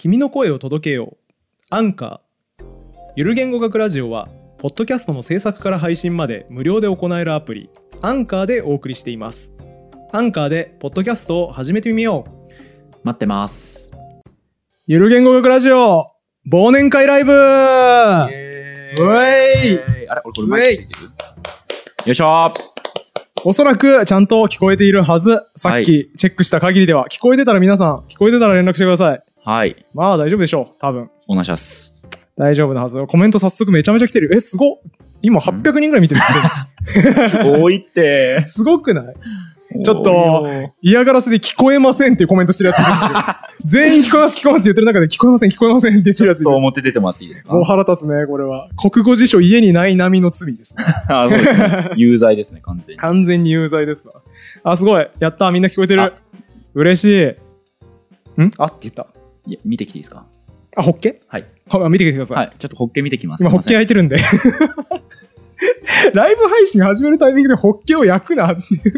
君の声を届けよう。アンカー。ゆる言語学ラジオはポッドキャストの制作から配信まで無料で行えるアプリアンカーでお送りしています。アンカーでポッドキャストを始めてみよう。 待ってます。 ゆる言語学ラジオ忘年会ライブ。うえい。 あれ、俺これマイクついてる？よいしょ。 おそらくちゃんと聞こえているはず。さっきチェックした限りでは、聞こえてたら皆さん、聞こえてたら連絡してください。 はい。 まあ大丈夫でしょう。多分。 お願いします。 大丈夫なはず。コメント早速めちゃめちゃ来てる。すごっ。今800人ぐらい見てるっすね。 多いって。 すごくない？ちょっと嫌がらせで聞こえませんっていうコメントしてるやついるんですけど全員聞こえます聞こえますって言ってる中で聞こえません聞こえませんって言ってるやついる。 ちょっと表出てもらっていいですか？ もう腹立つねこれは。国語辞書家にない並みの罪ですね。 あ、そうですね。有罪ですね完全に。 完全に有罪ですわ。あ、すごい。やったー、みんな聞こえてる。嬉しい。あって言った。 いや、見てきていいですか？ あ、ホッケ？ はい。 見てきてください。 はい。ちょっとホッケ見てきます。 今ホッケ焼いてるんでライブ配信始めるタイミングでホッケを焼くな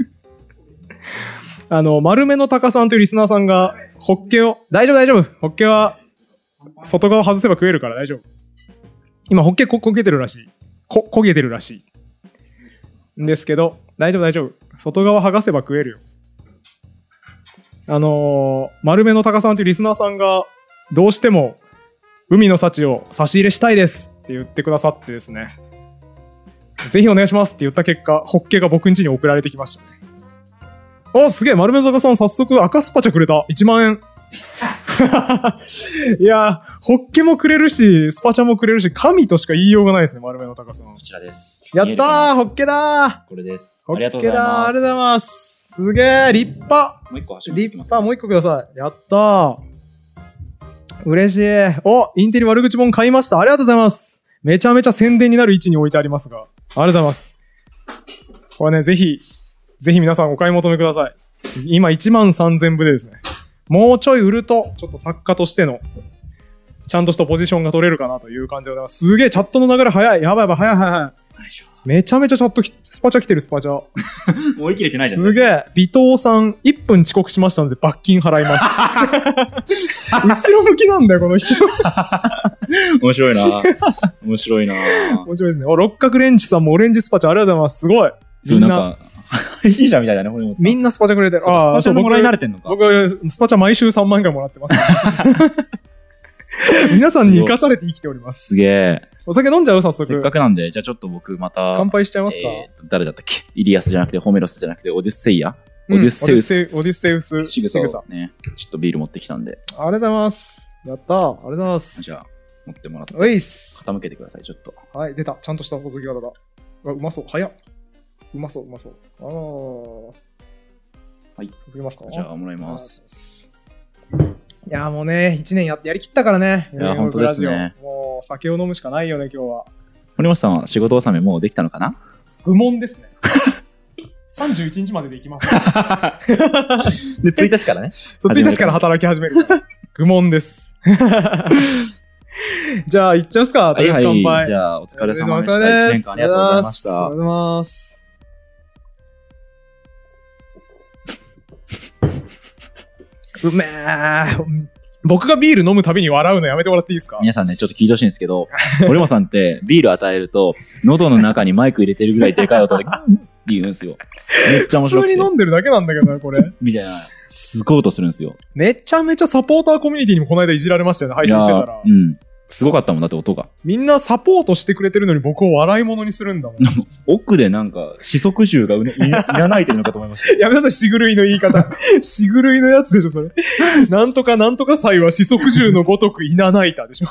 丸めの高さんというリスナーさんがホッケを大丈夫ホッケは外側外せば食えるから大丈夫。今ホッケ焦げてるらしい。焦げてるらしいんですけど大丈夫外側剥がせば食えるよ。丸めの高さんというリスナーさんがどうしても海の幸を差し入れしたいですって言ってくださってですね、ぜひお願いしますって言った結果ホッケが僕ん家に送られてきましたね。お、すげえ。丸めの高さん早速赤スパチャくれた。1万円いやホッケもくれるしスパチャもくれるし神としか言いようがないですね。丸めの高さんこちらです。 やったー、ホッケだー。 これです。 ホッケだー。 ありがとうございます。 ありがとうございます。すげー、立派。 もう一個走立派。もう一個ください。やったー。嬉しい。お、インテリ悪口本買いました。ありがとうございます。めちゃめちゃ宣伝になる位置に置いてありますが、ありがとうございます。これね、ぜひ皆さんお買い求めください。今13,000部でですね、もうちょい売るとちょっと作家としてのちゃんとしたポジションが取れるかなという感じでございます。すげえ、チャットの流れ早い。やばい早い。めちゃめちゃチャットスパチャ来てる。スパチャ追い切れてないじゃん。 すげえ。尾藤さん1分遅刻しましたので罰金払います後ろ向きなんだよこの人面白いな面白いですね。六角レンチさんもオレンジスパチャありがとうございます。すごい。 みんな配信者みたいだね。 みんなスパチャくれてる。 スパチャももらい慣れてんのか。 僕スパチャ毎週3万円くらいもらってます皆さんに生かされて生きております。 すげえ。 お酒飲んじゃう早速。 せっかくなんで、じゃあちょっと僕また乾杯しちゃいますか。 誰だったっけ？イリアスじゃなくてホメロスじゃなくてオデュッセイア、 オデュッセウスシグサね。ちょっとビール持ってきたんで。 ありがとうございます。やったー。ありがとうございます。 じゃあ持ってもらっておいっす。 傾けてくださいちょっと。 はい、出た。ちゃんとした細切り方だ。うまそう。早っ。うまそう。はい。続けますか。 じゃあもらいます。 いやもうね、1年やりきったからね。 いや本当ですね。 もう酒を飲むしかないよね今日は。 堀本さんは仕事納めもうできたのかな？ 愚問ですね。31日までできます。 で1日からね。 1日から働き始める。愚問です。じゃあ行っちゃいますか。 はい。じゃあお疲れ様でした。1年間ありがとうございました。 ありがとうございます。うめー。僕がビール飲むたびに笑うのやめてもらっていいですか？ 皆さんね、ちょっと聞いてほしいんですけど、堀本さんってビール与えると、喉の中にマイク入れてるぐらいでかい音で、って言うんですよ。めっちゃ面白くて。 普通に飲んでるだけなんだけどな、これ。 みたいな。すごい音するんですよ。 めちゃめちゃサポーターコミュニティにもこの間いじられましたよね、配信してたら。 すごかったもんだって音が。 みんなサポートしてくれてるのに僕を笑い物にするんだもん。 奥でなんか、四足獣がいらないてるのかと思いました。 やめなさい、しぐるいの言い方。しぐるいのやつでしょ、それ。なんとか祭は四足獣のごとくいなないたでしょ。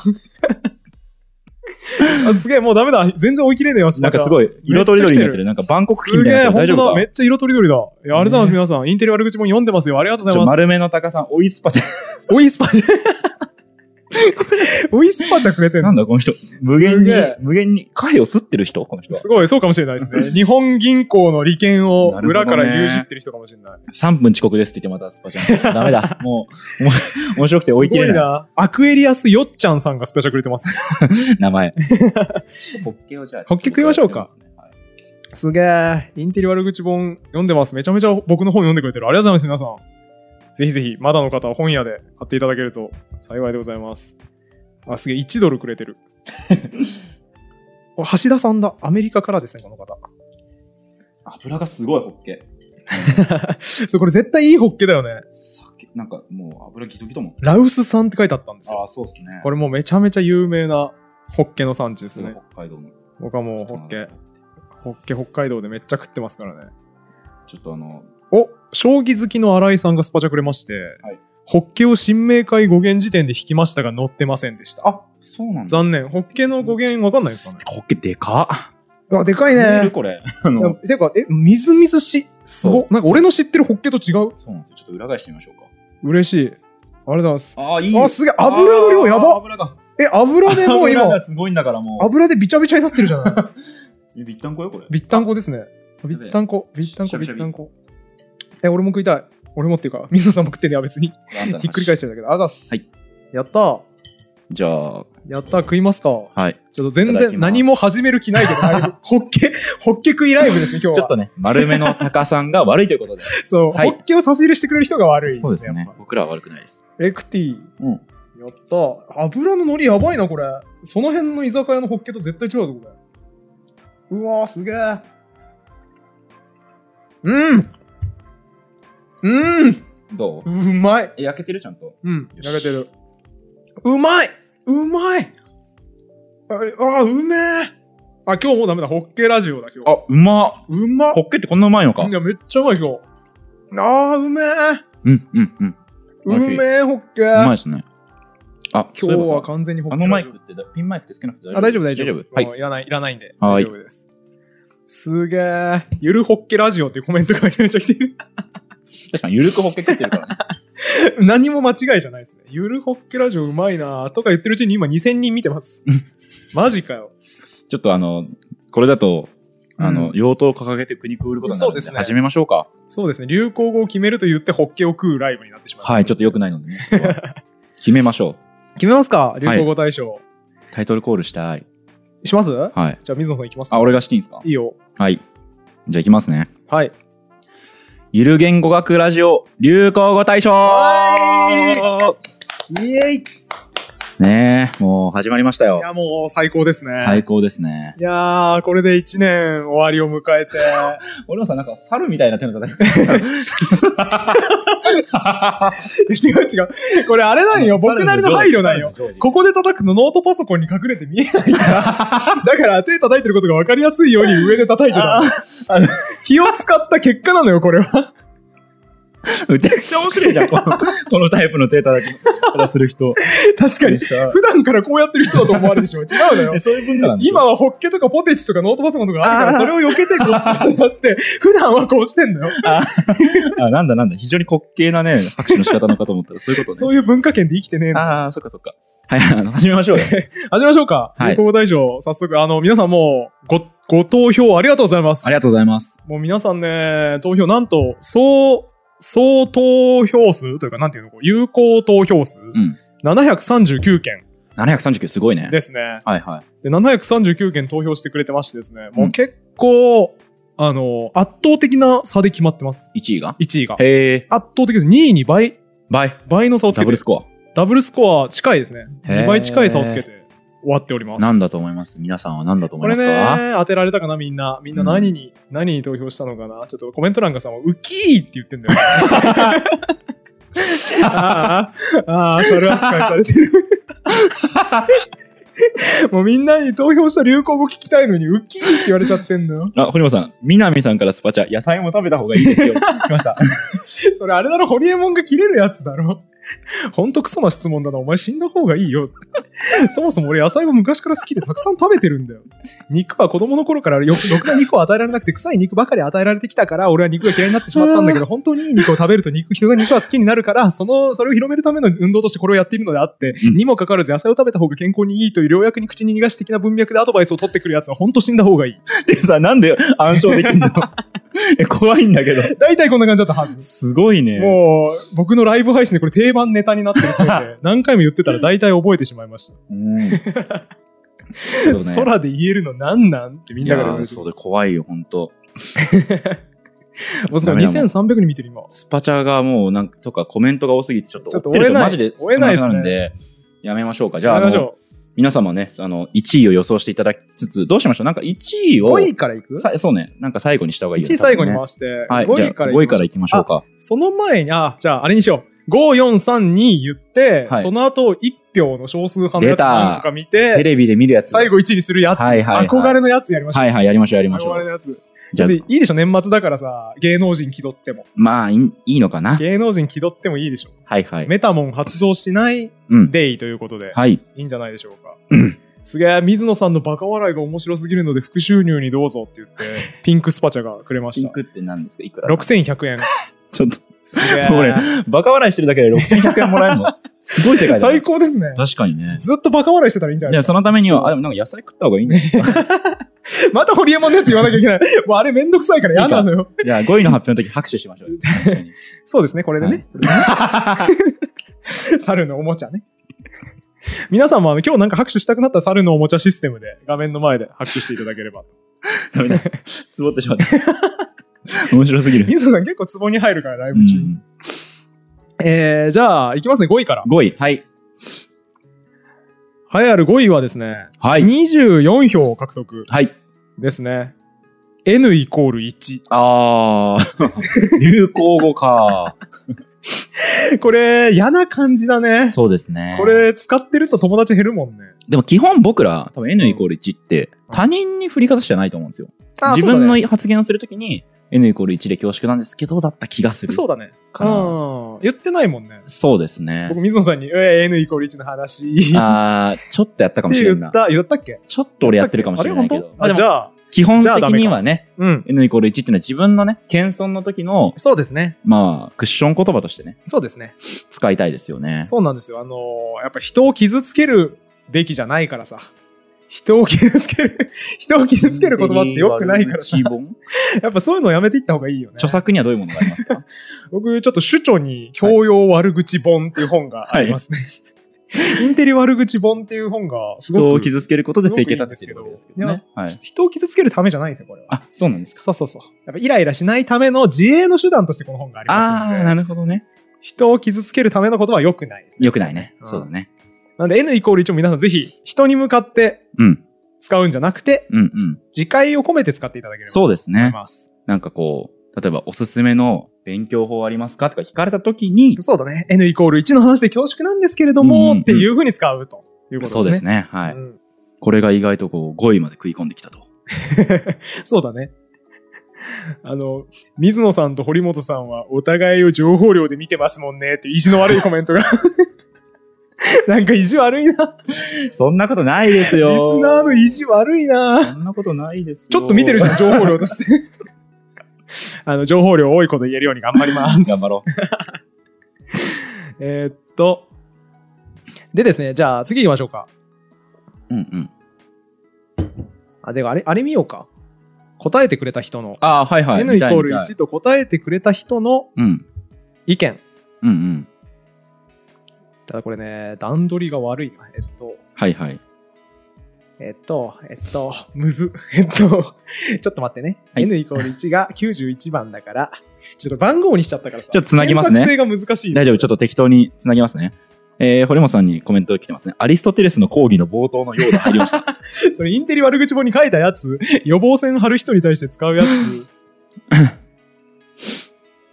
あ、すげえ、もうダメだ。全然追い切れねえよ、スパチャ。 なんかすごい、色とりどりになってる。なんか万国旗みたいな。 すげえ、本当だ。めっちゃ色とりどりだ。いや、ありがとうございます、皆さん。インテリ悪口も読んでますよ。ありがとうございます。 丸めの高さん、おいスパチャ。 おいスパチャ。おいスパチャくれてる。 なんだこの人。無限に、貝を吸ってる人この人。 すごい、そうかもしれないですね。日本銀行の利権を裏から牛耳ってる人かもしれない。 3分遅刻ですって言ってまたスパチャ。ダメだ。もう、面白くて追い切れない。すごいな。 アクエリアスよっちゃんさんがスパチャくれてます。 名前。ホッケをじゃあ。 ホッケ食いましょうか。すげえ。インテリ悪口本読んでます。めちゃめちゃ僕の本読んでくれてる。ありがとうございます、皆さん。 ぜひぜひ、まだの方は本屋で買っていただけると幸いでございます。あ、すげえ、1ドルくれてる。橋田さんだ。アメリカからですね、この方。 油がすごいホッケ。 そう、これ絶対いいホッケだよね。 なんかもう油ギトギトも。 ラウス産って書いてあったんですよ。 そうですね。 これもうめちゃめちゃ有名なホッケの産地ですね。 北海道の。 僕はもうホッケ北海道でめっちゃ食ってますからね。 ちょっと将棋好きの新井さんがスパチャくれまして、はい、ホッケを新明解語源辞典で引きましたが載ってませんでした。 あ、そうなんだ。 残念。ホッケの語源わかんないですかね。 ホッケでかっ。 あ、でかいね。 これ。 てか、みずみずしい。すご。なんか俺の知ってるホッケと違う。 そうなんですよ。ちょっと裏返してみましょうか。 嬉しい。ありがとうございます。 いい。 すげえ。油の量やば。 油が。 油でもう今。 油がすごいんだからもう。 油でびちゃびちゃになってるじゃない。 びったんこよ、これ。 びったんこですね。びったんこ。俺も食いたい。俺もっていうか、水野さんも食ってんねや、別に。ひっくり返してるんだけど。あざっす。 はい。 やったー。 じゃあ。 やったー、食いますか。 はい。 ちょっと全然何も始める気ないけど、ホッケ食いライブですね、今日は。 ちょっとね、丸めのタカさんが悪いということで。 そう、ホッケを差し入れしてくれる人が悪いですね。 そうですね。僕らは悪くないです。 エクティ。やったー。油の海苔やばいな、これ。その辺の居酒屋のホッケと絶対違うぞ、これ。うわー、すげー。 どう？ うまい。 焼けてるちゃんと。 焼けてる。うまい。うめえ。今日もうダメだ。ホッケラジオだ、今日。 うまホッケってこんなうまいのか。 いや、めっちゃうまい、今日。うめえ。うめえ、ホッケ。 うまいですね。 今日は完全にホッケラジオ。 マイクってピンマイクってつけなくて大丈夫。はい。いらないんで。大丈夫です。すげえ。ゆるホッケラジオっていうコメントがめちゃめちゃ来てる。 確かにゆるくホッケ食ってるからね。 何も間違いじゃないですね。ゆるホッケラジオうまいなとか言ってるうちに今2000人見てます。マジかよ。 ちょっとこれだと、用途を掲げて苦肉を売ることになるので、始めましょうか。 そうですね。流行語を決めると言ってホッケを食うライブになってしまう。 はい、ちょっと良くないのでね。決めましょう。 決めますか？流行語大賞。 タイトルコールしたい。 します？ はい。 じゃあ水野さんいきますか？ 俺がしていいんですか？ いいよ。 はい。じゃあいきますね。 はい。 ゆる言語学ラジオ流行語大賞イエイねえ、もう始まりましたよ。 いや、もう最高ですね。 最高ですね。 いやー、これで1年終わりを迎えて。 俺もさ、なんか猿みたいな手の叩き。 違う。これあれなんよ。僕なりの配慮なんよ。ここで叩くのノートパソコンに隠れて見えないから。だから手叩いてることが分かりやすいように上で叩いてた。気を使った結果なのよ、これは。 めちゃくちゃ面白いじゃん、このタイプの手叩きからする人。 確かに。普段からこうやってる人だと思われるでしょ。違うのよ。 そういう文化なんでしょ。 今はホッケとかポテチとかノートパソコンとかあるから、それを避けてこうしてんだって、普段はこうしてんのよ。 なんだ。非常に滑稽なね、拍手の仕方のかと思ったらそういうことね。 そういう文化圏で生きてねえの。 そっか。はい、始めましょうよ。 始めましょうか。流行語大賞、早速、皆さんもう、ご投票ありがとうございます。 ありがとうございます。 もう皆さんね、投票なんと、総投票数というか、なんていうの、有効投票数、739件。 739すごいね。 ですね。 はいはい。 で、739件投票してくれてましてですね、もう結構、圧倒的な差で決まってます。 1位が。 へー。圧倒的です。2位に倍の差をつけて。ダブルスコア近いですね。2倍近い差をつけて終わっております。 なんだと思います？皆さんは何だと思いますか？ これね、当てられたかな、みんな何に投票したのかな。ちょっとコメント欄がさ、ウキーって言ってんだよ。それ扱いされてる。もうみんなに投票した流行語聞きたいのにウキーって言われちゃってんだよ。 堀本さん、南さんからスパチャ、野菜も食べた方がいいですよ。来ました。 それあれだろ、ホリエモンが切れるやつだろ。ほんとクソな質問だな。お前死んだ方がいいよ。そもそも俺野菜も昔から好きでたくさん食べてるんだよ。肉は子供の頃からろくな肉を与えられなくて臭い肉ばかり与えられてきたから俺は肉が嫌いになってしまったんだけど、本当にいい肉を食べると人が肉が好きになるから、それを広めるための運動としてこれをやっているのであって、にもかかわらず野菜を食べた方が健康にいいという良薬に口に逃がし的な文脈でアドバイスを取ってくるやつは本当死んだ方がいい。 でさ、なんで暗唱できんの？怖いんだけど。 大体こんな感じだったはず。 すごいね。 もう、僕のライブ配信でこれ定番ネタになってるせいで、何回も言ってたら大体覚えてしまいました。空で言えるのなんなんってみんなが言う。 そうで怖いよ、ほんと。 もうすごい2300人見てる今。 スパチャがもうなんとかコメントが多すぎてちょっとちょっと追えないマジで追えないですね進まなくなるんで、やめましょうか。じゃあ、 やめましょ皆様ね、1位を予想していただきつつ、どうしましょう？なんか1位う。 を、 5位からいく？ そうね、なんか最後にした方がいいよ 1 ね。 位最後に多分ね回して、 はい、 5位から 5位からいきましょうか。 その前に、じゃああれにしよう。5、4、3、2言って、 はいその後1票の少数派のやつ何個か見て、 テレビで見るやつ。 最後1位にするやつ、 はいはいはい憧れのやつやりましょう。 はいはい、やりましょう、やりましょう。 憧れのやつ。 じゃあだっていいでしょ、年末だからさ、芸能人気取っても。 まあ、いいのかな。 芸能人気取ってもいいでしょ。 はいはい。 メタモン発動しないうん。 デイということで、 はい。 いいんじゃないでしょうか。すげえ、水野さんのバカ笑いが面白すぎるので副収入にどうぞって言って、ピンクスパチャがくれました。 ピンクって何ですか？いくら 6100円。 ちょっと、 すげえ。 俺、バカ笑いしてるだけで6100円もらえるのすごい世界だね。 最高ですね。 確かにね。 ずっとバカ笑いしてたらいいんじゃないいや、 ですか。 そのためには、でもなんか野菜食った方がいいんだよ。 またホリエモンのやつ言わなきゃいけない。もうあれめんどくさいから嫌なのよ。 じゃあ5位の発表の時拍手しましょう。 そうですね、これでね。猿のおもちゃね。皆さんも今日なんか拍手したくなったら猿のおもちゃシステムで画面の前で拍手していただければと。 ダメだ。つぼってしまった。面白すぎる。 水野さん結構ツボに入るからライブ中に。じゃあ、いきますね、5位から。 5位。はい。 栄えある5位はですね、 はい。 24票獲得はい。 ですね。N イコール1。 流行語か。 これ、嫌な感じだね。 そうですね。 これ、使ってると友達減るもんね。 でも基本僕ら、多分 N イコール1って他人に振りかざしじゃないと思うんですよ。自分の発言をするときに N イコール1で恐縮なんですけど、だった気がする。 そうだね。 かな。 言ってないもんね。 そうですね。 僕、水野さんに、N イコール1の話。 ちょっとやったかもしれんな。 言ったっけ？ ちょっと俺やってるかもしれないけど。 じゃあ、 基本的にはね、 N N イコール1っていうのは自分のね、謙遜の時の、 そうですね。 まあ、クッション言葉としてね、 そうですね。 使いたいですよね。 そうなんですよ。やっぱ人を傷つけるべきじゃないからさ。人を傷つける言葉って良くないからさ。やっぱそういうのをやめていった方がいいよね。 著作にはどういうものがありますか？ 僕、ちょっと主著に教養悪口本っていう本がありますね。インテリ悪口本っていう本がすごく人を傷つけることで生計立ててるわけですけどね。はい。 人を傷つけるためじゃないんですよ、これは。 あ、そうなんですか。 そうそうそう。やっぱイライラしないための自衛の手段としてこの本がありますので。 なるほどね。 人を傷つけるためのことは良くないですね。 良くないね。そうだね。 なので N イコール1も皆さんぜひ人に向かって使うんじゃなくて、自戒を込めて使っていただければと思います。 そうですね。なんかこう、例えばおすすめの勉強法ありますかとか聞かれたときに、 そうだね。N イコール1の話で恐縮なんですけれども、っていう風に使うということですね。 そうですね。はい。これが意外とこう5位まで食い込んできたと。 そうだね。水野さんと堀本さんはお互いを情報量で見てますもんねっていう意地の悪いコメントが。なんか意地悪いな。 そんなことないですよ。 リスナーの意地悪いな。 そんなことないですよ。 ちょっと見てるじゃん、情報量として。情報量多いこと言えるように頑張ります。 頑張ろう。でですね、じゃあ次行きましょうか。ではあれ見ようか。答えてくれた人の。 はいはい。 N イコール1と答えてくれた人の意見。ただこれね、段取りが悪いな。 はいはい。 むず。ちょっと待ってね。 はい、 N イコール1が91番だから、ちょっと番号にしちゃったからさ。 ちょっと繋ぎますね。 検索性が難しい。 大丈夫、ちょっと適当に繋ぎますね。堀本さんにコメント来てますね。アリストテレスの講義の冒頭のようが入りました。 それインテリ悪口本に書いたやつ、予防線貼る人に対して使うやつ。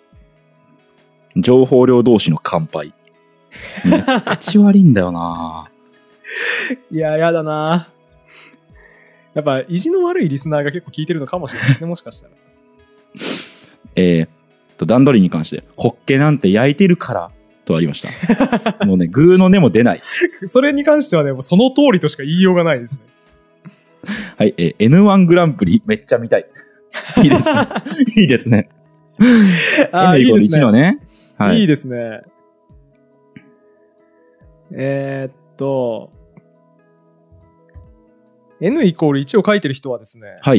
情報量同士の乾杯。口悪いんだよないや、やだな。やっぱ意地の悪いリスナーが結構聞いてるのかもしれないですね、もしかしたら。 段取りに関して、ホッケなんて焼いてるからとありました。もうね、グーの音も出ない。 それに関してはね、もうその通りとしか言いようがないですね。 はい、N1 グランプリめっちゃ見たい。いいですね。いいですね。N イコール1のね。 いいですね。N イコール1を書いてる人はですね。 はい。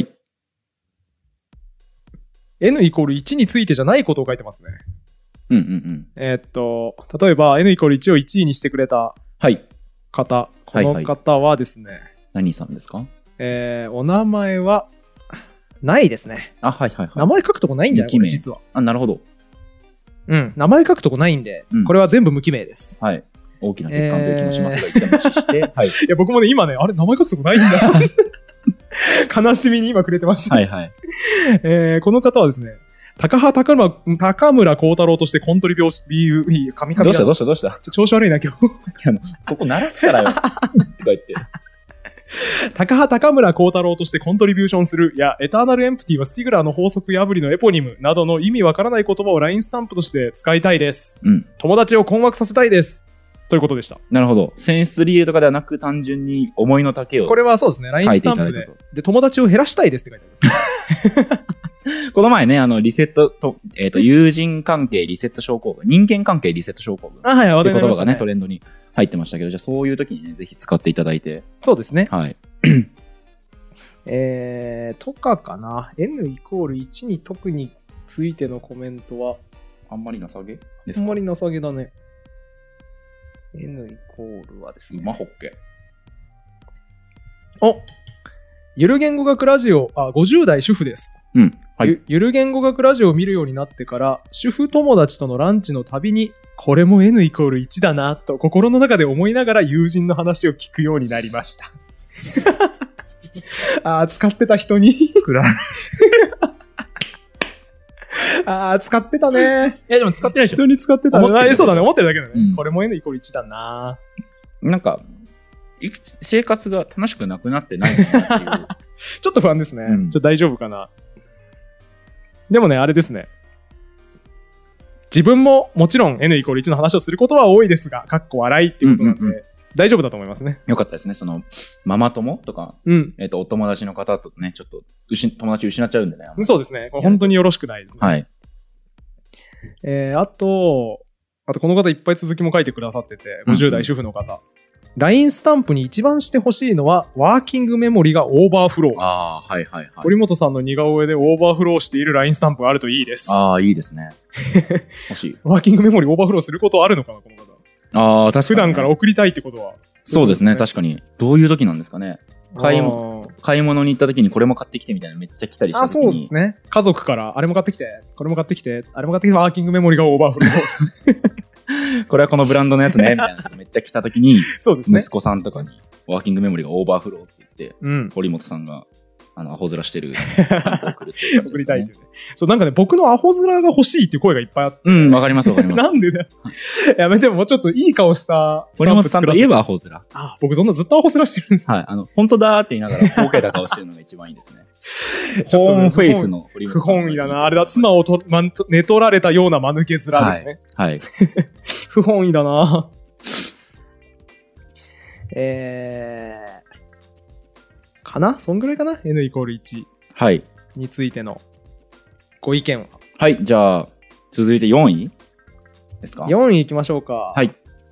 N イコール1についてじゃないことを書いてますね。例えば N イコール1を1位にしてくれた方、この方はですね。 何さんですか？ お名前は、 ないですね。 あ、はいはいはい。 名前書くとこないんじゃないこれ実は。 あ、なるほど。 うん。名前書くとこないんで、これは全部無記名です。 はい。大きな欠陥という気もしますが、一旦無視して。はい。いや、僕もね、今ね、あれ、名前書くとこないんだ。悲しみに今くれてました。 はいはい。 この方はですね、高村光太郎としてコントリビュー、神々。 どうした調子悪いな、今日。 さっきここ鳴らすからよ。とか言って。 高村光太郎としてコントリビューションするや、エターナルエンプティはスティグラーの法則破りのエポニムなどの意味わからない言葉を LINE スタンプとして使いたいです。 うん。 友達を困惑させたいです。ということでした。 なるほど。選出理由とかではなく単純に思いの丈を。 これはそうですね。LINE スタンプで。で、友達を減らしたいですって書いてあります。 この前ね、リセットと、友人関係リセット症候群、人間関係リセット症候群。 はい、 っていう言葉がね、トレンドに入ってましたけど、じゃあそういう時にね、ぜひ使っていただいて。 そうですね。 はい。 とかかな。n=1 に特についてのコメントは、 あんまりなさげですか？ あんまりなさげだね。n= はですね。 馬ホッケ。 お、ゆる言語学ラジオ、50代主婦です。 うん。はい。 ゆる言語学ラジオを見るようになってから、主婦友達とのランチのたびに、これも n=1 だな、と心の中で思いながら友人の話を聞くようになりました。使ってた人に。使ってたね。 いや、でも使ってないでしょ。 人に使ってたね。そうだね、思ってるだけだね。 うん、 これも n=1 だな。 なんか、生活が楽しくなくなってないかなっていう。 ちょっと不安ですね。ちょっと大丈夫かな。でもね、あれですね。自分ももちろん n=1 の話をすることは多いですが、かっこ笑いっていうことなんで、大丈夫だと思いますね。 よかったですね。その、ママ友とか、お友達の方とね、ちょっと、友達失っちゃうんでね。 そうですね。本当によろしくないですね。 はい。 あと、この方いっぱい続きも書いてくださってて、50代主婦の方。LINE スタンプに一番してほしいのは、ワーキングメモリがオーバーフロー。 はいはいはい。 堀本さんの似顔絵でオーバーフローしている LINE スタンプがあるといいです。 いいですね。欲しい。 ワーキングメモリオーバーフローすることあるのかな、この方。 確かに、 普段から送りたいってことは。 そうですね、確かに。どういう時なんですかね。買い物に行った時にこれも買ってきてみたいなめっちゃ来たりした時に。 そうですね。家族からあれも買ってきて、これも買ってきて、あれも買ってきて、ワーキングメモリがオーバーフロー。これはこのブランドのやつね、みたいなめっちゃ来た時に、 そうですね。 息子さんとかにワーキングメモリがオーバーフローって言って、堀本さんがアホ面してる送りたいっていうね。そう、なんかね、僕のアホ面が欲しいっていう声がいっぱいあって。 わかりますわかります。 なんでだよ。やめてももうちょっといい顔した堀本さんといえばアホ面。 僕そんなずっとアホ面してるんですはい。本当だーって言いながら、ボケた顔してるのが一番いいですね。ホーンフェイスの堀本さん。不本意だな。あれだ、妻を寝取られたような間抜け面ですね。 はい。 不本意だな。かな？そんぐらいかな？ n=1。 はい。 についてのご意見は。 はい。じゃあ、続いて4位ですか？ 4 位いきましょうか。 はい。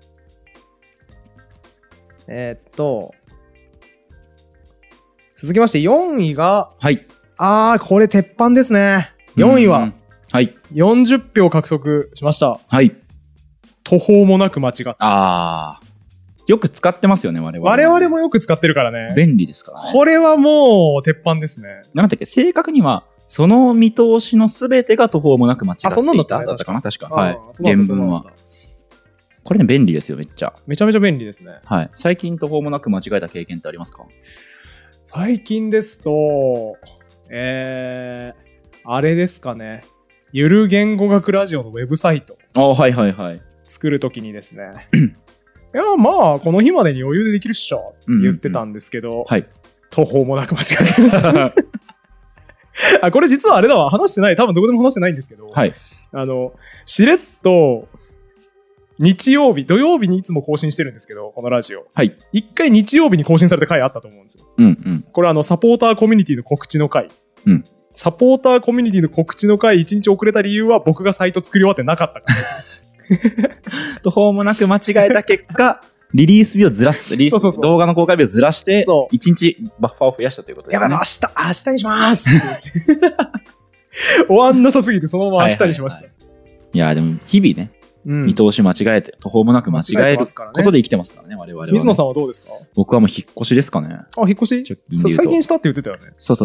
続きまして4位が、 はい。 これ鉄板ですね。4位は、 はい。 40票獲得しました。 はい。 途方もなく間違った。 よく使ってますよね、我々。 我々もよく使ってるからね。 便利ですからね。 これはもう、鉄板ですね。 なんだっけ、正確には、その見通しのすべてが途方もなく間違っていた。 そんなんだったね。 だったかな確か。はい。原文は。これね、便利ですよ、めっちゃ。 めちゃめちゃ便利ですね。 はい。最近途方もなく間違えた経験ってありますか？ 最近ですと、あれですかね。ゆる言語学ラジオのウェブサイト。 はいはいはい。 作るときにですね。いや、まあ、この日までに余裕でできるっしょって言ってたんですけど、 はい。 途方もなく間違えてました。これ実はあれだわ。話してない。多分どこでも話してないんですけど、 はい。 しれっと、土曜日にいつも更新してるんですけど、このラジオ。 はい。 一回日曜日に更新された回あったと思うんですよ。これサポーターコミュニティの告知の回。サポーターコミュニティの告知の回1日遅れた理由は僕がサイト作り終わってなかったからです。 途方もなく間違えた結果、リリース日をずらす。動画の公開日をずらして、1日バッファーを増やしたということですね。 やばい、明日にします終わんなさすぎてそのまま明日にしました。 いや、でも日々ね、 見通し間違えて、途方もなく間違えることで生きてますからね、我々は、ね。 水野さんはどうですか？ 僕はもう引っ越しですかね。 あ、引っ越し？最近したって言ってたよね。 そう。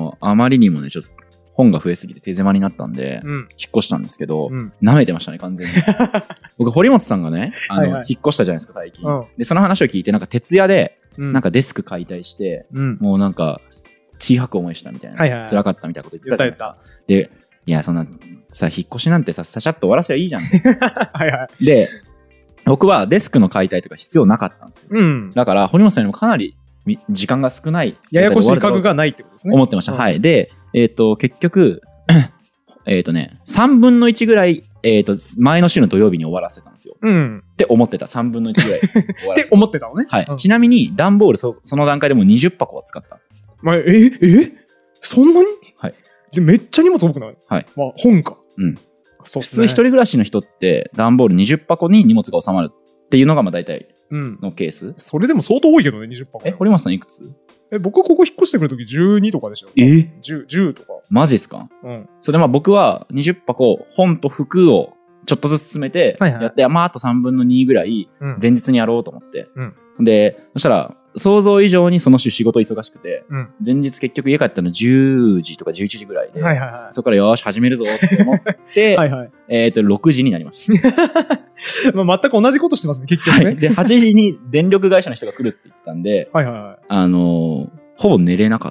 あまりにもね、ちょっと本が増えすぎて手狭になったんで、引っ越したんですけど、舐めてましたね、完全に。僕、堀本さんがね、引っ越したじゃないですか、最近。で、その話を聞いて、なんか徹夜で、なんかデスク解体して、もうなんか、血吐く思いしたみたいな、辛かったみたいなこと言ってたじゃないですか。で、いや、そんな、さ、引っ越しなんてさ、さちゃっと終わらせばいいじゃん。で、僕はデスクの解体とか必要なかったんですよ。だから、堀本さんよりもかなり時間が少ない。 ややこしい家具がないってことですね。 思ってました。はい。で、結局、3分の1ぐらい、前の週の土曜日に終わらせたんですよ。って思ってた。3分の1ぐらい。 って思ってたのね。 はい。ちなみに、段ボールその段階でも20箱は使った。 そんなに？ はい。 めっちゃ荷物多くない？ はい。 まあ、本か。 そうですね。普通一人暮らしの人って、段ボール20箱に荷物が収まるっていうのが、まあ大体のケース。 それでも相当多いけどね、20箱。 堀本さんいくつ？ 僕ここ引っ越してくるとき12とかでしょ。10とか。 マジっすか？それでまあ僕は20箱、本と服をちょっとずつ詰めて、やって、まああと3分の2ぐらい、前日にやろうと思って。で、そしたら、想像以上にその週仕事忙しくて、前日結局家帰ったの10時とか11時ぐらいで、そこからよーし始めるぞって思って、6時になりました。 まあ全く同じことしてますね、結局ね。 で、8時に電力会社の人が来るって言ったんで、ほぼ寝れなかった。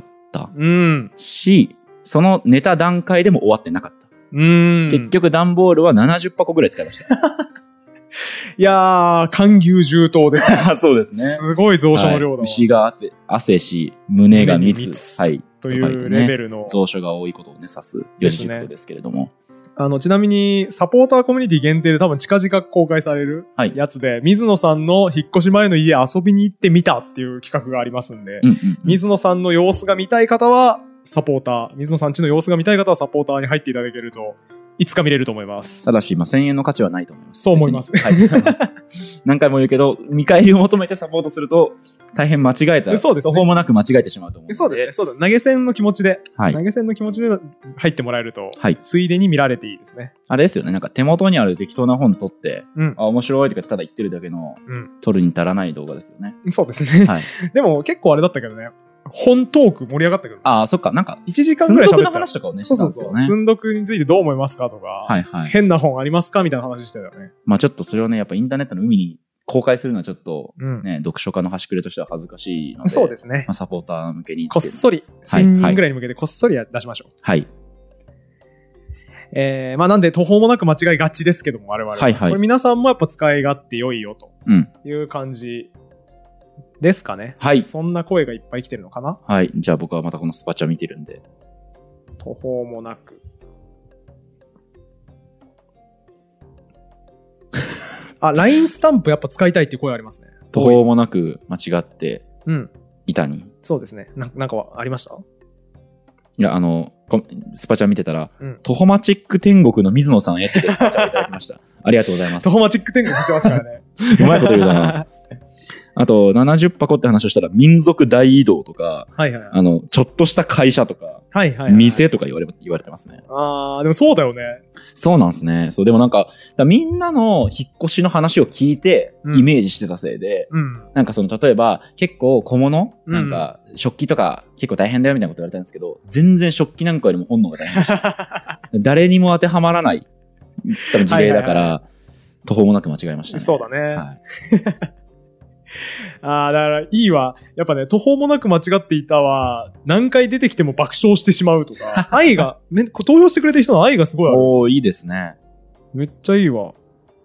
し、その寝た段階でも終わってなかった。結局段ボールは70箱ぐらい使いました。 いやー、肝牛重頭ですね。 そうですね。 すごい増殖の量だわ。 牛が汗し、胸が密。はい。 というレベルの。 増殖が多いことをね、指す四字熟語ですけれども。 ちなみに、サポーターコミュニティ限定で多分近々公開されるやつで、水野さんの引っ越し前の家遊びに行ってみたっていう企画がありますんで、水野さんの様子が見たい方は、サポーター、水野さん家の様子が見たい方はサポーターに入っていただけると、いつか見れると思います。 ただし、1000円の価値はないと思います。 そう思います。 はい。何回も言うけど、見返りを求めてサポートすると、大変間違えた。 そうですね。 途方もなく間違えてしまうと思う。 そうですね。そうだ。投げ銭の気持ちで、投げ銭の気持ちで入ってもらえると、ついでに見られていいですね。 あれですよね。なんか手元にある適当な本取って、面白いとかただ言ってるだけの、取るに足らない動画ですよね。 そうですね。はい。でも結構あれだったけどね。本トーク盛り上がったけど。 ああ、そっか。なんか、 1時間ぐらい喋った。 積んどくの話とかをね、 そう。積んどくについてどう思いますかとか、変な本ありますかみたいな話してたよね。 まあちょっとそれをね、やっぱインターネットの海に公開するのはちょっと、ね、読書家の端くれとしては恥ずかしいので。 そうですね。 まあサポーター向けに。 こっそり、1000人ぐらいに向けてこっそり出しましょう。 はい。 まあなんで途方もなく間違いがちですけども、我々は。これ皆さんもやっぱ使い勝手良いよという感じ。ですかね。はい。そんな声がいっぱい来てるのかな？ はい。じゃあ僕はまたこのスパチャ見てるんで。 途方もなく。LINE スタンプやっぱ使いたいっていう声ありますね。 途方もなく間違っていたに。 そうですね。なんかはありました？ いや、スパチャ見てたら、トホマチック天国の水野さんへってスパチャをいただきました。ありがとうございます。 トホマチック天国してますからね。 うまいこと言うな。あと、70箱って話をしたら、民族大移動とか、ちょっとした会社とか、店とか言われてますね。 ああ、でもそうだよね。 そうなんですね。そう、でもなんか、みんなの引っ越しの話を聞いて、イメージしてたせいで、なんか例えば、結構小物、なんか、食器とか結構大変だよみたいなこと言われたんですけど、全然食器なんかよりも本能が大変でした。誰にも当てはまらない、多分事例だから、途方もなく間違えましたね。 そうだね。はい。だからいいわ。やっぱね、途方もなく間違っていたわ。何回出てきても爆笑してしまうとか。愛が、投票してくれてる人の愛がすごいある。 おー、いいですね。 めっちゃいいわ。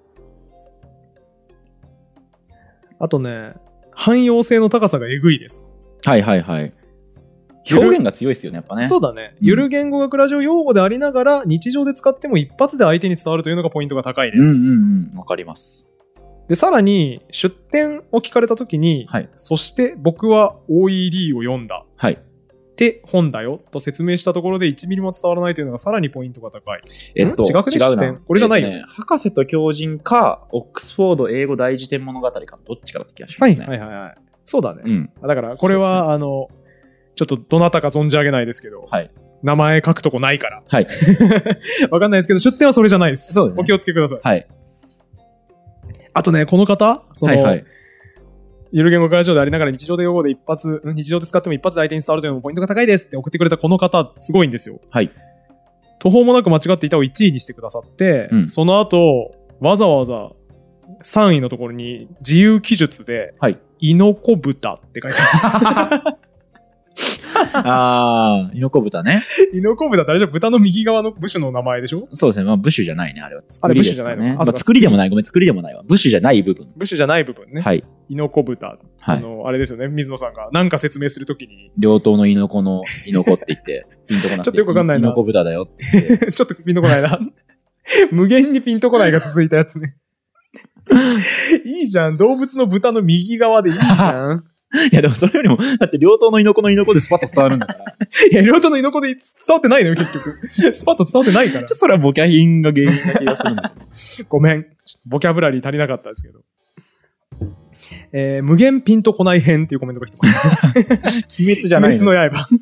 あとね、汎用性の高さがえぐいです。 はい。表現が強いですよね、やっぱね。 そうだね。ゆる言語学ラジオ用語でありながら、日常で使っても一発で相手に伝わるというのがポイントが高いです。 わかります。 で、さらに、出典を聞かれたときに、そして僕は OED を読んだ。って本だよと説明したところで1ミリも伝わらないというのがさらにポイントが高い。違うな。これじゃないよね。 博士と狂人か、オックスフォード英語大辞典物語か、どっちかだった気がしますね。 そうだね。だから、これは、ちょっとどなたか存じ上げないですけど、名前書くとこないから。わかんないですけど、出典はそれじゃないです。お気をつけください。 あとね、この方はいはい。 ゆる言語学ラジオでありながら日常で日常で使っても一発で相手に伝わるというのもポイントが高いですって送ってくれたこの方、すごいんですよ。 はい。 途方もなく間違っていたを1位にしてくださって、その後、わざわざ3位のところに自由記述で、イノコ豚って書いてあります。 イノコ豚ね。 イノコ豚ってあれじゃ豚の右側の部首の名前でしょ？ そうですね。まあ、部首じゃないね。あれは作りですかね。作りでもない。ごめん、作りでもないわ。部首じゃない部分。 部首じゃない部分ね。 はい。 イノコ豚。あれですよね。水野さんが何か説明するときに。 両党のイノコのイノコって言って、ピンとこなくて。 ちょっとよくわかんないな。 イノコ豚だよって言って。 ちょっとピンとこないな。無限にピンとこないが続いたやつね。いいじゃん。動物の豚の右側でいいじゃん。 いやでもそれよりも、だって両党のイノコのイノコでスパッと伝わるんだから。 いや、両党のイノコで伝わってないのよ、結局。スパッと伝わってないから。 それはボキャ品が原因な気がするんだけど。 ごめん。ボキャブラリー足りなかったですけど。無限ピンとこない編っていうコメントが来てます。 鬼滅じゃないの。鬼滅の刃。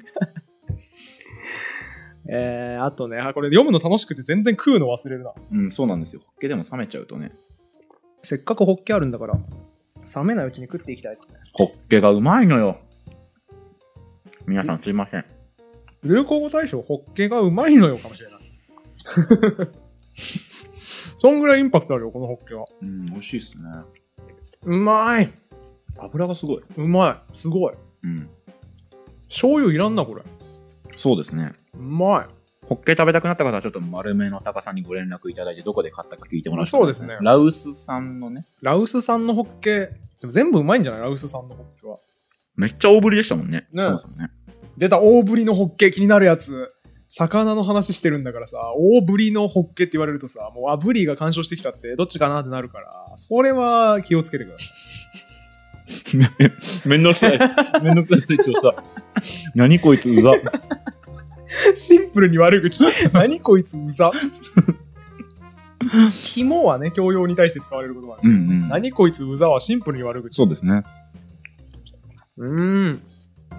あとね、これ読むの楽しくて全然食うの忘れるな。 うん、そうなんですよ。ホッケでも冷めちゃうとね。 せっかくホッケあるんだから。冷めないうちに食っていきたいですね。 ホッケがうまいのよ。皆さんすいません。 流行語大賞ホッケがうまいのよかもしれない。そんぐらいインパクトあるよ、このホッケは。 うん、美味しいっすね。 うまい。 油がすごい。 うまい。すごい。 うん。 醤油いらんな、これ。 そうですね。 うまい。 ホッケ食べたくなった方はちょっと丸めの高さんにご連絡いただいてどこで買ったか聞いてもらって、 そうですね。 ラウス産のね。 ラウス産のホッケ、でも全部うまいんじゃないラウス産のホッケは。 めっちゃ大ぶりでしたもんね。そもそもね。 出た大ぶりのホッケ気になるやつ。魚の話してるんだからさ、大ぶりのホッケって言われるとさ、もうブリが干渉してきちゃってどっちかなってなるから、それは気をつけてください。めんどくさい。めんどくさいツイッチをした。何こいつうざ。 シンプルに悪口。何こいつうざ。肝はね、教養に対して使われることなんですけど、何こいつうざはシンプルに悪口。 そうですね。 う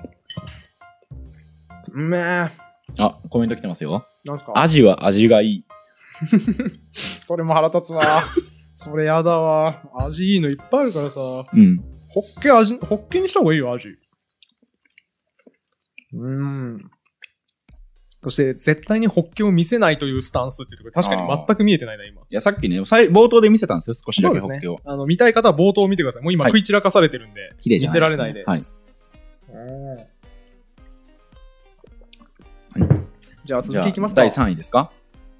めえ。 コメント来てますよ。 なんすか？ アジは味がいい。 それも腹立つわ。それやだわ。味いいのいっぱいあるからさ。ホッケにした方がいいよ、味。そして絶対にホッケを見せないというスタンスっていうところ確かに全く見えてないな今。 いやさっきね冒頭で見せたんですよ少しだけホッケを。 そうですね。見たい方は冒頭を見てください。もう今食い散らかされてるんで、見せられないです。じゃあ続きいきますか。 第3位ですか？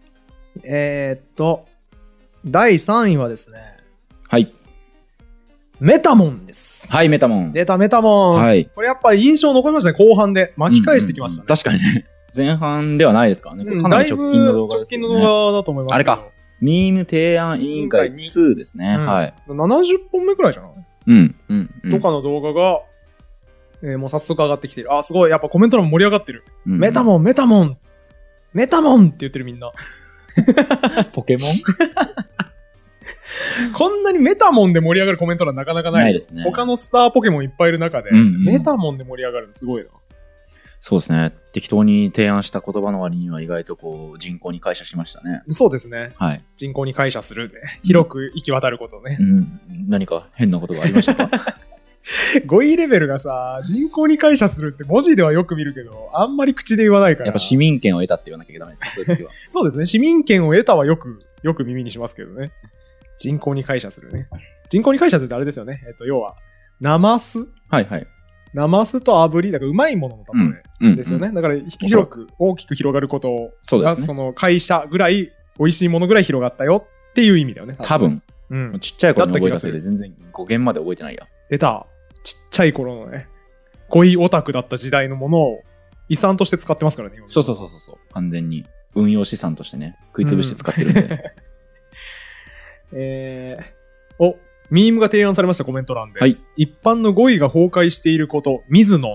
第3位はですね。 はい。 メタモンです。 はい、メタモン。 出たメタモン。 はい。 これやっぱり印象残りましたね。後半で巻き返してきましたね。 確かにね。前半ではないですからね。かなり直近の動画ですね。 直近の動画だと思います。 あれか。ミーム提案委員会2ですね。はい。 70本目くらいじゃない？とかの動画が、もう早速上がってきてる。すごい。やっぱコメント欄も盛り上がってる。メタモン、メタモン、メタモンって言ってるみんな。 ポケモンこんなにメタモンで盛り上がるコメント欄なかなかない。 ないですね。 他のスターポケモンいっぱいいる中で、メタモンで盛り上がるのすごいな。 そうですね。適当に提案した言葉の割には意外とこう人口に解釈しましたね。 そうですね。 はい。 人口に解釈するね。広く行き渡ることね。 何か変なことがありましたか？ 語彙レベルがさ、人口に解釈するって文字ではよく見るけど、あんまり口で言わないから。 やっぱ市民権を得たって言わなきゃいけないですね、そういう時は。 そうですね。市民権を得たはよく耳にしますけどね。人口に解釈するね。人口に解釈するってあれですよね。要は、ナマス。 はいはい。 ナマスと炙り、だからうまいものの例えですよね。だから広く大きく広がることが、その会社ぐらい美味しいものぐらい広がったよっていう意味だよね。 多分。ちっちゃい頃に覚えたせいで全然語源まで覚えてないや。 出た。ちっちゃい頃のね、語彙オタクだった時代のものを遺産として使ってますからね。 そう。完全に運用資産としてね、食いつぶして使ってるんで。 ミームが提案されましたコメント欄で。 はい。 一般の語彙が崩壊していること、ミズノン。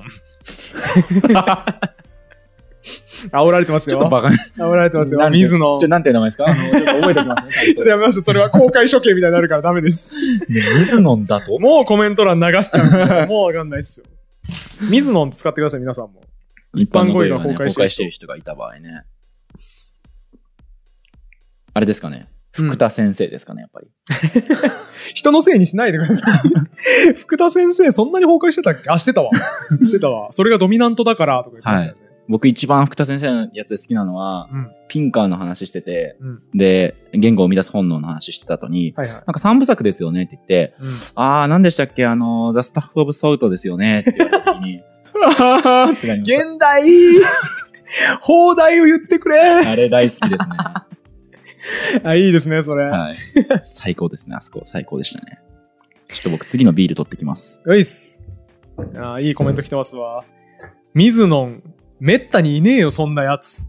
煽られてますよ。 ちょっとバカに。 煽られてますよ。ミズノン。 なんていう名前ですか？ちょっと覚えておきますね。 ちょっとやめましょう。それは公開処刑みたいになるからダメです。 ミズノンだと？ もうコメント欄流しちゃう。もうわかんないっすよ。ミズノンって使ってください、皆さんも。 一般語彙が崩壊している人がいた場合ね。あれですかね。 福田先生ですかね、やっぱり。 人のせいにしないでください。福田先生、そんなに崩壊してたっけ？あ、してたわ。してたわ。それがドミナントだから、とか言ってましたよね。はい、 僕一番福田先生のやつで好きなのは、ピンカーの話してて、で、言語を生み出す本能の話してた後に、なんか3部作ですよねって言って、何でしたっけThe Staff of Salt ですよねって言われた時に、ってなりました。 現代放題を言ってくれあれ大好きですね。 いいですね、それ。 はい。最高ですね、あそこ。最高でしたね。ちょっと僕次のビール取ってきます。 ういっす。いいコメント来てますわ。水野、めったにいねえよ、そんなやつ。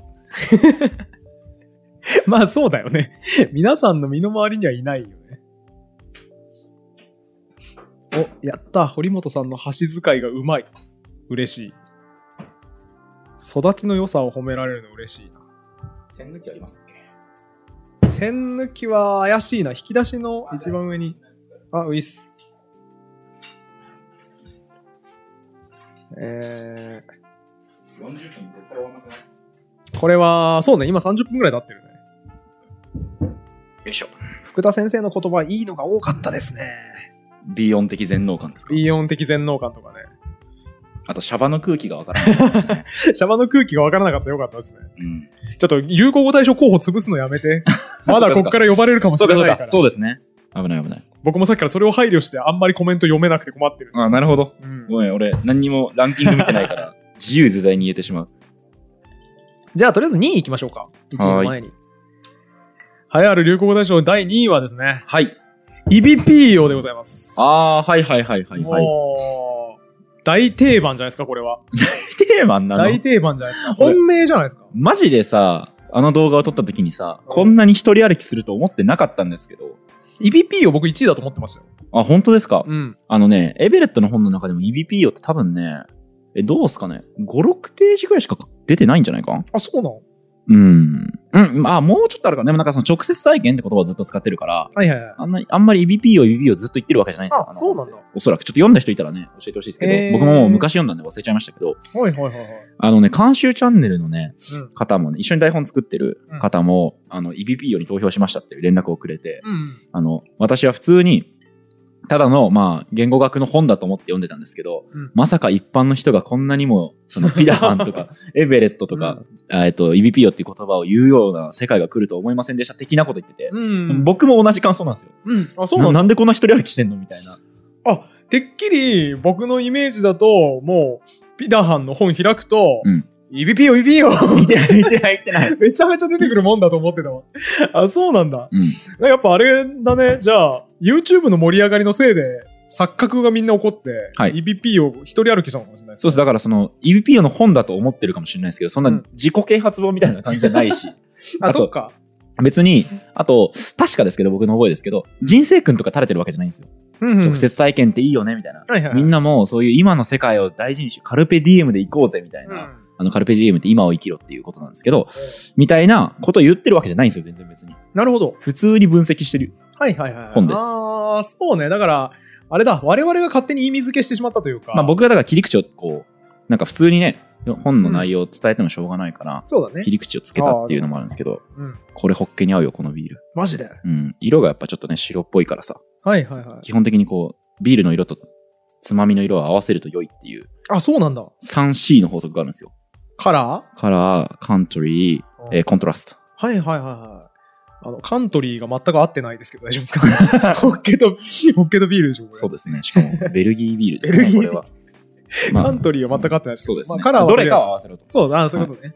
まあそうだよね。皆さんの身の回りにはいないよね。お、やった。堀本さんの箸使いがうまい。嬉しい。育ちの良さを褒められるの嬉しいな。 栓抜きありますっけ？ 栓抜きは怪しいな。引き出しの一番上に。ウィス。 40分絶対終わんなくない？ これは、そうね、今30分くらい経ってるね。 よいしょ。 福田先生の言葉いいのが多かったですね。 ビヨン的全能感ですか？ ビヨン的全能感とかね。 あと、シャバの空気がわからなかったですね。 シャバの空気がわからなかったらよかったですね。ちょっと、流行語大賞候補潰すのやめて。まだこっから呼ばれるかもしれないから。 そうですね。危ない危ない。 僕もさっきからそれを配慮してあんまりコメント読めなくて困ってるんです。 なるほど。ごめん、俺、何にもランキング見てないから、自由自在に言えてしまう。 じゃあ、とりあえず2位行きましょうか。1位の前に。流行る流行語大賞第2位はですね。 はい。 イビピーヨでございます。 はい。 大定番じゃないですか、これは。 大定番なの？ 大定番じゃないですか。本命じゃないですか。 マジでさ、あの動画を撮った時にさ、こんなに一人歩きすると思ってなかったんですけど。 イビピーヨ僕1位だと思ってましたよ。 本当ですか？エベレットの本の中でもイビピーヨって多分ね、どうすかね ?5、6ページくらいしか出てないんじゃないか？ そうなの？ もうちょっとあるかな。でもなんかその直接再現って言葉をずっと使ってるから、あんまり EBP をずっと言ってるわけじゃないんですよ。 そうなんだ。 おそらくちょっと読んだ人いたらね、教えてほしいですけど、僕ももう昔読んだんで忘れちゃいましたけど、監修チャンネルのね、方もね、一緒に台本作ってる方も、EBP に投票しましたっていう連絡をくれて、私は普通に、ただの、言語学の本だと思って読んでたんですけど、まさか一般の人がこんなにも、ピダハンとか、エベレットとか、EBP っていう言葉を言うような世界が来ると思いませんでした的なこと言ってて、僕も同じ感想なんですよ。なんでこんな一人歩きしてんのみたいな。 てっきり僕のイメージだと、もう、ピダハンの本開くと、EBP よ見てない。 めちゃめちゃ出てくるもんだと思ってたわ。そうなんだ。やっぱあれだね。じゃあ、YouTube の盛り上がりのせいで、錯覚がみんな起こって、EBP を一人歩きしたのかもしれないですね。 そうです。だからその、EBP の本だと思ってるかもしれないですけど、そんな自己啓発本みたいな感じじゃないし。 そうか。 別に、あと、確かですけど、僕の覚えですけど、人生訓とか垂れてるわけじゃないんですよ。直接体験っていいよね、みたいな。みんなもそういう今の世界を大事にし、カルペディエムで行こうぜ、みたいな。カルペディエムって今を生きろっていうことなんですけど、みたいなことを言ってるわけじゃないんですよ、全然別に。 なるほど。 普通に分析してる本です。 そうね。だから、あれだ、我々が勝手に意味付けしてしまったというか。 僕がだから切り口をこう、なんか普通にね、本の内容を伝えてもしょうがないから、 そうだね。 切り口をつけたっていうのもあるんですけど、これホッケに合うよ、このビール。 マジで？ 色がやっぱちょっとね、白っぽいからさ。基本的にこう、ビールの色とつまみの色を合わせると良いっていう。 そうなんだ。 3C の法則があるんですよ。 カラー、カントリー、コントラスト。 カントリーが全く合ってないですけど大丈夫ですか？ホッケとビールでしょ？ そうですね。しかも、ベルギービールですね、これは。 カントリーは全く合ってないです。 そうですね。 カラーはどれかを合わせろと。 そういうことね。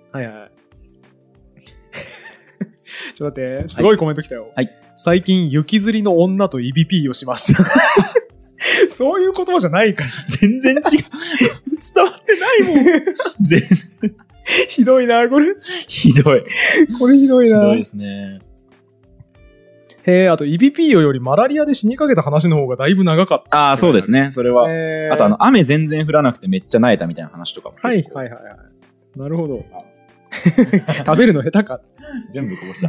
ちょっと待って、すごいコメント来たよ。最近、雪吊りの女とイビピーをしました。そういう言葉じゃないから。 全然違う。伝わってないもん。 ひどいな、これ。 ひどい。 これひどいな。 ひどいですね。 あと、イビピーヨよりマラリアで死にかけた話の方がだいぶ長かった。 そうですね。それは。あと、雨全然降らなくてめっちゃ萎えたみたいな話とかも。 なるほど。食べるの下手か。 全部こぼした。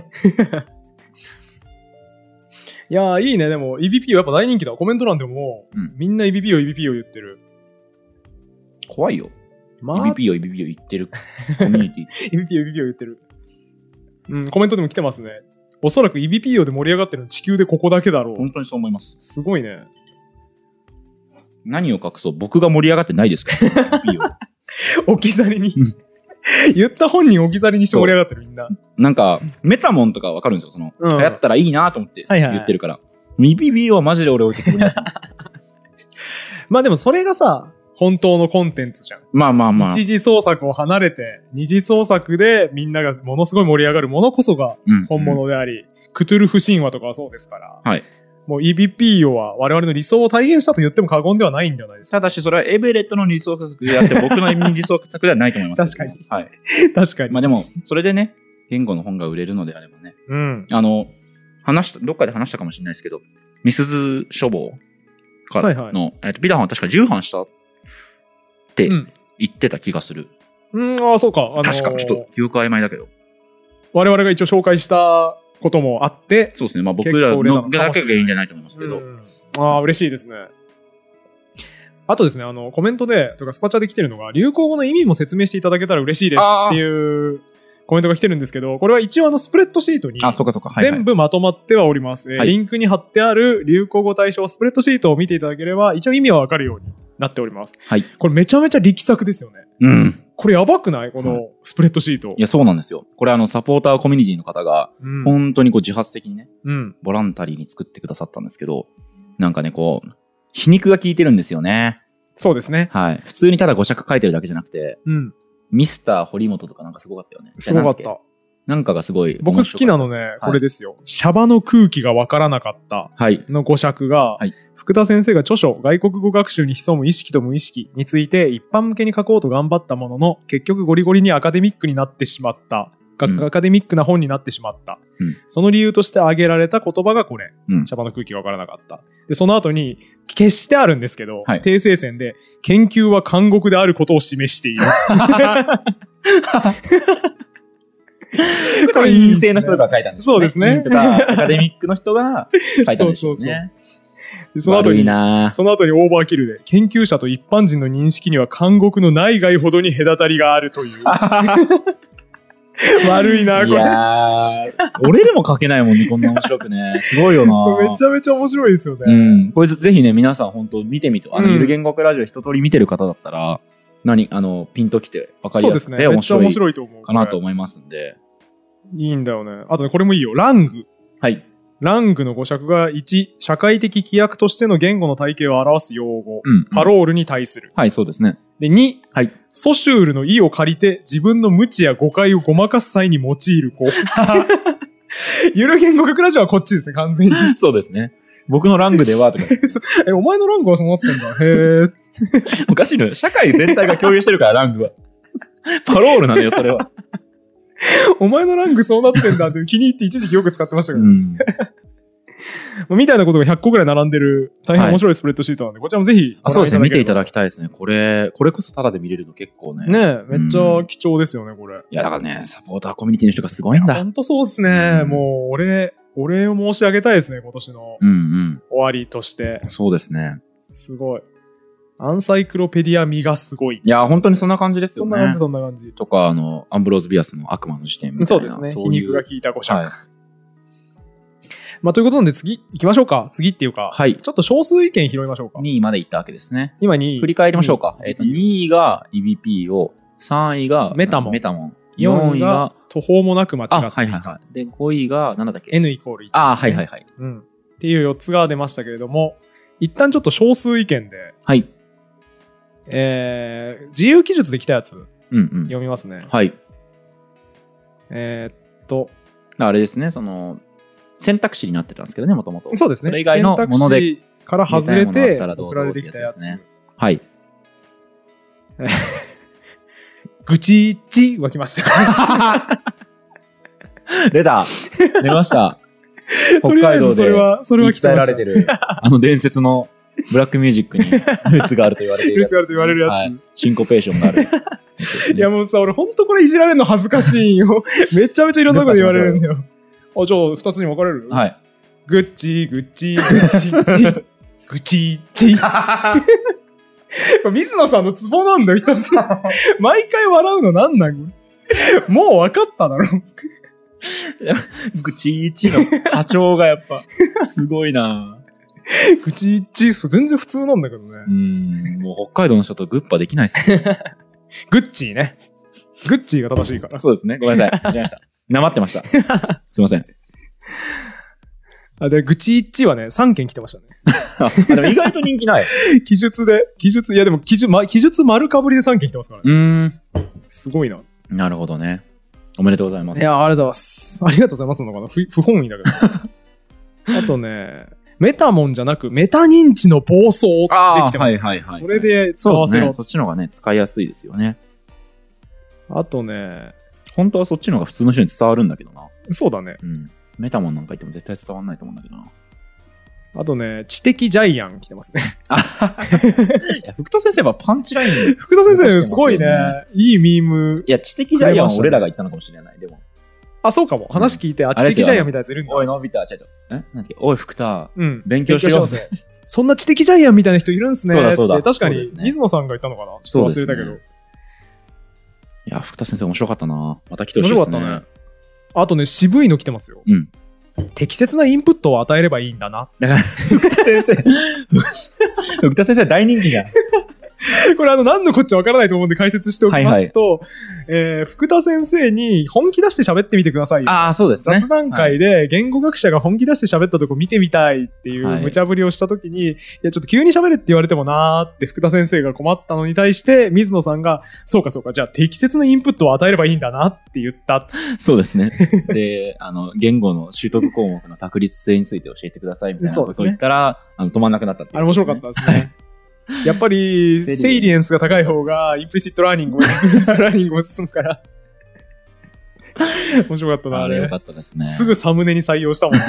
いやー、いいね。でも、イビピーヨやっぱ大人気だ。コメント欄でも、みんなイビピーヨ言ってる。 怖いよ。イビピーヨ言ってるコミュニティ。 イビピーヨ言ってる。コメントでも来てますね。 おそらく EBPO で盛り上がってるの地球でここだけだろう。 本当にそう思います。 すごいね。 何を隠そう、僕が盛り上がってないですから、EBPO。 置き去りに。言った本人置き去りにして盛り上がってるみんな。 なんか、メタモンとかわかるんですよ。その、流行ったらいいなと思って言ってるから。EBPO はマジで俺置いてくれないです。 まあでもそれがさ、本当のコンテンツじゃん。 まあまあまあ。 一次創作を離れて、二次創作でみんながものすごい盛り上がるものこそが本物であり、クトゥルフ神話とかはそうですから。 はい。 もう EBPO は我々の理想を体現したと言っても過言ではないんではないですか。 ただしそれはエベレットの二次創作であって、僕の二次創作ではないと思います。 確かに。 はい。 確かに。 まあでも、それでね、言語の本が売れるのであればね。 うん。 どっかで話したかもしれないですけど、ミスズ書房はいはい、 ピダハンは確か重版したって言ってた気がする。 ああ、そうか。 確か、ちょっと記憶曖昧だけど。 我々が一応紹介したこともあって。 そうですね。まあ僕らのだけが原因じゃないと思いますけど。 ああ、嬉しいですね。あとですね、コメントで、とかスパチャで来てるのが、流行語の意味も説明していただけたら嬉しいですっていうコメントが来てるんですけど、これは一応スプレッドシートに全部まとまってはおります。リンクに貼ってある流行語対象スプレッドシートを見ていただければ、一応意味はわかるようになっております。 はい。 これめちゃめちゃ力作ですよね。 うん。 これやばくないこのスプレッドシート。 いや、そうなんですよ。これサポーターコミュニティの方が、本当に自発的にね、ボランタリーに作ってくださったんですけど、なんかね、皮肉が効いてるんですよね。 そうですね。 はい。普通にただ語尺書いてるだけじゃなくて、ミスター堀本とかなんかすごかったよね。 すごかった。 なんかがすごい。 僕好きなのね、これですよ。シャバの空気がわからなかったの語尺が、福田先生が著書、外国語学習に潜む意識と無意識について一般向けに書こうと頑張ったものの、結局ゴリゴリにアカデミックになってしまった。アカデミックな本になってしまった。その理由として挙げられた言葉がこれ。シャバの空気がわからなかった。で、その後に、決してあるんですけど、訂正線で、研究は監獄であることを示している。 これ陰性の人が書いたんですね。 そうですね。 とか、アカデミックの人が書いたんですね。 その後にオーバーキルで、研究者と一般人の認識には監獄の内外ほどに隔たりがあるという。悪いな、これ。いやー、俺でも書けないもんね、こんな面白くね。すごいよな。 めちゃめちゃ面白いですよね。 これぜひね、皆さん本当見てみて、ゆる言語学ラジオ一通り見てる方だったら、ピンときて分かりやすくて面白いかなと思いますんで。 いいんだよね。あとね、これもいいよ。ラング。 はい。 ラングの語尺が1、社会的規約としての言語の体系を表す用語。パロールに対する。 はい、そうですね。 で、2、はい。ソシュールの意を借りて自分の無知や誤解をごまかす際に用いる語。ゆる言語学ラジオはこっちですね、完全に。 そうですね。僕のラングではとか。 お前のラングはそうなってんだ。へー。 おかしいのよ。社会全体が共有してるから、ラングは。パロールなのよ、それは。 お前のラングそうなってんだって気に入って一時期よく使ってましたけど。みたいなことが100個ぐらい並んでる大変面白いスプレッドシートなんで、こちらもぜひ。 そうですね。見ていただきたいですね。これこそタダで見れるの結構ね。 ねえ、めっちゃ貴重ですよね、これ。 いや、だからね、サポーターコミュニティの人がすごいんだ。 ほんとそうですね。もう、お礼を申し上げたいですね、今年の。終わりとして。 そうですね。 すごい。アンサイクロペディア味がすごい。 いや、本当にそんな感じですよね。 そんな感じ。 とか、アンブローズ・ビアスの悪魔の視点みたいな。 そうですね。皮肉が効いた語尺。まあ、ということなんで次行きましょうか。次っていうか。はい。ちょっと少数意見拾いましょうか。 2位まで行ったわけですね。 今2位。 振り返りましょうか。2位が EBPO、3位がメタモン。 4位が途方もなく間違っていた。 はいはいはい。で、5位が何だっけ ?N イコール1。 はいはいはい。 っていう4つが出ましたけれども、一旦ちょっと少数意見で。 はい。 自由記述で来たやつ。読みますね。 はい。あれですね、選択肢になってたんですけどね、もともと。 そうですね。 それ以外のもので。 から外れて、送られてきたやつ。 はい。 ぐちっちは来ました。 出ました。北海道で言い伝えられてる、伝説のブラックミュージックにルーツがあると言われている。 ルーツがあると言われるやつ。シンコペーションがある。 いやもうさ、俺ほんとこれいじられるの恥ずかしいよ。めちゃめちゃいろんなこと言われるんだよ。じゃあ2つに分かれる？ はい。 ぐっちぐっちぐっちっち。ぐちっち。水野さんのツボなんだよ、一つ。毎回笑うのなんなん？もう分かっただろ。 ぐちいちの波長がやっぱ、すごいな。 ぐちいち、全然普通なんだけどね。 もう北海道の人とグッパできないっすよ。 グッチーね。グッチーが正しいから。 そうですね。ごめんなさい。間違えました。なまってました。すいません。 で、ぐちいちはね、3件来てましたね。 でも意外と人気ない。 記述、いやでも記述丸かぶりで3件来てますからね。すごいな。 なるほどね。おめでとうございます。 いや、ありがとうございます。ありがとうございますのかな不本意だけど。あとね、メタモンじゃなく、メタ認知の暴走って来てます、ね。はい。それで使わせろ。 そうですね。そっちの方がね、使いやすいですよね。 あとね、 本当はそっちの方が普通の人に伝わるんだけどな。 そうだね。 メタモンなんか言っても絶対伝わんないと思うんだけどな。 あとね、知的ジャイアン来てますね。 いや、福田先生はパンチライン。 福田先生すごいね。いいミーム。 いや、知的ジャイアンは俺らが言ったのかもしれない。でも。 あ、そうかも。話聞いて、知的ジャイアンみたいなやついるんだ。 おい、のび太、なんだっけ、おい、福田。勉強しようぜ。 そんな知的ジャイアンみたいな人いるんすね。 そうだ。 確かに、水野さんが言ったのかな。ちょっと忘れたけど。 いや、福田先生面白かったな。また来てほしいですね。面白かったね。 あとね、渋いの来てますよ。適切なインプットを与えればいいんだな。 だから、福田先生大人気じゃん。 これ何のこっちゃわからないと思うんで解説しておきますと、福田先生に本気出して喋ってみてください。 そうですね。 雑談会で言語学者が本気出して喋ったとこ見てみたいっていう無茶ぶりをしたときに、いやちょっと急に喋れって言われてもなーって福田先生が困ったのに対して水野さんが、そうか、じゃあ適切なインプットを与えればいいんだなって言った。 そうですね。で、言語の習得項目の確率性について教えてくださいみたいなことを言ったら、止まんなくなったっていう、 あれ面白かったですね。やっぱり、セイリエンスが高い方が、インプリシットラーニングも進むから。面白かったな、 あれよかったですね。 すぐサムネに採用したもんね。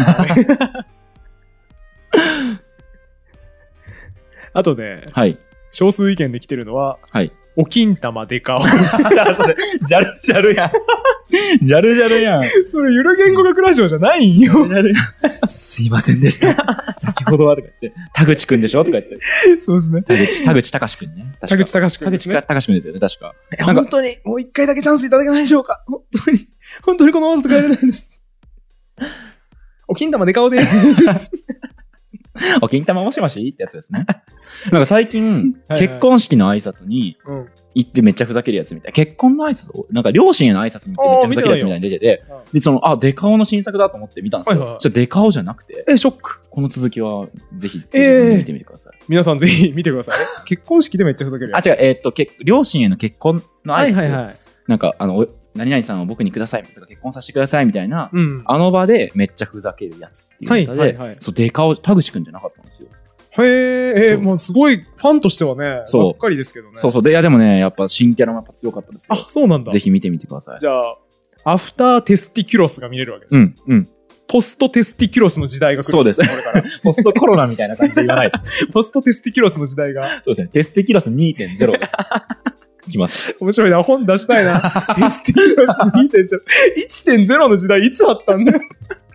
あとね、少数意見で来てるのは、お金玉デカオ。それ、ジャルやん。ジャルやん。 それ、ゆる言語学ラジオじゃないんよ。 すいませんでした。先ほどはとか言って、田口くんでしょとか言って。 そうですね。 田口隆くんね。 田口隆くん。 田口隆くんですよね、確か。 本当に、もう一回だけチャンスいただけないでしょうか。本当にこのままと帰れないです。お金玉デカオです。 お金玉もしもしってやつですね。なんか最近、結婚式の挨拶に行ってめっちゃふざけるやつみたいな。結婚の挨拶を、なんか両親への挨拶に行ってめっちゃふざけるやつみたいに出てて、で、デカオの新作だと思って見たんですよ。デカオじゃなくて。 ショック。 この続きはぜひ見てみてください。 皆さんぜひ見てください。結婚式でめっちゃふざけるやつ。 違う、両親への結婚の挨拶。なんか、何々さんを僕にくださいとか結婚させてくださいみたいな、あの場でめっちゃふざけるやつっていうネタで、そう、デカオ、田口くんじゃなかったんですよ。 もうすごいファンとしてはね、ばっかりですけどね。 そう。でもね、やっぱ新キャラもやっぱ強かったですよ。 そうなんだ。 ぜひ見てみてください。 じゃあ、アフターテスティキュロスが見れるわけです。ポストテスティキュロスの時代が来る。 そうです。これから。ポストコロナみたいな感じで言わない。 ポストテスティキュロスの時代が。 そうですね。テスティキュロス 2.0 が来ます。 面白いな。本出したいな。テスティキュロス 2.0。1.0 の時代いつあったんだよ。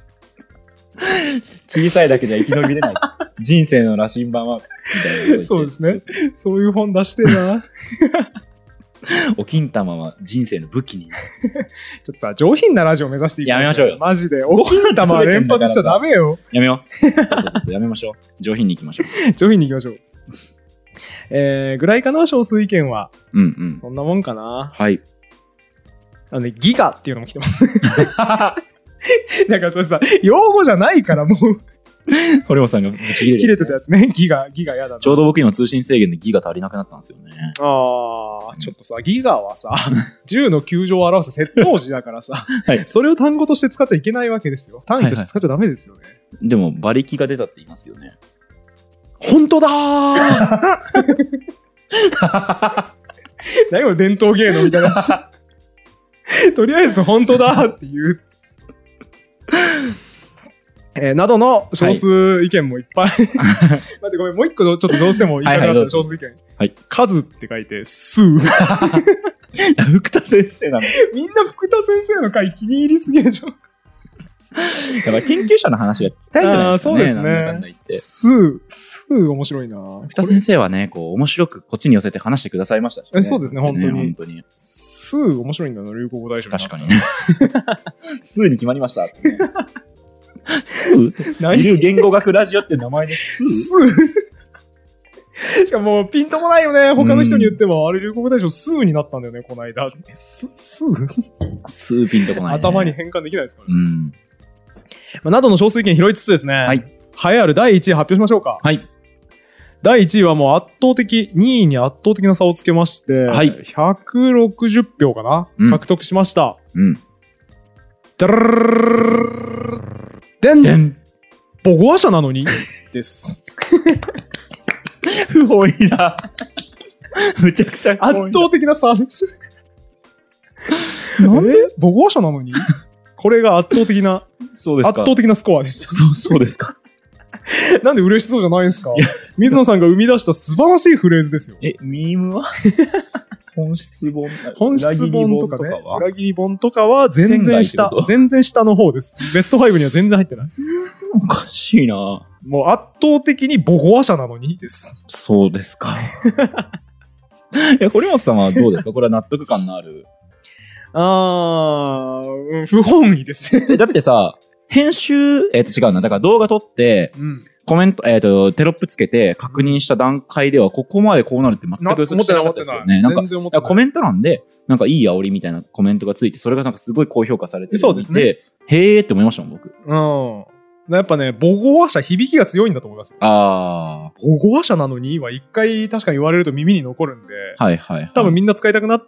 小さいだけじゃ生き延びれない。人生の羅針盤は、みたいな。 そうですね。そういう本出してな。 お金玉は人生の武器になる。 ちょっとさ、上品なラジオ目指していいやめましょうよ。 マジで。お金玉は連発しちゃダメよ。 やめよう。そう、やめましょう。上品に行きましょう。 上品に行きましょう。ぐらいかな、少数意見は。そんなもんかな。 はい。 ギガっていうのも来てます。なんかそれさ、用語じゃないからもう。 堀本さんがぶち切れる、 切れてたやつね。ギガやだな。 ちょうど僕今通信制限でギガ足りなくなったんですよね。 ちょっとさ、ギガはさ、10の9乗を表す窃盗時だからさ、それを単語として使っちゃいけないわけですよ。単位として使っちゃダメですよね。 でも、馬力が出たって言いますよね。 本当だー何これ伝統芸能みたいなやつ。とりあえず本当だーっていう。などの少数意見もいっぱい。待ってごめん、もう一個ちょっとどうしても言いたくなった少数意見。数って書いて、数。 福田先生なの。 みんな福田先生の回気に入りすぎでしょ。 やっぱ研究者の話が聞きたいじゃないですかね。 そうですね。 なんだかんだ言って。 面白いな。 福田先生はね、こう、面白くこっちに寄せて話してくださいましたしね。 そうですね、本当に。 本当に。 面白いんだな、流行語大賞。 確かにね。に決まりましたってね。いる言語学ラジオって名前でしかもピンとこないよね。他の人に言っても、あれ流行語大賞になったんだよね、この間。 ピンとこない、ね。 頭に変換できないですからね。などの少数意見拾いつつですね。はい。栄えある第1位発表しましょうか。 はい。 第1位はもう2位に圧倒的な差をつけまして、はい。160票かな、獲得しました。でん母語話者なのにです。 不本意だ。むちゃくちゃ圧倒的な差です。なんで母語話者なのにこれが圧倒的なスコアでした。 そうですか。 なんで嬉しそうじゃないんですか？水野さんが生み出した素晴らしいフレーズですよ。 ミームは本質本とかね。裏切り本とかは全然下の方です。ベスト5には全然入ってない。 おかしいな。 もう圧倒的に母語話者なのにです。 そうですか。堀本さんはどうですか？これは納得感のある。 不本意ですね。 だってさ、編集、違うな。だから動画撮って、コメント、テロップつけて確認した段階では、ここまでこうなるって全く予想してなかったですよね。なんか、コメント欄で、なんかいい煽りみたいなコメントがついて、それがなんかすごい高評価されてるのを見て、そうですね。へーって思いましたもん、僕。 やっぱね、母語話者響きが強いんだと思います。母語話者なのには一回確かに言われると耳に残るんで、多分みんな使いたくなって、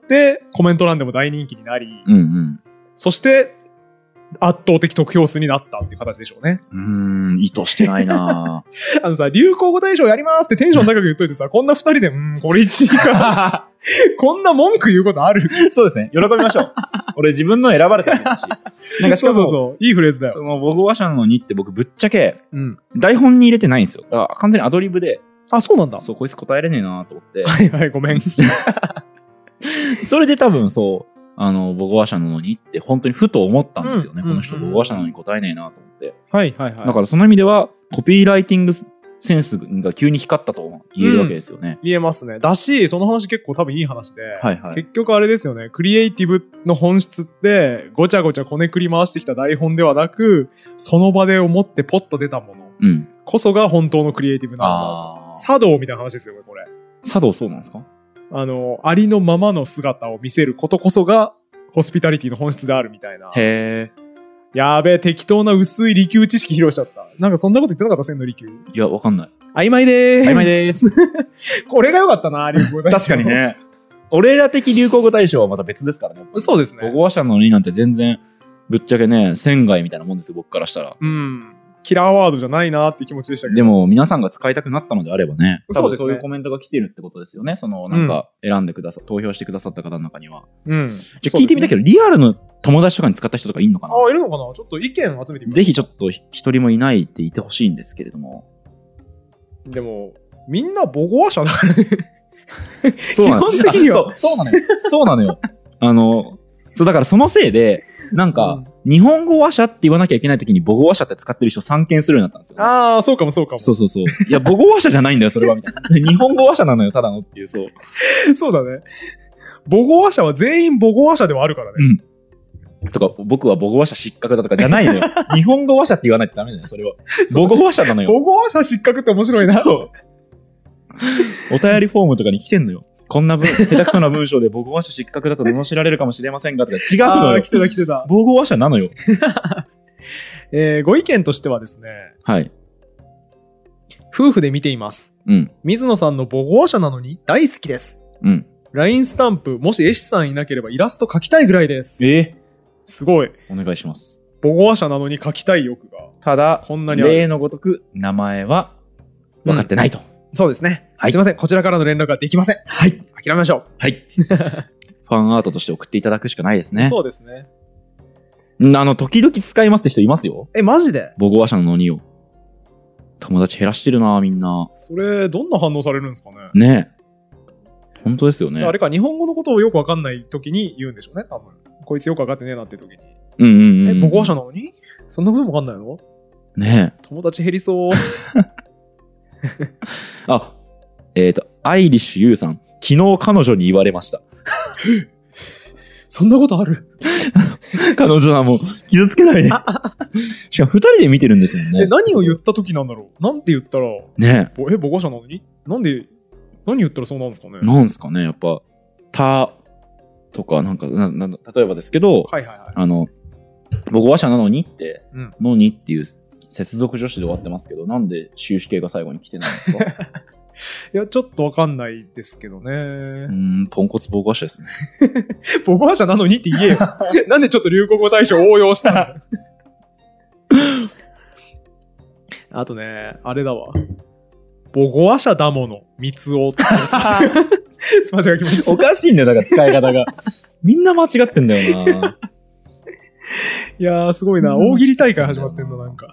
コメント欄でも大人気になり、そして、圧倒的得票数になったっていう形でしょうね。 意図してないなさ、流行語大賞やりますってテンション高く言っといてさ、こんな二人で、これ1位か。こんな文句言うことある？ そうですね。喜びましょう。俺自分の選ばれたわけだし。 なんかそう。いいフレーズだよ。 その母語話者なのにって僕ぶっちゃけ、台本に入れてないんですよ。だから完全にアドリブで。 そうなんだ。 そう、こいつ答えれねえなと思って。 ごめん。 それで多分そう、母語話者なのにって本当にふと思ったんですよね。この人母語話者なのに答えねえなと思って。だからその意味では、コピーライティングセンスが急に光ったと言えるわけですよね。 言えますね。だし、その話結構多分いい話で、結局あれですよね。クリエイティブの本質って、ごちゃごちゃこねくり回してきた台本ではなく、その場で思ってポッと出たものこそが本当のクリエイティブなんだ。茶道みたいな話ですよね、これ。 茶道そうなんですか？ ありのままの姿を見せることこそが、ホスピタリティの本質であるみたいな。 へー。 やべえ、適当な薄い利休知識披露しちゃった。なんかそんなこと言ってなかった千の利休。 いや、わかんない。 曖昧でーす。これが良かったな、流行語大賞。 確かにね。俺ら的流行語大賞はまた別ですからね。 そうですね。 母語話者なのになんて全然、ぶっちゃけね、仙外みたいなもんですよ、僕からしたら。 キラーワードじゃないなーって気持ちでしたけど。 でも、皆さんが使いたくなったのであればね。 そうですね。 そういうコメントが来てるってことですよね。なんか、選んで投票してくださった方の中には。じゃ聞いてみたけど、リアルの友達とかに使った人とかいるのかな？ いるのかな？ちょっと意見集めてみます。 ぜひちょっと一人もいないって言ってほしいんですけれども。 でも、みんな母語話者だからね。 そうなの。基本的には。そうなのよ。そう、だからそのせいで、なんか、日本語話者って言わなきゃいけないときに母語話者って使ってる人散見するようになったんですよ。 そうかも。そう。 いや、母語話者じゃないんだよ、それは、みたいな。日本語話者なのよ、ただのっていう、そう。 そうだね。母語話者は全員母語話者ではあるからね。 とか、僕は母語話者失格だとかじゃないのよ。日本語話者って言わないとダメだよ、それは。母語話者なのよ。 母語話者失格って面白いな。 お便りフォームとかに来てんのよ。こんな下手くそな文章で母語話者失格だと罵られるかもしれませんがとか違うのよ。 来てた。 母語話者なのよ。 ご意見としてはですね。 はい。 夫婦で見ています。水野さんの母語話者なのに大好きです。LINE スタンプ、もし絵師さんいなければイラスト描きたいぐらいです。すごい。 お願いします。 母語話者なのに描きたい欲が。 ただ、例のごとく名前は分かってないと。 そうですね。すいません。こちらからの連絡ができません。諦めましょう。ファンアートとして送っていただくしかないですね。 そうですね。 時々使いますって人いますよ。 マジで？ 母語話者ののにを。友達減らしてるな、みんな。 それ、どんな反応されるんですかね？ ねえ。本当ですよね。 あれか、日本語のことをよくわかんない時に言うんでしょうね、多分。こいつよくわかってねえなって時に。 母語話者なのにそんなこともわかんないのねえ。 友達減りそう。 あ、アイリッシュユーさん。昨日彼女に言われました。 そんなことある？ 彼女はもう傷つけないで。しかも二人で見てるんですよね。 何を言った時なんだろう？なんて言ったら、 ね母語話者なのに何言ったらそうなんですかね？ なんですかねやっぱ、たとか、なんか、例えばですけど、 はいはいはい。 母語話者なのにって、のにっていう接続助詞で終わってますけど、なんで終止形が最後に来てないんですか？ いや、ちょっとわかんないですけどね。 ポンコツ母語話者ですね。 母語話者なのにって言えよ。なんでちょっと流行語大賞応用したの？あとね、あれだわ。母語話者だもの、三つおってスパチャが来ました。 おかしいんだよ、だから使い方が。みんな間違ってんだよな。 いやー、すごいな。大喜利大会始まってんだ、なんか。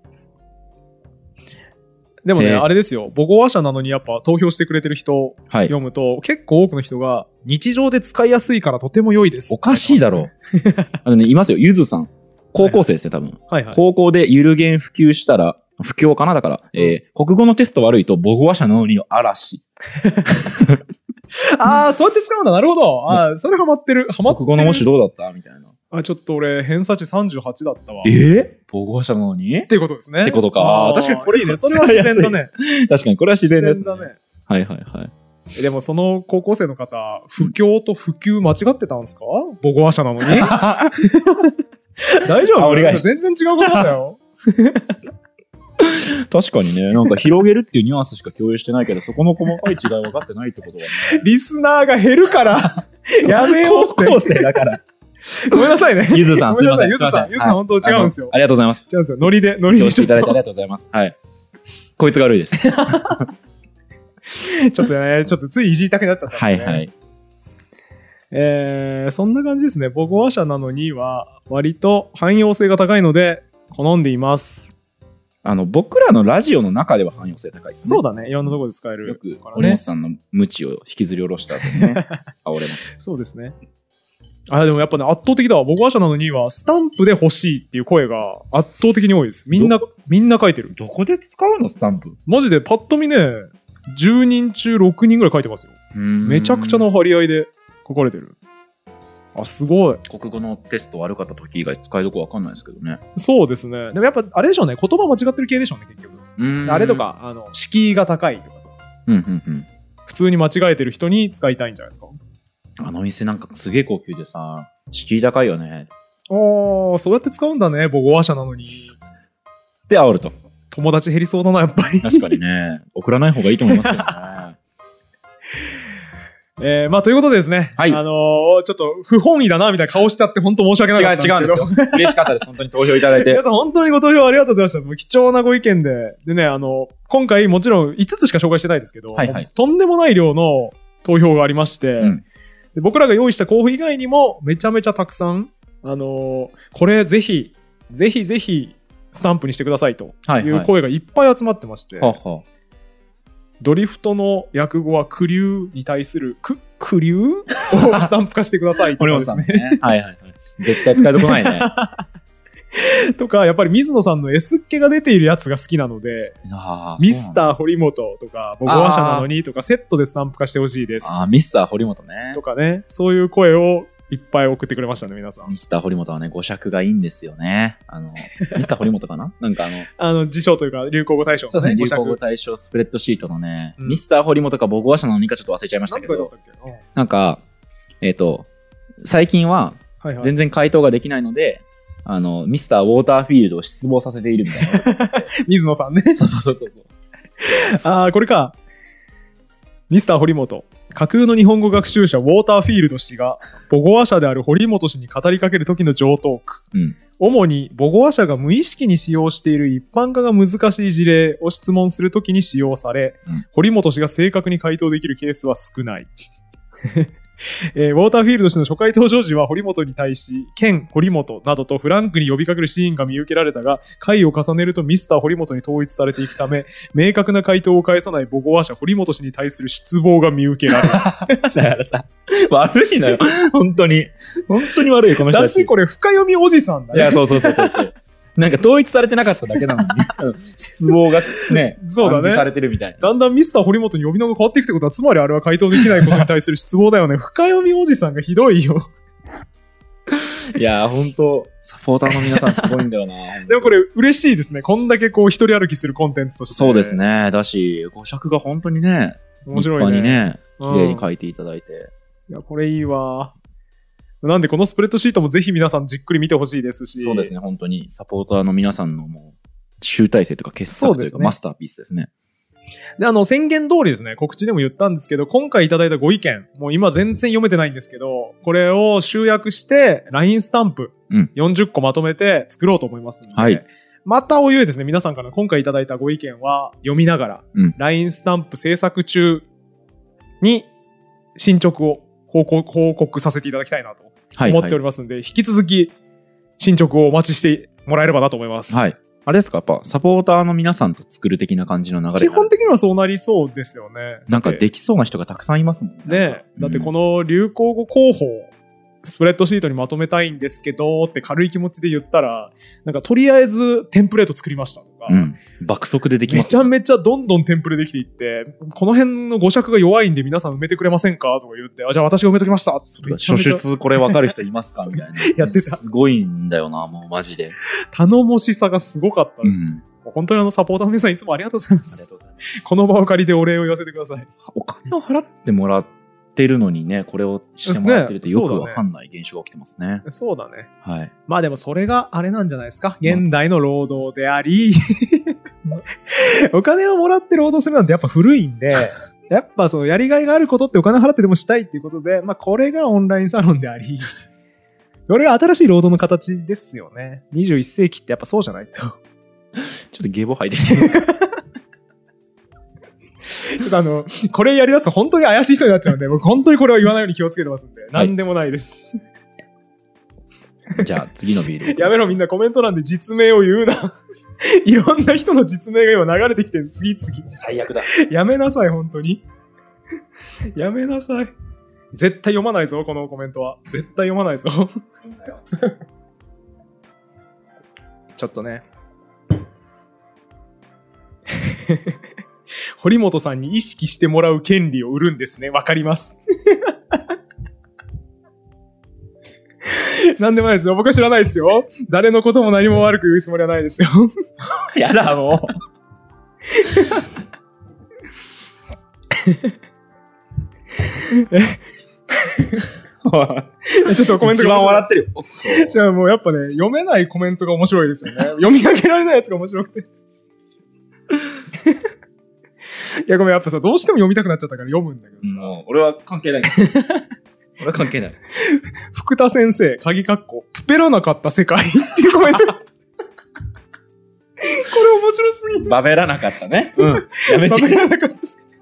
でもね、あれですよ。母語話者なのにやっぱ投票してくれてる人読むと、結構多くの人が日常で使いやすいからとても良いです。 おかしいだろう。いますよ。ゆずさん。高校生ですね、多分。 はいはい。 高校でゆる言普及したら、不況かなだから、国語のテスト悪いと母語話者なのにの嵐。 ああ、そうやって使うんだ。なるほど。ああ、それハマってる。 国語の模試どうだったみたいな。 あ、ちょっと俺、偏差値38だったわ。 母語話者なのにってことですね。 ってことか。確かにこれいいね。 それは自然だね。 確かにこれは自然です、ね。 自然だね。 はいはいはい。 でもその高校生の方、不況と普及間違ってたんですか？母語話者なのに。大丈夫？俺が全然違うことだよ。 確かにね、なんか広げるっていうニュアンスしか共有してないけど、そこの細かい違い分かってないってことだね。 リスナーが減るから、やめようって。 高校生だから。 ごめんなさいね。 ゆずさん、すいません。 ゆずさん、本当違うんですよ。 ありがとうございます。 違うんですよ。ノリでしていただいてありがとうございます。はい。こいつが悪いです。 ちょっとね、ついいじりたくなっちゃった。 はいはい。 そんな感じですね。母語話者なのには、割と汎用性が高いので、好んでいます。 僕らのラジオの中では汎用性高いですね。 そうだね。いろんなところで使える。 よく、堀本さんの無知を引きずり下ろした後にね、煽れます。 そうですね。でもやっぱね、圧倒的だわ。母語話者なのには、スタンプで欲しいっていう声が圧倒的に多いです。みんな書いてる。 どこで使うのスタンプ？ マジでパッと見ね、10人中6人ぐらい書いてますよ。めちゃくちゃの張り合いで書かれてる。あ、すごい。 国語のテスト悪かった時以外使いどこわかんないですけどね。 そうですね。でもやっぱあれでしょうね。言葉間違ってる系でしょうね、結局。あれとか、敷居が高いとかさ。普通に間違えてる人に使いたいんじゃないですか。 あの店なんかすげえ高級でさ、敷居高いよね。 そうやって使うんだね、母語話者なのに。 で、煽ると。 友達減りそうだな、やっぱり。 確かにね。送らない方がいいと思いますけどね。 まあ、ということでですね。はい。ちょっと不本意だな、みたいな顔しちゃって、本当申し訳なかったんですけど。違うんですよ。嬉しかったです。本当に投票いただいて。皆さん本当にご投票ありがとうございました。貴重なご意見で。でね、今回もちろん5つしか紹介してないですけど、はいはい、とんでもない量の投票がありまして、で僕らが用意した候補以外にもめちゃめちゃたくさん、これぜひスタンプにしてくださいという声がいっぱい集まってまして、ドリフトの訳語はクリューに対するクリューをスタンプ化してくださいとかですね。はいはいはい。絶対使いどこないね。とか、やっぱり水野さんの S っ気が出ているやつが好きなので、ミスター堀本とか、母語話者なのにとかセットでスタンプ化してほしいです。ミスター堀本ね。とかね、そういう声をいっぱい送ってくれましたね、皆さん。ミスター堀本はね、語尺がいいんですよね。ミスター堀本かななんか辞書というか流行語大賞のね。 そうですね、流行語大賞スプレッドシートのね、ミスター堀本か母語話者なのにかちょっと忘れちゃいましたけど、なんか、最近は全然回答ができないので、ミスターウォーターフィールドを失望させているみたいな。水野さんね。そう。これか。ミスター堀本。架空の日本語学習者ウォーターフィールド氏が母語話者である堀本氏に語りかける時の常套句、主に母語話者が無意識に使用している一般化が難しい事例を質問する時に使用され、堀本氏が正確に回答できるケースは少ない。ウォーターフィールド氏の初回登場時は堀本に対し、堀本などとフランクに呼びかけるシーンが見受けられたが、回を重ねるとミスター堀本に統一されていくため、明確な回答を返さない母語話者堀本氏に対する失望が見受けられる。だからさ、 悪いのよ。本当に悪い、この人たち。 だし、これ深読みおじさんだね。 いや、そう。なんか統一されてなかっただけなのに、失望がね、 そうだね。 暗示されてるみたいな。 だんだんミスター堀本に呼び名が変わっていくってことは、つまりあれは回答できないことに対する失望だよね。深読みおじさんがひどいよ。 いやー、ほんと、サポーターの皆さんすごいんだよな。 でもこれ嬉しいですね。こんだけこう一人歩きするコンテンツとして。 そうですね。だし、語尺が本当にね、 面白いね。 立派にね、綺麗に書いていただいて。 いや、これいいわ。なんでこのスプレッドシートもぜひ皆さんじっくり見てほしいですし。 そうですね。本当にサポーターの皆さんのもう集大成というか傑作というかマスターピースですね。 で、宣言通りですね、告知でも言ったんですけど、今回いただいたご意見、もう今全然読めてないんですけど、これを集約して、LINE スタンプ、40個まとめて作ろうと思いますので、はい、またおいおいですね、皆さんから今回いただいたご意見は読みながら、LINE スタンプ制作中に進捗を報告させていただきたいなと思っておりますので、引き続き進捗をお待ちしてもらえればなと思います。 はい。あれですか、やっぱサポーターの皆さんと作る的な感じの流れ。 基本的にはそうなりそうですよね。 なんかできそうな人がたくさんいますもんね。 ね、だってこの流行語候補、スプレッドシートにまとめたいんですけどって軽い気持ちで言ったら、なんかとりあえずテンプレート作りましたとか、 爆速でできます、 めちゃめちゃどんどんテンプレできていって、この辺の語尺が弱いんで皆さん埋めてくれませんかとか言って、じゃあ私が埋めときました初出これ分かる人いますかみたいな。 やってた。 すごいんだよな、もうマジで。 頼もしさがすごかったです。本当にサポーターの皆さんいつもありがとうございます。ありがとうございます。この場を借りてお礼を言わせてください。 お金を払ってもらってるのにね、これをしてもらってるってよくわかんない現象が起きてますね。 そうだね。 はい。 まあでもそれがあれなんじゃないですか。現代の労働であり、お金をもらって労働するなんてやっぱ古いんで、やっぱそのやりがいがあることってお金払ってでもしたいっていうことで、まあこれがオンラインサロンであり、これが新しい労働の形ですよね。21世紀ってやっぱそうじゃないと。 ちょっとゲボ吐いてる。 ちょっとこれやり出すと本当に怪しい人になっちゃうんで、僕本当にこれは言わないように気をつけてますんで、何でもないです。 じゃあ次のビール。 やめろみんなコメント欄で実名を言うな。いろんな人の実名が今流れてきてる、次々。 最悪だ。 やめなさい、本当に。やめなさい。絶対読まないぞ、このコメントは。絶対読まないぞ。ちょっとね。堀本さんに意識してもらう権利を売るんですね。わかります。なんでもないですよ。僕は知らないですよ。誰のことも何も悪く言うつもりはないですよ。 やだ、もう。ちょっとコメントが。 一番笑ってるよ。 じゃあもうやっぱね、読めないコメントが面白いですよね。読み上げられないやつが面白くて。いやごめん、やっぱさ、どうしても読みたくなっちゃったから読むんだけどさ。 もう俺は関係ない。俺は関係ない。 福田先生、鍵括弧、プペらなかった世界っていうコメント。これ面白すぎる。 バベらなかったね。やめて。 バベらなかった世界。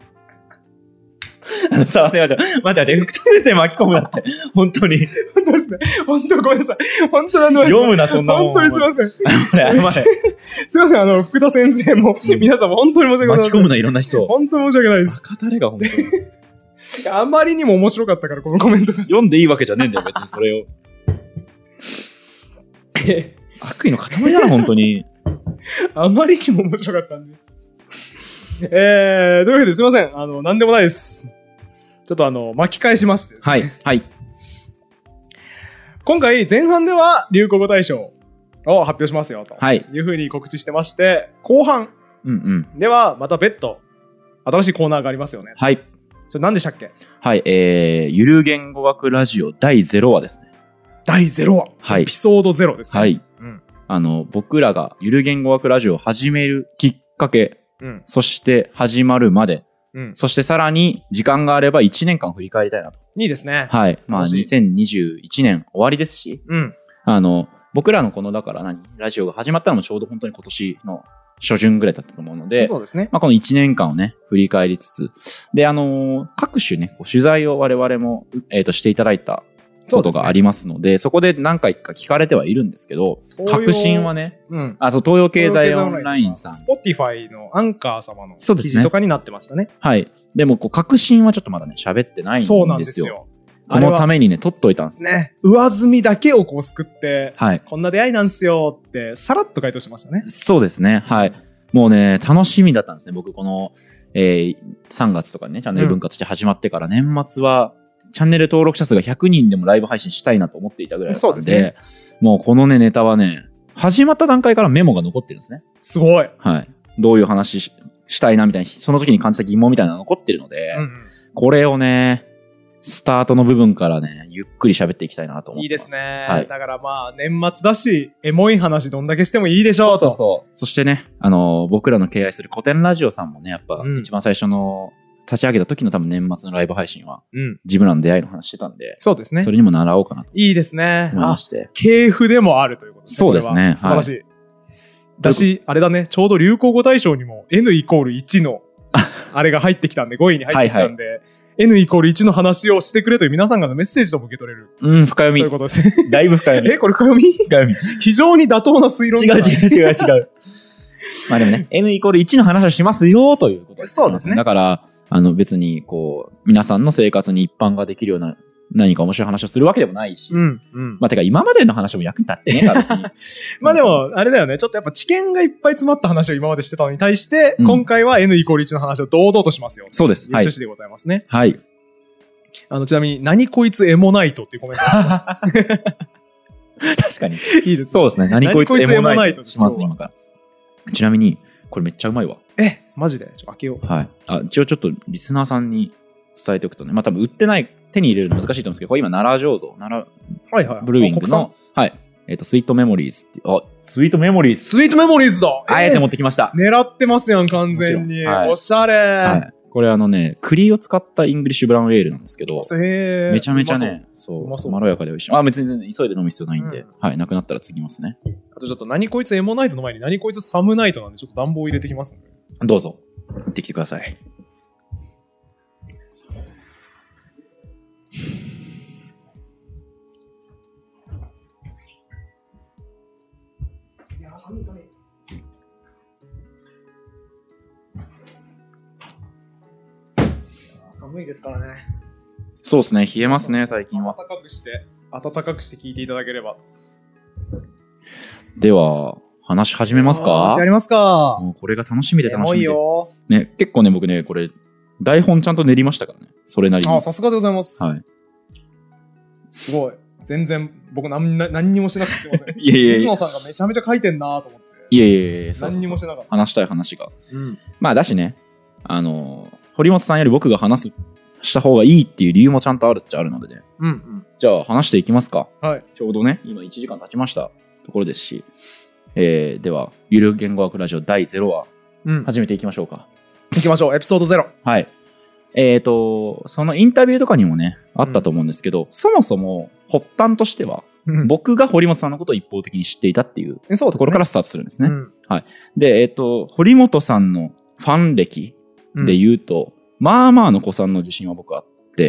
待って、福田先生巻き込むなって。本当に。 本当ですね。本当ごめんなさい。本当なんでもないです。 読むな、そんなもん。 本当にすいません。 すいません、福田先生も、皆さんも本当に申し訳ないです。 巻き込むな、いろんな人。 本当に申し訳ないです。 語れが本当に。 あまりにも面白かったから、このコメントが。 読んでいいわけじゃねえんだよ、別にそれを。悪意の塊だな、本当に。 あまりにも面白かったんで。というわけですいません。なんでもないです。ちょっと巻き返しまして、ね。 はい。はい。 今回、前半では流行語大賞を発表しますよ、と。 はい。 いうふうに告知してまして、後半では、また別途、新しいコーナーがありますよね。 はい。 それ何でしたっけ？ はい。ゆる言語学ラジオ第0話ですね。 第0話。はい。エピソード0ですね。 はい。僕らがゆる言語学ラジオを始めるきっかけ、そして始まるまで、そしてさらに時間があれば1年間振り返りたいなと。 いいですね。 はい。まあ2021年終わりですし、僕らのこのだからラジオが始まったのもちょうど本当に今年の初旬ぐらいだったと思うので、 そうですね。 まあこの1年間をね、振り返りつつ、で、各種ね、取材を我々も、していただいたことがありますので、そこで何回か聞かれてはいるんですけど、革新はね、東洋経済オンラインさん。 Spotify のアンカー様の記事とかになってましたね。 はい。でも、革新はちょっとまだね、喋ってないんですよ。そうなんですよ。 このためにね、取っといたんですね。上積みだけをこう救って、 はい。 こんな出会いなんすよって、さらっと回答しましたね。 そうですね。はい。もうね、楽しみだったんですね。僕、この、3月とかね、チャンネル分割して始まってから、年末は、チャンネル登録者数が100人でもライブ配信したいなと思っていたぐらいだったんで、そうですね。もうこのね、ネタはね、始まった段階からメモが残ってるんですね。 すごい。 はい。どういう話したいなみたいな、その時に感じた疑問みたいなのが残ってるので、これをね、スタートの部分からね、ゆっくり喋っていきたいなと思ってます。いいですね。はい、だからまあ、年末だし、エモい話どんだけしてもいいでしょうと。 そう。そしてね、僕らの敬愛する古典ラジオさんもね、やっぱ、一番最初の立ち上げた時の多分年末のライブ配信は、自分らの出会いの話してたんで、 そうですね。 それにも習おうかなと。 いいですね。 思いまして。 系譜でもあるということですね。 そうですね。 素晴らしい。だし、あれだね、ちょうど流行語大賞にも N=1 の、あれが入ってきたんで、5位に入ってきたんで、N=1 の話をしてくれという皆さんがのメッセージとも受け取れる。 深読み。 そういうことですね。 だいぶ深読み。 これ深読み深読み。 非常に妥当な推論。 違う。まあでもね、N=1 の話をしますよということです。 そうですね。 だから、別に、こう、皆さんの生活に一般ができるような、何か面白い話をするわけでもないし。まあ、てか今までの話も役に立ってねえから別に。 まあでも、あれだよね。ちょっとやっぱ知見がいっぱい詰まった話を今までしてたのに対して、今回は N=1 の話を堂々としますよ。 そうです。 いう趣旨でございますね。 はい。 ちなみに、何こいつエモナイトっていうコメントがあります。確かに。 いいですね。 そうですね。何こいつエモナイトしますね、今から。ちなみに、これめっちゃうまいわ。 マジで開けよう。 はい。一応ちょっとリスナーさんに伝えておくとね、まあ多分売ってない、手に入れるの難しいと思うんですけど、これ今奈良醸造、ブルーイングの、はい。スイートメモリーズって、スイートメモリーズ。 スイートメモリーズだあえて持ってきました。 狙ってますやん、完全に。おしゃれはい。これ栗を使ったイングリッシュブラウンエールなんですけど、めちゃめちゃね、まろやかで美味しい。別に全然急いで飲む必要ないんで、はい、なくなったら継ぎますね。 あとちょっと何こいつエモナイトの前に何こいつサムナイトなんで、ちょっと暖房入れてきますんで。 どうぞ、行ってきてください。 いや、寒い。寒いですからね。 そうですね、冷えますね、最近は。 暖かくして聞いていただければ。 では、話始めますか？ やりますか。 もうこれが楽しみで楽しみで。 よね、結構ね、僕ね、これ、台本ちゃんと練りましたからね。それなりに。 さすがでございます。 はい。 すごい。全然、僕何にもしなくてすいません。 いやいや水野さんがめちゃめちゃ書いてんなと思って。 いやいや何にもしなかった。 話したい話が。まあ、だしね、堀本さんより僕が話した方がいいっていう理由もちゃんとあるっちゃあるのでね。じゃあ、話していきますか。 はい。 ちょうどね、今1時間経ちましたところですし、では、ゆる言語学ラジオ第0話、始めていきましょうか。 いきましょう、エピソード0。 はい。そのインタビューとかにもね、あったと思うんですけど、そもそも発端としては、僕が堀本さんのことを一方的に知っていたっていうところからスタートするんですね。はい。で、堀本さんのファン歴で言うと、まあまあの子さんの自信は僕はあって。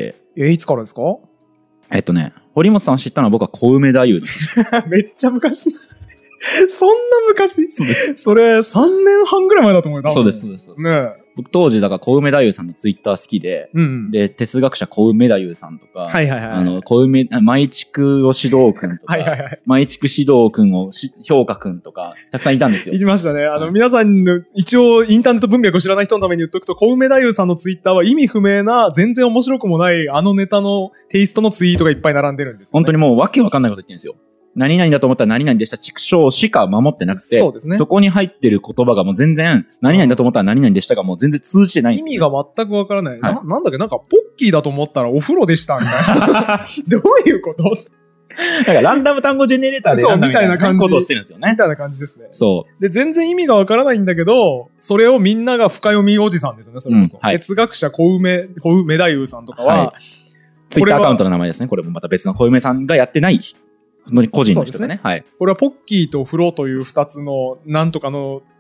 いつからですか？ 堀本さんを知ったのは僕は小梅太夫です。 めっちゃ昔。そんな昔？そうです。それ3年半ぐらい前だと思うよ。 そうです。ね、僕当時だから小梅太夫さんのツイッター好きで、で、哲学者小梅太夫さんとか、毎築を指導くんとか、毎築指導くんを評価くんとか、たくさんいたんですよ。 いましたね。皆さんの一応インターネット文脈を知らない人のために言っとくと、小梅太夫さんのツイッターは意味不明な、全然面白くもないネタのテイストのツイートがいっぱい並んでるんですよ、ね。 本当にもうわけわかんないこと言ってるんですよ。何々だと思ったら何々でした畜生しか守ってなくて、そうですね。そこに入ってる言葉がもう全然、何々だと思ったら何々でしたがもう全然通じてないんですよ、ね。意味が全くわからない。なんだっけ、なんかポッキーだと思ったらお風呂でしたみたいな。どういうこと？なんかランダム単語ジェネレーターでそうみたいな感じことをしてるんですよね。 みたいな感じですね。 そう。 で、全然意味がわからないんだけど、それをみんなが深読みおじさんですよね、それこそ。哲学者小梅太夫さんとかは、 ツイッターアカウントの名前ですね。これもまた別の小梅さんがやってない人。個人の人でね。はい。 これはポッキーと風呂という二つのなんとかの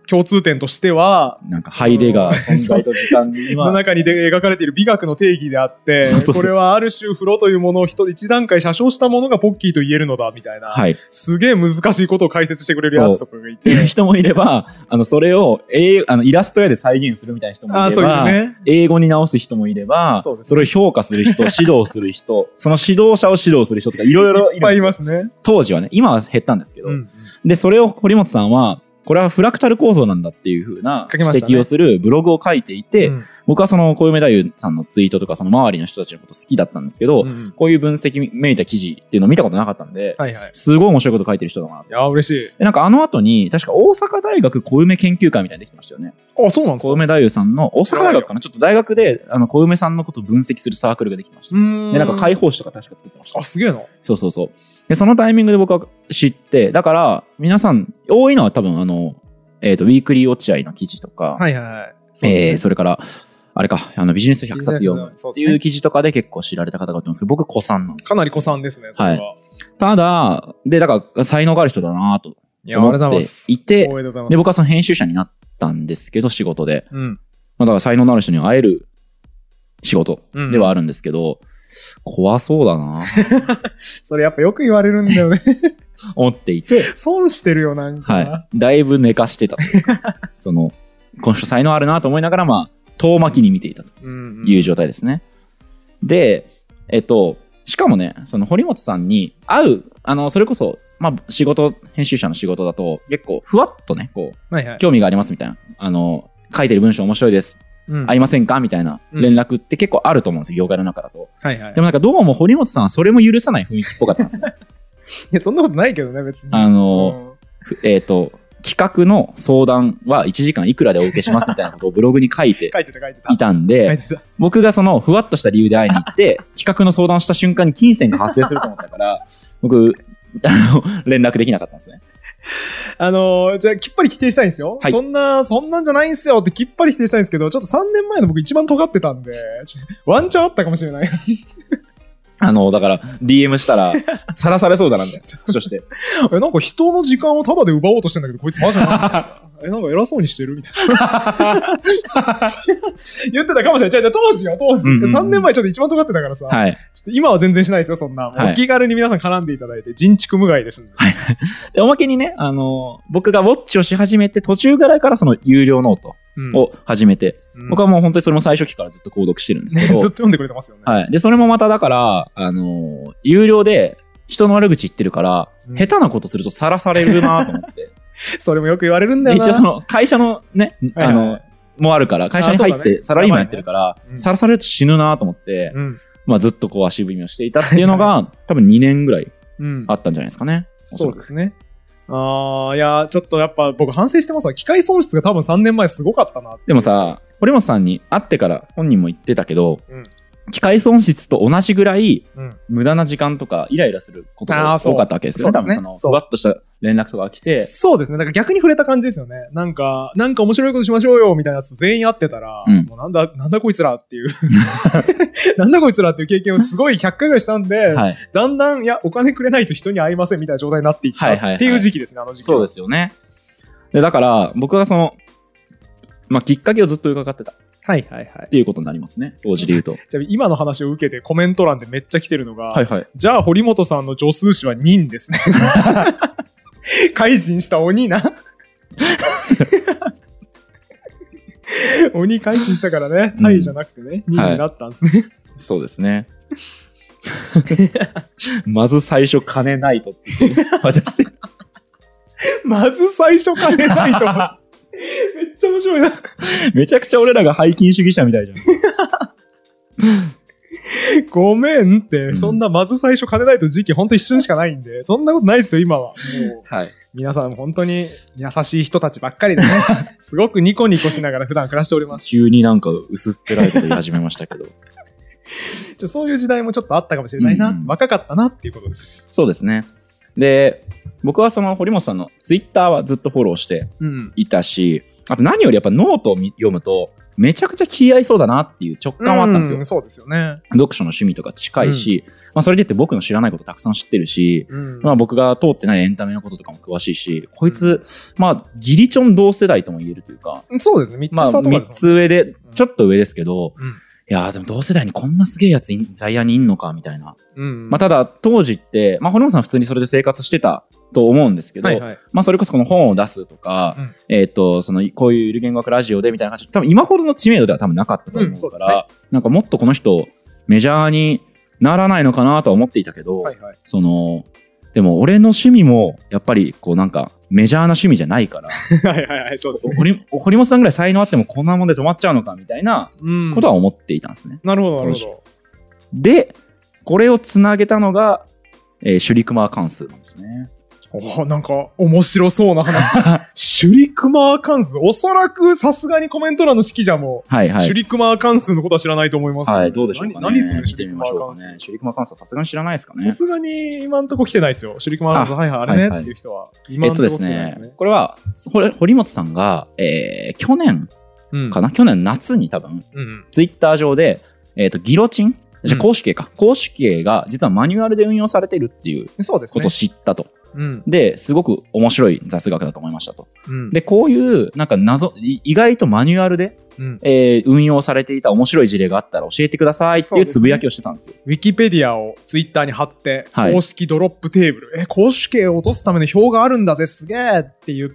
共通点としては、 なんかハイデガー存在と時間の中に描かれている美学の定義であって、これはある種風呂というものを一段階写生したものがポッキーと言えるのだみたいな、はい、すげえ難しいことを解説してくれるやつとかがいて、 人もいれば、それをイラスト絵で再現するみたいな人もいれば、英語に直す人もいれば、それを評価する人、指導する人、その指導者を指導する人とかいろいろいっぱいいますね。 当時はね、今は減ったんですけど、で、それを堀本さんは、これはフラクタル構造なんだっていう風な指摘をするブログを書いていて、僕はその小梅太夫さんのツイートとかその周りの人たちのこと好きだったんですけど、こういう分析めいた記事っていうのを見たことなかったんで、すごい面白いこと書いてる人だな。 いや、嬉しい。 で、なんか後に、確か大阪大学小梅研究会みたいにできてましたよね。 あ、そうなんですか？ 小梅太夫さんの、大阪大学かな、ちょっと大学で、小梅さんのことを分析するサークルができてました。で、なんか解放誌とか確か作ってました。 あ、すげえな。 そうそうそう。で、そのタイミングで僕は知って、だから、皆さん、多いのは多分ウィークリー落合の記事とか、それから、あれか、ビジネス100冊読むっていう記事とかで結構知られた方がいますけど、僕、古参なんです。 かなり古参ですね、それは。はい。 ただ、で、だから、才能がある人だなと思っていて、で、僕はその編集者になったんですけど、仕事で。まあ、だから才能のある人に会える仕事ではあるんですけど、怖そうだなそれやっぱよく言われるんだよね。 思っていて。 損してるよ、なんか。 はい。だいぶ寝かしてた。この人才能あるなと思いながら、まあ、遠巻きに見ていたという状態ですね。で、しかもね、その堀本さんに会う、それこそ、まあ、編集者の仕事だと、結構、ふわっとね、こう、興味がありますみたいな。書いてる文章面白いです。会いませんかみたいな連絡って結構あると思うんですよ、業界の中だと。でもなんかどうも堀本さんはそれも許さない雰囲気っぽかったんですね。 いや、そんなことないけどね、別に。 企画の相談は1時間いくらでお受けしますみたいなことをブログに書いていたんで、僕がそのふわっとした理由で会いに行って、企画の相談をした瞬間に金銭が発生すると思ったから、僕、連絡できなかったんですね。 じゃあ、きっぱり否定したいんですよ。はい、そんなんじゃないんすよってきっぱり否定したいんですけど、ちょっと3年前の僕一番尖ってたんで、ワンチャンあったかもしれない。 だから、DM したら、さらされそうだな、みたいな。スクショして。 なんか人の時間をタダで奪おうとしてんだけど、こいつマジなのなんか偉そうにしてるみたいな。言ってたかもしれない。じゃあ当時。3年前ちょっと一番尖ってたからさ。はい。ちょっと今は全然しないですよ、そんな。お気軽に皆さん絡んでいただいて、人畜無害ですんで。はい。 で、おまけにね、僕がウォッチをし始めて、途中ぐらいからその有料ノートを始めて、僕はもう本当にそれも最初期からずっと購読してるんですけど。 ずっと読んでくれてますよね。 はい。で、それもまただから、有料で人の悪口言ってるから、下手なことするとさらされるなと思って。 それもよく言われるんだよな。 一応その会社のね、もあるから、会社に入ってサラリーマンやってるから、さらされると死ぬなと思って、まあずっとこう足踏みをしていたっていうのが、多分2年ぐらいあったんじゃないですかね。 そうですね。いや、ちょっとやっぱ僕反省してますわ。機械損失が多分3年前すごかったな。 でもさ、堀本さんに会ってから本人も言ってたけど、機械損失と同じぐらい、無駄な時間とかイライラすることが多かったわけですよね。多分その、ふわっとした連絡とかが来て。 そうですね。だから逆に触れた感じですよね。なんか面白いことしましょうよ、みたいなやつと全員会ってたら、もうなんだこいつらっていう。なんだこいつらっていう経験をすごい100回ぐらいしたんで、だんだん、いや、お金くれないと人に会いませんみたいな状態になっていったっていう時期ですね、時期。 そうですよね。で、だから、僕がその、まあ、きっかけをずっと伺ってた。っていうことになりますね。当時で言うと。 じゃあ今の話を受けてコメント欄でめっちゃ来てるのが、じゃあ堀本さんの助数詞は任ですね。改心した鬼な。鬼改心したからね。タイじゃなくてね、任になったんですね。 そうですね。まず最初金ないとって言って、 まず最初金ないと。めっちゃ面白いな。 めちゃくちゃ俺らが背筋主義者みたいじゃん。 ごめんって、そんなまず最初金ないと時期ほんと一瞬しかないんで、そんなことないですよ、今は。もう、皆さん本当に優しい人たちばっかりでね、すごくニコニコしながら普段暮らしております。 急になんか薄っぺらいこと言い始めましたけど。 そういう時代もちょっとあったかもしれないな、若かったなっていうことです。 そうですね。で、僕はその堀本さんのツイッターはずっとフォローしていたし、あと何よりやっぱノートを読むと、 めちゃくちゃ気合いそうだなっていう直感はあったんですよ。 そうですよね。 読書の趣味とか近いし、まあそれで言って僕の知らないことたくさん知ってるし、まあ僕が通ってないエンタメのこととかも詳しいし、こいつ、まあギリチョン同世代とも言えるというか。 そうですね。 3つ上で、ちょっと上ですけど、いやーでも同世代にこんなすげえやつジャイアンにいんのかみたいな。まあただ当時って、まあ堀本さん普通にそれで生活してたと思うんですけど、まあそれこそこの本を出すとか、そのこういうゆる言語学ラジオでみたいな感じで、多分今ほどの知名度では多分なかったと思うから、なんかもっとこの人メジャーにならないのかなとは思っていたけど、でも俺の趣味もやっぱりこうなんかメジャーな趣味じゃないから、そうですね。堀本さんぐらい才能あってもこんなもんで止まっちゃうのかみたいなことは思っていたんですね。 なるほどなるほど。 で、これをつなげたのが、シュリクマー関数なんですね。 なんか面白そうな話。シュリクマー関数。おそらくさすがにコメント欄の識者も、シュリクマー関数のことは知らないと思います。 はい、どうでしょうかね。 何する見てみましょうかね。シュリクマー関数はさすがに知らないですかね。 さすがに今んとこ来てないですよ。シュリクマー関数、はいはい、あれねっていう人は。今んとこ来てないですね。 これは、堀本さんが、去年かな、去年夏に多分、ツイッター上で、ギロチン公式か。公式絵が実はマニュアルで運用されてるっていうことを知ったと。で、すごく面白い雑学だと思いましたと。で、こういう、なんか意外とマニュアルで、運用されていた面白い事例があったら教えてくださいっていうつぶやきをしてたんですよ。 ウィキペディアをツイッターに貼って、公式ドロップテーブル、公式絵を落とすための表があるんだぜ、すげえって言って、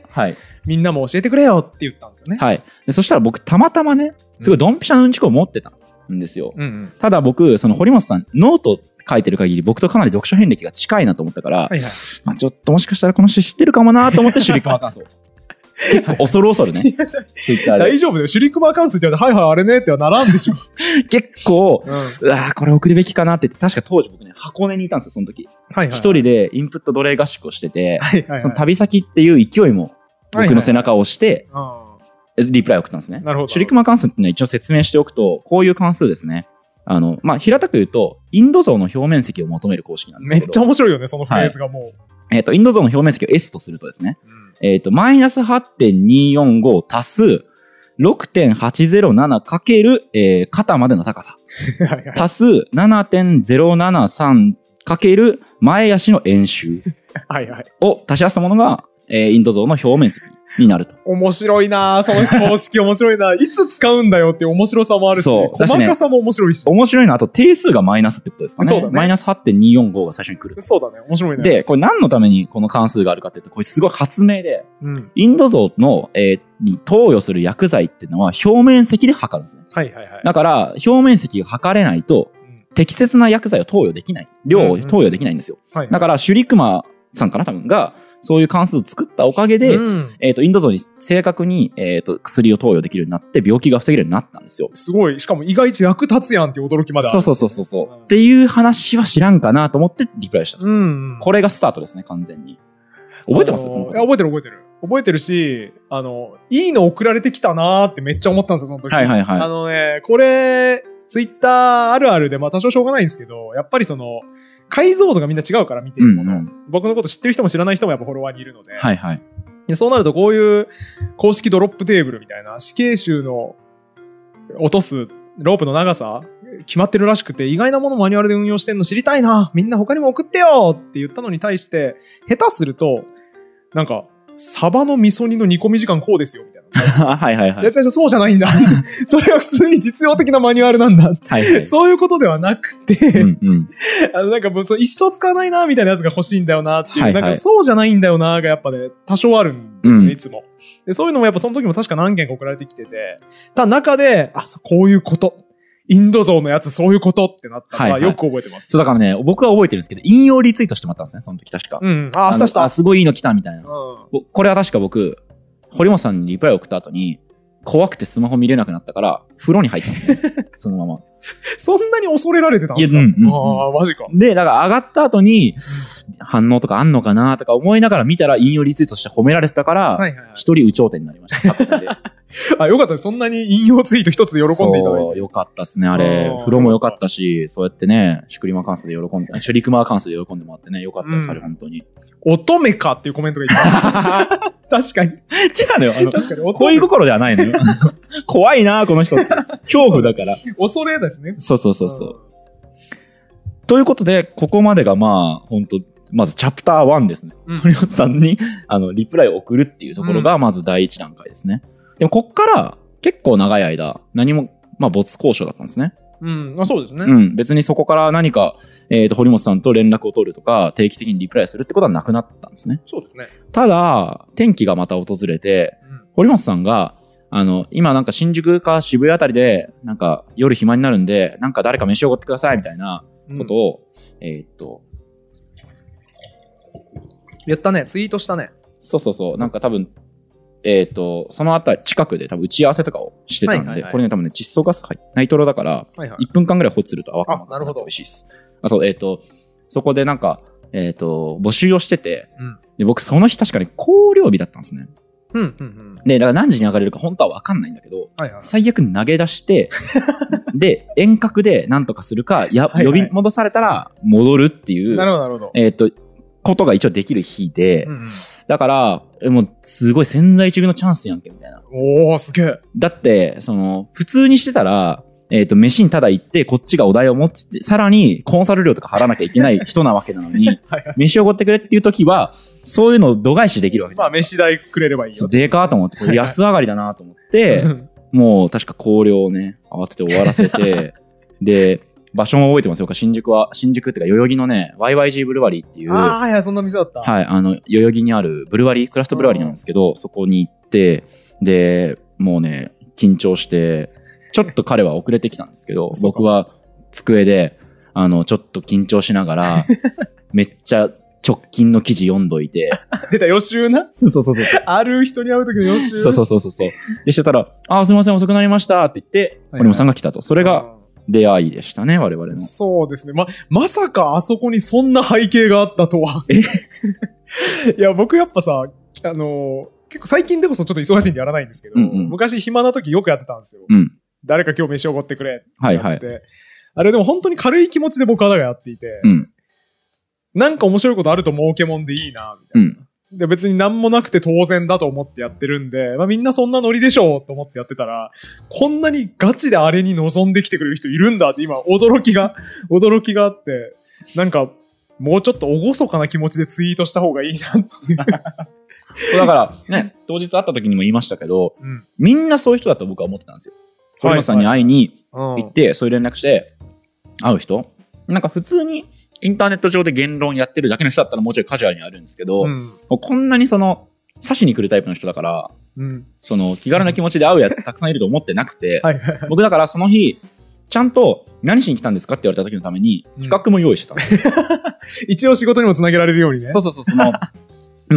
みんなも教えてくれよって言ったんですよね。 でそしたら僕たまたまね、すごいドンピシャのうんちくを持ってたんですよ。ただ僕、その堀本さん、ノート書いてる限り僕とかなり読書遍歴が近いなと思ったから、まあちょっともしかしたらこの人知ってるかもなと思ってシュリクマー関数を。結構恐る恐るね。ツイッターで。 大丈夫だよ。シュリクマー関数って言われて、はいはいあれねってはならんでしょ。 結構、うわーこれ送るべきかなって言って、確か当時僕ね、箱根にいたんですよ、その時。一人でインプット奴隷合宿をしてて、その旅先っていう勢いも僕の背中を押して、リプライを送ったんですね。なるほど。シュリクマー関数っていうのは一応説明しておくと、こういう関数ですね。まあ、平たく言うと、インド像の表面積を求める公式なんですけど。 めっちゃ面白いよね、そのフレーズがもう。 インド像の表面積を S とするとですね、マイナス 8.245 足す 6.807 かける、肩までの高さ。足す 7.073 かける前足の円周を足し合わせたものが、インド像の表面積になると。 面白いなその公式面白いないつ使うんだよっていう面白さもあるし、細かさも面白いし。 面白いのはあと定数がマイナスってことですかね。そうだね。マイナス 8.245 が最初に来る。 そうだね。面白いね。 で、これ何のためにこの関数があるかっていうと、これすごい発明で、インド像の、に投与する薬剤っていうのは表面積で測るんですね。だから、表面積が測れないと、適切な薬剤を投与できない。量を投与できないんですよ。だから、シュリクマさんかな多分が、そういう関数を作ったおかげで、インド像に正確に、薬を投与できるようになって、病気が防げるようになったんですよ。 すごい。しかも意外と役立つやんっていう驚きまである。 そう。っていう話は知らんかなと思ってリプライしたと。これがスタートですね、完全に。覚えてます？覚えてる。覚えてるし、いいの送られてきたなーってめっちゃ思ったんですよ、その時。これ、ツイッターあるあるで、まあ多少しょうがないんですけど、やっぱり解像度がみんな違うから見てるもの、僕のこと知ってる人も知らない人もやっぱフォロワーにいるので、でそうなるとこういう公式ドロップテーブルみたいな死刑囚の落とすロープの長さ決まってるらしくて、意外なものマニュアルで運用してんの知りたいな、みんな他にも送ってよって言ったのに対して、下手するとなんかサバの味噌煮の煮込み時間こうですよみたいな。いやそうじゃないんだ。それは普通に実用的なマニュアルなんだ。そういうことではなくて、なんかもう一生使わないなみたいなやつが欲しいんだよなっていう、なんかそうじゃないんだよながやっぱね、多少あるんですよね、いつも。で、そういうのもやっぱその時も確か何件か送られてきてて、ただ中で、こういうこと。インド像のやつそういうことってなったのはよく覚えてます。 そうだからね、僕は覚えてるんですけど、引用リツイートしてもらったんですね、その時確か。した。すごいいいの来たみたいな。これは確か僕、堀本さんにリプライを送った後に、怖くてスマホ見れなくなったから、風呂に入ったんですね。そのまま。 そんなに恐れられてたんですか？マジか。 で、だから上がった後に、反応とかあんのかなとか思いながら見たら、引用リツイートして褒められてたから、一人有頂天になりました。 よかったです。そんなに引用ツイート一つで喜んでいただいて。 よかったですね、あれ。風呂もよかったし、そうやってね、シュリクマー関数で喜んでもらってね、よかったです、あれ、本当に。 乙女かっていうコメントがいた。確かに。 違うのよ。確かに。恋心ではないのよ。 怖いな、この人って。恐怖だから。 恐れですね。 そうそうそうそう。ということで、ここまでが本当まずチャプター1ですね。堀本さんに、リプライを送るっていうところが、まず第一段階ですね。でも、こっから、結構長い間、何も、没交渉だったんですね。 そうですね。 別にそこから何か、堀本さんと連絡を取るとか、定期的にリプライするってことはなくなったんですね。 そうですね。 ただ、転機がまた訪れて、堀本さんが、今なんか新宿か渋谷あたりで、なんか夜暇になるんで、なんか誰か飯をおごってくださいみたいなことを、 言ったね。ツイートしたね。 そうそうそう。なんか多分、そのあたり、近くで多分打ち合わせとかをしてたんで、これね多分ね、窒素ガスナイトロだから、1分間ぐらい放置すると泡がなって美味しいです。そう、そこでなんか、募集をしてて、で僕その日確かに校了日だったんですね。で、だから何時に上がれるか本当は分かんないんだけど、最悪投げ出して、で、遠隔で何とかするか、呼び戻されたら戻るっていう、 なるほど、なるほど。 ことが一応できる日で、だから、もう、すごい千載一遇のチャンスやんけ、みたいな。 おー、すげえ。 だって、普通にしてたら、飯にただ行って、こっちがお題を持って、さらにコンサル料とか払わなきゃいけない人なわけなのに、飯をおごってくれっていう時は、そういうのを度外視できるわけじゃないですか。 飯代くれればいいよ。 でかーと思って、これ安上がりだなと思って、もう確か考慮をね、慌てて終わらせて、で、場所も覚えてますよ。新宿っていうか、代々木のね、YYG ブルワリーっていう。 はい、そんな店だった。 はい、代々木にあるブルワリー、クラフトブルワリーなんですけど、そこに行って、で、もうね、緊張して、ちょっと彼は遅れてきたんですけど、僕は机で、ちょっと緊張しながら、めっちゃ直近の記事読んどいて。 出た予習な。 そう。 ある人に会う時の予習。 そう。で、してたら、すいません、遅くなりましたって言って、堀本さんが来たと。それが、出会いでしたね、我々の。 そうですね。まさかあそこにそんな背景があったとは。いや、僕やっぱさ、結構最近でこそちょっと忙しいんでやらないんですけど、昔暇な時よくやってたんですよ。誰か今日飯おごってくれってやって。あれでも本当に軽い気持ちで僕はやっていて、なんか面白いことあると儲けもんでいいな、みたいな。で、別に何もなくて当然だと思ってやってるんで、みんなそんなノリでしょうと思ってやってたら、こんなにガチであれに望んできてくれる人いるんだって今、驚きがあって、なんか、もうちょっと厳かな気持ちでツイートした方がいいなっていう。だからね、当日会った時にも言いましたけど、みんなそういう人だと僕は思ってたんですよ。堀本さんに会いに行って、そういう連絡して、会う人なんか普通に、インターネット上で言論やってるだけの人だったらもうちょいカジュアルにあるんですけど、こんなに刺しに来るタイプの人だから、気軽な気持ちで会うやつたくさんいると思ってなくて、僕だからその日、ちゃんと何しに来たんですかって言われた時のために企画も用意してたんですよ。 一応仕事にもつなげられるようにね。 そう、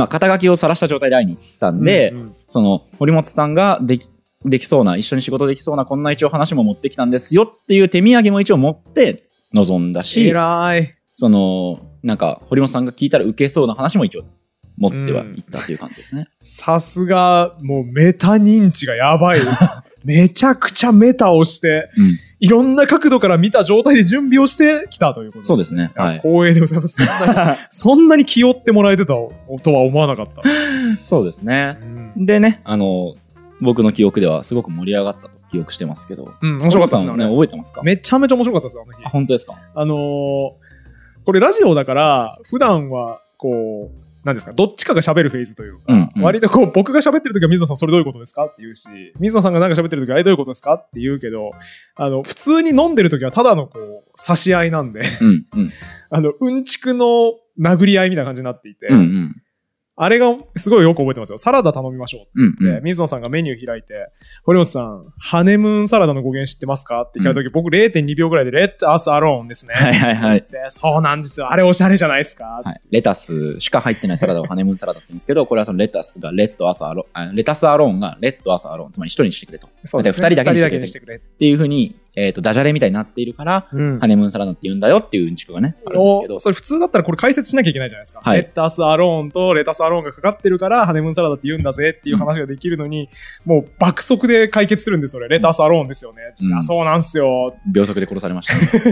肩書きを晒した状態で会いに行ったんで、堀本さんができそうな、一緒に仕事できそうな、こんな一応話も持ってきたんですよっていう手土産も一応持って臨んだし、 偉い。 なんか、堀本さんが聞いたら受けそうな話も一応持ってはいったという感じですね。 さすが、もうメタ認知がやばいです。めちゃくちゃメタをして、いろんな角度から見た状態で準備をしてきたということです。 そうですね。はい。 光栄でございます。そんなに気負ってもらえてたとは思わなかった。 そうですね。でね、僕の記憶ではすごく盛り上がったと記憶してますけど。 面白かったですね。 覚えてますか？ めちゃめちゃ面白かったですよ、あの日。 本当ですか？ これラジオだから、普段は、何ですか、どっちかが喋るフェーズというか、割と僕が喋ってる時は水野さんそれどういうことですかって言うし、水野さんがなんか喋ってる時はどういうことですかって言うけど、普通に飲んでる時はただの差し合いなんで、うんちくの殴り合いみたいな感じになっていて、あれがすごいよく覚えてますよ。サラダ頼みましょうって言って、水野さんがメニュー開いて、堀本さん、ハネムーンサラダの語源知ってますかって聞いたとき、僕 0.2 秒ぐらいで、レッドアスアローンですね。そうなんですよ。あれおしゃれじゃないですか。 レタスしか入ってないサラダをハネムーンサラダって言うんですけど、これはそのレタスがレッドアスアローン、レタスアローンがレッドアスアローン、つまり一人にしてくれと。そうですね。二人だけにしてくれ。っていうふうに、ダジャレみたいになっているから、ハネムーンサラダって言うんだよっていううんちくがね、あるんですけど。 それ普通だったらこれ解説しなきゃいけないじゃないですか。レタスアローンとレタスアローンがかかってるから、ハネムーンサラダって言うんだぜっていう話ができるのに、もう爆速で解決するんですよ、レタスアローンですよね。そうなんすよ。 秒速で殺されましたね。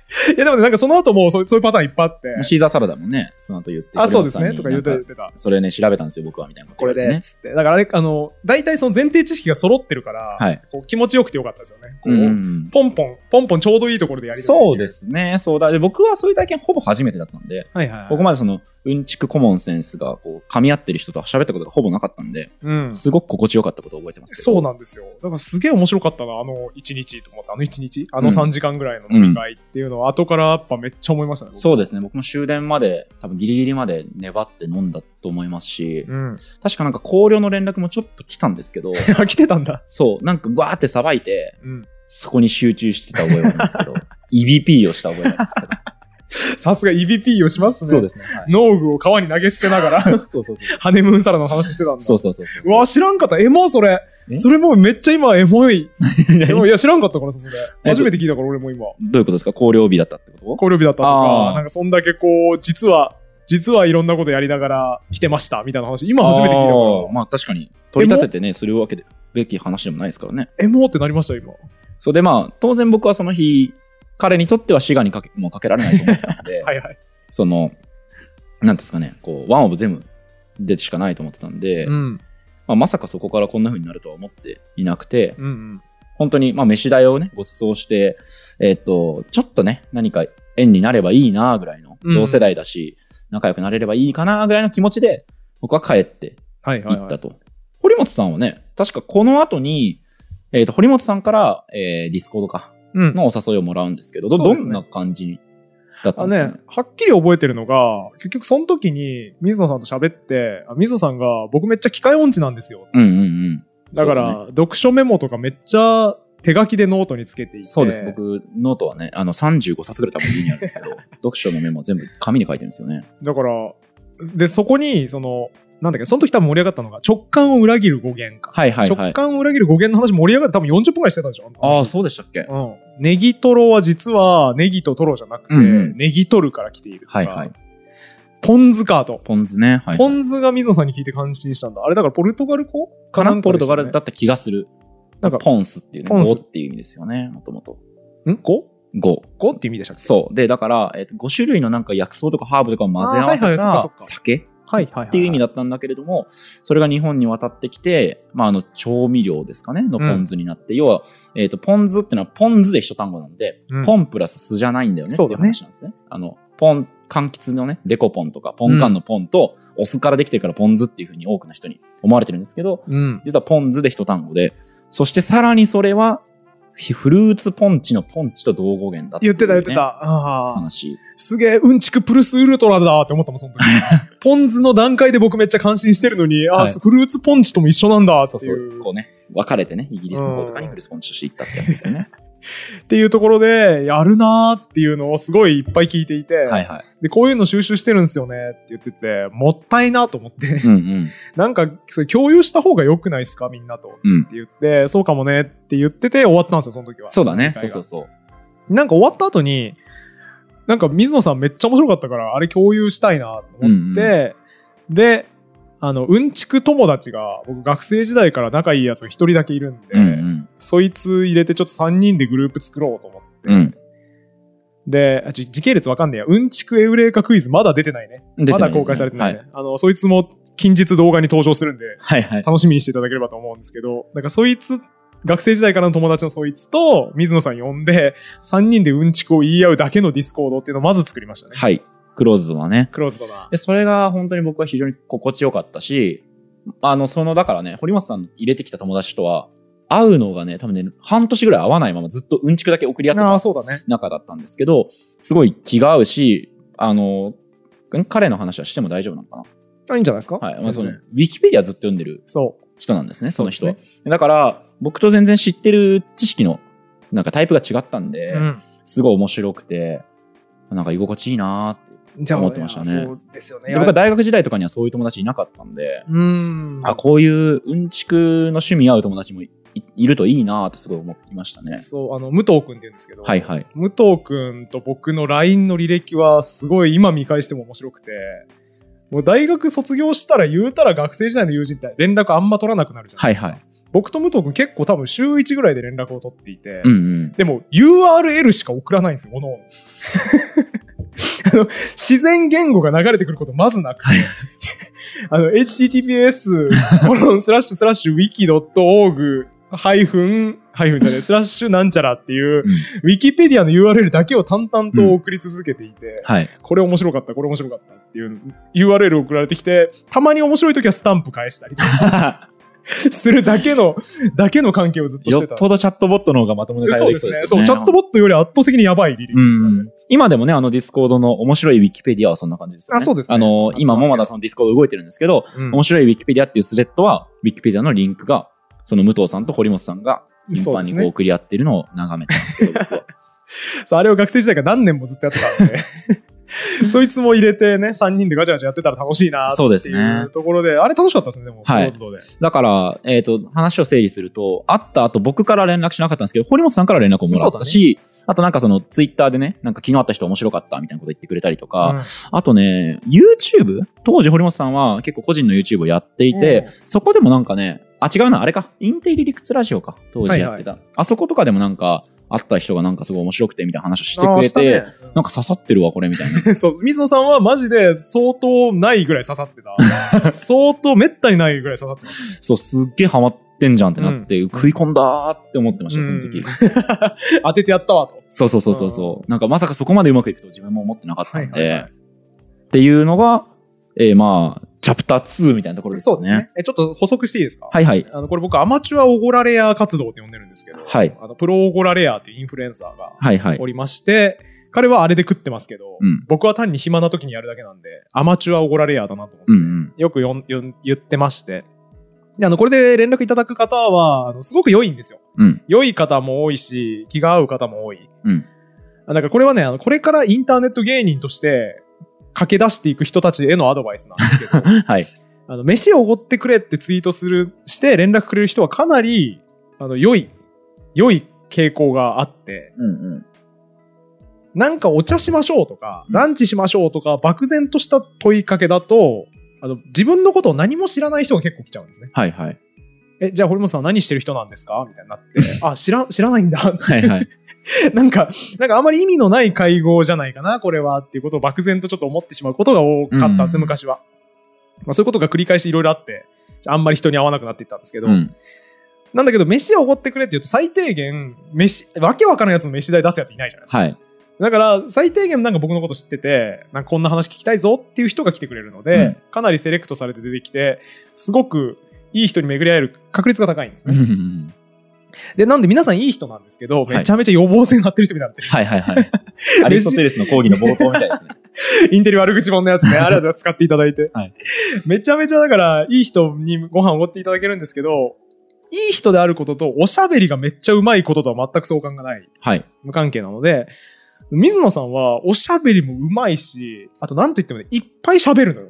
いやでもね、なんかその後もそういうパターンいっぱいあって。 シーザーサラダもね、その後言って。 あ、そうですね。とか言ってた。 それね、調べたんですよ、僕は、みたいな、 これで、つって。だからあれ、大体その前提知識が揃ってるから、 はい、 こう気持ちよくてよかったですよね。こう、ポンポンちょうどいいところでやりたい。 そうですね。そうだ。で、僕はそういう体験ほぼ初めてだったんで、 はいはいはい、 ここまでその、うんちくコモンセンスが、こう、噛み合ってる人と喋ったことがほぼなかったんで、すごく心地よかったことを覚えてますけど。 そうなんですよ。だからすげえ面白かったな、1日と思って、1日3時間ぐらいの飲み会っていうのは、後からやっぱめっちゃ思いましたね。 そうですね。僕も終電まで、多分ギリギリまで粘って飲んだと思いますし、確かなんか校了の連絡もちょっと来たんですけど。 来てたんだ。 そう。なんかバーってさばいて、そこに集中してた覚えがあるんですけど、EVP をした覚えがあるんですけど。 さすが EVP をしますね。 そうですね。はい、 農具を川に投げ捨てながらハネムーンサラダの話してたんだ。 そう。 うわ、知らんかった。もうそれもうめっちゃ今エモい。いや、知らんかったからさ、それ。初めて聞いたから俺も今。 どういうことですか？校了日だったってこと？ 校了日だったとか、なんかそんだけこう、実はいろんなことやりながら来てましたみたいな話、今初めて聞いたから。 まあ確かに、取り立ててね、するわけでべき話でもないですからね。 もうってなりました、今。 そうで、まあ、当然僕はその日、彼にとっては滋賀にもうかけられないと思ってたので、 はいはい。 その、なんですかね、こう、ワンオブゼムでしかないと思ってたんで、まあ、まさかそこからこんな風になるとは思っていなくて、本当に、まあ、飯代をね、ご馳走して、ちょっとね、何か縁になればいいなぐらいの、同世代だし、仲良くなれればいいかなぐらいの気持ちで、僕は帰って行ったと。堀本さんはね、確かこの後に、堀本さんから、ディスコードか、のお誘いをもらうんですけど、どんな感じだったんですかね。 はっきり覚えてるのが、結局その時に水野さんと喋って、水野さんが僕めっちゃ機械音痴なんですよ。だから、読書メモとかめっちゃ手書きでノートにつけていて。 そうです。僕、ノートはね、35冊ぐらい多分家にあるんですけど、読書のメモ全部紙に書いてるんですよね。 だから、で、そこに、その時多分盛り上がったのが、直感を裏切る語源か。直感を裏切る語源の話盛り上がって多分40分くらいしてたでしょ。 ああ、そうでしたっけ？ ネギトロは実はネギとトロじゃなくて、ネギトルから来ているとか。ポン酢かと。 ポン酢ね。 ポン酢が水野さんに聞いて感心したんだ。あれだからポルトガル語かな？ポルトガルだった気がする。なんかポンスっていうね。語っていう意味ですよね、もともと。語って意味でしたっけ？ そう。で、だから、5種類のなんか薬草とかハーブとかを混ぜ合わせた酒っていう意味だったんだけれども、それが日本に渡ってきて、まあ、調味料ですかね、のポン酢になって、要は、ポン酢ってのはポン酢で一単語なので、ポンプラス酢じゃないんだよねっていう話なんですね。ポン、柑橘のね、デコポンとか、ポンカンのポンと、お酢からできてるからポン酢っていう風に多くの人に思われてるんですけど、実はポン酢で一単語で、そしてさらにそれは、フルーツポンチのポンチと同語源だっていう、ね。言ってた。話。 すげえ、うんちくプルスウルトラだって思ったもん、その時。ポン酢の段階で僕めっちゃ感心してるのに、フルーツポンチとも一緒なんだっていう。 そう。こうね、分かれてね、イギリスの方とかにフルーツポンチとしていったってやつですよね。 っていうところで、やるなーっていうのをすごいいっぱい聞いていて、で、こういうの収集してるんですよねって言ってて、もったいなと思って、なんか、それ共有した方が良くないですかみんなと。って言って、そうかもねって言ってて終わったんですよ、その時は。 そうだね。そう。 なんか終わった後に、なんか水野さんめっちゃ面白かったから、あれ共有したいなと思って、で、うんちく友達が、僕学生時代から仲いいやつが一人だけいるんで、そいつ入れてちょっと3人でグループ作ろうと思って、で、時系列わかんねえや。うんちくエウレカクイズまだ出てないね。まだ公開されてないね。そいつも近日動画に登場するんで、楽しみにしていただければと思うんですけど、なんかそいつ、学生時代からの友達のそいつと水野さん呼んで、3人でうんちくを言い合うだけのディスコードっていうのをまず作りましたね。 はい。クローズドだね。 クローズドだ。 で、それが本当に僕は非常に心地よかったし、だからね、堀本さん入れてきた友達とは、会うのがね、多分ね、半年ぐらい会わないままずっとうんちくだけ送り合ってた中だったんですけど、すごい気が合うし、彼の話はしても大丈夫なのかな？ いいんじゃないですか？ はい。ウィキペディアずっと読んでる人なんですね、その人は。だから、僕と全然知ってる知識の、なんかタイプが違ったんで、すごい面白くて、なんか居心地いいなーって思ってましたね。 そうですよね。 僕は大学時代とかにはそういう友達いなかったんで、こういううんちくの趣味合う友達もいるといいなーってすごい思いましたね。 そう、武藤くんって言うんですけど、武藤くんと僕の LINE の履歴はすごい今見返しても面白くて、もう大学卒業したら言うたら学生時代の友人って連絡あんま取らなくなるじゃないですか。 僕と武藤君結構多分週1ぐらいで連絡を取っていて、 うんうん、 でも URL しか送らないんですよ、おのおの。自然言語が流れてくることまずなくて、https://wiki.org ハイフンじゃない、スラッシュなんちゃらっていう、ウィキペディアの URL だけを淡々と送り続けていて、 はい、 これ面白かった、これ面白かったっていう URL 送られてきて、たまに面白い時はスタンプ返したりとか。するだけの関係をずっとしてた。 よっぽどチャットボットの方がまともな会話できそうですよね。 そう、チャットボットより圧倒的にやばいリリースですからね。 今でもね、ディスコードの面白いウィキペディアはそんな感じですよね。 そうですね。 今もまだそのディスコード動いてるんですけど、面白いウィキペディアっていうスレッドは、ウィキペディアのリンクが、その武藤さんと堀本さんが頻繁にこう送り合ってるのを眺めてますけど、僕は。 そう、あれを学生時代から何年もずっとやってたんで。そいつも入れてね、3人でガチャガチャやってたら楽しいなっていうところで、あれ楽しかったですね、でも、 はい。だから、話を整理すると、会った後僕から連絡しなかったんですけど、堀本さんから連絡をもらったし、あとなんかそのツイッターでね、なんか昨日会った人面白かったみたいなこと言ってくれたりとか、あとね、YouTube? 当時堀本さんは結構個人の YouTube をやっていて、そこでもなんかね、違うな、あれか、インテリ理屈ラジオか、当時やってた。あそことかでもなんか、会った人がなんかすごい面白くてみたいな話をしてくれて、なんか刺さってるわこれみたいな。 そう、水野さんはマジで相当ないぐらい刺さってた。相当めったにないぐらい刺さってた。 そう、すっげえハマってんじゃんってなって、食い込んだーって思ってました、その時。 当ててやったわと。 そう。なんかまさかそこまでうまくいくと自分も思ってなかったんで、っていうのが、まあ、チャプター2みたいなところですね。そうですね。 ちょっと補足していいですか？ はいはい。 これ僕アマチュアオゴラレア活動って呼んでるんですけど、 はい。 プロオゴラレアっていうインフルエンサーがはいはい。 おりまして、彼はあれで食ってますけど、僕は単に暇な時にやるだけなんで、アマチュアオゴラレアだなと思って、よく言ってまして、で、これで連絡いただく方は、すごく良いんですよ。良い方も多いし、気が合う方も多い。だからこれはね、これからインターネット芸人として、駆け出していく人たちへのアドバイスなんですけど、 はい。 飯をおごってくれってツイートして連絡くれる人はかなり、良い傾向があって、なんかお茶しましょうとか、ランチしましょうとか、漠然とした問いかけだと、自分のことを何も知らない人が結構来ちゃうんですね。 はいはい。 じゃあ堀本さんは何してる人なんですかみたいになって、知らないんだ。 はいはい。 なんかあまり意味のない会合じゃないかな、これはっていうことを漠然とちょっと思ってしまうことが多かったんです、昔は。まあそういうことが繰り返しいろいろあって、あんまり人に会わなくなっていったんですけど、なんだけど飯をおごってくれって言うと最低限わけわからんやつの飯代出すやついないじゃないですか。はい。だから最低限なんか僕のこと知ってて、なんかこんな話聞きたいぞっていう人が来てくれるので、かなりセレクトされて出てきて、すごくいい人に巡り合える確率が高いんですね。で、なんで皆さんいい人なんですけど、めちゃめちゃ予防線張ってる人になってる。 はいはいはい。アリストテレスの講義の冒頭みたいですね。 インテリ悪口本のやつね、あれは使っていただいて。はい、めちゃめちゃだから、いい人にご飯をおごっていただけるんですけど、いい人であることと、おしゃべりがめっちゃうまいこととは全く相関がない。はい。無関係なので、水野さんはおしゃべりもうまいし、あとなんと言ってもね、いっぱい喋るのよ。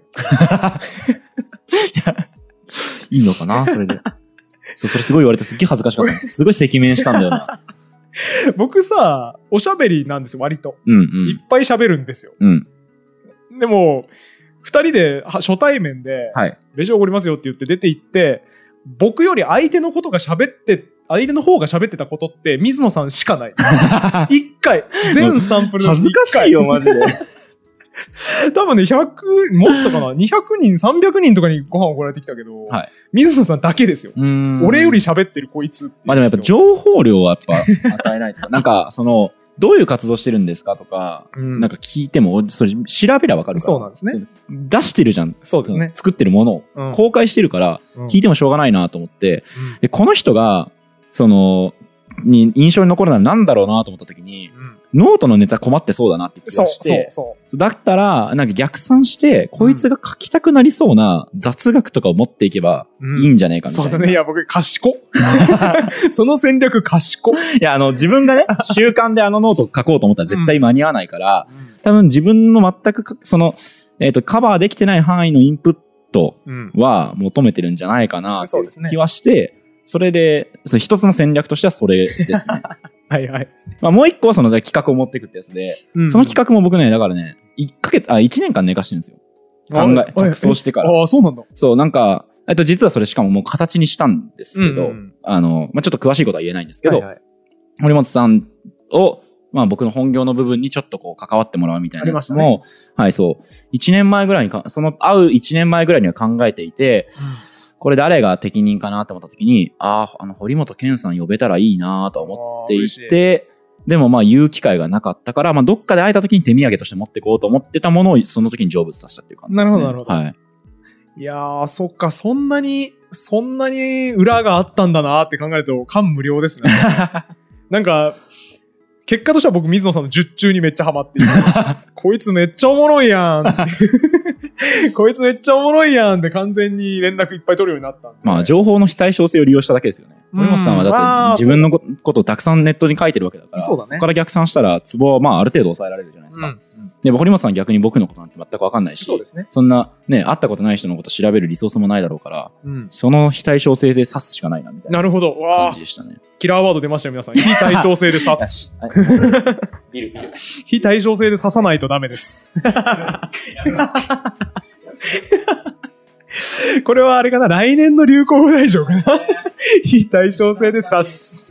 いいのかなそれで。そう、それすごい言われてすっげえ恥ずかしかった。すごい赤面したんだよな。 僕さ、おしゃべりなんですよ、割と。いっぱい喋るんですよ。でも、二人で初対面で、レジおごりますよって言って出て行って、僕より相手の方が喋ってたことって水野さんしかない。一回、全サンプルの恥ずかしいよ、マジで。 多分ね、もっとかな ?200 人、300人とかにご飯おごられてきたけど、水野さんだけですよ。俺より喋ってるこいつ。 まあでもやっぱ情報量はやっぱ与えないですよ。なんか、どういう活動してるんですかとか、なんか聞いても、それ調べりゃわかるから。 そうなんですね。 出してるじゃん。 そうですね。 作ってるものを公開してるから、聞いてもしょうがないなと思って、で、この人が、印象に残るのは何だろうなと思った時に、ノートのネタ困ってそうだなって気がして、だったら、なんか逆算して、こいつが書きたくなりそうな雑学とかを持っていけばいいんじゃないかみたいな。 そうだね。いや、僕、賢っ。その戦略賢っ。 いや、自分がね、習慣でノート書こうと思ったら絶対間に合わないから、多分自分の全く、カバーできてない範囲のインプットは求めてるんじゃないかなっていう気はして、それで、一つの戦略としてはそれですね。 はいはい。 まあもう一個は企画を持っていくってやつで、その企画も僕ね、だからね、1年間寝かしてるんですよ。着想してから。 ああ、そうなんだ。 そう、なんか、 実はそれしかももう形にしたんですけど、ちょっと詳しいことは言えないんですけど、堀本さんを、僕の本業の部分にちょっとこう関わってもらうみたいなやつも、はい、そう。1年前ぐらいに会う1年前ぐらいには考えていて、これ誰が適任かなと思った時に、堀本健さん呼べたらいいなと思っていて、でも言う機会がなかったから、どっかで会えた時に手土産として持っていこうと思ってたものをその時に成仏させたっていう感じですね。 なるほど。 はい。 いやー、そっか、そんなに裏があったんだなって考えると感無量ですね。なんか、結果としては僕、水野さんの術中にめっちゃハマっていて、こいつめっちゃおもろいやん。こいつめっちゃおもろいやんって完全に連絡いっぱい取るようになったんで。 情報の非対称性を利用しただけですよね。堀本さんはだって自分のことをたくさんネットに書いてるわけだから、そこから逆算したらツボはある程度抑えられるじゃないですか。でも堀本さんは逆に僕のことなんて全く分かんないし、そんなね、会ったことない人のこと調べるリソースもないだろうから、その非対称性で指すしかないなみたいな感じでしたね。 キラーワード出ましたよ、皆さん。非対称性で指す。非対称性で指さないとダメです。これはあれかな、来年の流行語大賞かな。非対称性で指す。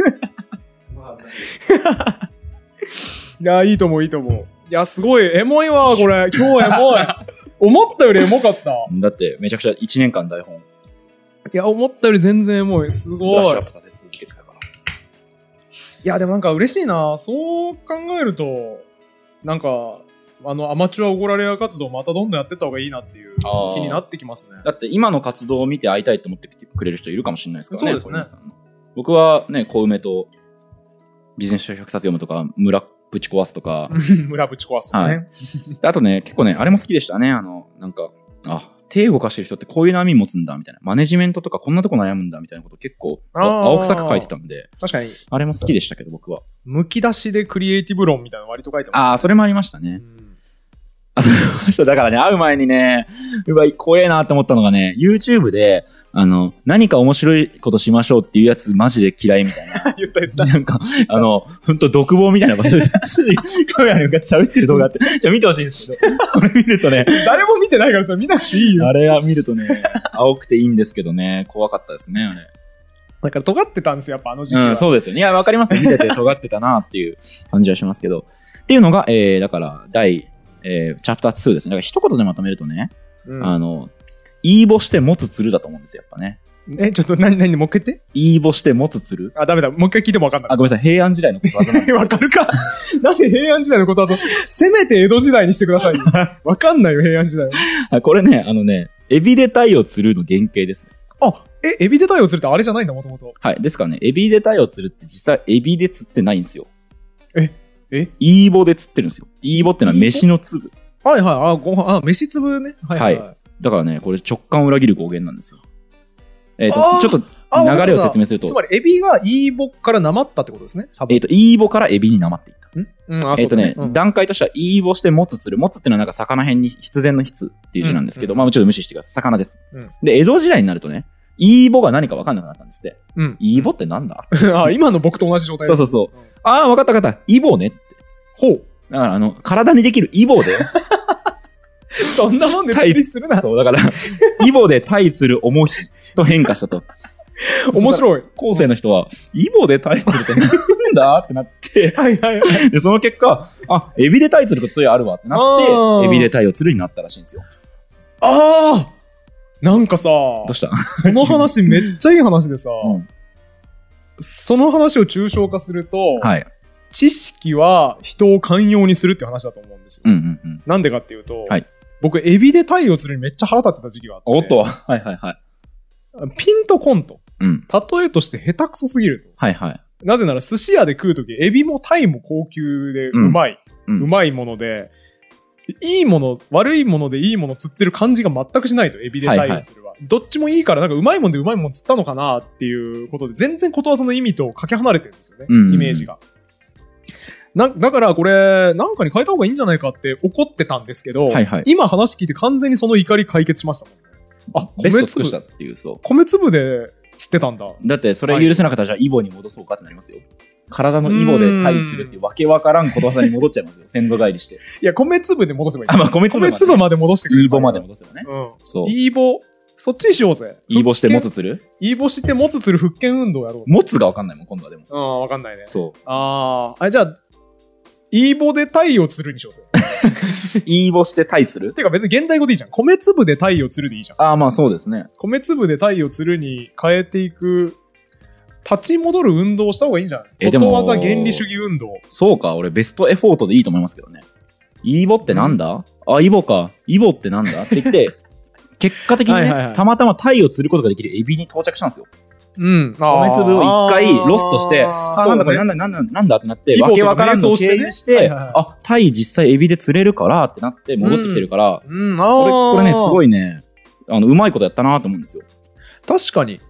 いや、いいと思う。いや、すごい、エモいわ、これ。今日エモい。思ったよりエモかった。 だって、めちゃくちゃ1年間台本。 いや、思ったより全然エモい。すごい。ブラッシュアップさせ続けてたから。いや、でもなんか嬉しいな。そう考えると、なんか、アマチュアオゴラレア活動またどんどんやってった方がいいなっていう気になってきますね。 だって今の活動を見て会いたいと思ってくれる人いるかもしれないですからね。 そうですね。 僕はね、小梅とビジネス書100冊読むとか、村ぶち壊すとか。 村ぶち壊すとかね。 あとね、結構ね、あれも好きでしたね。なんか、手動かしてる人ってこういう悩み持つんだみたいな。マネジメントとかこんなとこ悩むんだみたいなこと結構青臭く書いてたんで。 確かに。 あれも好きでしたけど、僕は。 むき出しでクリエイティブ論みたいなの割と書いてます。 それもありましたね。それもありました。だからね、会う前にね、怖えなって思ったのがね、YouTube で、何か面白いことしましょうっていうやつマジで嫌いみたいな。 言った。 なんか、ほんと独房みたいな場所で、カメラに向かって喋ってる動画あって、見てほしいんですけど、それ見るとね。 誰も見てないからさ、見なくていいよ。 あれは見るとね、青くていいんですけどね、怖かったですね、あれ。 だから尖ってたんですよ、やっぱ時期は。 そうですよね。いや、わかりますよ。見てて尖ってたなっていう感じはしますけど。っていうのが、だから、チャプター2ですね。だから一言でまとめるとね、言い干して持つ鶴だと思うんですよ、やっぱね。 ちょっと何もう一回言って。 言い干して持つ鶴。 ダメだ。もう一回聞いてもわかんない。 ごめんなさい。平安時代のことわざなんですわかるか。なんで平安時代のことわざせめて江戸時代にしてくださいよ。わかんないよ、平安時代。 これね、エビで鯛を釣るの原型ですね。 エビで鯛を釣るってあれじゃないんだ、もともと。 はい。ですからね、エビで鯛を釣るって実際エビで釣ってないんですよ。 イーボで釣ってるんですよ。イーボってのは飯の粒。 はいはい。飯粒ね。はい。 だからね、これ直感を裏切る語源なんですよ。ちょっと流れを説明すると。 つまり、エビがイーボからなまったってことですね。 イーボからエビになまっていった。 ん段階としては、イーボして持つ釣る。持つっていうのはなんか魚辺に必然の筆っていう字なんですけど、ちょっと無視してください。魚です。で、江戸時代になるとね、イーボが何か分かんなくなったんですって。イーボってなんだ今の僕と同じ状態。 そう。分かった。イボねって。 ほう。 だから体にできるイボで。 そんなもんで釣りするな。 そう、だから、イボで鯛釣る重ひと変化したと。 面白い。 後世の人は、イボで鯛釣るってなんだってなって、で、その結果、エビで鯛釣ることそういうあるわってなって、エビで鯛を釣るになったらしいんですよ。 なんかさ、 どうしたその話めっちゃいい話でさ、その話を抽象化すると、知識は人を寛容にするって話だと思うんですよ。なんでかっていうと、僕、エビで鯛を釣るにめっちゃ腹立ってた時期があって。 おっと。 ピンとコンと。例えとして下手くそすぎると。なぜなら寿司屋で食うとき、エビも鯛も高級でうまい。うまいもので、いいもの、悪いものでいいもの釣ってる感じが全くしないと、エビで鯛を釣るは。どっちもいいから、なんかうまいもんでうまいもん釣ったのかなっていうことで、全然ことわざの意味とかけ離れてるんですよね。イメージが。だからこれ、なんかに変えた方がいいんじゃないかって怒ってたんですけど、今話聞いて完全にその怒り解決しましたもんね。 米粒したっていう、そう。 米粒で釣ってたんだ。 だってそれ許せなかったら、じゃあイボに戻そうかってなりますよ。体のイボで鯛釣るっていうわけわからんことわざに戻っちゃいますよ。先祖返りして。 いや、米粒で戻せばいい。 米粒まで戻してくれる。 イボまで戻せばね。 そう。イボそっちにしようぜ。 イーボして持つつる？ イーボして持つつる復権運動やろうぜ。 持つがわかんないもん、今度はでも。 わかんないね。 そう。 じゃあ、イーボでタイを釣るにしようぜ。 イーボしてタイ釣る？ てか別に現代語でいいじゃん。米粒でタイを釣るでいいじゃん。 まあそうですね。 米粒でタイを釣るに変えていく、立ち戻る運動をした方がいいんじゃない？ことわざ原理主義運動。 そうか、俺ベストエフォートでいいと思いますけどね。イーボってなんだ？イボか。イボってなんだって言って、結果的にね、たまたまタイを釣ることができるエビに到着したんですよ。 うん。 米粒を一回ロストして、なんだこれなんだってなって、わけわからんの経由して、タイ実際エビで釣れるからってなって戻ってきてるから、これね、すごいね、うまいことやったなと思うんですよ。 確かに。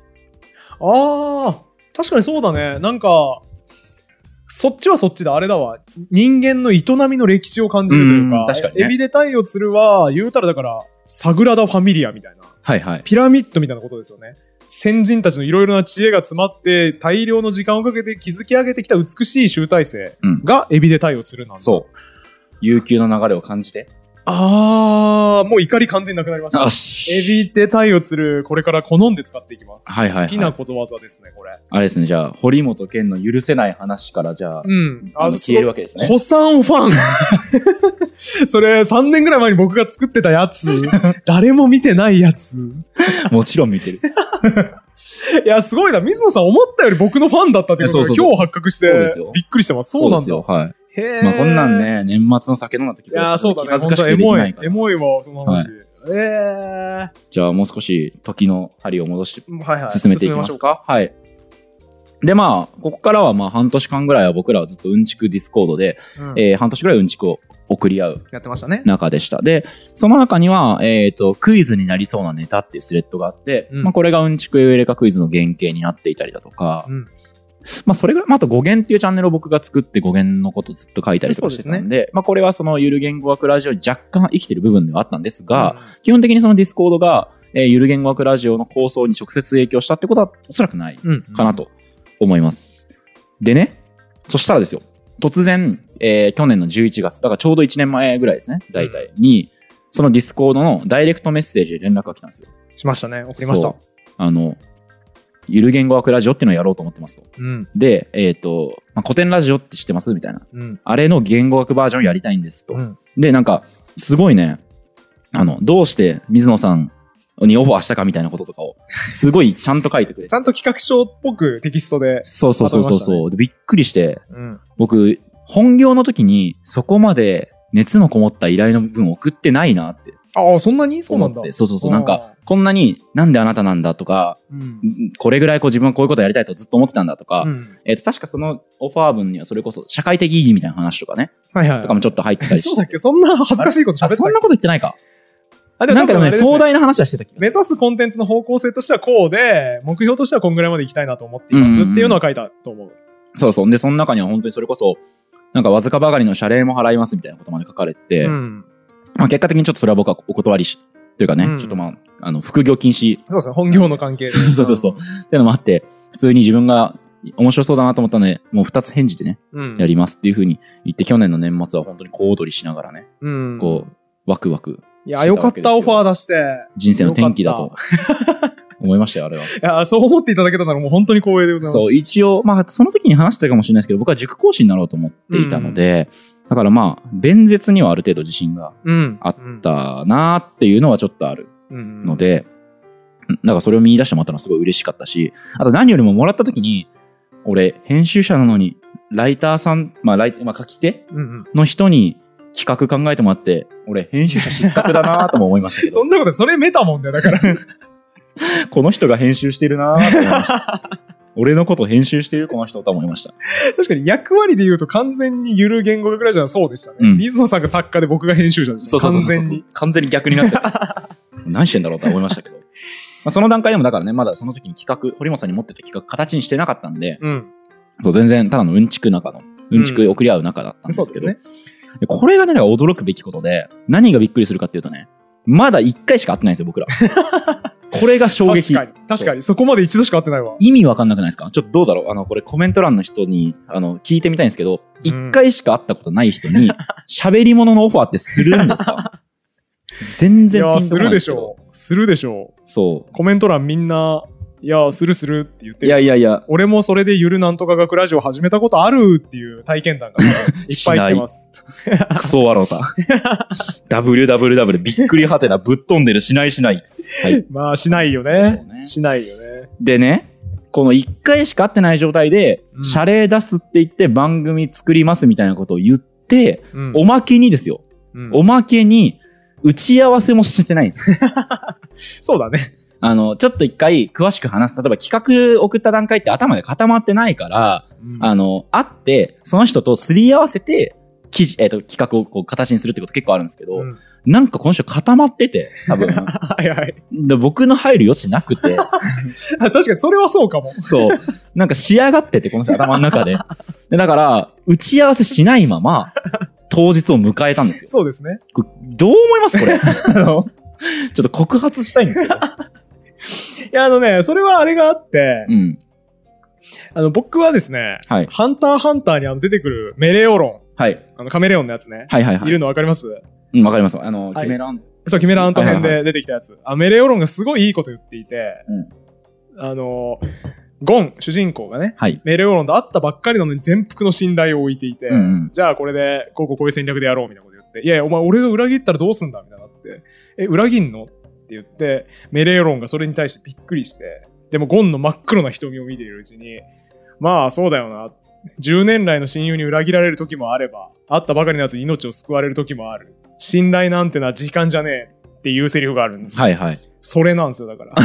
確かにそうだね。なんか、そっちはそっちであれだわ。人間の営みの歴史を感じるというか、 確かにね、 エビでタイを釣るは、言うたらだから、サグラダ・ファミリアみたいな。 はいはい。 ピラミッドみたいなことですよね。先人たちのいろいろな知恵が詰まって、大量の時間をかけて築き上げてきた美しい集大成がエビでタイを釣るなんだ。 そう。悠久の流れを感じて。 もう怒り完全になくなりました。エビでタイを釣る、これから好んで使っていきます。 はいはいはい。 好きなことわざですね、これ。 あれですね、じゃあ、堀本健の許せない話から、じゃあ、消えるわけですね。 古参ファン。それ、3年ぐらい前に僕が作ってたやつ。誰も見てないやつ。 もちろん見てる。 いや、すごいな。水野さん思ったより僕のファンだったってことが今日発覚して、びっくりしてます。そうなんだ。 はい。まあこんなんね、年末の酒飲んだ時いや、そうだね。恥ずかしくてできないから。エモいわ、その話。 じゃあもう少し時の針を戻して進めていきますか。はい。でまあ、ここからはまあ半年間ぐらいは僕らはずっとうんちくディスコードで、半年ぐらいうんちくを送り合う中でした。で、その中には、クイズになりそうなネタっていうスレッドがあって、まあこれがうんちくエウレカクイズの原型になっていたりだとか、まあそれぐらい、あと語源っていうチャンネルを僕が作って語源のことずっと書いたりとかしてたんで、まあこれはそのゆる言語学ラジオに若干生きてる部分ではあったんですが、基本的にそのディスコードが、ゆる言語学ラジオの構想に直接影響したってことはおそらくないかなと思います。でね、そしたらですよ、突然、去年の11月、だからちょうど1年前ぐらいですね、大体に、そのディスコードのダイレクトメッセージで連絡が来たんですよ。 しましたね、送りました。 ゆる言語学ラジオっていうのをやろうと思ってますと。で、まあ、古典ラジオって知ってますみたいな、あれの言語学バージョンをやりたいんですと。で、なんか、すごいね、どうして水野さんにオファーしたかみたいなこととかを、すごいちゃんと書いてくれて。 ちゃんと企画書っぽくテキストで、 そう。でびっくりして、僕、本業の時にそこまで熱のこもった依頼の文を送ってないなって。 そんなにそうなんだ。 そう。なんか、こんなになんであなたなんだとか、これぐらいこう自分はこういうことやりたいとずっと思ってたんだとか、確かそのオファー文にはそれこそ社会的意義みたいな話とかね。とかもちょっと入ってたりして。 そうだっけ？そんな恥ずかしいこと喋ってた？ そんなこと言ってないか。なんかね、壮大な話はしてたっけ？ 目指すコンテンツの方向性としてはこうで、目標としてはこんぐらいまで行きたいなと思っていますっていうのは書いたと思う。 そう。で、その中には本当にそれこそ、なんかわずかばかりの謝礼も払いますみたいなことまで書かれて、まあ結果的にちょっとそれは僕はお断りというかね、ちょっとまあ、副業禁止。 そうですね、本業の関係で。 そう。っていうのもあって、普通に自分が面白そうだなと思ったので、もう2つ返事でね、やりますっていう風に言って、去年の年末は本当に小躍りしながらね、こう、ワクワク。 いや、よかった、オファー出して。 人生の転機だと思いましたよ、あれは。いや、そう思っていただけたならもう本当に光栄でございます。 そう、一応、まあ、その時に話したかもしれないですけど、僕は塾講師になろうと思っていたので、だからまあ、弁舌にはある程度自信があったなーっていうのはちょっとあるので、だからそれを見出してもらったのはすごい嬉しかったし、あと何よりももらった時に、俺、編集者なのに、ライターさん、まあ書き手の人に企画考えてもらって、俺、編集者失格だなーとも思いましたけど。 そんなこと、それメタもんだよ、だから。 この人が編集してるなーと思いました。俺のこと編集してるこの人と思いました。 確かに役割で言うと完全にゆる言語学ラジオはそうでしたね。水野さんが作家で僕が編集者です。 そう。完全に逆になってる。何してんだろうと思いましたけど。まあその段階でもだからね、まだその時に企画、堀本さんに持ってた企画形にしてなかったんで、そう全然ただのうんちく送り合う仲だったんですけど、これがね、驚くべきことで、何がびっくりするかっていうとね、まだ1回しか会ってないんですよ、僕ら。これが衝撃。 確かに。そこまで一度しか会ってないわ。 意味わかんなくないですか？ちょっとどうだろう？これコメント欄の人に、聞いてみたいんですけど、1回しか会ったことない人に、喋り物のオファーってするんですか？ 全然ピンとこない。 いや、するでしょう。するでしょう。 そう。 コメント欄みんな、いや、するって言ってる。 いや。俺もそれでゆるなんとか学ラジオ始めたことあるっていう体験談がいっぱい来てます。 クソワロタ。www びっくりはてなぶっ飛んでるしない。はい。 まあ、しないよね。しないよね。 でね、この1回しか会ってない状態で、謝礼出すって言って番組作りますみたいなことを言って、おまけにですよ。おまけに、打ち合わせもしてないんですよ。 そうだね。 ちょっと一回詳しく話す。例えば企画送った段階って頭で固まってないから、会って、その人とすり合わせて、企画をこう形にするってこと結構あるんですけど、なんかこの人固まってて、多分。 はいはい。 で僕の入る余地なくて。 確かにそれはそうかも。 そう。なんか仕上がってて、この人頭の中で。でだから、打ち合わせしないまま、当日を迎えたんですよ。 そうですね。 どう思いますこれ。ちょっと告発したいんですけど。 いや、それはあれがあって、僕はですね、 はい、 ハンターハンターに出てくるメレオロン。 はい。 カメレオンのやつね。 はい。 いるの分かります？ わかります。キメラン。 そう、キメラント編で出てきたやつ。メレオロンがすごいいいこと言っていて、ゴン、主人公がね、メレオロンと会ったばっかりなのに全幅の信頼を置いていて、じゃあこれで、こういう戦略でやろうみたいなこと言って、いやいや、お前俺が裏切ったらどうすんだみたいになって、裏切んのって言って、メレオロンがそれに対してびっくりして、でもゴンの真っ黒な瞳を見ているうちに、まあそうだよな。10年来の親友に裏切られる時もあれば、会ったばかりのやつに命を救われる時もある。信頼なんてのは時間じゃねえっていうセリフがあるんですよ。 はいはい。 それなんですよ、だから。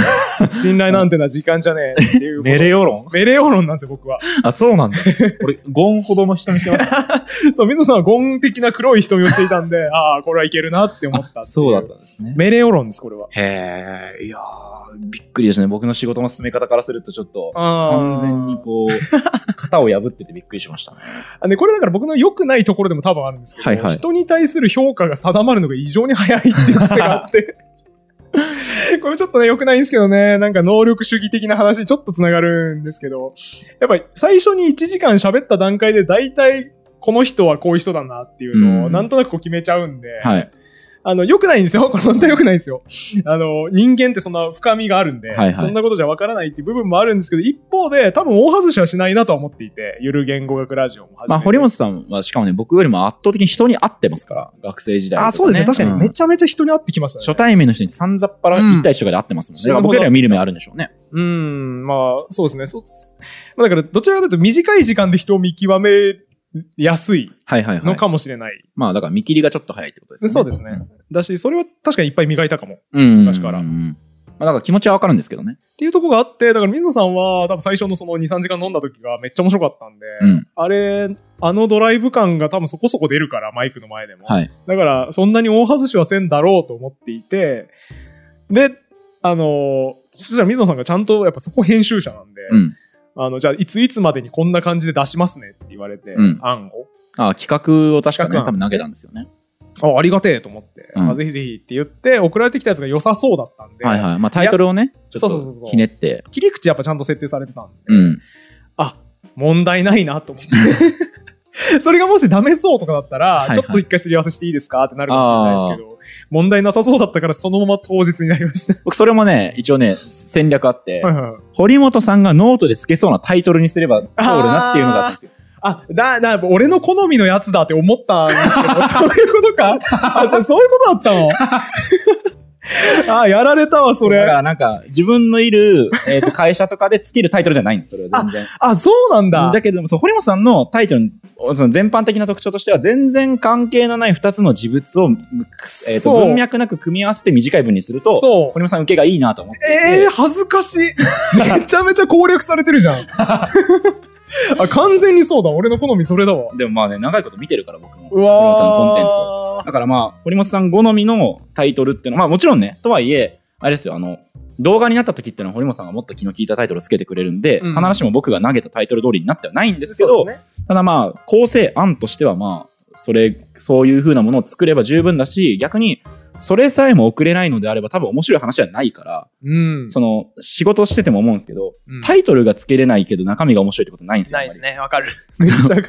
信頼なんてのは時間じゃねえっていう。 メレオロンなんですよ、僕は。 あ、そうなんだ。俺、ゴンほどの瞳してました。 そう、水野さんはゴン的な黒い瞳をしていたんで、ああ、これはいけるなって思ったそうだったんですね。 メレオロンです、これは。 へえ、いやー、びっくりですね。僕の仕事の進め方からするとちょっと、完全にこう、型を破っててびっくりしましたね。 これだから僕の良くないところでも多分あるんですけど、人に対する評価が定まるのが異常に早いっていう癖があって。これちょっとね、良くないんですけどね、なんか能力主義的な話にちょっとつながるんですけど、やっぱり最初に1時間喋った段階で大体この人はこういう人だなっていうのをなんとなくこう決めちゃうんで、良くないんですよ。これ本当に良くないんですよ。人間ってそんな深みがあるんで、そんなことじゃわからないっていう部分もあるんですけど、一方で多分大外しはしないなとは思っていて、ゆる言語学ラジオも始めて。 まあ、堀本さんはしかもね、僕よりも圧倒的に人に会ってますから、学生時代、ね。 あ、そうですね。確かにめちゃめちゃ人に会ってきましたね。 初対面の人にさんざっぱら1対1とかで会ってますもんね。だから僕よりは見る目あるんでしょうね。 まあ、そうですね。だから、どちらかというと短い時間で人を見極め安いのかもしれない。 まあだから見切りがちょっと早いってことですね。 そうですね。だし、それは確かにいっぱい磨いたかも。昔から。 まあだから気持ちはわかるんですけどね。 っていうところがあって、だから水野さんは多分最初のその2、3時間飲んだ時がめっちゃ面白かったんで、ドライブ感が多分そこそこ出るから、マイクの前でも。だからそんなに大外しはせんだろうと思っていて、で、そしたら水野さんがちゃんとやっぱそこ編集者なんで、じゃあいつまでにこんな感じで出しますねって言われて、案を。 企画を確かね、多分投げたんですよね。 ありがてえと思って、ぜひぜひって言って送られてきたやつが良さそうだったんで。 まあタイトルをね、ちょっとひねって。 切り口やっぱちゃんと設定されてたんで、問題ないなと思って。それがもしダメそうとかだったら、ちょっと一回すり合わせしていいですかってなるかもしれないですけど、問題なさそうだったからそのまま当日になりました。 僕それもね、一応ね、戦略あって、堀本さんがノートで付けそうなタイトルにすれば通るなっていうのがあったんですよ。 俺の好みのやつだって思ったんですけど、そういうことか。そういうことだったの。やられたわ、それ。 だからなんか、自分のいる、会社とかでつけるタイトルじゃないんです、それは全然。 そうなんだ。 だけども、堀本さんのタイトル、その全般的な特徴としては、全然関係のない2つの事物を、文脈なく組み合わせて短い文にすると、堀本さん受けがいいなと思って。 恥ずかしい。めちゃめちゃ攻略されてるじゃん。完全にそうだ。俺の好みそれだわ。 でもまあね、長いこと見てるから僕も。堀本さんのコンテンツを。だからまあ、堀本さん好みのタイトルっていうのは、まあもちろんね、とはいえ、あれですよ、動画になった時っていうのは堀本さんがもっと気の利いたタイトルをつけてくれるんで、必ずしも僕が投げたタイトル通りになってはないんですけど、ただまあ、構成案としてはまあ、そういう風なものを作れば十分だし、逆に、それさえも送れないのであれば多分面白い話じゃないから、仕事してても思うんですけど、タイトルがつけれないけど中身が面白いってことないんですよ。 ないですね。わかる。めっちゃわかる。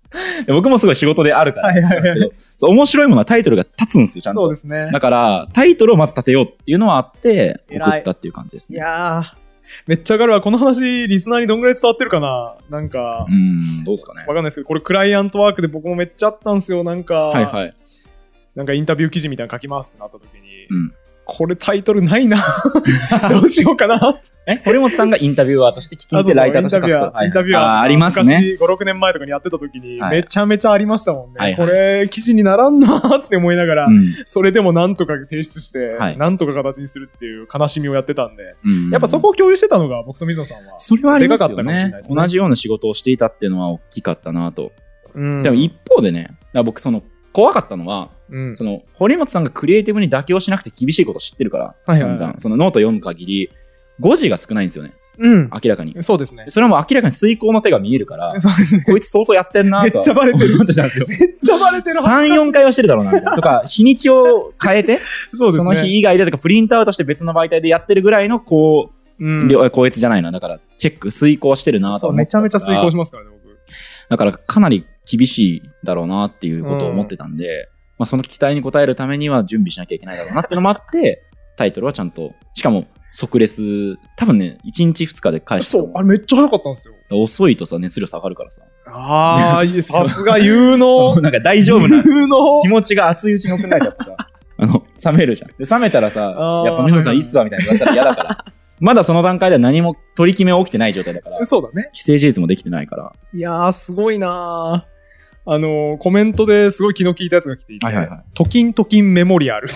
僕もすごい仕事であるからなんですけど、そう面白いものはタイトルが立つんですよ、ちゃんと。 そうですね。 だから、タイトルをまず立てようっていうのはあって、送ったっていう感じですね。 いやー、めっちゃ上がるわ。この話、リスナーにどんぐらい伝わってるかな。なんか、 どうですかね。 わかんないですけど、これクライアントワークで僕もめっちゃあったんですよ。なんか、なんかインタビュー記事みたいなの書きますってなった時に、これタイトルないな。どうしようかな。 堀本さんがインタビュアーとして聞きに来てライターとして書くと。 インタビュアー。 ありますね。 昔5、6年前とかにやってた時に、めちゃめちゃありましたもんね。これ、記事にならんなって思いながら、それでもなんとか提出して、なんとか形にするっていう悲しみをやってたんで、やっぱそこを共有してたのが僕と水野さんは、 それはありますよね。 でかかったかもしれないですね。 同じような仕事をしていたっていうのは大きかったなと。でも一方でね、僕怖かったのは、堀本さんがクリエイティブに妥協しなくて厳しいことを知ってるから、散々。そのノート読む限り、誤字が少ないんですよね。明らかに。 そうですね。 それはもう明らかに遂行の手が見えるから、こいつ相当やってんなと。 めっちゃバレてる。 思ってたんですよ。 めっちゃバレてる。 3、4回はしてるだろうな、みたいな。とか、日にちを変えて、その日以外でとか、プリントアウトして別の媒体でやってるぐらいの、こいつじゃないな。だから、チェック、遂行してるなと。 そう、めちゃめちゃ遂行しますからね、僕。 だから、かなり厳しいだろうなっていうことを思ってたんで、その期待に応えるためには準備しなきゃいけないだろうなっていうのもあって、タイトルはちゃんと、しかも、即レス、多分ね、1日2日で返した。 そう、あれめっちゃ早かったんですよ。 遅いとさ、熱量下がるからさ。 ああ、さすが有能。 なんか大丈夫な。気持ちが熱いうちに送んないとやっぱさ、冷めるじゃん。で、冷めたらさ、やっぱ水野さんいいっすわみたいな言われたら嫌だから。まだその段階では何も取り決め起きてない状態だから。 そうだね。 既成事実もできてないから。 いやー、すごいなー。コメントですごい気の利いたやつが来ていて、トキンメモリアル。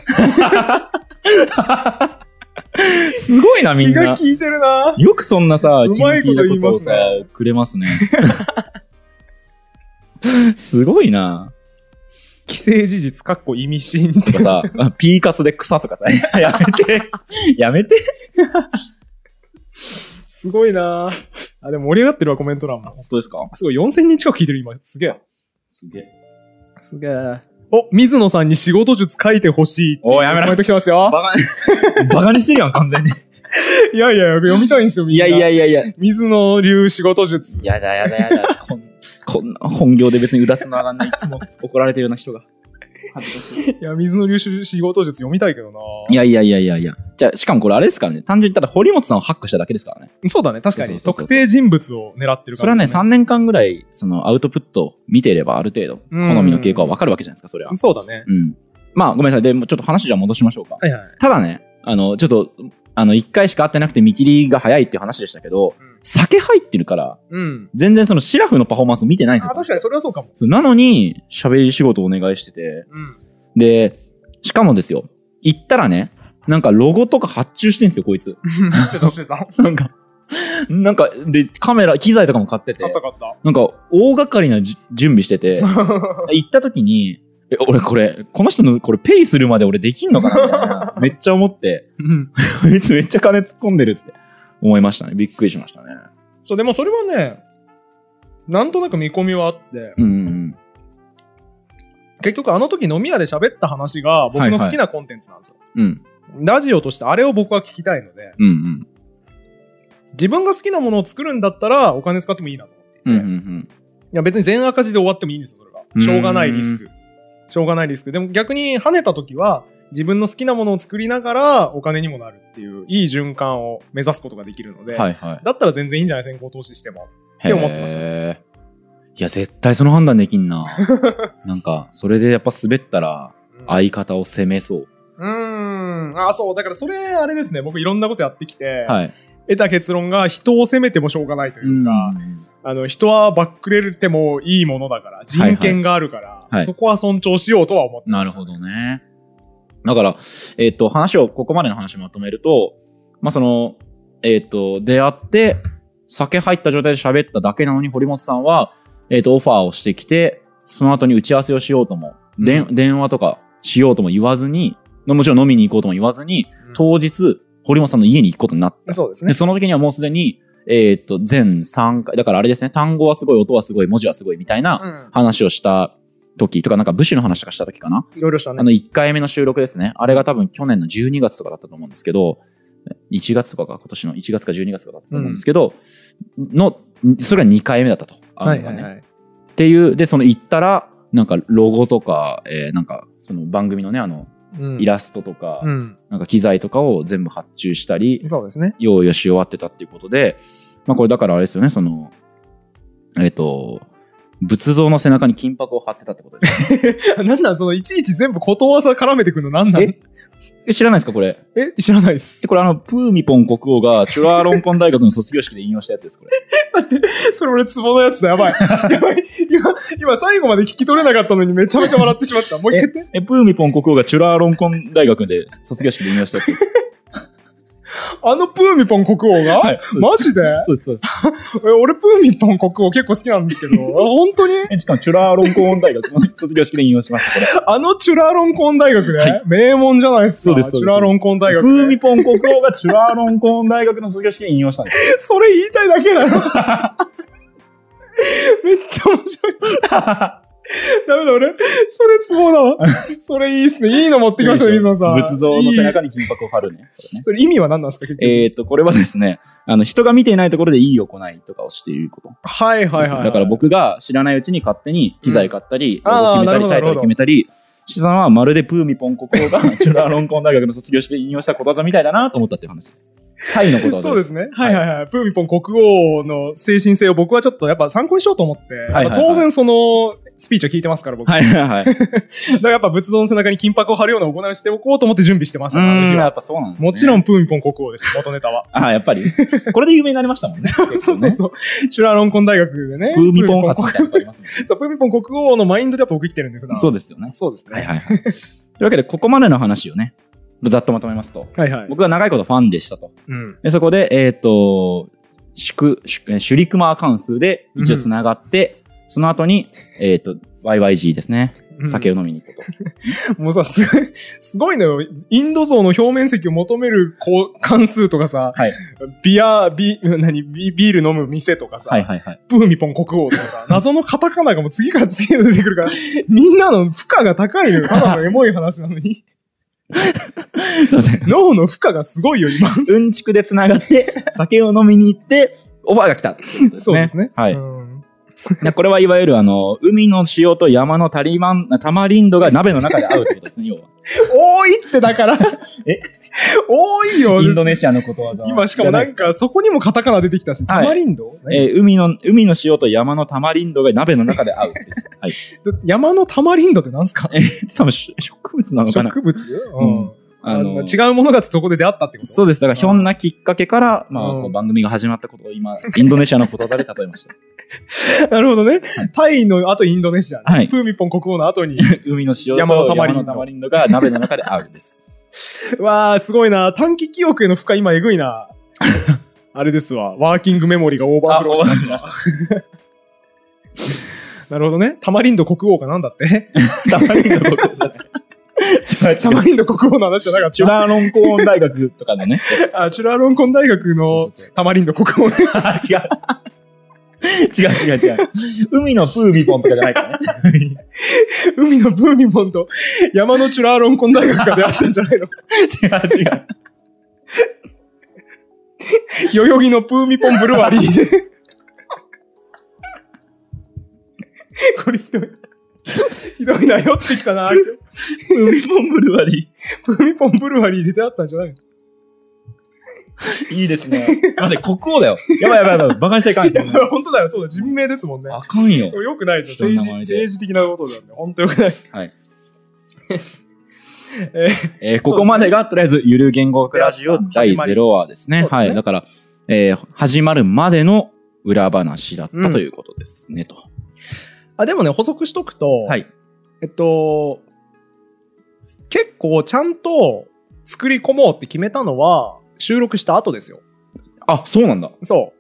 すごいな、みんな。 気が利いてるな。 よくそんなさ、気の利いたことをさ、くれますね。すごいな。 既成事実、意味深とかさ、ピーカツで草とかさ、やめて。やめて。 すごいな。でも盛り上がってるわ、コメント欄も。 本当ですか？ すごい、4000人近く聞いてる、今。すげえ。 すげえ。 水野さんに仕事術書いてほしい。 やめろ。 コメント来てますよ。 バカにしてるやん、完全に。 いや、読みたいんですよ、みんな。 いや。 水野流仕事術。 やだ。こんな本業で別にうだつの上がんない、いつも怒られてるような人が。 いや、水野流仕事術読みたいけどな。 いや。じゃあ、しかもこれあれですからね。単純にただ堀本さんをハックしただけですからね。 そうだね、確かに。特定人物を狙ってるから、ね。 それはね、3年間ぐらい、アウトプット見ていればある程度、好みの傾向はわかるわけじゃないですか、それは。 そうだね。 まあ、ごめんなさい。でもちょっと話じゃ戻しましょうか。ただね、ちょっと、1回しか会ってなくて見切りが早いっていう話でしたけど、酒入ってるから、全然シラフのパフォーマンス見てないんですよ。 確かにそれはそうかも。 なのに、喋り仕事をお願いしてて、で、しかもですよ、行ったらね、なんかロゴとか発注してんすよ、こいつ。なんか、で、カメラ、機材とかも買ってて、なんか、大掛かりな準備してて、行った時に、俺この人のこれペイするまで俺できんのかなみたいな、めっちゃ思って、こいつめっちゃ金突っ込んでるって思いましたね。びっくりしましたね。 そう、でもそれはね、なんとなく見込みはあって、結局あの時飲み屋で喋った話が僕の好きなコンテンツなんですよ。ラジオとしてあれを僕は聞きたいので、自分が好きなものを作るんだったらお金使ってもいいなと思っていて、いや別に全赤字で終わってもいいんですよ、それが。しょうがないリスク。でも逆に跳ねた時は自分の好きなものを作りながらお金にもなるっていういい循環を目指すことができるので、だったら全然いいんじゃない、先行投資してもって思ってました。いや、絶対その判断できんな。なんか、それでやっぱ滑ったら相方を責めそう。 そう。だからそれ、あれですね。僕いろんなことやってきて、得た結論が人を責めてもしょうがないというか、人はバックれてもいいものだから、人権があるから、そこは尊重しようとは思ってました。 なるほどね。だから、ここまでの話をまとめると、出会って、酒入った状態で喋っただけなのに、堀本さんは、オファーをしてきて、その後に打ち合わせをしようとも、電話とかしようとも言わずに、もちろん飲みに行こうとも言わずに、当日、堀本さんの家に行くことになった。 そうですね。 で、その時にはもうすでに、全3回、だからあれですね、単語はすごい、音はすごい、文字はすごいみたいな話をした時とか、なんか武士の話とかした時かな。 いろいろしたね。 1回目の収録ですね。あれが多分去年の12月とかだったと思うんですけど、1月とかか、今年の1月か12月とかだったと思うんですけど、それが2回目だったと。 っていう、で、その行ったら、なんかロゴとか、なんかその番組のね、イラストとか、なんか機材とかを全部発注したり、 そうですね。 用意し終わってたっていうことで、まあこれだからあれですよね、その、仏像の背中に金箔を貼ってたってことですね。 なんなんそのいちいち全部ことわざ絡めてくるのなんなん？ 知らないですかこれ。 知らないです。 これプーミポン国王がチュラーロンコン大学の卒業式で引用したやつです、これ。 待って、それ俺ツボのやつだ、やばい。やばい。今最後まで聞き取れなかったのにめちゃめちゃ笑ってしまった。もう一回言って。 プーミポン国王がチュラーロンコン大学で卒業式で引用したやつです。 プーミポン国王が、はい、マジで？ そうです、そうです。 俺プーミポン国王結構好きなんですけど、本当に？ しかもチュラーロンコーン大学の卒業式で引用しました、これ。チュラーロンコーン大学で、はい、名門じゃないですか。 そうです。 チュラーロンコーン大学。 プーミポン国王がチュラーロンコーン大学の卒業式で引用したんです。 それ言いたいだけだよ。めっちゃ面白い。ダメだ、俺。それツボだわ。それいいっすね。いいの持ってきましたね、水野さん。 仏像の背中に金箔を貼るね。 それ意味は何なんですか、結局。これはですね、人が見ていないところでいい行いとかをしていること。 はいはいはい。 だから僕が知らないうちに勝手に機材買ったり、ロゴ決めたり、タイトル決めたり、してたのはまるでプーミポン国王がチュラーロンコン大学の卒業して引用したことわざみたいだなと思ったっていう話です。タイのことわざです。 そうですね。はいはいはい。プーミポン国王の精神性を僕はちょっとやっぱ参考にしようと思って、当然そのスピーチを聞いてますから僕。 はいはいはい。だからやっぱ仏像の背中に金箔を貼るような行いをしておこうと思って準備してましたね。 やっぱそうなんですね。 もちろんプーミポン国王です、元ネタは。 やっぱり。これで有名になりましたもんね。 そうそうそう。チュラーロンコン大学でね。 プーミポン発みたいなのがありますもんね。 そう、プーミポン国王のマインドでやっぱ僕生きてるんで、普段。 そうですよね。 そうですね。 はいはいはい。というわけで、ここまでの話をね、ざっとまとめますと。 はいはい。 僕は長いことファンでしたと。でそこで、シュリクマー関数で一応繋がって、その後に、YYG ですね。酒を飲みに行くと。 もうさ、すごいのよ。インド像の表面積を求める関数とかさ、 はい、 ビール飲む店とかさ、 はいはいはい、 プーミポン国王とかさ、謎のカタカナがもう次から次へと出てくるから、みんなの負荷が高いのよ。ただのエモい話なのに。 すいません。 脳の負荷がすごいよ、今。 うんちくで繋がって、酒を飲みに行って、オファーが来た、ね。 そうですね。 はい。これはいわゆる海の塩と山のタマリンドが鍋の中で合うってことですね、要は。 多いってだから。多いよ。 インドネシアのことわざ。 今しかもなんかそこにもカタカナ出てきたし、タマリンド、 海の塩と山のタマリンドが鍋の中で合うんです。はい。 山のタマリンドって何すか？ 多分植物なのかな。 植物？違うものがそこで出会ったってこと？ そうです。だからひょんなきっかけから、番組が始まったことを今、インドネシアのことわざで例えました。 なるほどね。タイの後インドネシア。プーミポン国王の後に。 海の塩と山のタマリンドが鍋の中で合うんです。 わー、すごいな。短期記憶への負荷今えぐいな。あれですわ。ワーキングメモリーがオーバーフローしました。なるほどね。タマリンド国王かなんだってタマリンド国王じゃない。 タマリンド国王の話じゃなかった。 チュラーロンコーン大学とかのね。 チュラーロンコーン大学のタマリンド国王ね。 違う。海のプーミポンとかじゃないからね。 海のプーミポンと山のチュラーロンコン大学が出会ったんじゃないの？ 違う。 代々木のプーミポンブルワリーで。これひどい。ひどいな、酔ってきたな。 プーミポンブルワリー。プーミポンブルワリーで出会ったんじゃないの？ いいですね。待って、国王だよ。やばい。バカにしちゃいかんですよ、ね。 本当だよ。そうだ。人名ですもんね。 あかんよ。 よくないですよ。政治的なことなんで。本当よくない。 はい。ここまでが、とりあえず、ゆる言語学ラジオ第0話ですね。はい。だから、始まるまでの裏話だったということですね、と。 でもね、補足しとくと、 はい。 結構ちゃんと作り込もうって決めたのは、収録した後ですよ。 あ、そうなんだ。 そう。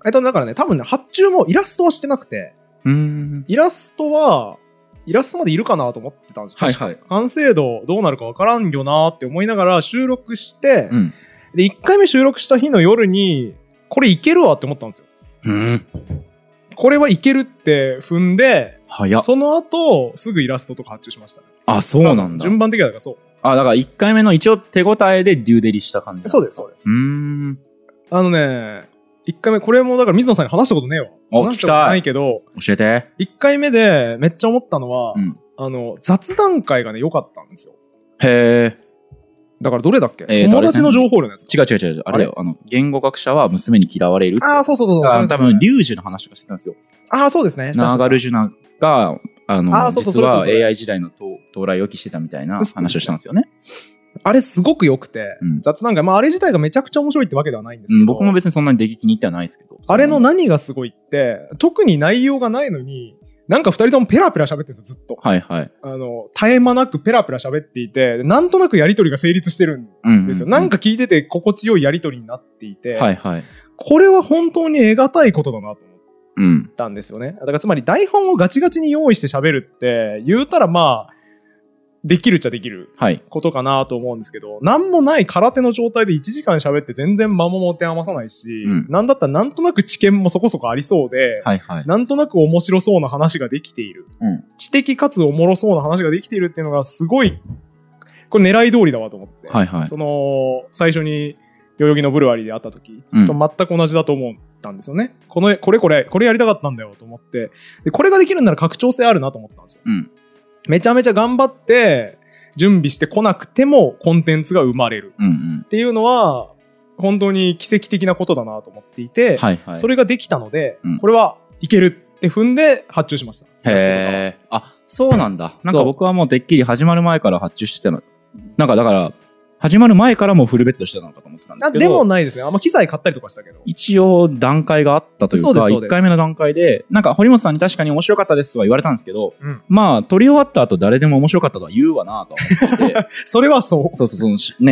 だからね、多分ね、発注もイラストはしてなくて、イラストまでいるかなと思ってたんですよ。 はいはい。 完成度どうなるかわからんよなって思いながら収録して、で、1回目収録した日の夜に、これいけるわって思ったんですよ。これはいけるって踏んで、その後、すぐイラストとか発注しましたね。 あ、そうなんだ。 順番的だからそう。 だから1回目の一応手応えでデューデリした感じ。 そうです。 1回目、これもだから水野さんに話したことねえわ。 聞きたい。 ないけど、 教えて。 1回目でめっちゃ思ったのは、雑談会がね、良かったんですよ。 へー。 だからどれだっけ、友達の情報量のやつ。 違う。あれだよ。言語学者は娘に嫌われる。 そう。 多分、リュウジュの話とかしてたんですよ。 そうですね。 ナーガルジュナが、実は AI 時代の到来を期してたみたいな話をしたんですよね。 あれすごく良くて、雑談会、あれ自体がめちゃくちゃ面白いってわけではないんですけど、 僕も別にそんなに出来に行ってはないですけど。 あれの何がすごいって、特に内容がないのに、なんか二人ともペラペラ喋ってるんですよ、ずっと。 はいはい。 絶え間なくペラペラ喋っていて、なんとなくやりとりが成立してるんですよ。なんか聞いてて心地よいやりとりになっていて、 はいはい。 これは本当に得難いことだなと思ったんですよね。だからつまり台本をガチガチに用意して喋るって、言うたらできるっちゃできることかなと思うんですけど、なんもない空手の状態で1時間喋って全然間も持て余さないし、なんだったらなんとなく知見もそこそこありそうで、なんとなく面白そうな話ができている。知的かつおもろそうな話ができているっていうのがすごい、これ狙い通りだわと思って。最初に代々木のブルワリーで会った時と全く同じだと思ったんですよね。これやりたかったんだよと思って。で、これができるんなら拡張性あるなと思ったんですよ。めちゃめちゃ頑張って準備してこなくてもコンテンツが生まれるっていうのは本当に奇跡的なことだなと思っていて、それができたので、これはいけるって踏んで発注しました。 へー。そうなんだ。なんか僕はもうてっきり始まる前から発注してたの。なんかだから始まる前からもうフルベッドしてたのかと思ってたんですけど。 でもないですね。機材買ったりとかしたけど。 一応段階があったというか、1回目の段階で、なんか堀本さんに確かに面白かったですとは言われたんですけど、撮り終わった後誰でも面白かったとは言うわなと思ってて。 それはそう。 そう、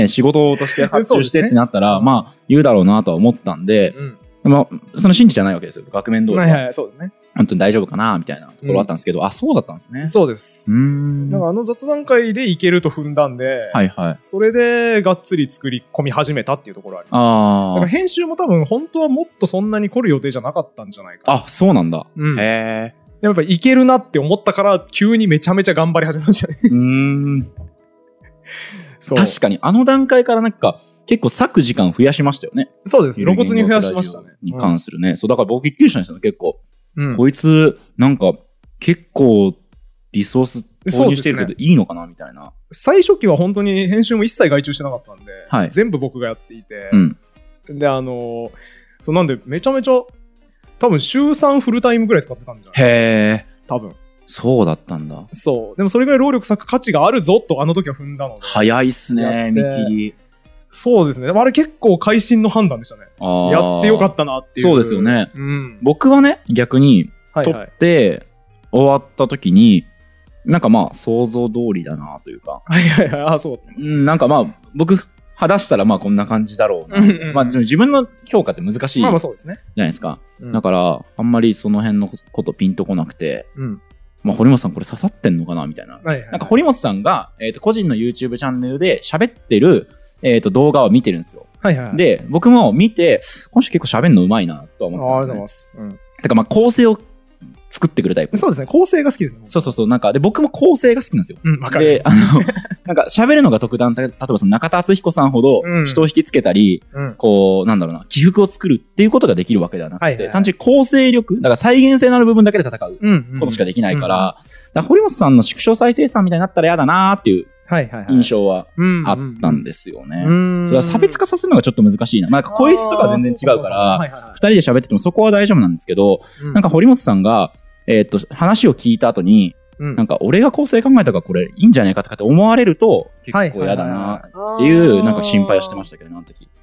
仕事として発注してってなったら、言うだろうなとは思ったんで、その信じじゃないわけですよ。額面通り。 そうですね。 本当に大丈夫かなみたいなところあったんですけど、そうだったんですね。 そうです。なんか雑談会でいけると踏んだんで、それでがっつり作り込み始めたっていうところあります。だから編集も多分本当はもっとそんなに凝る予定じゃなかったんじゃないかな。 そうなんだ。 へー。やっぱいけるなって思ったから急にめちゃめちゃ頑張り始めましたね。 確かにあの段階からなんか結構割く時間増やしましたよね。 そうです。露骨に増やしましたね。 に関するね。だから僕びっくりしたんですよ、結構。こいつ、なんか、結構、リソース投入してるけど、いいのかなみたいな。 最初期は本当に編集も一切外注してなかったんで、全部僕がやっていて、で、なんで、めちゃめちゃ、多分週3フルタイムぐらい使ってたんじゃないへー。 多分。 そうだったんだ。 そう。でもそれぐらい労力割く価値があるぞと、あの時は踏んだので。 早いっすね、見切り。 そうですね。あれ結構会心の判断でしたね。やってよかったなっていう。 そうですよね。僕はね、逆に、撮って終わった時に、なんか想像通りだなというか。 そう。 なんか僕、話したらこんな感じだろうな。自分の評価って難しいじゃそうですね。 ないですか。だから、あんまりその辺のことピンとこなくて、堀本さんこれ刺さってんのかなみたいな。なんか堀本さんが、個人の YouTube チャンネルで喋ってる、動画を見てるんですよ。で、僕も見て、今週結構喋るのうまいなとは思ってたんですね。ありがとうございます。てか構成を作ってくるタイプ。 そうですね。構成が好きですね。 そう。なんか、で、僕も構成が好きなんですよ。 わかる。 で、なんか喋るのが特段、例えば中田敦彦さんほど人を引きつけたり、起伏を作るっていうことができるわけではなくて、単純に構成力、だから再現性のある部分だけで戦うことしかできないから、堀本さんの縮小再生産みたいになったら嫌だなーっていう。印象はあったんですよね。それは差別化させるのがちょっと難しいな。声質とか全然違うから、二人で喋っててもそこは大丈夫なんですけど、なんか堀本さんが、話を聞いた後に、なんか俺が構成考えたからこれいいんじゃないかとかって思われると結構嫌だなっていうなんか心配をしてましたけどね、あの時。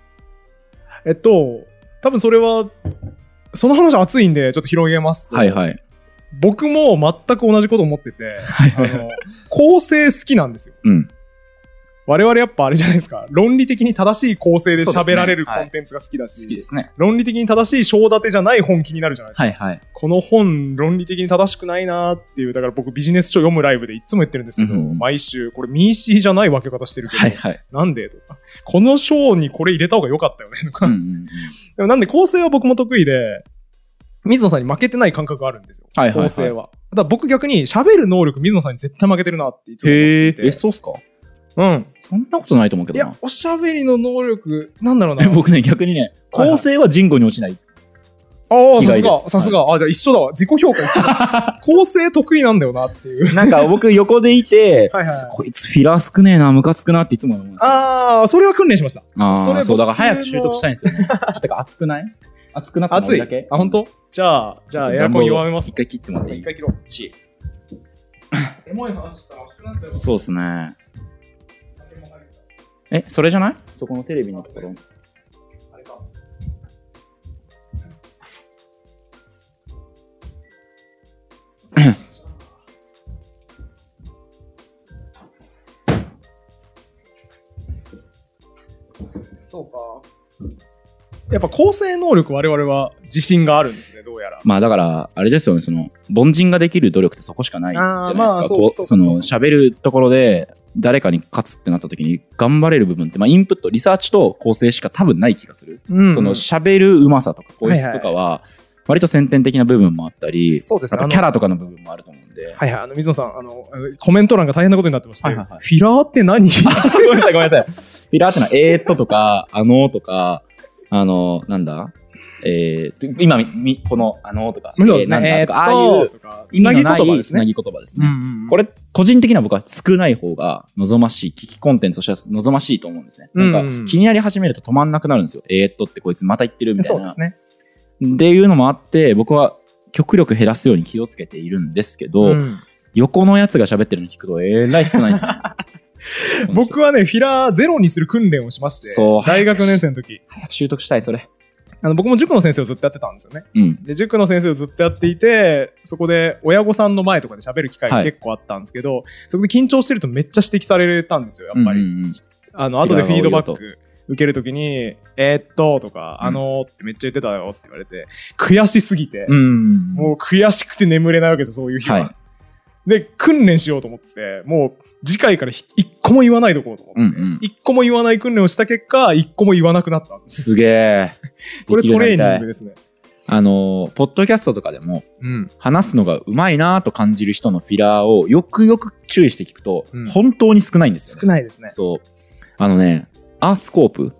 多分それは、その話熱いんでちょっと広げますと。僕も全く同じこと思ってて、構成好きなんですよ。我々やっぱあれじゃないですか、論理的に正しい構成で喋られるコンテンツが好きだし、 好きですね。 論理的に正しい章立てじゃない本気になるじゃないですか。この本論理的に正しくないなーっていう、だから僕ビジネス書読むライブでいつも言ってるんですけど、毎週これミーシーじゃない分け方してるけど、なんでとか、この章にこれ入れた方が良かったよねとか。でもなんで構成は僕も得意で、水野さんに負けてない感覚があるんですよ。構成は。だから僕逆に喋る能力水野さんに絶対負けてるなっていつも思ってて。 そうっすか？そんなことないと思うけどな。 いや、おしゃべりの能力、なんだろうな。 僕ね、逆にね、構成は人語に落ちないああ、さすが。あ、じゃあ一緒だわ。自己評価一緒だ。構成得意なんだよなっていう。 なんか僕横でいて、こいつフィラー少ねえな、ムカつくなっていつも思うんですよ。 ああ、それは訓練しました。 そう、だから早く習得したいんですよね。ちょっと熱くない熱くなったのだけ。 あ、本当？じゃあエアコン弱めます。 一回切ってもらっていい？ 一回切ろう。エモい話したら熱くなっちゃう。 そうですね。それじゃない？そこのテレビのところ。あれか。 そうか。やっぱ構成能力我々は自信があるんですね、どうやら。 まあだから、あれですよね、その、凡人ができる努力ってそこしかないじゃないですか。その、喋るところで、誰かに勝つってなった時に頑張れる部分って、まあインプット、リサーチと構成しか多分ない気がする。その喋るうまさとか声質とかは、割と先天的な部分もあったり、あとキャラとかの部分もあると思うんで。 水野さん、コメント欄が大変なことになってまして、フィラーって何？ ごめんなさい。フィラーってのは、とか、とか、なんだ今、この、とか、なんだとか、ああいう、 つなぎ言葉ですね。 つなぎ言葉ですね。これ、個人的には僕は少ない方が望ましい、機器コンテンツとしては望ましいと思うんですね。なんか、気になり始めると止まんなくなるんですよ。ってこいつまた言ってるみたいな。そうですね。っていうのもあって、僕は極力減らすように気をつけているんですけど、横のやつが喋ってるの聞くと、らい少ないですね。 僕はね、フィラーゼロにする訓練をしまして、大学年生の時。 早く習得したい、それ。 僕も塾の先生をずっとやってたんですよね。で、塾の先生をずっとやっていて、そこで親御さんの前とかで喋る機会が結構あったんですけど、そこで緊張してるとめっちゃ指摘されたんですよ、やっぱり。後でフィードバック受けるときに、とか、ってめっちゃ言ってたよって言われて、悔しすぎて、もう悔しくて眠れないわけですよ、そういう日は。で、訓練しようと思って、もう、次回から一個も言わないとこうと思って、一個も言わない訓練をした結果、一個も言わなくなったんです。 すげえ。 これトレーニングですね。 ポッドキャストとかでも、話すのがうまいなと感じる人のフィラーをよくよく注意して聞くと、本当に少ないんですよね。 少ないですね。 そう。アースコープ。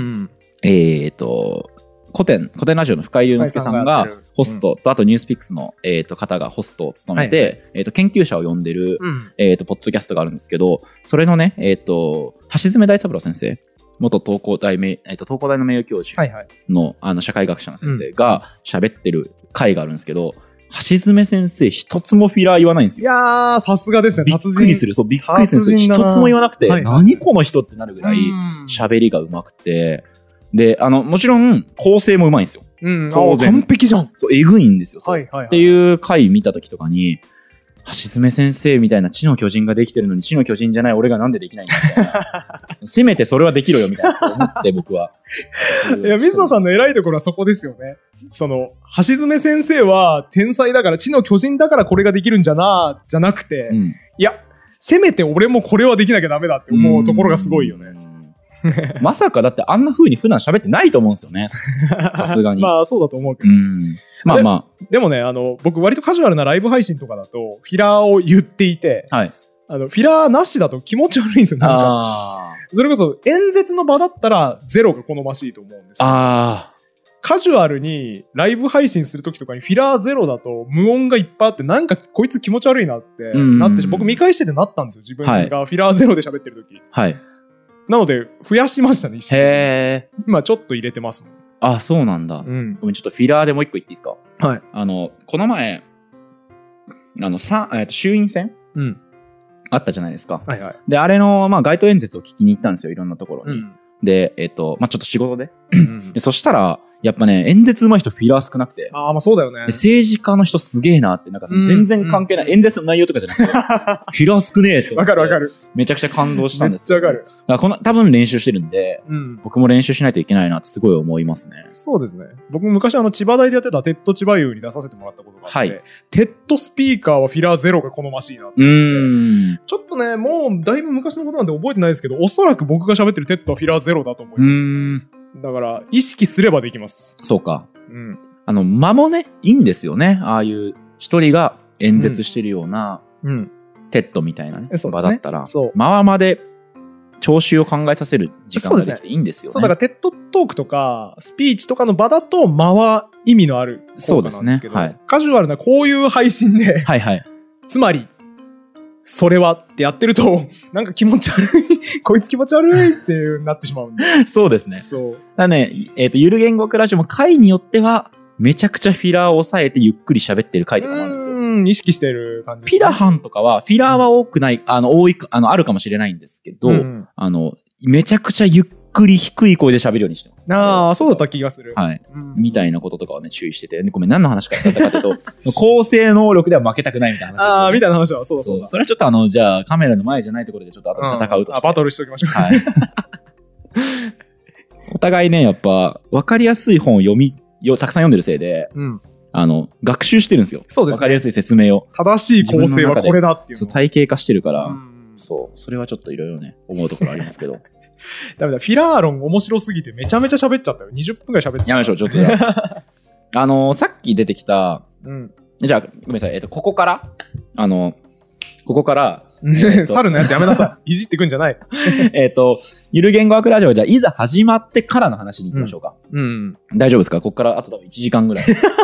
古典ラジオの深井龍之介さんがホストと、あとニュースピックスの、方がホストを務めて、研究者を呼んでる、ポッドキャストがあるんですけど、それのね、橋爪大三郎先生、元東工大の名誉教授の、社会学者の先生が喋ってる回があるんですけど、橋爪先生一つもフィラー言わないんですよ。 いやー、さすがですね。 びっくりする。そう、びっくりする。一つも言わなくて、何この人ってなるぐらい喋りが上手くて、で、もちろん、構成もうまいんですよ。 当然。完璧じゃん。 そう、えぐいんですよ。っていう回見たときとかに、橋爪先生みたいな知の巨人ができてるのに、知の巨人じゃない俺がなんでできないんだみたいな。せめてそれはできろよみたいな思って、僕は。 いや、水野さんの偉いところはそこですよね。橋爪先生は天才だから、知の巨人だからこれができるんじゃなくて、いや、せめて俺もこれはできなきゃダメだって思うところがすごいよね。 まさかだってあんな風に普段喋ってないと思うんですよね。さすがに。 まあそうだと思うけど。まあ。でもね、僕割とカジュアルなライブ配信とかだと、フィラーを言っていて、フィラーなしだと気持ち悪いんですよ、なんか。それこそ演説の場だったらゼロが好ましいと思うんですよ。カジュアルにライブ配信するときとかにフィラーゼロだと無音がいっぱいあって、なんかこいつ気持ち悪いなってなってし、僕見返しててなったんですよ、自分がフィラーゼロで喋ってるとき。なので、増やしましたね、一緒に。今ちょっと入れてますもん。 あ、そうなんだ。ごめん、ちょっとフィラーでもう一個言っていいですか？ はい。 この前、衆院選あったじゃないですか。で、あれの、街頭演説を聞きに行ったんですよ、いろんなところに。で、ちょっと仕事で。で、そしたら、やっぱね、演説上手い人フィラー少なくて。 まあそうだよね。 政治家の人すげえなって、なんか全然関係ない。演説の内容とかじゃなくて、フィラー少ねえって。 わかる。 めちゃくちゃ感動したんです。 めっちゃわかる。 だから多分練習してるんで、僕も練習しないといけないなってすごい思いますね。 そうですね。僕も昔千葉大でやってたテッド千葉遊に出させてもらったことがあって、テッドスピーカーはフィラーゼロが好ましいなって。ちょっとね、もうだいぶ昔のことなんで覚えてないですけど、おそらく僕が喋ってるテッドはフィラーゼロだと思います。だから、意識すればできます。 そうか。間もね、いいんですよね。ああいう一人が演説してるような、テッドみたいなね、場だったら、間で聴衆を考えさせる時間ができていいんですよね。 そう、だからテッドトークとか、スピーチとかの場だと間は意味のある効果なんですけど、はい、カジュアルなこういう配信で、はいはい、つまり、それはってやってると、なんか気持ち悪い、こいつ気持ち悪いってなってしまうんで。 そうですね。 そう。 だね、ゆる言語学ラジオも回によっては、めちゃくちゃフィラーを抑えてゆっくり喋ってる回とかもあるんですよ。 意識してる感じ、 ね。ピラハンとかは、フィラーは多くない、あるかもしれないんですけど、めちゃくちゃゆっくり低い声で喋るようにしてます。 ああ、そうだった気がする。 はい。みたいなこととかをね、注意してて、ごめん、何の話かだったかというと、構成能力では負けたくないみたいな話です、ね。 ああ、みたいな話は、そうだそうだ。 それはちょっとじゃあカメラの前じゃないところでちょっと後で戦うとして。 バトルしておきましょう。はい。 お互いね、やっぱ、わかりやすい本をたくさん読んでるせいで、学習してるんですよ。 そうですね。 わかりやすい説明を。 正しい構成はこれだっていう。 そう、体系化してるから、そう、それはちょっといろいろね、思うところありますけど。 ダメだ、フィラー論面白すぎてめちゃめちゃ喋っちゃったよ。20分くらい喋ってた。 やめましょう、ちょっと。さっき出てきた、じゃあ、ごめんなさい、ここから、 猿のやつやめなさい。いじってくんじゃない。 ゆる言語学ラジオじゃあ、いざ始まってからの話に行きましょうか。大丈夫ですか？ここからあと多分1時間ぐらい。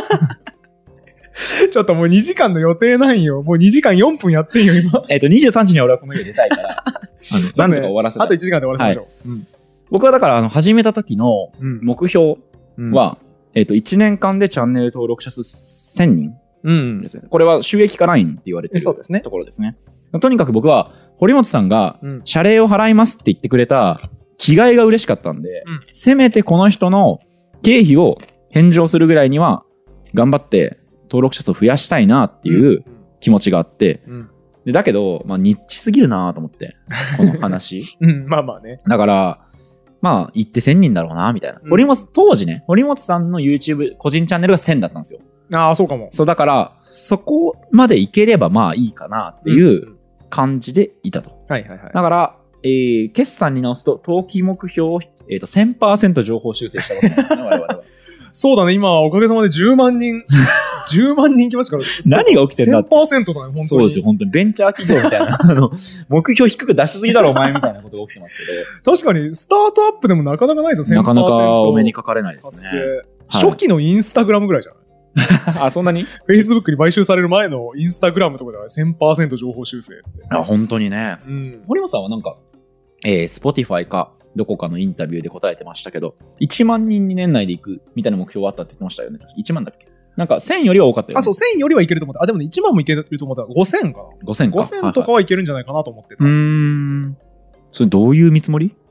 ちょっともう2時間の予定ないよ。もう2時間4分やってんよ、今。 23時には俺はこの家出たいから、なんとか終わらせたい。 あと1時間で終わらせましょう。 僕はだから、始めた時の目標は、1年間でチャンネル登録者数1000人ですね。これは収益化ラインって言われてるところですね。とにかく僕は、堀本さんが、謝礼を払いますって言ってくれた気概が嬉しかったんで、せめてこの人の経費を返上するぐらいには、頑張って登録者数を増やしたいなっていう気持ちがあって、だけど、ニッチすぎるなと思って、この話。 まあまあね。 だから、言って1000人だろうなみたいな。当時ね、堀本さんの YouTube 個人チャンネルが1000だったんですよ。 ああ、そうかも。 そう、だから、そこまでいければいいかなっていう感じでいたと。 はいはいはい。 だから、決算に直すと、当期目標を、1000% 情報修正したことなんですね、我々は。 そうだね、今、おかげさまで10万人、10万人来ましたから。 何が起きてんだって。 1000% だね、本当に。 そうですよ、本当に。ベンチャー企業みたいな、目標低く出しすぎだろ、お前みたいなことが起きてますけど。 確かに、スタートアップでもなかなかないですよ、1000%。 なかなかお目にかかれないですね。 初期のインスタグラムぐらいじゃないあ、そんなに ?Facebook に買収される前のインスタグラムとかでは 1000% 情報修正って。 本当にね。堀本さんはなんか、Spotify か、どこかのインタビューで答えてましたけど、1万人に年内で行くみたいな目標はあったって言ってましたよね。1万だっけ？なんか1000よりは多かったよね。 あ、そう、1000よりはいけると思った。あ、でもね、1万もいけると思ったら5000かな。 5000か。 5000とかはいけるんじゃないかなと思ってた。 それどういう見積もり？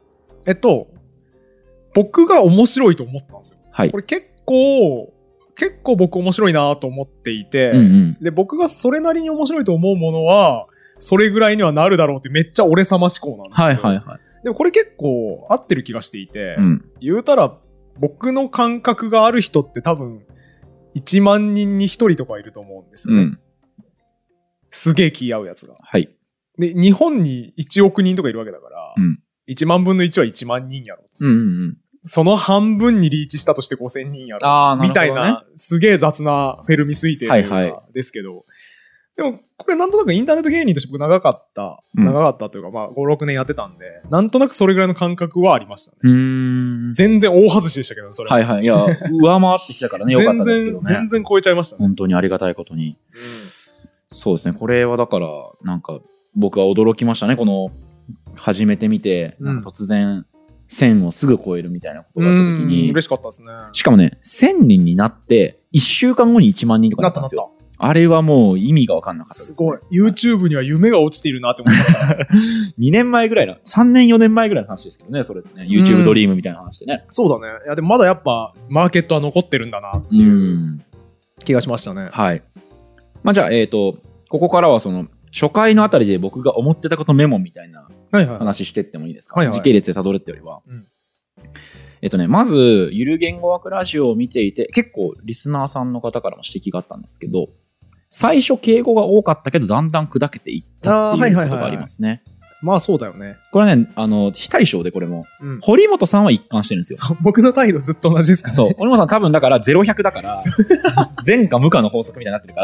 僕が面白いと思ったんですよ。 はい。 これ結構僕面白いなと思っていて、で、僕がそれなりに面白いと思うものは、それぐらいにはなるだろうってめっちゃ俺様思考なんですけど。 はいはいはい。 でもこれ結構合ってる気がしていて、言うたら僕の感覚がある人って多分1万人に1人とかいると思うんですよね。すげえ気合うやつが。 はい。 で、日本に1億人とかいるわけだから、1万分の1は1万人やろ。その半分にリーチしたとして5000人やろ。みたいな、すげえ雑なフェルミ推定ですけど、でも、これなんとなくインターネット芸人として僕長かったというか、5、6年やってたんで、なんとなくそれぐらいの感覚はありましたね。全然大外しでしたけど、それ。 はいはい。いや、上回ってきたからね、よかったですけどね。 全然超えちゃいましたね。 本当にありがたいことに。そうですね。これはだから、なんか、僕は驚きましたね。この、始めてみて、突然、1000をすぐ超えるみたいなことがあった時に。 嬉しかったですね。 しかもね、1000人になって、1週間後に1万人とかになったんですよ。あれはもう意味が分かんなかったです、ね。 すごい。YouTube には夢が落ちているなって思いました。 2年前ぐらいの、3年4年前ぐらいの話ですけどね、それってね。YouTube ドリームみたいな話でね。 そうだね。いや、でもまだやっぱ、マーケットは残ってるんだなっていう気がしましたね。 はい。じゃあ、ここからはその、初回のあたりで僕が思ってたことメモみたいな話してってもいいですか？時系列で辿るってよりは。まず、ゆる言語学ラジオを見ていて、結構リスナーさんの方からも指摘があったんですけど、最初敬語が多かったけど、だんだん砕けていったっていうことがありますね。 まあそうだよね。 これはね、非対称でこれも、堀本さんは一貫してるんですよ。 そう、僕の態度ずっと同じですからね。 そう、堀本さん多分だから0、100だから、前か無かの法則みたいになってるから、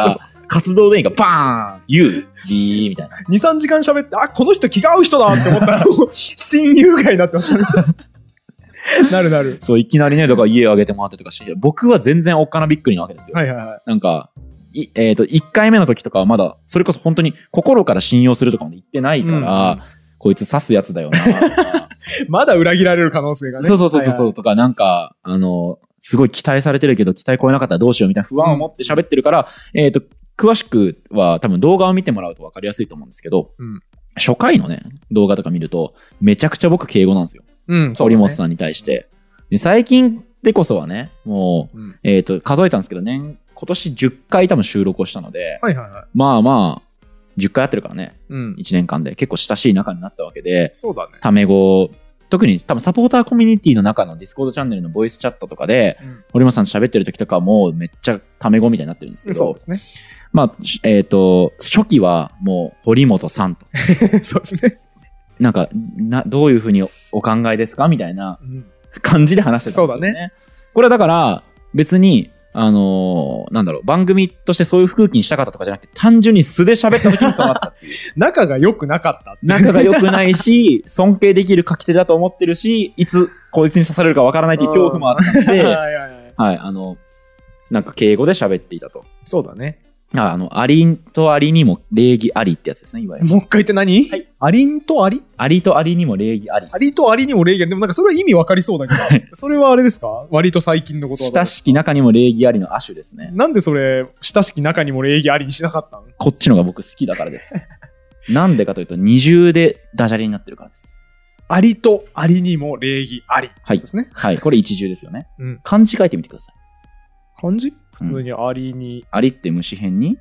活動電位がバーン !U! B! みたいな。 2、3時間喋って、あ、この人気が合う人だって思ったら、親友会になってます。なるなる。 そう、いきなりね、だから家上げてもらってとかして、僕は全然おっかなびっくりなわけですよ。 はいはいはい。 なんか、1回目の時とかはまだ、それこそ本当に心から信用するとかも言ってないから、こいつ刺すやつだよな。 まだ裏切られる可能性がね。 そう、とか、なんか、すごい期待されてるけど、期待超えなかったらどうしようみたいな不安を持って喋ってるから、詳しくは多分動画を見てもらうと分かりやすいと思うんですけど、初回のね、動画とか見ると、めちゃくちゃ僕敬語なんですよ。堀本さんに対して。で、最近でこそはね、もう、数えたんですけど、今年10回多分収録をしたので、まあまあ、10回やってるからね、1年間で結構親しい仲になったわけで、 そうだね。 タメ語、特に多分サポーターコミュニティの中のディスコードチャンネルのボイスチャットとかで、堀本さんと喋ってる時とかはもうめっちゃタメ語みたいになってるんですけど、 そうですね。 まあ、初期はもう堀本さんと。 そうですね。 なんか、どういうふうにお考えですかみたいな感じで話してたんですよね。そうだね。これはだから、別に、なんだろう、番組としてそういう空気にしたかったとかじゃなくて、単純に素で喋った時にそうなったっていう。 仲が良くなかった。 仲が良くないし、尊敬できる書き手だと思ってるし、いつこいつに刺されるかわからないっていう恐怖もあったんで、はい、なんか敬語で喋っていたと。 そうだね。 アリンとアリにも礼儀ありってやつですね、いわゆる。 もう一回言って何？はい。アリンとアリ？ アリとアリにも礼儀あり。 アリとアリにも礼儀あり。でもなんかそれは意味わかりそうだけど、それはあれですか？割と最近のことは。 親しき中にも礼儀ありの亜種ですね。 なんでそれ、親しき中にも礼儀ありにしなかったの？ こっちのが僕好きだからです。なんでかというと、二重でダジャレになってるからです。 アリとアリにも礼儀あり。 はい。 ですね。 はい。これ一重ですよね。漢字書いてみてください。 漢字？普通にアリに。 アリって虫編に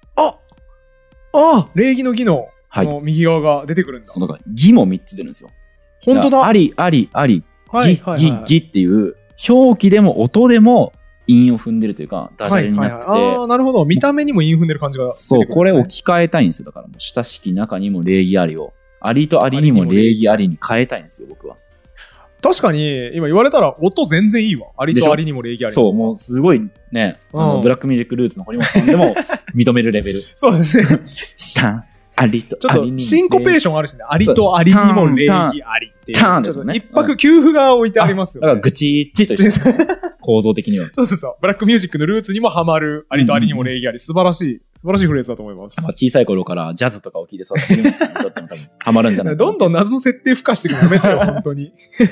礼儀の儀の右側が出てくるんだ。 そう、だから儀も3つ出るんですよ。 本当だ。 あり、儀っていう、表記でも音でも韻を踏んでるというか、ダジャレになってて。 なるほど。見た目にも韻踏んでる感じが出てくるんですね。 そう、これを置き換えたいんですよ。だからもう親しき中にも礼儀ありを、アリとアリにも礼儀ありに変えたいんですよ、僕は。 確かに、今言われたら音全然いいわ。アリとアリにも礼儀あり。 そう、もうすごいね、ブラックミュージックルーツの堀本さんでも認めるレベル。 そうですね。 スタン、アリとアリにも。ちょっとシンコペーションあるしね。アリとアリにも礼儀ありっていう。 ターンですよね。 一泊給付が置いてありますよね。 だからぐちっちと一緒。構造的には。 そう。ブラックミュージックのルーツにもハマる、アリとアリにも礼儀あり。素晴らしいフレーズだと思います。 小さい頃からジャズとかを聴いて育ってるんですけど、多分ハマるんじゃないかな。 どんどん謎の設定付加してくるのやめてよ、本当に。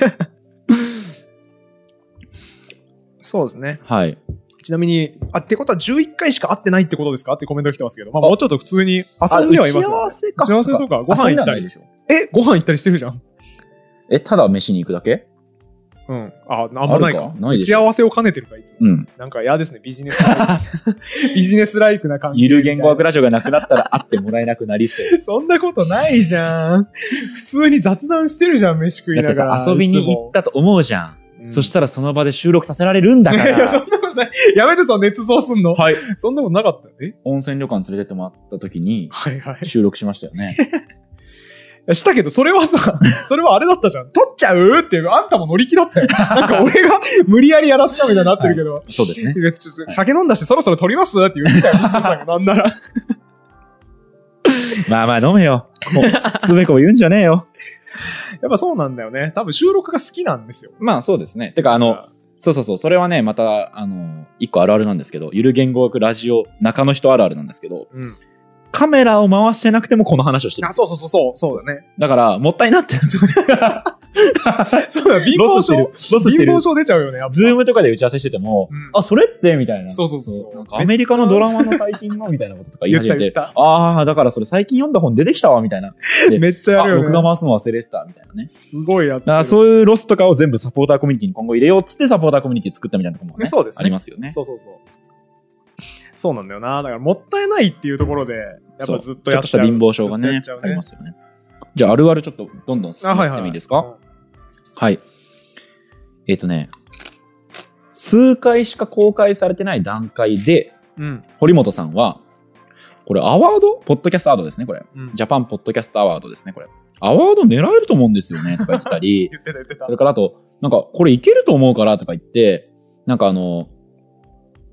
そうですね。 はい。 ちなみに、ってことは11回しか会ってないってことですかってコメントが来てますけど、まあもうちょっと普通に遊んではいますよ、ね。打ち合わせか。打ち合わせとかご飯行ったり。ご飯行ったりしてるじゃん。 ただ飯に行くだけ？ うん。あんまないか。打ち合わせを兼ねてるか、いつも。 うん。 なんか嫌ですね、ビジネスライクな感じ。 ゆる言語学ラジオがなくなったら会ってもらえなくなりそう。 そんなことないじゃん。普通に雑談してるじゃん、飯食いながら。 だってさ、遊びに行ったと思うじゃん。そしたらその場で収録させられるんだから。 いや、そんなことない。やめて、その捏造すんの。 はい。 そんなことなかった。 温泉旅館連れてってもらった時に、収録しましたよね。 したけど、それはさ、それはあれだったじゃん。撮っちゃうっていう、あんたも乗り気だったよ。なんか俺が無理やりやらせたみたいになってるけど。 そうですね。 酒飲んだし、そろそろ撮りますって言ってたよ、さんがなんなら。 まあ飲めよ。つべこ言うんじゃねえよ。 やっぱそうなんだよね。多分収録が好きなんですよ。 まあそうですね。てかそう。それはね、また、一個あるあるなんですけど、ゆる言語学ラジオ中の人あるあるなんですけど、カメラを回してなくてもこの話をしてる。 そうだね。 だから、もったいなってなっちゃう。 そうだ、貧乏症。 ロスしてる。 貧乏症出ちゃうよね。 ズームとかで打ち合わせしてても、それってみたいな。 そう。 なんかアメリカのドラマの最近のみたいなこととか言い始めて、だからそれ最近読んだ本出てきたわ、みたいな。 めっちゃやるよね。 僕が回すの忘れてた、みたいなね。 すごいやってる。 だからそういうロスとかを全部サポーターコミュニティに今後入れようっつってサポーターコミュニティ作ったみたいなところもね。そうですね。ありますよね。 そうなんだよな。だからもったいないっていうところで、やっぱずっとやっちゃう。 ちょっとした貧乏症がね、ありますよね。じゃあ、あるあるちょっとどんどん進めてもいいですか？はい。数回しか公開されてない段階で、堀本さんは、これアワード？ポッドキャストアワードですね、これ。ジャパンポッドキャストアワードですね、これ。アワード狙えると思うんですよね、とか言ってたり、 言ってた。 それからあと、なんか、これいけると思うからとか言って、なんか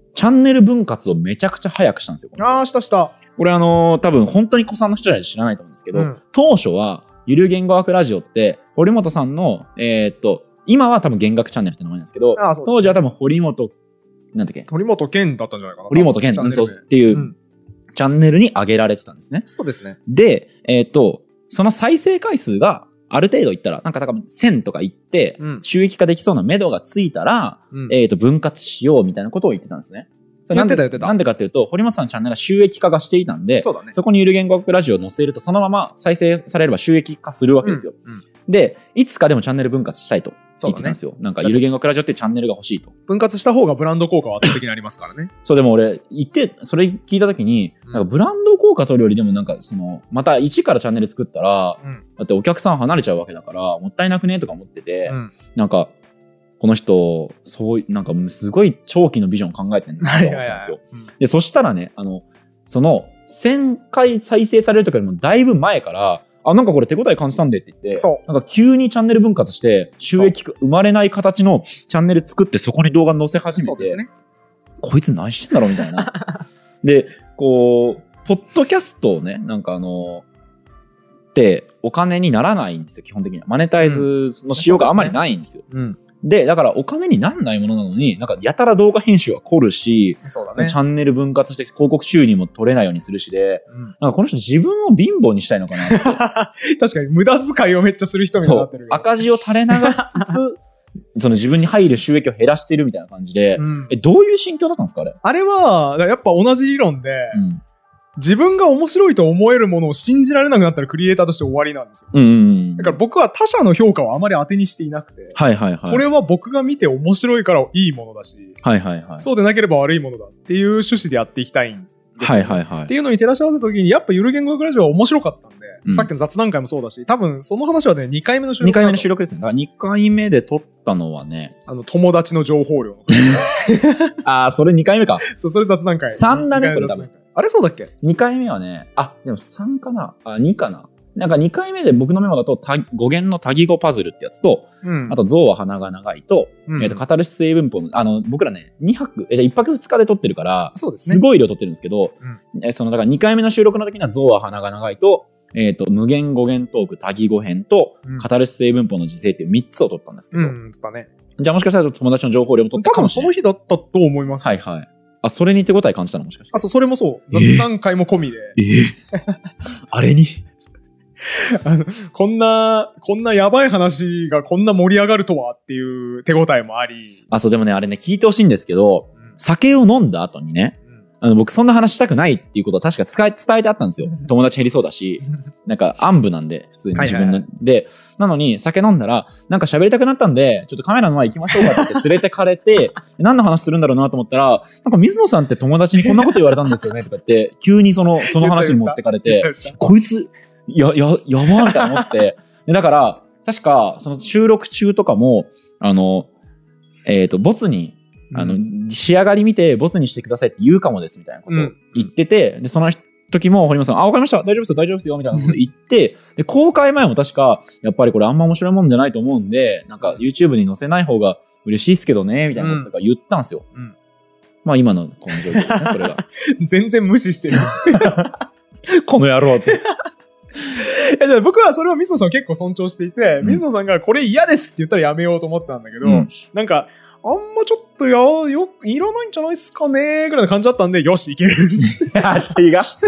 チャンネル分割をめちゃくちゃ早くしたんですよ。 した。 これ多分本当に古参の人じゃないと知らないと思うんですけど、当初は、ゆる言語学ラジオって、堀本さんの、今は多分弦楽チャンネルって名前なんですけど、当時は多分堀本健だったんじゃないかな。 堀本健っていうチャンネルに上げられてたんですね。 そうですね。 で、その再生回数がある程度いったら、なんか多分1000とかいって、収益化できそうな目処がついたら、分割しようみたいなことを言ってたんですね。 言ってた。 なんでかっていうと、堀本さんのチャンネルは収益化がしていたんで、そこにゆる言語学ラジオを載せると、そのまま再生されれば収益化するわけですよ。で、いつかでもチャンネル分割したいと言ってたんですよ。なんかゆる言語学ラジオっていうチャンネルが欲しいと。 分割した方がブランド効果は圧倒的にありますからね。 そう、でも俺、それ聞いたときに、なんかブランド効果取るよりでもなんかまた一からチャンネル作ったら、だってお客さん離れちゃうわけだから、もったいなくねとか思ってて、なんか、この人、なんかすごい長期のビジョン考えてんだと思ってたんですよ。で、そしたらね、1000回再生されるときよりもだいぶ前から、なんかこれ手応え感じたんでって言って、なんか急にチャンネル分割して、収益生まれない形のチャンネル作ってそこに動画載せ始めて、こいつ何してんだろうみたいな。で、ポッドキャストをね、なんかってお金にならないんですよ、基本的には。マネタイズの仕様があまりないんですよ。で、だからお金になんないものなのに、なんかやたら動画編集は凝るし、チャンネル分割して広告収入も取れないようにするしで、なんかこの人自分を貧乏にしたいのかなって。 確かに無駄遣いをめっちゃする人みたいになってる。 赤字を垂れ流しつつ、自分に入る収益を減らしているみたいな感じで、どういう心境だったんですかあれは、やっぱ同じ理論で、自分が面白いと思えるものを信じられなくなったらクリエイターとして終わりなんですよ。だから僕は他者の評価をあまり当てにしていなくて、これは僕が見て面白いからいいものだし、そうでなければ悪いものだっていう趣旨でやっていきたいんですよ。っていうのに照らし合わせた時に、やっぱゆる言語学ラジオは面白かったんで、さっきの雑談会もそうだし、多分その話はね、2回目の収録。 2回目の収録ですね。2回目で撮ったのはね、 友達の情報量の。それ2回目か。 そう、それ雑談会。 3だね、それ多分。 あれそうだっけ ?2 回目はね、でも3かな2かななんか2回目で僕のメモだと語源の多義語パズルってやつと、あと象は鼻が長いと、カタルシス英文法の、僕らね、1泊2日で撮ってるから、すごい量撮ってるんですけど、だから2回目の収録の時には象は鼻が長いと、無限語源トーク多義語編と、カタルシス英文法の時制っていう3つを撮ったんですけど、じゃあもしかしたら友達の情報量も撮ったかもしれない。 多分その日だったと思います。 それに手応え感じたのもしかして。 それもそう。雑談会も込みで。 あれにこんなやばい話がこんな盛り上がるとはっていう手応えもあり。 でもね、あれね、聞いてほしいんですけど、酒を飲んだ後にね、僕そんな話したくないっていうことは確か伝えてあったんですよ。友達減りそうだし、なんか暗部なんで、普通に自分の。で、なのに酒飲んだら、なんか喋りたくなったんで、ちょっとカメラの前行きましょうかって連れてかれて、何の話するんだろうなと思ったら、なんか水野さんって友達にこんなこと言われたんですよねとか言って、急にその話に持ってかれて、こいつ、やばーみたいな思って。でだから、確か、その収録中とかも、ボツに、仕上がり見てボツにしてくださいって言うかもですみたいなことを言ってて、で、その時も堀本さん、わかりました、大丈夫ですよ、みたいなこと言って、で、公開前も確か、やっぱりこれあんま面白いもんじゃないと思うんで、なんか YouTube に載せない方が嬉しいっすけどね、みたいなこととか言ったんですよ。まあ今のこの状況ですね、それが。 全然無視してる。 この野郎って。 僕はそれを水野さんを結構尊重していて、水野さんがこれ嫌ですって言ったらやめようと思ったんだけど、なんか、あんまちょっといらないんじゃないっすかねぐらいの感じだったんで、よし、いける。 いや、違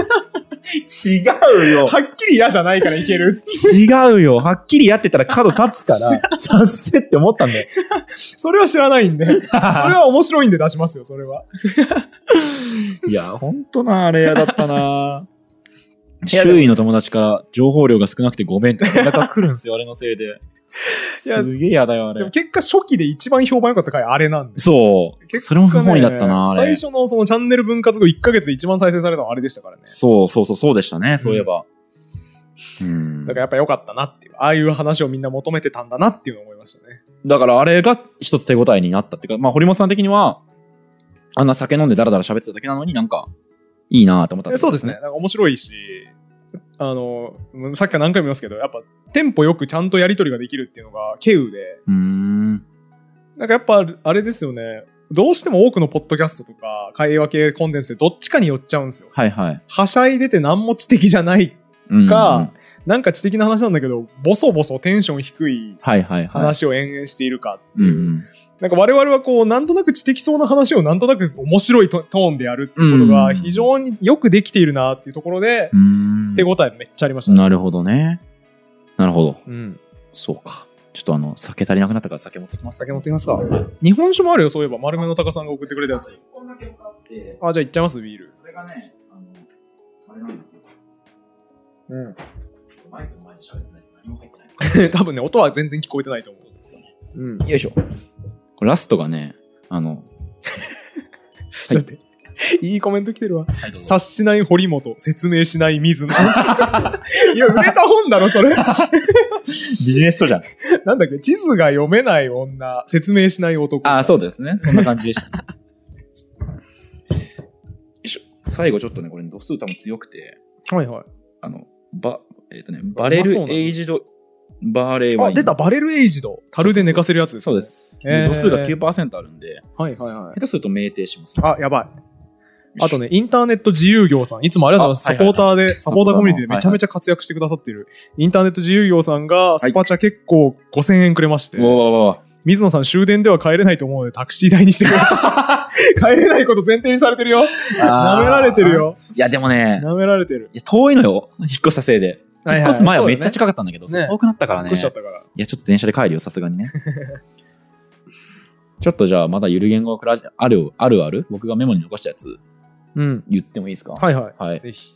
うよ。 はっきり嫌じゃないからいける。 違うよ。はっきり嫌って言ったら角立つから、させって思ったんだよ。 それは知らないんで。それは面白いんで出しますよ、それは。 いや、ほんとな、あれ嫌だったな。周囲の友達から情報量が少なくてごめんって連絡が来るんですよ、あれのせいで。すげえ嫌だよ、あれ。 でも結果初期で一番評判良かった回あれなんで。 そう。それも不本意だったな、あれ。 最初のそのチャンネル分割後1ヶ月で一番再生されたのはあれでしたからね。 そうでしたね、そういえば。 だからやっぱ良かったなっていう。ああいう話をみんな求めてたんだなっていうのを思いましたね。 だからあれが一つ手応えになったっていうか、まあ堀本さん的には、あんな酒飲んでダラダラ喋ってただけなのになんか、いいなと思った、 そうですね。なんか面白いし、さっきから何回も言いますけど、やっぱテンポよくちゃんとやり取りができるっていうのが稀有で、なんかやっぱあれですよね。 どうしても多くのポッドキャストとか、会話系コンテンツでどっちかに寄っちゃうんですよ。 はいはい。 はしゃいでて何も知的じゃないか、なんか知的な話なんだけど、ボソボソテンション低い話を延々しているかっていう。なんか我々はこう、なんとなく知的そうな話をなんとなく面白いトーンでやるっていうことが非常によくできているなっていうところで、手応えめっちゃありましたね。 なるほどね。なるほど。そうか。ちょっと酒足りなくなったから酒持ってきます。 酒持ってきますか。日本酒もあるよ、そういえば。丸めの高さんが送ってくれたやつ。あ、じゃあいっちゃいます、ビール。それがね、あれなんですよ。マイクの前で喋ってないと何も入ってない。多分ね、音は全然聞こえてないと思う。そうですよね。 よいしょ。これラストがね、 だって、いいコメント来てるわ。察しない堀本、説明しない水野。いや、売れた本だろ、それ。 ビジネス書じゃん。 なんだっけ、地図が読めない女、説明しない男。 ああ、そうですね。そんな感じでした、ね。よいしょ。最後ちょっとね、これ度数多分強くて。 はいはい。 バレルエイジドバーレーワイン。 あ、出た、バレルエイジド。樽で寝かせるやつです。 そうです。度数が 9% あるんで。 はいはいはい。 下手すると酩酊します。 あ、やばい。あとね、インターネット自由業さん。いつもありがとうございます。サポーターコミュニティでめちゃめちゃ活躍してくださっている。インターネット自由業さんが、スパチャ結構5000円くれまして。水野さん終電では帰れないと思うのでタクシー代にしてください。帰れないこと前提にされてるよ。舐められてるよ。 いやでもね。 舐められてる。 いや遠いのよ。引っ越したせいで。引っ越す前はめっちゃ近かったんだけど、遠くなったからね。 引っ越しちゃったから。 いやちょっと電車で帰るよ、さすがにね。ちょっとじゃあまだゆる言語クラスある僕がメモに残したやつ。言ってもいいですか？ はいはい。はい。ぜひ。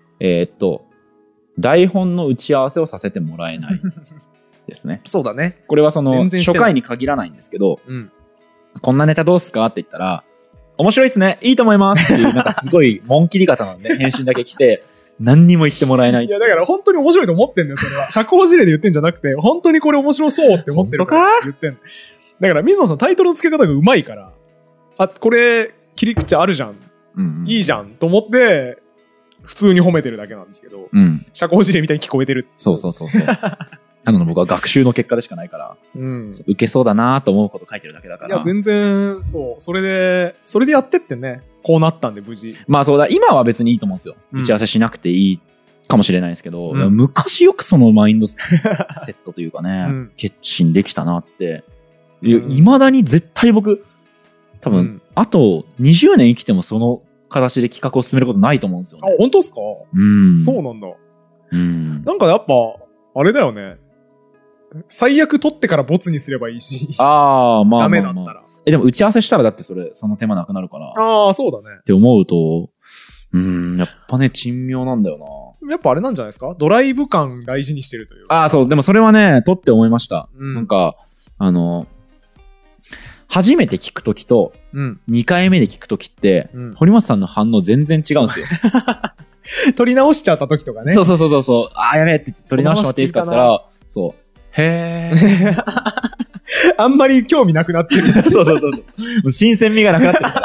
台本の打ち合わせをさせてもらえないですね。 そうだね。 これはその初回に限らないんですけど、こんなネタどうすかって言ったら、面白いっすね、いいと思いますっていう、なんかすごい紋切り方なんで、返信だけ来て、何にも言ってもらえない。 いやだから本当に面白いと思ってんだよ、それは。社交辞令で言ってんじゃなくて、本当にこれ面白そうって思ってるから言ってんの。だから水野さんタイトルの付け方がうまいから、あ、これ切り口あるじゃん。いいじゃんと思って普通に褒めてるだけなんですけど、社交辞令みたいに聞こえてる。 そう僕は学習の結果でしかないから、受けそうだなと思うこと書いてるだけだから。 いや全然そう、それでやってってね、こうなったんで無事。 まあそうだ、今は別にいいと思うんですよ。打ち合わせしなくていいかもしれないですけど、昔よくそのマインドセットというかね、決心できたなって。未だに絶対僕多分、あと20年生きてもその形で企画を進めることないと思うんですよね。 あ、本当ですか？そうなんだ。なんかやっぱ、あれだよね。最悪取ってからボツにすればいいし。ダメだったら。 でも打ち合わせしたらだってその手間なくなるから。 ああ、そうだね。 って思うと、やっぱね、珍妙なんだよな。 やっぱあれなんじゃないですか？ドライブ感大事にしてるという。 ああ、そう。でもそれはね、取って思いました。なんか、初めて聞くときと、2回目で聞くときって、堀本さんの反応全然違うんですよ。 撮り直しちゃったときとかね。 そう。あ、やべえって撮り直してもらっていいですかって言ったら、そう。へー。 あんまり興味なくなってる。 そう。新鮮味がなくなってるから。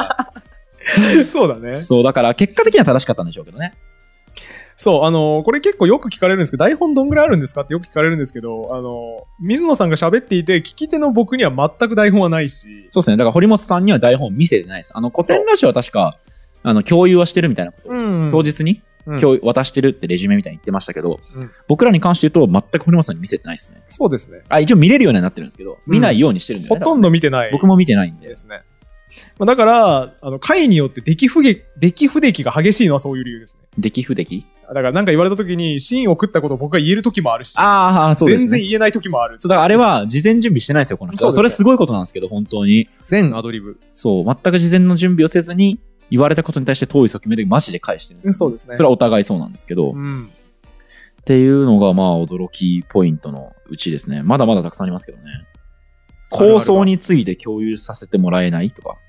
そうだね。 そう、だから結果的には正しかったんでしょうけどね。 そう、これ結構よく聞かれるんですけど、台本どんぐらいあるんですかってよく聞かれるんですけど、水野さんが喋っていて、聞き手の僕には全く台本はないし。 そうですね。だから堀本さんには台本見せてないです。古典ラジオは確か、共有はしてるみたいなこと。当日に、渡してるってレジュメみたいに言ってましたけど、僕らに関して言うと、全く堀本さんに見せてないですね。 そうですね。 一応見れるようになってるんですけど、見ないようにしてるんで、 ほとんど見てない。 僕も見てないんで。 ですね。だから、回によって出来不出来が激しいのはそういう理由ですね。 出来不出来？ だからなんか言われた時に、シーンを食ったことを僕が言える時もあるし、 そうですね。 全然言えない時もある。 そう、だからあれは事前準備してないですよ、この人。それすごいことなんですけど、本当に。 全アドリブ。 そう、全く事前の準備をせずに、言われたことに対して遠い側面でマジで返してるんですよ。 そうですね。 それはお互いそうなんですけど。っていうのが、まあ、驚きポイントのうちですね。まだまだたくさんありますけどね。構想について共有させてもらえないとか。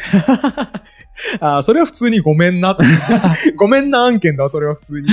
それは普通にごめんな。ごめんな案件だ、それは普通に。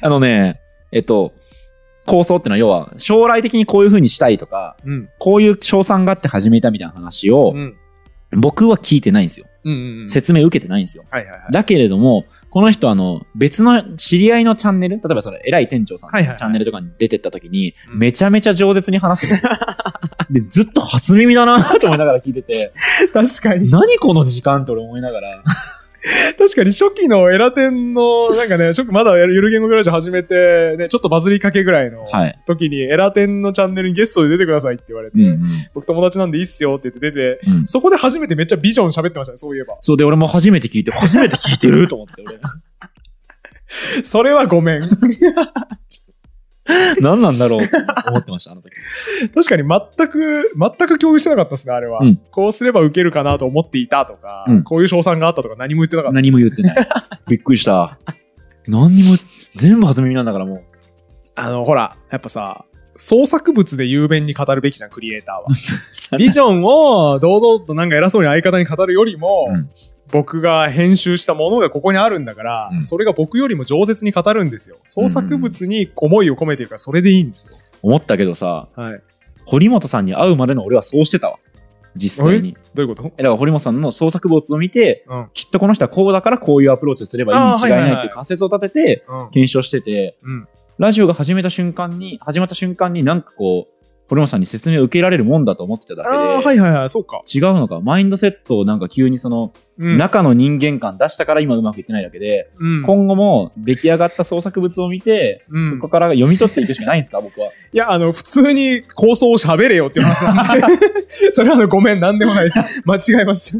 構想ってのは要は、将来的にこういう風にしたいとか、こういう賞賛があって始めたみたいな話を、僕は聞いてないんですよ。説明受けてないんですよ。だけれども、この人別の知り合いのチャンネル、例えば偉い店長さんのチャンネルとかに出てった時に、めちゃめちゃ饒舌に話してるんですよ。 で、ずっと初耳だなと思いながら聞いてて。 確かに。 何この時間って俺思いながら。 確かに初期のエラテンの、なんかね、まだゆる言語グラジオ始めて、ね、ちょっとバズりかけぐらいの時に、エラテンのチャンネルにゲストで出てくださいって言われて、僕友達なんでいいっすよって言って出て、そこで初めてめっちゃビジョン喋ってましたね、そういえば。 そうで、俺も初めて聞いてると思って、俺。 それはごめん。 何なんだろうと思ってました、あの時。 確かに全く共有してなかったですね、あれは。こうすれば受けるかなと思っていたとか、こういう賞賛があったとか何も言ってなかった。 何も言ってない。びっくりした。何にも、全部初耳なんだからもう。 ほら、やっぱさ、創作物で雄弁に語るべきじゃん、クリエイターは。ビジョンを堂々となんか偉そうに相方に語るよりも、僕が編集したものがここにあるんだから、それが僕よりも饒舌に語るんですよ。創作物に思いを込めてるからそれでいいんですよ。 思ったけどさ、堀本さんに会うまでの俺はそうしてたわ。実際に。 どういうこと？ だから堀本さんの創作物を見て、きっとこの人はこうだからこういうアプローチをすればいいに違いないっていう仮説を立てて、検証してて、ラジオが始まった瞬間になんかこう、堀本さんに説明を受けられるもんだと思ってただけで、 そうか。 違うのか。マインドセットをなんか急にその、中の人間感出したから今うまくいってないだけで、今後も出来上がった創作物を見て、そこから読み取っていくしかないんですか、僕は。 いや、普通に構想を喋れよっていう話なんで、それはごめん、なんでもない。間違えました。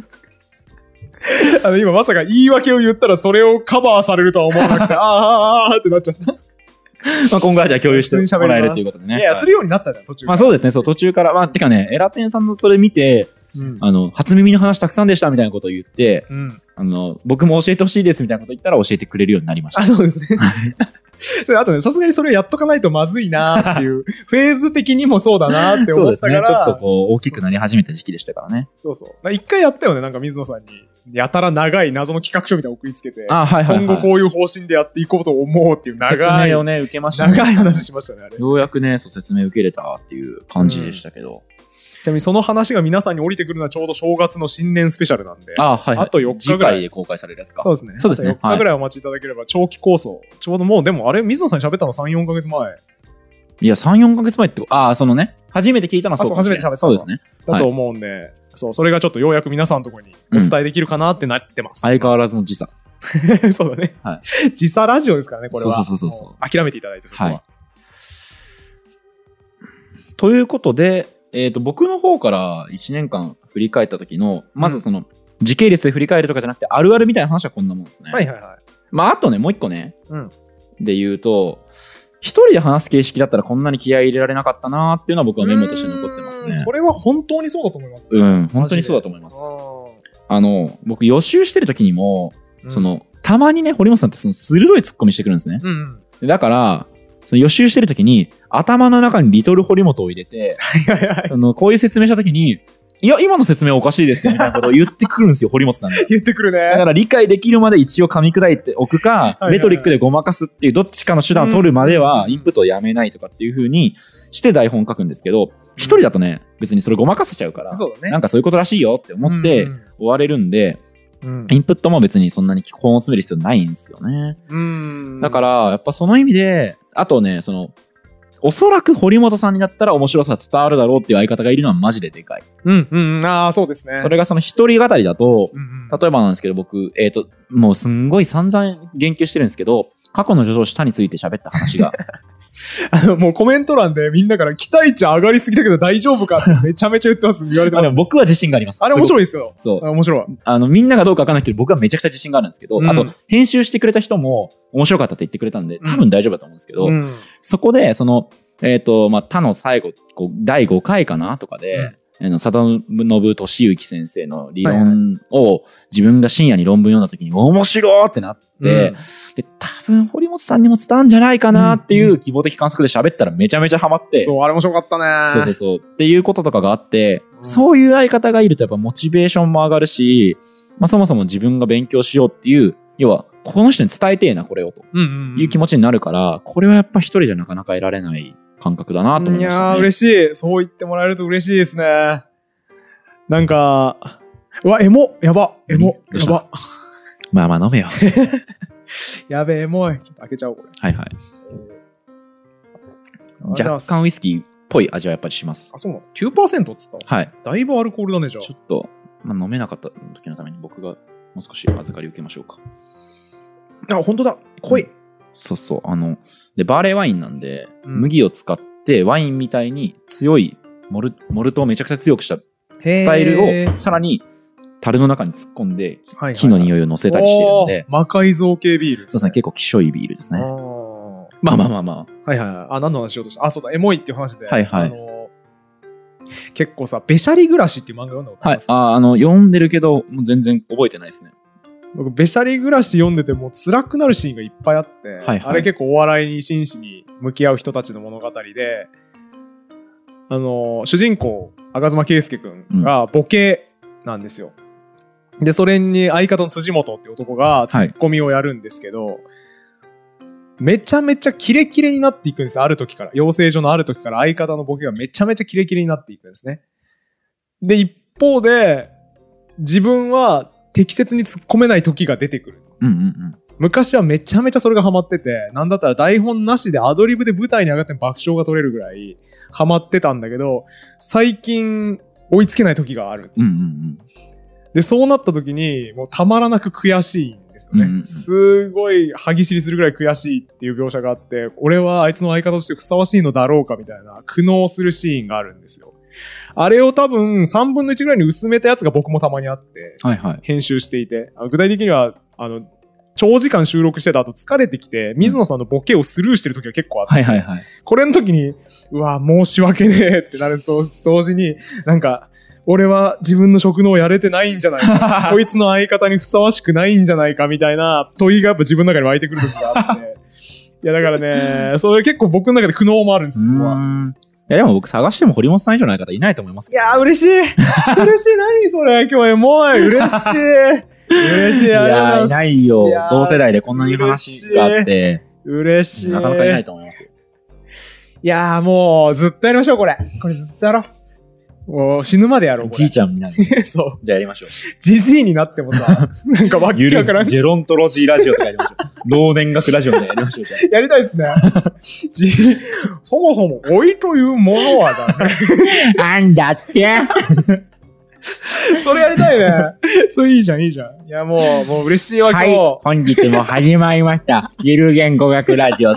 今まさか言い訳を言ったらそれをカバーされるとは思わなくて、あーってなっちゃった。 まあ今後はじゃあ共有してもらえるということでね。 いや、するようになったじゃん、途中から。 まあそうですね、そう、途中から。まあ、てかね、エラテンさんのそれ見て、初耳の話たくさんでしたみたいなことを言って、僕も教えてほしいですみたいなこと言ったら教えてくれるようになりました。 あ、そうですね。あとね、さすがにそれをやっとかないとまずいなっていう、フェーズ的にもそうだなって思ったから。そうですね、 ちょっとこう、大きくなり始めた時期でしたからね。 そうそう。一回やったよね、なんか水野さんに。やたら長い謎の企画書みたいなの送りつけて、今後こういう方針でやっていこうと思うっていう長い。 説明をね、受けましたね。 長い話しましたね、あれ。 ようやくね、そう説明受けれたっていう感じでしたけど。 ちなみにその話が皆さんに降りてくるのはちょうど正月の新年スペシャルなんで。あと4日ぐらい。 次回で公開されるやつか。 そうですね。そうですね。4日ぐらいお待ちいただければ長期構想。ちょうどもう、でもあれ、水野さんに喋ったの3、4ヶ月前。 いや、3、4ヶ月前って、そのね、初めて聞いたのはそう初めて喋った。 そうですね。 だと思うんで。そう、それがちょっとようやく皆さんのところにお伝えできるかなってなってます。 相変わらずの時差。 そうだね。時差ラジオですからね、これは。 そう。 諦めていただいて、そこは。 ということで、僕の方から1年間振り返った時の、まずその、時系列で振り返るとかじゃなくて、あるあるみたいな話はこんなもんですね。まあ、あとね、もう一個ね、で言うと、一人で話す形式だったらこんなに気合い入れられなかったなーっていうのは僕はメモとして残ってますね。 それは本当にそうだと思います。 本当にそうだと思います。僕予習してる時にも、たまにね、堀本さんってその鋭いツッコミしてくるんですね。だから、その予習してる時に頭の中にリトル堀本を入れて、こういう説明した時に、いや、今の説明おかしいですよ、みたいなことを言ってくるんですよ、堀本さんが。 言ってくるね。 だから理解できるまで一応噛み砕いておくか、メトリックでごまかすっていうどっちかの手段を取るまでは、インプットをやめないとかっていう風にして台本書くんですけど、一人だとね、別にそれごまかせちゃうから、なんかそういうことらしいよって思って終われるんで、インプットも別にそんなに基本を詰める必要ないんですよね。だから、やっぱその意味で、あとね、おそらく堀本さんになったら面白さ伝わるだろうっていう相方がいるのはマジででかい。 そうですね。 それがその一人語りだと、例えばなんですけど僕、もうすんごい散々言及してるんですけど、過去の叙情詩について喋った話が。 もうコメント欄でみんなから期待値上がりすぎたけど大丈夫かってめちゃめちゃ言ってます。言われてます。 僕は自信があります。 あれ面白いですよ。 そう。 面白い。 みんながどうかわかんないけど僕はめちゃくちゃ自信があるんですけど、あと編集してくれた人も面白かったって言ってくれたんで、多分大丈夫だと思うんですけど、そこで、他の最後、第5回かなとかで、佐藤信俊之先生の理論を自分が深夜に論文読んだ時に面白いってなって、で、多分堀本さんにも伝わるんじゃないかなっていう希望的観測で喋ったらめちゃめちゃハマって。 そう、あれ面白かったね。 そう。っていうこととかがあって、そういう相方がいるとやっぱモチベーションも上がるし、そもそも自分が勉強しようっていう、要は、この人に伝えてえな、これをという気持ちになるから、これはやっぱ一人じゃなかなか得られない感覚だなと思いましたね。 いやー、嬉しい。そう言ってもらえると嬉しいですね。なんか、うわ、エモ。やば。エモ。やば。 まあ飲めよ。 やべえ、エモい。ちょっと開けちゃおう、これ。 はい。若干ウイスキーっぽい味はやっぱりします。 あ、そうなの？ 9% っつったの？ はい。 だいぶアルコールだね、じゃあ。 ちょっと、飲めなかった時のために僕がもう少し預かり受けましょうか。 あ、本当だ。濃い。 そうそう。で、バーレーワインなんで、麦を使ってワインみたいに強いモルトをめちゃくちゃ強くしたスタイルをさらに樽の中に突っ込んで、木の匂いを乗せたりしてるんで。 魔改造系ビール、ね。 そうですね。結構希少いビールですね。まあ。 はいはい。あ、何の話しようとした？あ、そうだ、エモいっていう話で。 はいはい。 結構さ、べしゃり暮らしっていう漫画読んだことあります？ はい。読んでるけど、もう全然覚えてないですね。 僕、べしゃり暮らし読んでても辛くなるシーンがいっぱいあって、はいはい、あれ結構お笑いに真摯に向き合う人たちの物語で、主人公、赤妻圭介くんがボケなんですよ。で、それに相方の辻元っていう男がツッコミをやるんですけど、はい、めちゃめちゃキレキレになっていくんですよ。ある時から。養成所のある時から相方のボケがめちゃめちゃキレキレになっていくんですね。で、一方で、自分は適切に突っ込めない時が出てくる。昔はめちゃめちゃそれがハマってて、なんだったら台本なしでアドリブで舞台に上がって爆笑が取れるぐらいハマってたんだけど、最近追いつけない時がある。で、そうなった時にもうたまらなく悔しいんですよね。すごい歯ぎしりするぐらい悔しいっていう描写があって、俺はあいつの相方としてふさわしいのだろうかみたいな苦悩するシーンがあるんですよ。あれを多分3分の1ぐらいに薄めたやつが僕もたまにあって、はいはい、編集していて、具体的には長時間収録してた後疲れてきて、水野さんのボケをスルーしてる時が結構あって、これの時に、うわ、申し訳ねえってなると同時に、なんか、俺は自分の職能をやれてないんじゃないか、こいつの相方にふさわしくないんじゃないかみたいな問いがやっぱ自分の中に湧いてくる時があって、いやだからね、それ結構僕の中で苦悩もあるんですよ、そこは。 いやでも僕探しても堀本さん以上ない方いないと思いますけど。 いやー嬉しい嬉しい何それ今日エモい嬉しい嬉しい。いやいないよ。同世代でこんなに話があって。 嬉しい。 なかなかいないと思いますよ。 いやーもうずっとやりましょうこれずっとやろう。もう死ぬまでやろう。 じいちゃんになる。 そう。 じゃあやりましょう。 じじいになってもさ、なんかわっきわからん。 ジェロントロジーラジオとかやりましょう。老年学ラジオみたいなやりましょう。 やりたいですね。そもそも老いというものはだね。 なんだってそれやりたいね。それいいじゃん、いいじゃん。いや、もう嬉しいわ、今日。はい、 本日も始まりました。ゆる言語学ラジオ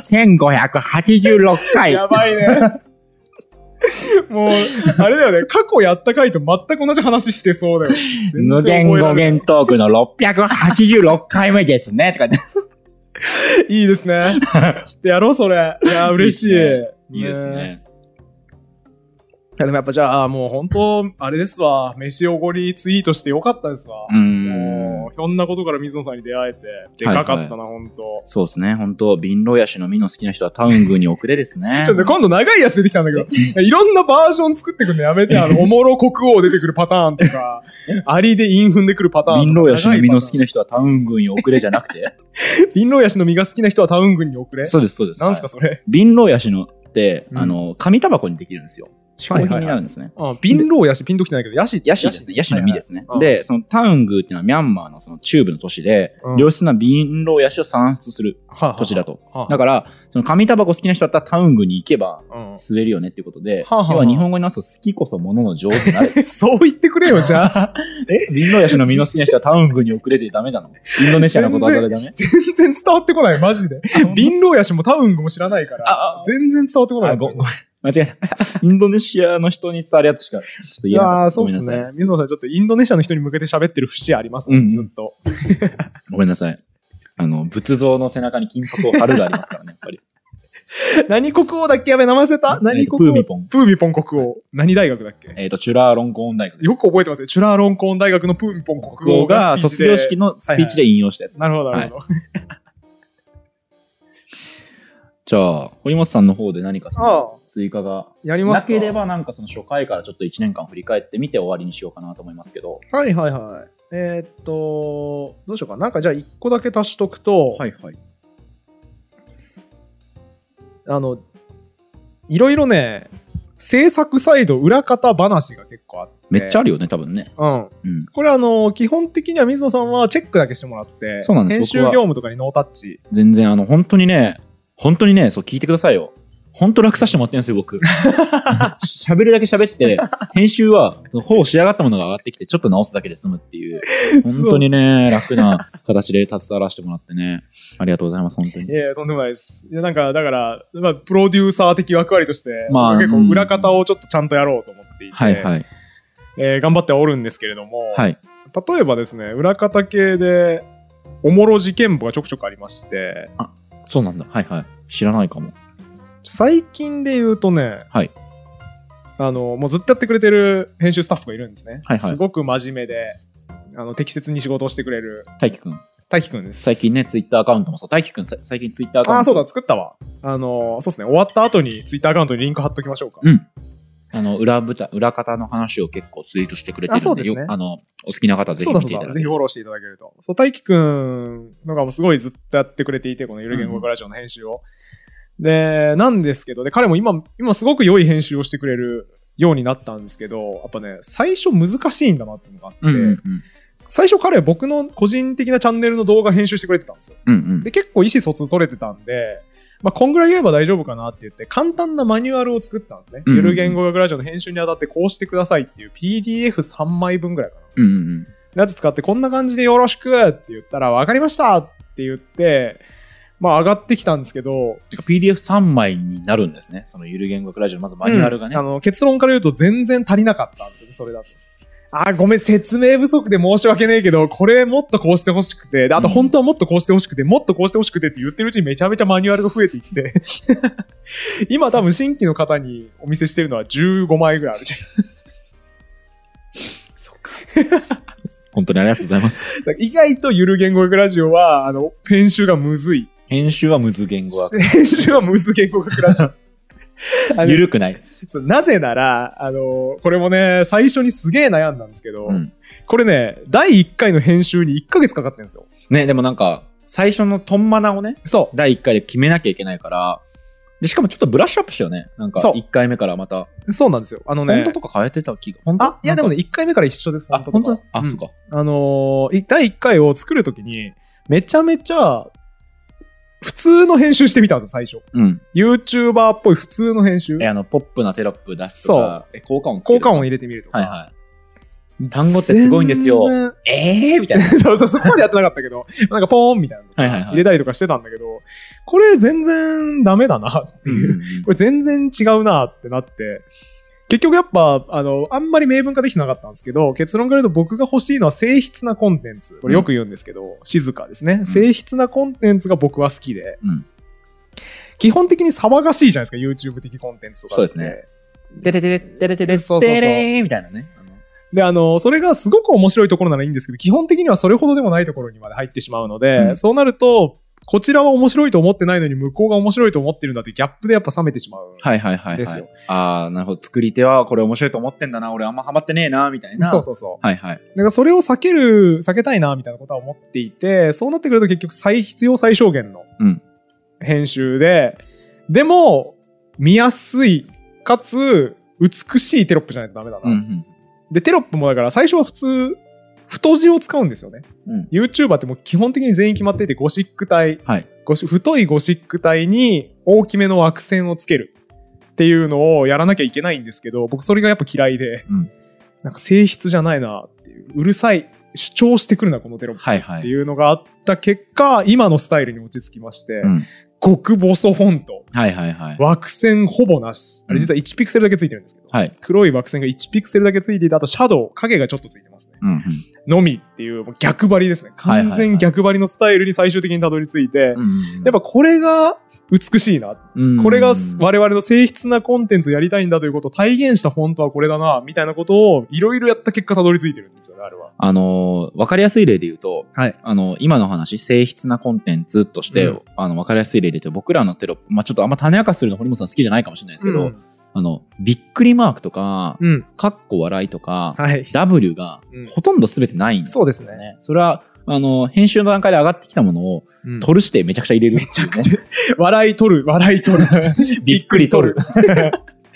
1586回。 やばいね。もう、あれだよね。過去やった回と全く同じ話してそうだよ。 無限語源トークの686回目ですね。とかね。 いいですね。ちょっとやろう、それ。いや、嬉しい。 いいですね。 いやでもやっぱじゃあもう本当あれですわ、飯おごりツイートしてよかったですわ。もうひょんなことから水野さんに出会えてでかかったな、本当。 そうですね、本当貧乏ヤシの実の好きな人はタウン宮に送れですね。 ちょっと今度長いやつ出てきたんだけど、いろんなバージョン作ってくるのやめて、おもろ国王出てくるパターンとか、アリで韻踏んでくるパターン。 貧乏ヤシの実の好きな人はタウン宮に送れじゃなくて貧乏ヤシの実が好きな人はタウン宮に送れ。 そうですそうです。 なんすかそれ。 貧乏ヤシのって、紙タバコにできるんですよ。商品になるんですね。 貧乏ヤシ、ピンときてないけど、ヤシですね。ヤシの実ですね。で、そのタウン宮っていうのはミャンマーのその中部の都市で、良質な貧乏ヤシを産出する土地だと。だから、その紙タバコ好きな人だったらタウン宮に行けば吸えるよねっていうことで、要は日本語に直すと好きこそものの上手なれ。 そう言ってくれよ、じゃあ。 貧乏ヤシの実の好きな人はタウン宮に送れてダメなの？インドネシアのことわざでダメ？ 全然伝わってこない、マジで。貧乏ヤシもタウン宮も知らないから、全然伝わってこない。 間違えた。インドネシアの人に伝わるやつしかちょっと言えなかった。 いやー、そうですね。水野さん、ちょっとインドネシアの人に向けて喋ってる節ありますもん、ずっと。 ごめんなさい。仏像の背中に金箔を貼るがありますからね、やっぱり。 何国王だっけ？やべ、名前忘れた？何国王？プーミポン国王。何大学だっけ？ チュラーロンコーン大学です。 よく覚えてますね。チュラーロンコーン大学のプーミポン国王が卒業式のスピーチで引用したやつ。 なるほど、なるほど。 じゃあ、堀本さんの方で何かその追加がなければ、なんかその初回からちょっと1年間振り返ってみて終わりにしようかなと思いますけど。 はいはいはい。どうしようかな。なんかじゃあ1個だけ足しとくと、 はいはい。 いろいろね、制作サイド裏方話が結構あって。 めっちゃあるよね、多分ね。 うん。これ基本的には水野さんはチェックだけしてもらって、 そうなんです。 編集業務とかにノータッチ。 全然本当にね、そう聞いてくださいよ。 ほんと楽させてもらってるんですよ、僕。喋るだけ喋って、編集は、ほぼ仕上がったものが上がってきて、ちょっと直すだけで済むっていう、本当にね、楽な形で携わらせてもらってね、ありがとうございます、本当に。 いや、とんでもないです。いや、なんか、だから、まあ、プロデューサー的役割として、まあ、結構裏方をちょっとちゃんとやろうと思っていて、 はいはい。 頑張ってはおるんですけれども、 はい。 例えばですね、裏方系で、おもろ事件簿がちょくちょくありまして、 あ、そうなんだ。はいはい。知らないかも。 最近で言うとね、 はい。 もうずっとやってくれてる編集スタッフがいるんですね。 はいはい。 すごく真面目で、適切に仕事をしてくれる。 大輝くん。 大輝くんです。 最近ね、ツイッターアカウントもそう。大輝くん、最近ツイッターアカウント。 あ、そうだ、作ったわ。そうですね。終わった後にツイッターアカウントにリンク貼っときましょうか。 うん。裏方の話を結構ツイートしてくれてるんで、 そうですね。 お好きな方ぜひ見ていただけると。 ぜひフォローしていただけると。そう、大輝くんのがもうすごいずっとやってくれていて、このゆる言語学ラジオの編集を。で、なんですけど、で、彼も今すごく良い編集をしてくれるようになったんですけど、やっぱね、最初難しいんだなっていうのがあって、最初彼は僕の個人的なチャンネルの動画編集してくれてたんですよ。で、結構意思疎通取れてたんで、まあ、こんぐらい言えば大丈夫かなって言って、簡単なマニュアルを作ったんですね。ゆる言語学ラジオの編集にあたってこうしてくださいっていう PDF3 枚分ぐらいかな。やつ使ってこんな感じでよろしくって言ったら、わかりましたって言って、まあ上がってきたんですけど。 PDF3 枚になるんですね。そのゆる言語学ラジオのまずマニュアルがね。 結論から言うと全然足りなかったんですよね、それだと。ごめん、説明不足で申し訳ねえけど、これもっとこうしてほしくて、で、あと本当はもっとこうしてほしくて、もっとこうしてほしくてって言ってるうちにめちゃめちゃマニュアルが増えていって、今多分新規の方にお見せしてるのは15枚ぐらいあるじゃん。 そうか。本当にありがとうございます。 意外とゆる言語学ラジオは、編集がむずい。 編集はむず言語学。 編集はむず言語学ラジオ。 ゆるくない。 なぜなら、これもね、最初にすげえ悩んだんですけど、これね、第1回の編集に1ヶ月かかってるんですよ。 ね、でもなんか、最初のトンマナをね、 そう。 第1回で決めなきゃいけないから、で、しかもちょっとブラッシュアップしたよね。なんか、1回目からまた。 そうなんですよ。 フォントとか変えてた気が。 いやでもね、1回目から一緒です。 本当です。あ、そうか。 第1回を作るときに、めちゃめちゃ、普通の編集してみたんですよ、最初。YouTuber っぽい普通の編集。 ポップなテロップ出すとか、効果音入れてみるとか。 はいはい。単語ってすごいんですよ。みたいな。 そう、そこまでやってなかったけど、なんかポーンみたいなの入れたりとかしてたんだけど、これ全然ダメだなっていう。これ全然違うなってなって、結局やっぱ、あんまり明文化できてなかったんですけど、結論から言うと僕が欲しいのは静筆なコンテンツ。これよく言うんですけど、静かですね。静筆なコンテンツが僕は好きで、基本的に騒がしいじゃないですか、YouTube 的コンテンツとか。 そうですね。でれでれでれでれでれみたいなね。 で、それがすごく面白いところならいいんですけど、基本的にはそれほどでもないところにまで入ってしまうので、そうなると、こちらは面白いと思ってないのに向こうが面白いと思ってるんだってギャップでやっぱ冷めてしまう。 はいはいはい。ですよ。なるほど。作り手はこれ面白いと思ってんだな。俺あんまハマってねえな、みたいな。 そうそうそう。 はいはい。 だからそれを避けたいな、みたいなことは思っていて、そうなってくると結局必要最小限の編集で、でも見やすい、かつ美しいテロップじゃないとダメだな。で、テロップもだから最初は普通、太字を使うんですよね。YouTuber ってもう基本的に全員決まっていてゴシック体、太いゴシック体に大きめの枠線をつけるっていうのをやらなきゃいけないんですけど、僕それがやっぱ嫌いで、なんか静筆じゃないなっていう、うるさい、主張してくるなこのテロップっていうのがあった結果、今のスタイルに落ち着きまして、極細フォント、枠線ほぼなし、あれ実は1ピクセルだけついてるんですけど、黒い枠線が1ピクセルだけついていて、あとシャドウ、影がちょっとついてますね。のみっていう逆張りですね。完全逆張りのスタイルに最終的にたどり着いて、やっぱこれが美しいな。これが我々の静筆なコンテンツをやりたいんだということを体現したフォントはこれだな、みたいなことをいろいろやった結果たどり着いてるんですよね、あれは。 わかりやすい例で言うと、今の話、静筆なコンテンツとして、わかりやすい例で言うと、僕らのテロップ、まあちょっとあんま種明かしするの堀本さん好きじゃないかもしれないですけど、びっくりマークとか、かっこ笑いとか、W がほとんど全てないんですよね。 そうですね。 それは、編集の段階で上がってきたものを、取るしてめちゃくちゃ入れる、 めちゃくちゃ、笑い取る。 びっくり取る。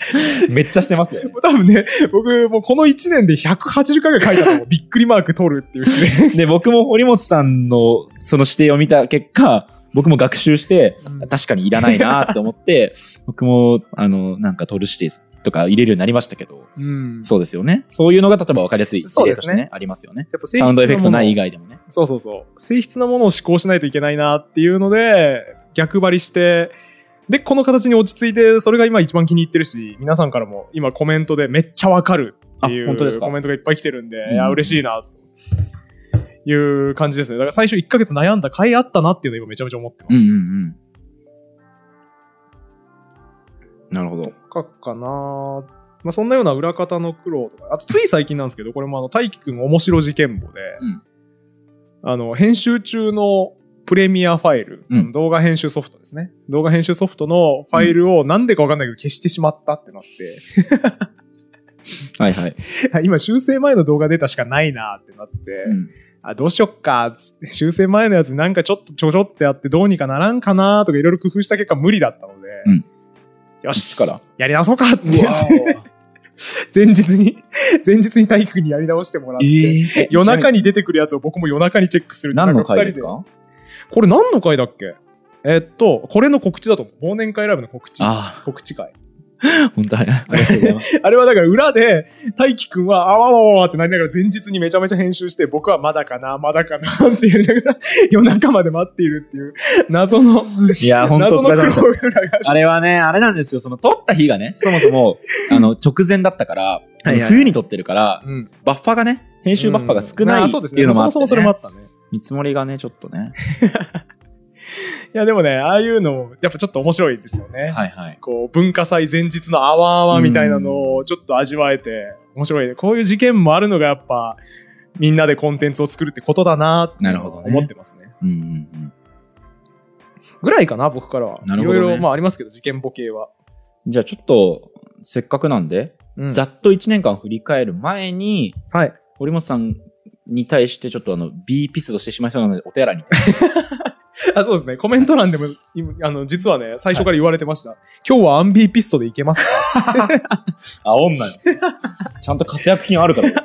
めっちゃしてますよ、ね。 多分ね、僕もうこの1年で180回ぐらい書いたの。びっくりマーク取るっていう指令。 で、僕も堀本さんのその指定を見た結果、僕も学習して、確かにいらないなって思って、僕も、なんか取る指定とか入れるようになりましたけど、そうですよね。そういうのが例えば分かりやすい事例としてね、ありますよね。やっぱサウンドエフェクトない以外でもね。 そう。性質なものを思考しないといけないなっていうので、逆張りして、で、この形に落ち着いて、それが今一番気に入ってるし、皆さんからも今コメントでめっちゃわかるっていうコメントがいっぱい来てるんで、いや、嬉しいな、という感じですね。だから最初1ヶ月悩んだ回あったなっていうのを今めちゃめちゃ思ってます。 なるほど。 かな。まあ、そんなような裏方の苦労とか、あとつい最近なんですけど、これも大輝くん面白事件簿で、編集中のプレミアファイル、動画編集ソフトですね。動画編集ソフトのファイルをなんでかわかんないけど消してしまったってなって。 はいはい。 今修正前の動画データしかないなってなって、どうしよっかつって、修正前のやつなんかちょってやってどうにかならんかなとかいろいろ工夫した結果無理だったので、よしからやり直そうかって言って前日に体育にやり直してもらって、夜中に出てくるやつを僕も夜中にチェックする。 何の回ですか？ これ何の回だっけ？これの告知だと思う。忘年会ライブの告知会。 本当ありがとうございます。 あれはだから裏で、大輝くんは、あわわわってなりながら前日にめちゃめちゃ編集して、僕はまだかなってやりながら、夜中まで待っているっていう、謎の、 いや、本当疲れ様でした。あれはね、あれなんですよ。その撮った日がね、そもそも、直前だったから、冬に撮ってるから、バッファがね、編集バッファが少ないっていうのもあって、ね。そもそもそれもあったね。見積もりがね、ちょっとね。 いやでもね、ああいうのやっぱちょっと面白いですよね。 はいはい。 こう文化祭前日のあわあわみたいなのをちょっと味わえて面白いね。こういう事件もあるのがやっぱみんなでコンテンツを作るってことだなって思ってますね。ぐらいかな僕からは。いろいろまあありますけど事件簿系は。 じゃあちょっとせっかくなんで、ざっと1年間振り返る前に、堀本さんに対してちょっとB ピストしてしまいそうなのでお手洗いに。 そうですね。コメント欄でも、実はね、最初から言われてました。今日はアンビーピストでいけますか？ 女よ。ちゃんと活躍金あるから。い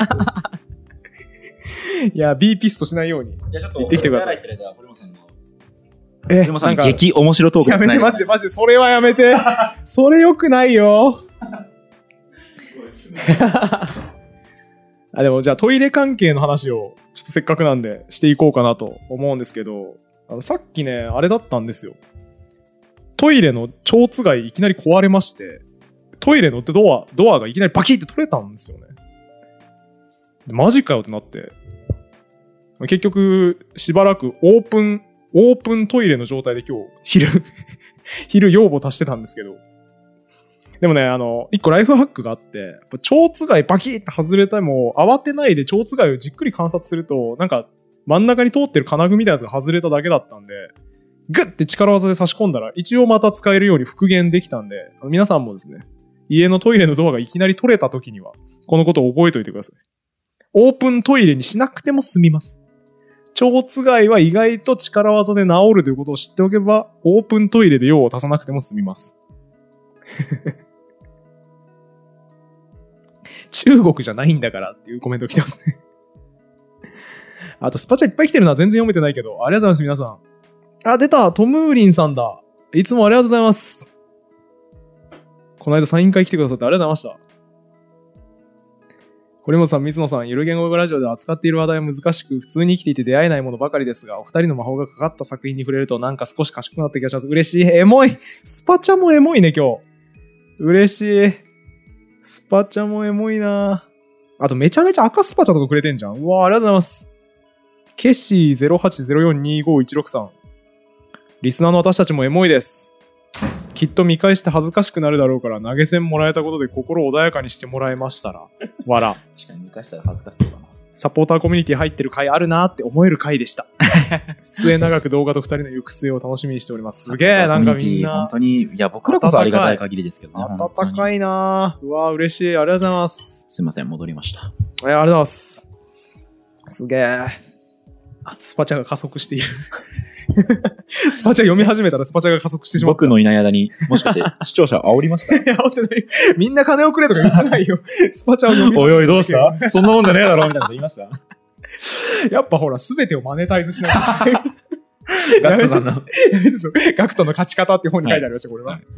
や、B ピストしないように。 じゃあちょっと、 言ってきてください。 堀本さん激面白トークですね。やめて、マジで、それはやめて。それ良くないよ。でも、じゃあトイレ関係の話を、ちょっとせっかくなんでしていこうかなと思うんですけど、さっきね、あれだったんですよ。トイレの蝶つがいいきなり壊れまして、トイレのドアがいきなりバキって取れたんですよね。マジかよってなって。結局、しばらくオープントイレの状態で今日、昼養母足してたんですけど。でもね、一個ライフハックがあって、蝶つがいバキって外れても、慌てないで蝶つがいをじっくり観察すると、なんか、真ん中に通ってる金具みたいなやつが外れただけだったんで、グッて力技で差し込んだら、一応また使えるように復元できたんで、皆さんもですね、家のトイレのドアがいきなり取れた時には、このことを覚えておいてください。オープントイレにしなくても済みます。蝶つがいは意外と力技で治るということを知っておけば、オープントイレで用を足さなくても済みます。中国じゃないんだからっていうコメント来てますね。あとスパチャいっぱい来てるのは全然読めてないけど、ありがとうございます、皆さん。出たトムーリンさんだ。いつもありがとうございます。この間サイン会来てくださってありがとうございました。堀本さん、水野さん、ゆる言語学ラジオで扱っている話題は難しく、普通に生きていて出会えないものばかりですが、お二人の魔法がかかった作品に触れるとなんか少し賢くなった気がします。嬉しい。エモい。スパチャもエモいね、今日。嬉しい。スパチャもエモいな。あとめちゃめちゃ赤スパチャとかくれてんじゃん。うわ、ありがとうございます。ケシー 08042516 リスナーの私たちもエモいです。きっと見返して恥ずかしくなるだろうから投げ銭もらえたことで心穏やかにしてもらえましたら。わら。 確かに見返したら恥ずかしそうだな。 サポーターコミュニティ入ってる回あるなって思える回でした。末永く動画と二人の行く末を楽しみにしております。すげえ、なんかみんな。 本当に、いや、僕らこそありがたい限りですけどね。 温かいな。うわ、嬉しい。ありがとうございます。 すいません、戻りました。 ありがとうございます。すげえ。スパチャが加速している。 スパチャ読み始めたらスパチャが加速してしまった。 僕のいない間に、もしかして視聴者煽りましたいや、煽ってない。みんな金をくれとか言わないよ。スパチャを読みおいおい、どうしたそんなもんじゃねえだろみたいなこと言いましたやっぱほら、すべてをマネタイズしないと。 ガクトさんの。 ガクトの勝ち方っていう本に書いてありました、これは。はい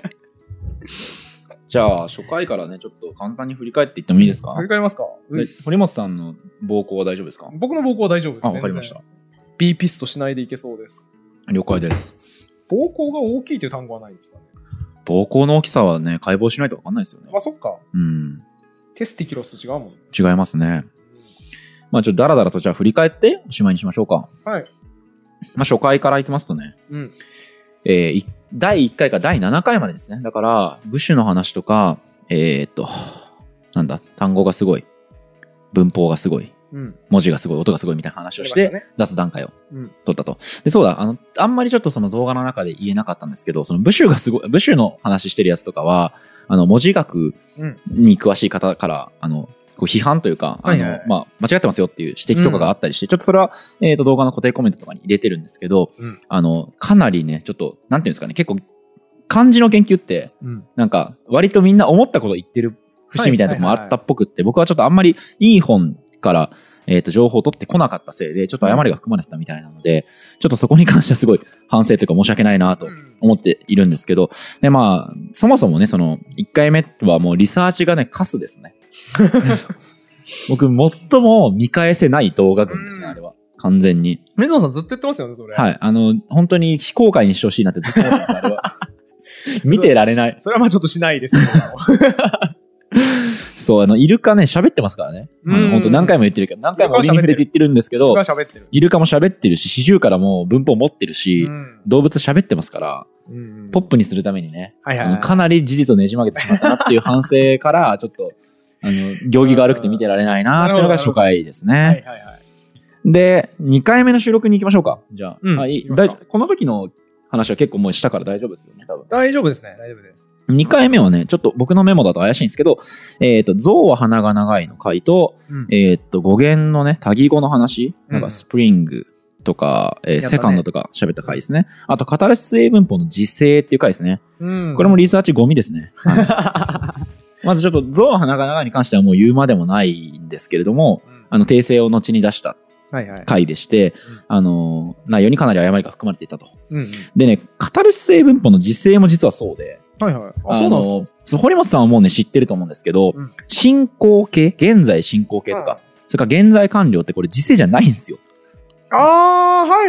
じゃあ、初回からね、ちょっと簡単に振り返っていってもいいですか？ 振り返りますか？ 堀本さんの膀胱は大丈夫ですか？ 僕の膀胱は大丈夫です。 わかりました。 B ピストしないでいけそうです。 了解です。 膀胱が大きいという単語はないんですかね？ 膀胱の大きさはね、解剖しないとわかんないですよね。 まあ、そっか。 うん。 テスティキュロスと違うもん。 違いますね。まあ、ちょっとダラダラとじゃあ振り返っておしまいにしましょうか。 はい。 まあ、初回からいきますとね。 うん。 第1回から第7回までですね。だから、部首の話とか、なんだ、単語がすごい、文法がすごい、 うん、 文字がすごい、音がすごいみたいな話をして、ね、雑談会を取ったと。で、そうだ、あんまりちょっとその動画の中で言えなかったんですけど、その部首がすごい、部首の話してるやつとかは、文字学に詳しい方から、こう批判というか、まあ、間違ってますよっていう指摘とかがあったりして、ちょっとそれは、動画の固定コメントとかに入れてるんですけど、かなりね、ちょっと、なんていうんですかね、結構、漢字の研究って、なんか、割とみんな思ったこと言ってる節みたいなとこもあったっぽくって、僕はちょっとあんまりいい本から、情報を取ってこなかったせいで、ちょっと誤りが含まれてたみたいなので、ちょっとそこに関してはすごい反省というか申し訳ないなと思っているんですけど、で、まあ、そもそもね、その、1回目はもうリサーチがね、カスですね。僕、最も見返せない動画群ですね、あれは。完全に。 水野さんずっと言ってますよね、それ。 はい。本当に非公開にしてほしいなってずっと思ってます、あれは。見てられない。 それはまあちょっとしないですけど。 そう、イルカね、喋ってますからね。本当何回も言ってるけど、何回も折に触れて言ってるんですけど、イルカも喋ってるし、四十からも文法持ってるし、動物喋ってますから、ポップにするためにね、かなり事実をねじ曲げてしまったなっていう反省から、ちょっと、行儀が悪くて見てられないなっていうのが初回ですね。で、2回目の収録に行きましょうか。じゃあ、この時の話は結構もうしたから大丈夫ですよね、多分。 大丈夫ですね、大丈夫です。 2回目はね、ちょっと僕のメモだと怪しいんですけど、象は鼻が長いの回と、語源のね、多義語の話、なんかスプリングとか、セカンドとか喋った回ですね。あと、カタルシス英文法の時制っていう回ですね。これもリサーチゴミですね。まずちょっと、象は鼻が長いに関してはもう言うまでもないんですけれども、訂正を後に出した回でして、内容にかなり誤りが含まれていたと。でね、カタルシス英文法の時制も実はそうで、 そうなんですか？ 堀本さんはもうね、知ってると思うんですけど、進行形、現在進行形とか、それから現在完了ってこれ時制じゃないんですよ。 はい。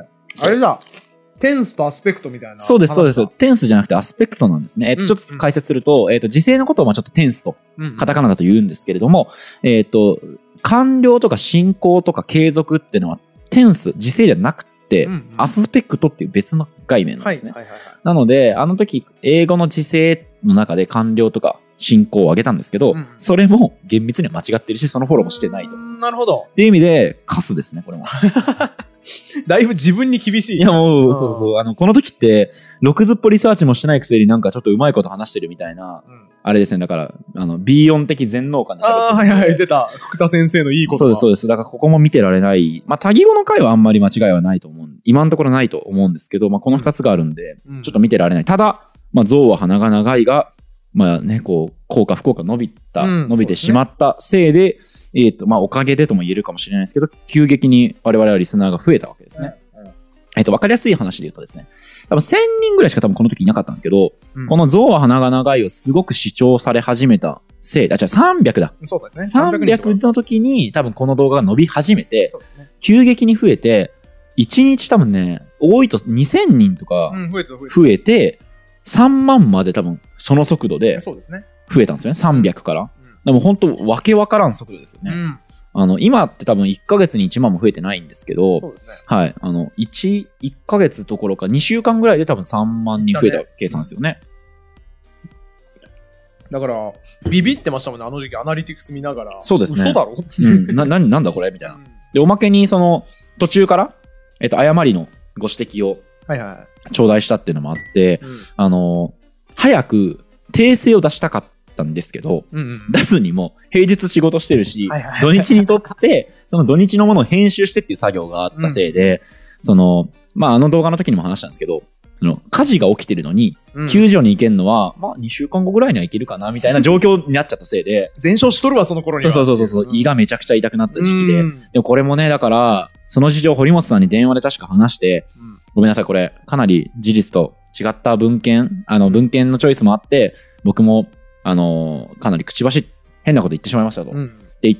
あれだ。テンスとアスペクトみたいな。 そうです、そうです。テンスじゃなくてアスペクトなんですね。ちょっと解説すると、時制のことをちょっとテンスと、カタカナだと言うんですけれども、完了とか進行とか継続っていうのは、テンス、時制じゃなくて、アスペクトっていう別の概念なんですね。なので、あの時、英語の時制の中で完了とか進行を挙げたんですけど、それも厳密には間違ってるし、そのフォローもしてないと。 なるほど。 っていう意味で、カスですね、これも。 だいぶ自分に厳しい。 いやもう、そうこの時って、6ずっぽリサーチもしてないくせになんかちょっとうまいこと話してるみたいな、あれですね、だから、B 音的全能感で喋ってる。 出た。福田先生のいいこと。 そうです。だからここも見てられない。まあ、多義語の回はあんまり間違いはないと思う。今のところないと思うんですけど、まあ、この2つがあるんで、ちょっと見てられない。ただ、まあ、象は鼻が長いが、まあね、こう、効果不効果伸びてしまったせいで、まあ、おかげでとも言えるかもしれないですけど、急激に我々はリスナーが増えたわけですね。わかりやすい話で言うとですね、多分1000人ぐらいしか多分この時いなかったんですけど、この象は鼻が長いをすごく主張され始めたせいで、300だ。 そうですね。 300の時に多分この動画が伸び始めて、急激に増えて、1日多分ね、多いと2000人とか増えて、3万まで多分その速度で増えたんですよね。300から。でも本当わけわからん速度ですよね。今って多分1ヶ月に1万も増えてないんですけど、はい。1ヶ月どころか2週間ぐらいで多分3万人増えた計算ですよね。 だから、ビビってましたもんね、あの時期アナリティクス見ながら。 そうですね。 嘘だろなんだこれみたいな。で、おまけに途中から、誤りのご指摘を、頂戴したっていうのもあって、早く訂正を出したかったんですけど、出すにも平日仕事してるし、土日にとって、その土日のものを編集してっていう作業があったせいで、 あの動画の時にも話したんですけど、火事が起きてるのに、救助に行けるのは、2週間後ぐらいには行けるかな、みたいな状況になっちゃったせいで。 全焼しとるわ、その頃には。 そう。胃がめちゃくちゃ痛くなった時期で。でもこれもね、だから、その事情、堀本さんに電話で確か話して、ごめんなさい、これ、かなり事実と違った文献のチョイスもあって、僕も、かなり変なこと言ってしまいましたと。って言って、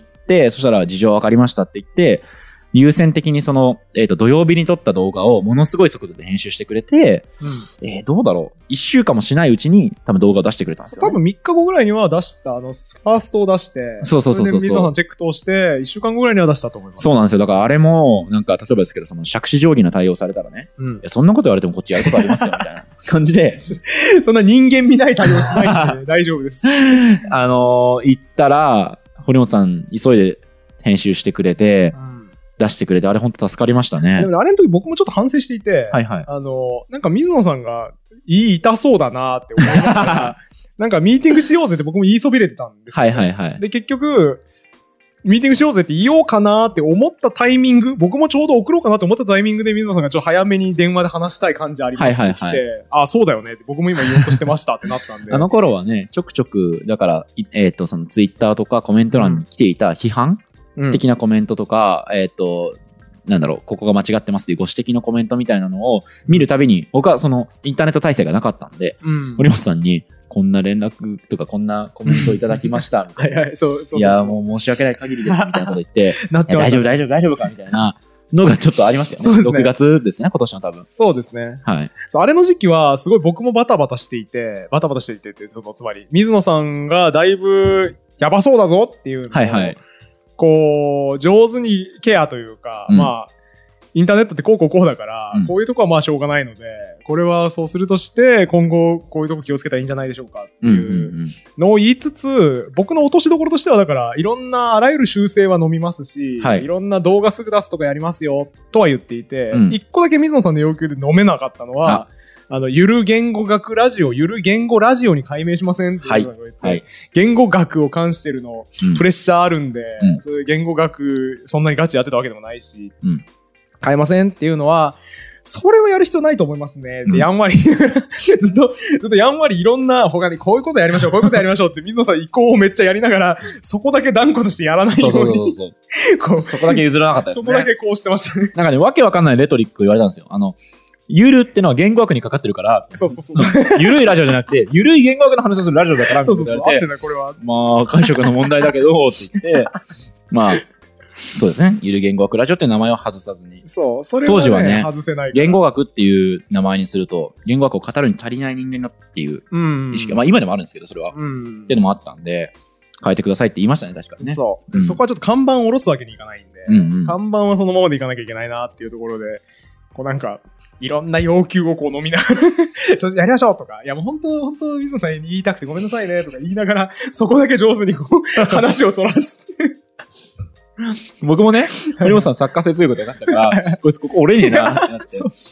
そしたら事情分かりましたって言って、優先的に土曜日に撮った動画をものすごい速度で編集してくれて、どうだろう ?1 週間もしないうちに多分動画を出してくれたんですよ、ね。 多分3日後ぐらいには出した、ファーストを出して、 そう。それで水野さんチェック通して、1週間後ぐらいには出したと思います。 そうなんですよ。だからあれも、なんか例えばですけど、借子定規な対応されたらね、そんなこと言われてもこっちやることありますよ、みたいな感じで。 そんな人間見ない対応しないんで、大丈夫です。 行ったら、堀本さん急いで編集してくれて、出してくれて、あれ本当助かりましたね。 でもあれの時僕もちょっと反省していて、なんか水野さんが痛そうだなって思いながら、なんかミーティングしようぜって僕も言いそびれてたんですよ、ね。で、結局、ミーティングしようぜって言おうかなって思ったタイミング、僕もちょうど送ろうかなと思ったタイミングで水野さんがちょっと早めに電話で話したい感じありますって来て、そうだよねって僕も今言おうとしてましたってなったんで。 あの頃はね、ちょくちょく、だから、そのツイッターとかコメント欄に来ていた批判、的なコメントとか、なんだろう、ここが間違ってますっていうご指摘のコメントみたいなのを見るたびに、僕はインターネット体制がなかったんで、堀本さんに、こんな連絡とかこんなコメントをいただきました、みたいな。いや、もう申し訳ない限りです、みたいなこと言って、大丈夫かみたいなのがちょっとありましたよね。6月ですね、今年の多分。 そうですね。 はい。 あれの時期は、すごい僕もバタバタしていて、つまり、水野さんがだいぶやばそうだぞっていうのを、こう、上手にケアというか、インターネットってこうだから、こういうとこはしょうがないので、これはそうするとして、今後こういうとこ気をつけたらいいんじゃないでしょうかっていうのを言いつつ、僕の落としどころとしてはだから、いろんなあらゆる修正は飲みますし、いろんな動画すぐ出すとかやりますよ、とは言っていて、一個だけ水野さんの要求で飲めなかったのは、ゆる言語学ラジオ、ゆる言語ラジオに改名しませんっていうのを言って、言語学を関してるの、プレッシャーあるんで、そういう言語学、そんなにガチやってたわけでもないし、変えませんっていうのは、それはやる必要ないと思いますね。で、やんわり、ずっとやんわりいろんな他にこういうことやりましょうって水野さん意向をめっちゃやりながら、そこだけ断固としてやらないように。 そこだけ譲らなかったですね。 そこだけこうしてましたね。 なんかね、わけわかんないレトリック言われたんですよ。ゆるってのは言語学にかかってるから、ゆるいラジオじゃなくて、ゆるい言語学の話をするラジオだから、 そう、合ってない、これは。 解釈の問題だけど、って言って、そうですね。ゆる言語学ラジオっていう名前を外さずに。 そう、それはね、当時はね、外せない。 言語学っていう名前にすると、言語学を語るに足りない人間だっていう意識が、今でもあるんですけど、それは。っていうのもあったんで、変えてくださいって言いましたね、確かにね。 そう。そこはちょっと看板を下ろすわけにいかないんで、看板はそのままでいかなきゃいけないなっていうところで、なんか、いろんな要求を飲みながらそれやりましょうとか、いやもう本当水野さんに言いたくてごめんなさいねとか言いながら、そこだけ上手に話をそらす。 僕もね、堀本さん作家性強いことやったから、こいつここ折れねえなってなって。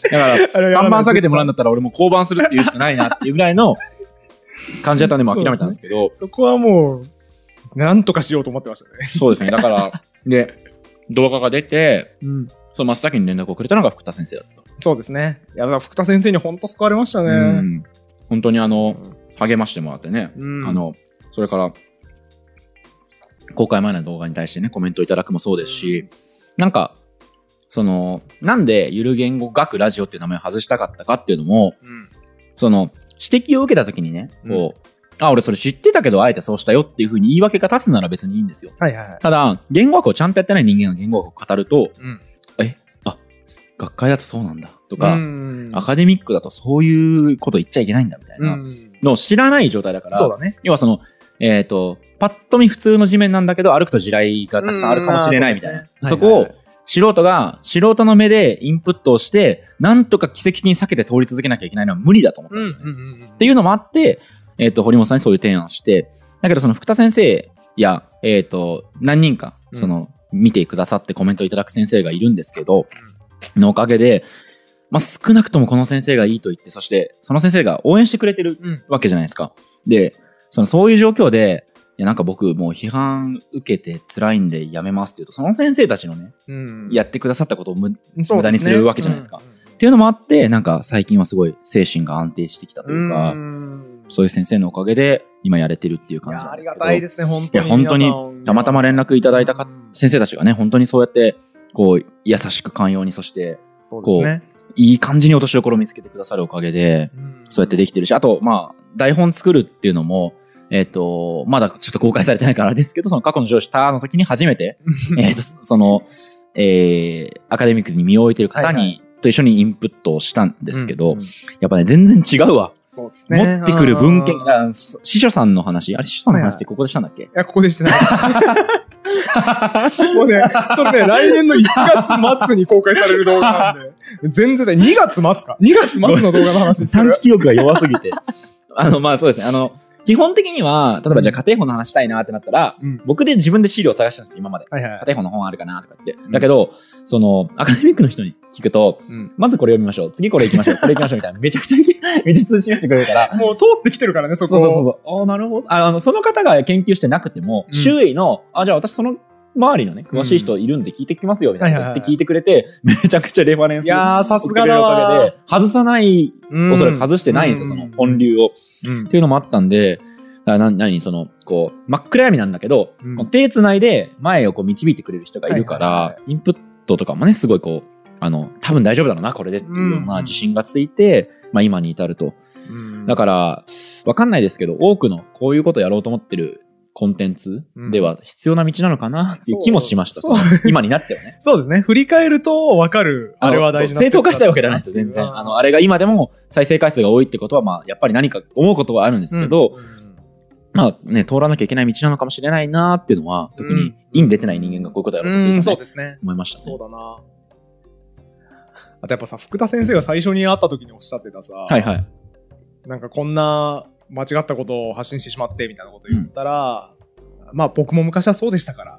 だから、看板下げてもらうんだったら俺も降板するっていうしかないなっていうぐらいの感じだったんで、も諦めたんですけど。 そこはもう、なんとかしようと思ってましたね。 そうですね。だから、で、動画が出て、その真っ先に連絡をくれたのが福田先生だった。 そうですね。いや、福田先生に本当救われましたね。 本当に励ましてもらってね。それから、公開前の動画に対してね、コメントいただくもそうですし、なんか、なんでゆる言語学ラジオっていう名前を外したかったかっていうのも、指摘を受けた時にね、俺それ知ってたけどあえてそうしたよっていう風に言い訳が立つなら別にいいんですよ。ただ、言語学をちゃんとやってない人間が言語学を語ると、学会だとそうなんだとか、アカデミックだとそういうこと言っちゃいけないんだみたいなのを知らない状態だから、 そうだね。 要はパッと見普通の地面なんだけど歩くと地雷がたくさんあるかもしれないみたいな。そこを素人の目でインプットをして、なんとか奇跡的に避けて通り続けなきゃいけないのは無理だと思ったんですよね。っていうのもあって、堀本さんにそういう提案をして、だけど福田先生や、何人か、見てくださってコメントいただく先生がいるんですけど、のおかげで、少なくともこの先生がいいと言って、そしてその先生が応援してくれてるわけじゃないですか。で、そういう状況で、 やなんか僕もう批判受けて辛いんでやめますって言うと、その先生たちのね、やってくださったことを無駄にするわけじゃないですか。っていうのもあって、なんか最近はすごい精神が安定してきたというか、そういう先生のおかげで今やれてるっていう感じなんですけど。 ありがたいですね、本当に。 いや、本当にたまたま連絡いただいた先生たちがね、本当にそうやって、こう、優しく寛容に、そして、こう、いい感じに落としどころを見つけてくださるおかげで、そうやってできてるし、あと、まあ、台本作るっていうのも、まだちょっと公開されてないからですけど、その過去の上司の時に初めて、その、アカデミックに身を置いてる方に、と一緒にインプットをしたんですけど、やっぱね、全然違うわ。 そうですね。 持ってくる文献、司書さんの話、司書さんの話ってここでしたんだっけ？ いや、ここでしてない。もうね、それね、来年の1月末に公開される動画なんで、全然2月末か。2月末の動画の話です。 短期記憶が弱すぎて。まあそうですね。基本的には、例えばじゃあ家庭法の話したいなってなったら、僕で自分で資料を探したんです、今まで。家庭法の本あるかなとか言って。だけど、アカデミックの人に聞くと、まずこれ読みましょう。次これ行きましょう。これ行きましょうみたいな。めちゃくちゃ道通ししてくれるから。 もう通ってきてるからね、そこ。 そう。なるほど。その方が研究してなくても、周囲の、じゃあ私その周りのね、詳しい人いるんで聞いてきますよ、みたいな言って聞いてくれて、めちゃくちゃレファレンス。 いやー、さすがだわ。 おかげで、外さない、おそらく外してないんですよ、その本流を。っていうのもあったんで、こう、真っ暗闇なんだけど、手繋いで前をこう導いてくれる人がいるから、インプットとかもね、すごいこう、多分大丈夫だろうな、これでっていうような自信がついて、まあ今に至ると。だから、わかんないですけど、多くのこういうことやろうと思ってるコンテンツでは必要な道なのかなっていう気もしました。今になってはね。 そうですね。振り返るとわかる。あれは大事な。 正当化したいわけじゃないですよ、全然。あれが今でも再生回数が多いってことは、まあ、やっぱり何か思うことはあるんですけど、まあね、通らなきゃいけない道なのかもしれないなっていうのは、特に、院出てない人間がこういうことやろうとすると、 そうですね。 思いましたね。 そうだな。あとやっぱさ、福田先生が最初に会った時におっしゃってたさ、 はいはい。 なんかこんな間違ったことを発信してしまってみたいなことを言ったら、まあ僕も昔はそうでしたから。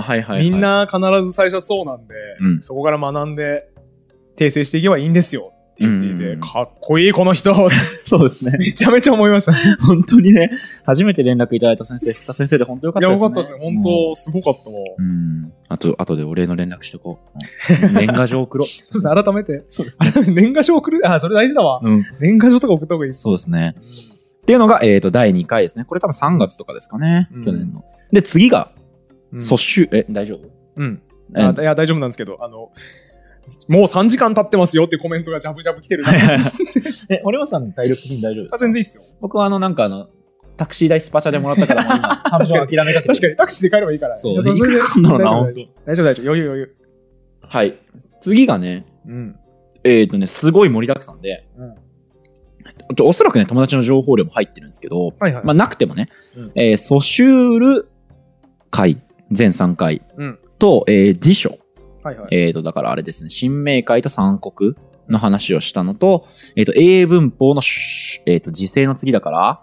はいはい。 みんな必ず最初はそうなんで、そこから学んで訂正していけばいいんですよ。って言っていて、かっこいいこの人そうですね。 めちゃめちゃ思いましたね。 本当にね、初めて連絡いただいた先生、福田先生で本当よかったですね。 いや、よかったですね。本当、すごかったわ。 あとでお礼の連絡しとこう。年賀状送ろう。 そうですね、改めて。 そうですね。 年賀状送る？それ大事だわ。年賀状とか送った方がいいです。 そうですね。っていうのが、第2回ですね。これ多分3月とかですかね。去年の。で、次が、訴訟、大丈夫？ いや、大丈夫なんですけど、もう3時間経ってますよっていうコメントがジャブジャブ来てる。 堀本さん体力的に大丈夫ですか？ 全然いいっすよ。 僕はタクシー代スパチャでもらったから、もう今、半分諦めかけて。 確かに、タクシーで帰ればいいから。 そう、いくらかんだろうな、本当。 大丈夫。余裕。 はい。次がね、すごい盛りだくさんで、おそらくね、友達の情報量も入ってるんですけど、まあ、なくてもね、ソシュール会、全3回と、辞書。だからあれですね、新明会と三国の話をしたのと、英文法の、時制の次だから、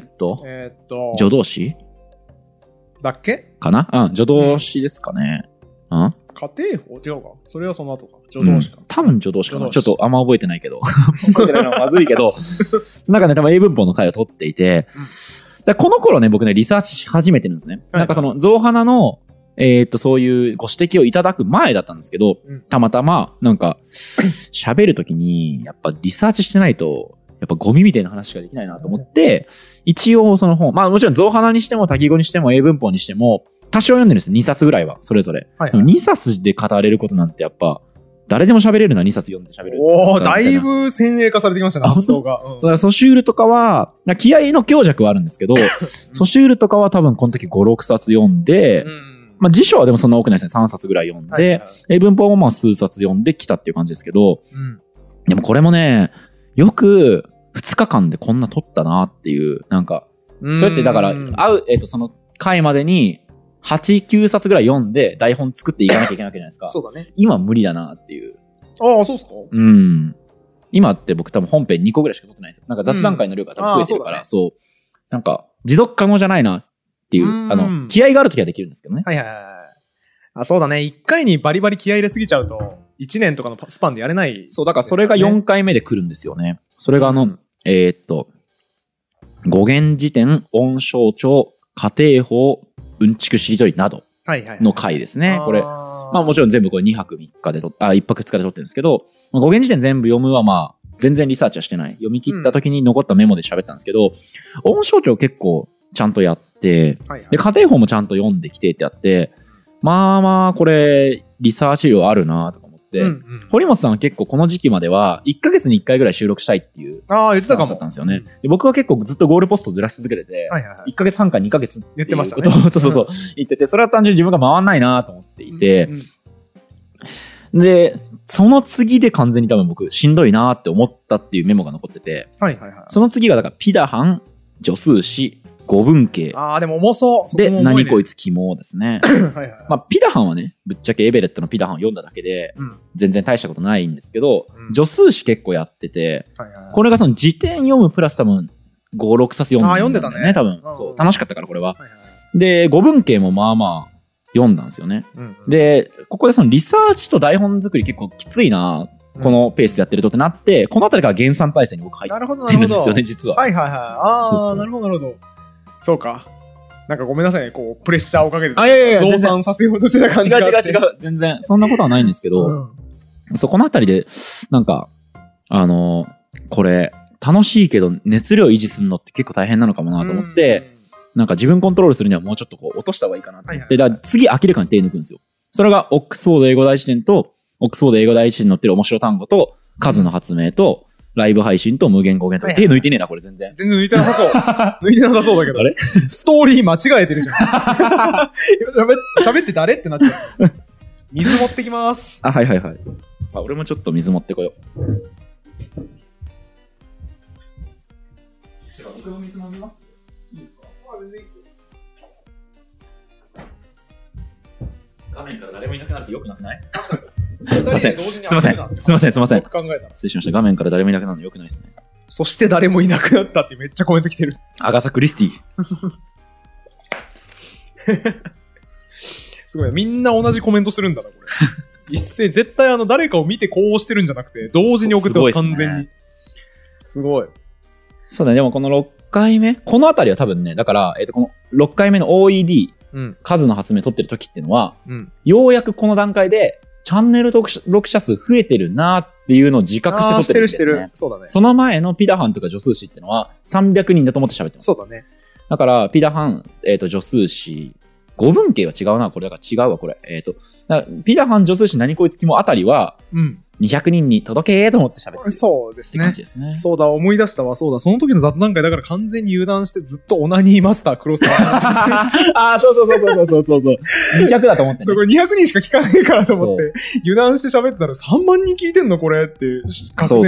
助動詞だっけかな？助動詞ですかね。 家庭法違うか？それはその後か。助動詞か。 多分助動詞かな。ちょっとあんま覚えてないけど。覚えてないのはまずいけど、なんかね、多分英文法の回を取っていて、この頃ね、僕ね、リサーチし始めてるんですね。なんかその、ゾウハナの、そういうご指摘をいただく前だったんですけど、たまたま、なんか、喋るときに、やっぱリサーチしてないと、やっぱゴミみたいな話ができないなと思って、一応その本、まあもちろんゾウハナにしても、多義語にしても、英文法にしても、多少読んでるんです。2冊ぐらいは、それぞれ。2冊で語れることなんてやっぱ、誰でも喋れるな、2冊読んで喋る。 だいぶ先鋭化されてきましたね、発想が。 ソシュールとかは、気合の強弱はあるんですけど、ソシュールとかは多分この時5、6冊読んで、まあ辞書はでもそんな多くないですね。3冊ぐらい読んで、英文法もまあ数冊読んできたっていう感じですけど、でもこれもね、よく2日間でこんな取ったなっていう、なんか、そうやってだから、その回までに8、9冊ぐらい読んで台本作っていかなきゃいけないわけじゃないですか。 そうだね。 今無理だなっていう。 ああ、そうっすか？ 今って僕多分本編2個ぐらいしか取ってないんですよ。なんか雑談会の量が多分増えてるから、そう。なんか、持続可能じゃないなっていう、気合があるときはできるんですけどね。 そうだね。1回にバリバリ気合入れすぎちゃうと、1年とかのスパンでやれない、 そう、だからそれが4回目で来るんですよね。それが語源辞典、音象徴、 家庭法、うんちくしりとりなどの回ですね。これ。まあもちろん全部これ2泊3日で1泊2日で撮ってるんですけど、まあ、語源辞典全部読むはまあ、全然リサーチはしてない。読み切った時に残ったメモで喋ったんですけど、音象徴結構ちゃんとやって、で、家庭法もちゃんと読んできてってやって、まあまあ、これ、リサーチ量あるなとか思って、堀本さんは結構この時期までは、1ヶ月に1回ぐらい収録したいっていう、 言ってたかも。 だったんですよね。で僕は結構ずっとゴールポストずらし続けてて、1ヶ月半か2ヶ月って言ってましたね。 そう、言ってて、それは単純に自分が回んないなと思っていて、で、その次で完全に多分僕しんどいなって思ったっていうメモが残ってて、その次がだからピダハン、助数詞、語文系。 でも重そう。 で、何こいつ肝ですね。まあ、ピダハンはね、ぶっちゃけエベレットのピダハンを読んだだけで、全然大したことないんですけど、助数詞結構やってて、これがその辞典読むプラス多分、5、6冊読んでたんだね。多分。そう、楽しかったからこれは。で、語文系もまあまあ、読んだんですよね。で、ここでそのリサーチと台本作り結構きついな、このペースでやってるとってなって、このあたりから原産体制に僕入ってるんですよね、実は。 なるほど、なるほど。そうか。なんかごめんなさいね、こう、プレッシャーをかけて、増産させようとしてた感じが。 違う。全然、そんなことはないんですけど、そこのあたりで、なんか、これ、楽しいけど熱量維持するのって結構大変なのかもなと思って、なんか自分コントロールするにはもうちょっとこう落とした方がいいかなと思って、だから次明らかに手抜くんですよ。それがオックスフォード英語大辞典と、オックスフォード英語大辞典に載ってる面白単語と、数の発明と、ライブ配信と無限語源と、手抜いてねえな、これ全然。 全然抜いてなさそう。抜いてなさそうだけど。あれストーリー間違えてるじゃん。喋って誰ってなっちゃう。水持ってきます。 はい。俺もちょっと水持ってこよう。僕の水飲みます？いいですか？全然いいっすよ。画面から誰もいなくなると良くなくない？確かに。すいません。失礼しました。画面から誰もいなくなるの良くないですね。 そして誰もいなくなったってめっちゃコメント来てる。 アガサ・クリスティ。 すごい。みんな同じコメントするんだな、これ。一斉、絶対誰かを見てこうしてるんじゃなくて、同時に送ってます、完全に。すごい。 そうだね。でもこの6回目、このあたりは多分ね、だから、この6回目の OED、数の発明取ってる時っていうのは、ようやくこの段階で、チャンネル登録者数増えてるなっていうのを自覚して撮ってるんですね。してる。 そうだね。 その前のピダハンとか助数詞っていうのは300人だと思って喋ってます。 そうだね。 だから、ピダハン、助数詞、語文系は違うな。これだから違うわ、これ。ピダハン、助数詞、何こいつきもあたりは、200人に届けーと思って喋ってる。 そうですね。 感じですね。 そうだ、思い出したわ。そうだ、その時の雑談会だから完全に油断してずっとオナニーマスター黒沢の話してるんですよ。 そう。200だと思って、ね。 そう、これ200人しか聞かないからと思って、油断して喋ってたら3万人聞いてんのこれって、 そう、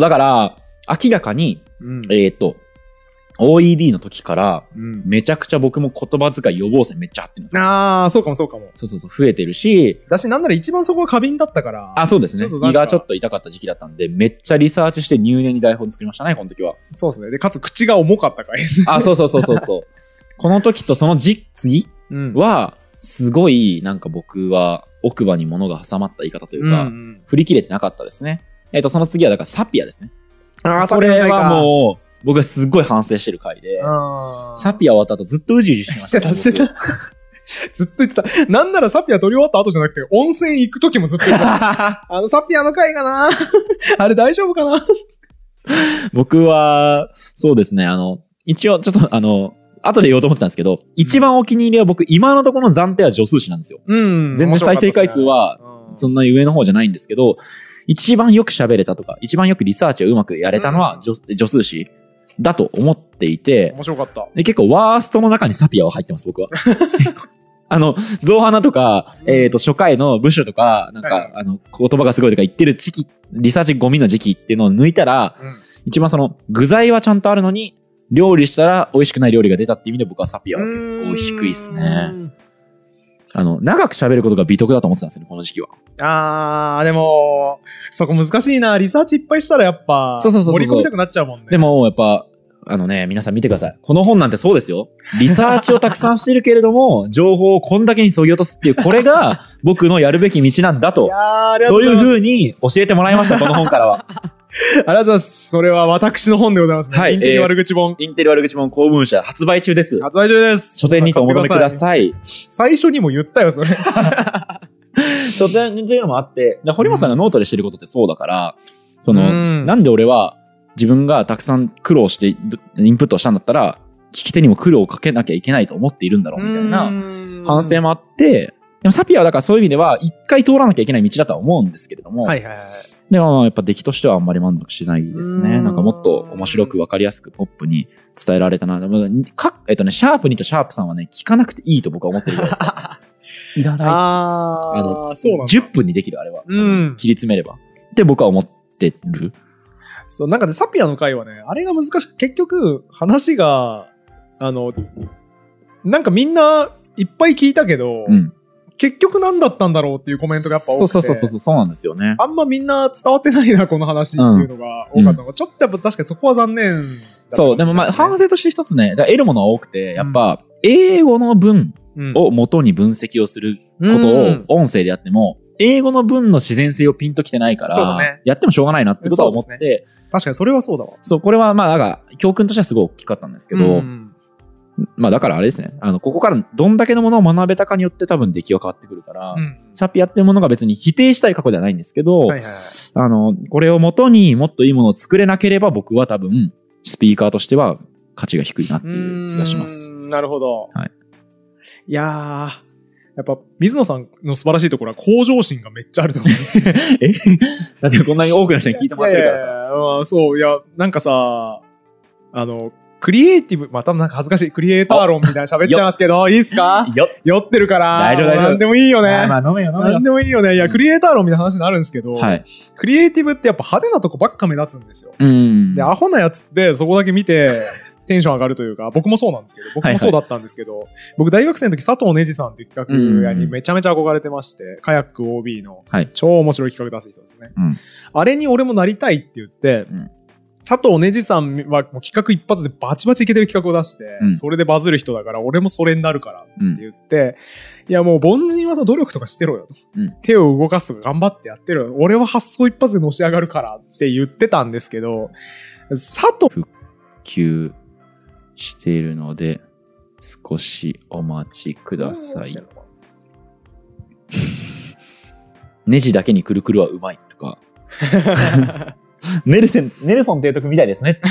だから、明らかに、OED の時から、めちゃくちゃ僕も言葉遣い予防線めっちゃ張ってるんですよ。 そうかも。 そう、増えてるし。 だし、なんなら一番そこが過敏だったから。 そうですね。胃がちょっと痛かった時期だったんで、めっちゃリサーチして入念に台本作りましたね、この時は。 そうですね。で、かつ口が重かった回ですね。 そう。この時とその次は、すごい、なんか僕は奥歯に物が挟まった言い方というか、振り切れてなかったですね。その次はだからサピアですね。これはもう、僕はすっごい反省してる回で、サピア終わった後ずっとうじうじしてました。 してた。ずっと言ってた。なんならサピア撮り終わった後じゃなくて、温泉行く時もずっと言ってた。サピアの回かなあれ大丈夫かな僕は、そうですね、一応ちょっと後で言おうと思ってたんですけど、一番お気に入りは僕、今のところの暫定は助数詞なんですよ。全然再生回数は、そんなに上の方じゃないんですけど、一番よく喋れたとか、一番よくリサーチをうまくやれたのは助数詞だと思っていて、 面白かった。 で結構ワーストの中にサピアは入ってます、僕は。造花とか、初回の部署とか、なんか、言葉がすごいとか言ってる時期、リサーチゴミの時期っていうのを抜いたら、一番その、具材はちゃんとあるのに、料理したら美味しくない料理が出たっていう意味で僕はサピアは結構低いですね。長く喋ることが美徳だと思ってたんですよ、この時期は。 でも、そこ難しいな。リサーチいっぱいしたらやっぱ、盛り込みたくなっちゃうもんね。 でも、やっぱ、皆さん見てください。この本なんてそうですよ。リサーチをたくさんしてるけれども、情報をこんだけに削ぎ落とすっていう、これが僕のやるべき道なんだと。そういう風に教えてもらいました、この本からは。 りがとうございます。それは私の本でございますね。 はい。 インテリ悪口本。 インテリ悪口本公文社発売中です。 発売中です。 書店にてお求めください。 最初にも言ったよ、それ。 書店っていうのもあって、堀本さんがノートでしてることってそうだから、なんで俺は自分がたくさん苦労してインプットしたんだったら、聞き手にも苦労をかけなきゃいけないと思っているんだろうみたいな反省もあって、でもサピアはだからそういう意味では一回通らなきゃいけない道だとは思うんですけれども、はいはいはい。でもやっぱ出来としてはあんまり満足しないですね。なんかもっと面白く分かりやすくポップに伝えられたな。シャープ2とシャープ3はね、聞かなくていいと僕は思ってるぐらいです。いらない。そうなんだ。10分にできる、あれは。切り詰めれば。って僕は思ってる。 そう、なんかね、サピアの回はね、あれが難しく、結局、話が、なんかみんないっぱい聞いたけど、結局何だったんだろうっていうコメントがやっぱ多くて。 そうなんですよね。 あんまみんな伝わってないな、この話っていうのが多かったのが、ちょっとやっぱ確かにそこは残念、 そう、でもまあ、反省として一つね、得るものは多くて、やっぱ、英語の文を元に分析をすることを音声でやっても、英語の文の自然性をピンときてないから、やってもしょうがないなってことは思って、 確かにそれはそうだわ。 そう、これはまあ、なんか、教訓としてはすごい大きかったんですけど、まあだからあれですね。ここからどんだけのものを学べたかによって多分出来は変わってくるから、サピアっていうものが別に否定したい過去ではないんですけど、これを元にもっといいものを作れなければ僕は多分、スピーカーとしては価値が低いなっていう気がします。 なるほど。 はい。 いやー、やっぱ水野さんの素晴らしいところは向上心がめっちゃあると思う。 だってこんなに多くの人に聞いてもらってるからさ。 そう、いや、なんかさ、クリエイティブ、またなんか恥ずかしい、クリエイター論みたいな喋っちゃいますけど、いいっすか？酔ってるから。 大丈夫。 なんでもいいよね。 まあ飲めよ。 なんでもいいよね。いや、クリエイター論みたいな話になるんですけど、クリエイティブってやっぱ派手なとこばっか目立つんですよ。で、アホなやつってそこだけ見て、テンション上がるというか、僕もそうなんですけど、僕もそうだったんですけど、僕大学生の時佐藤ねじさんっていう企画屋にめちゃめちゃ憧れてまして、カヤック OB の超面白い企画出す人ですね。あれに俺もなりたいって言って、佐藤ねじさんはもう企画一発でバチバチいけてる企画を出して、それでバズる人だから俺もそれになるからって言って、いやもう凡人はさ努力とかしてろよと、手を動かすとか頑張ってやってるよ、俺は発想一発でのし上がるからって言ってたんですけど、佐藤復旧しているので少しお待ちください。ネジだけにくるくるはうまいとかネルソン提督みたいですね。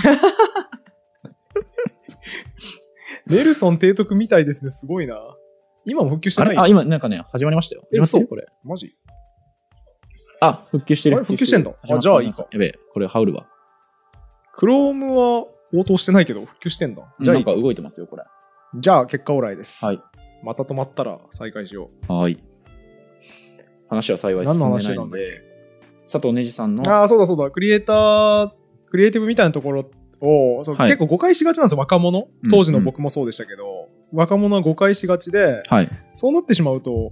ネルソン提督みたいですね。すごいな。今も復旧してない？ 今なんかね、始まりましたよ。始まったよ、これ。 マジ？ 復旧してる。 復旧してんだ。じゃあいいか。 やべえ、これ羽織るわ。 クロームは応答してないけど、復旧してんだ。 じゃあなんか動いてますよ、これ。 じゃあ結果オーライです。 はい。 また止まったら再開しよう。はい。話は幸い進んでないので。佐藤ねじさんの。 そうだ。クリエイティブみたいなところを、結構誤解しがちなんですよ、若者。当時の僕もそうでしたけど、若者は誤解しがちで、そうなってしまうと、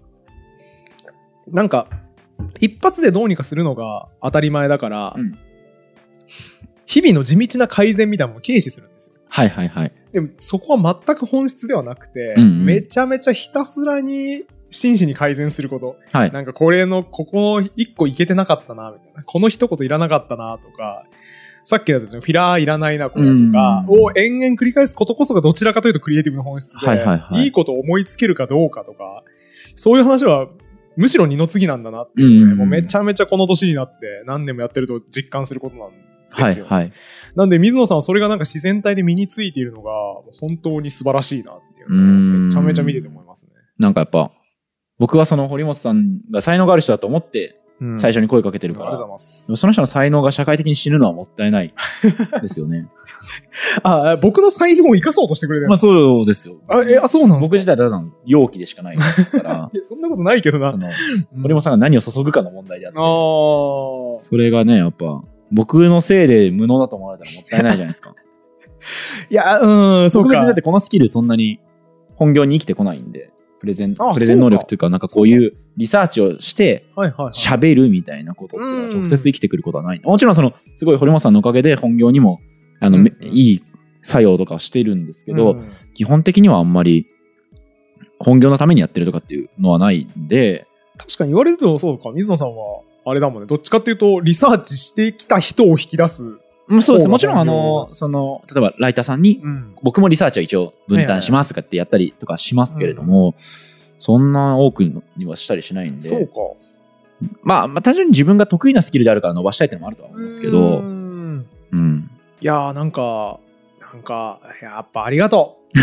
なんか、一発でどうにかするのが当たり前だから、日々の地道な改善みたいなものを軽視するんですよ。でも、そこは全く本質ではなくて、めちゃめちゃひたすらに、真摯に改善すること。なんかここ一個いけてなかったな、みたいな。この一言いらなかったな、とか、さっきのですね、フィラーいらないな、これとか、を延々繰り返すことこそがどちらかというとクリエイティブの本質で、いいことを思いつけるかどうかとか、そういう話はむしろ二の次なんだなっていうね、もうめちゃめちゃこの年になって何年もやってると実感することなんですよ。なんで水野さんはそれがなんか自然体で身についているのが本当に素晴らしいなっていうね、めちゃめちゃ見てて思いますね。 なんかやっぱ、僕はその堀本さんが才能がある人だと思って最初に声かけてるから、その人の才能が社会的に死ぬのはもったいないですよね。 僕の才能を生かそうとしてくれてる。 そうですよ。 そうなんですか。 僕自体ただの容器でしかないからそんなことないけどな。 堀本さんが何を注ぐかの問題であって、それがね、やっぱ僕のせいで無能だと思われたらもったいないじゃないですか。 いや、そうか。 僕別にだってこのスキルそんなに本業に生きてこないんで、プレゼン能力というか、なんかこういうリサーチをして喋るみたいなことっていうのは直接生きてくることはない。もちろんすごい堀本さんのおかげで本業にもいい作用とかしてるんですけど、基本的にはあんまり本業のためにやってるとかっていうのはないんで。 確かに言われるとそうか、水野さんはあれだもんね。どっちかっていうと、リサーチしてきた人を引き出す。 そうです。もちろん、例えばライターさんに、僕もリサーチは一応分担しますとかってやったりとかしますけれども、そんな多くにはしたりしないんで。 そうか。 まあ、単純に自分が得意なスキルであるから伸ばしたいってのもあるとは思うんですけど。 いやー、なんか、やっぱありがとう。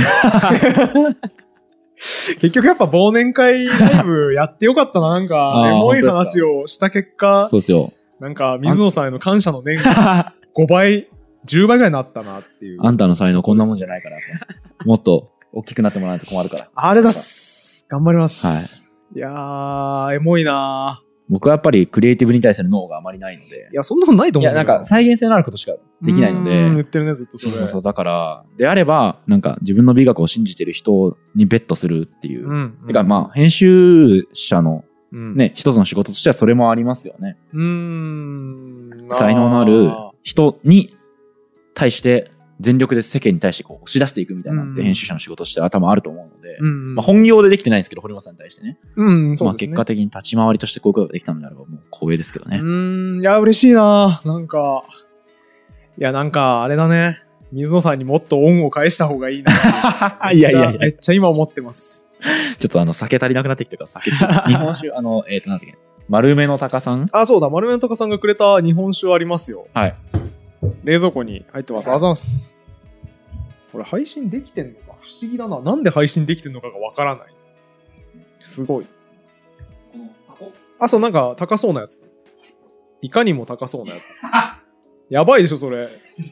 結局やっぱ忘年会ライブやってよかったな。なんか、エモい話をした結果、 そうですよ。 なんか、水野さんへの感謝の念が5倍、10倍ぐらいになったなっていう。 あんたの才能こんなもんじゃないから。もっと大きくなってもらわないと困るから。 あれだっす。頑張ります。 はい。 いやー、エモいなー。 僕はやっぱりクリエイティブに対する脳があまりないので。 いや、そんなことないと思う。 いや、なんか再現性のあることしかできないので。 言ってるね、ずっとそれ。 そう、だから、であれば、なんか自分の美学を信じてる人にベットするっていう。てか、まあ、編集者のね、一つの仕事としてはそれもありますよね。才能のある人に対して、全力で世間に対してこう押し出していくみたいなって編集者の仕事としては多分あると思うので、まあ本業でできてないんですけど、堀本さんに対してね。まあ結果的に立ち回りとしてこういうことができたのであればもう光栄ですけどね。 いや、嬉しいな。なんか、あれだね。水野さんにもっと恩を返した方がいいな。いや、めっちゃ今思ってます。 ちょっと酒足りなくなってきてから日本酒、なんていうか、丸目の鷹さん。 あ、そうだ、丸目の鷹さんがくれた日本酒ありますよ。 はい。 冷蔵庫に入ってます。ありがとうございます。これ配信できてんのか不思議だな。なんで配信できてんのかがわからない。すごい。あ、そう、なんか高そうなやつ。いかにも高そうなやつです。やばいでしょ、それ。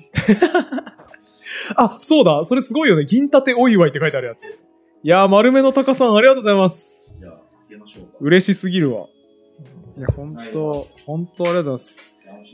あ、そうだ。それすごいよね。銀盾お祝いって書いてあるやつ。いやー、丸目の鷹さんありがとうございます。 じゃあ、入れましょうか。 嬉しすぎるわ。いや、ほんとありがとうございます。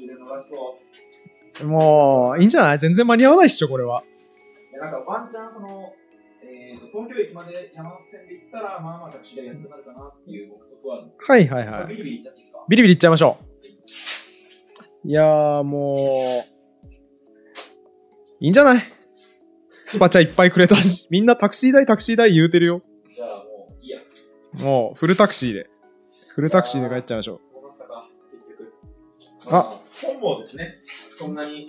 もう、いいんじゃない？全然間に合わないっしょ、これは。 なんかワンチャン東京駅まで山手線で行ったら、まあまあタクシーが安くなるかなっていう憶測はあるんですけど。はいはいはい。ビリビリいっちゃっていいですか？ビリビリいっちゃいましょう。いやーもう、いいんじゃない？スパチャいっぱいくれたし、みんなタクシー代言うてるよ。じゃあもういいや。もうフルタクシーで帰っちゃいましょう。そうなったか、結局。本望ですね。そんなに、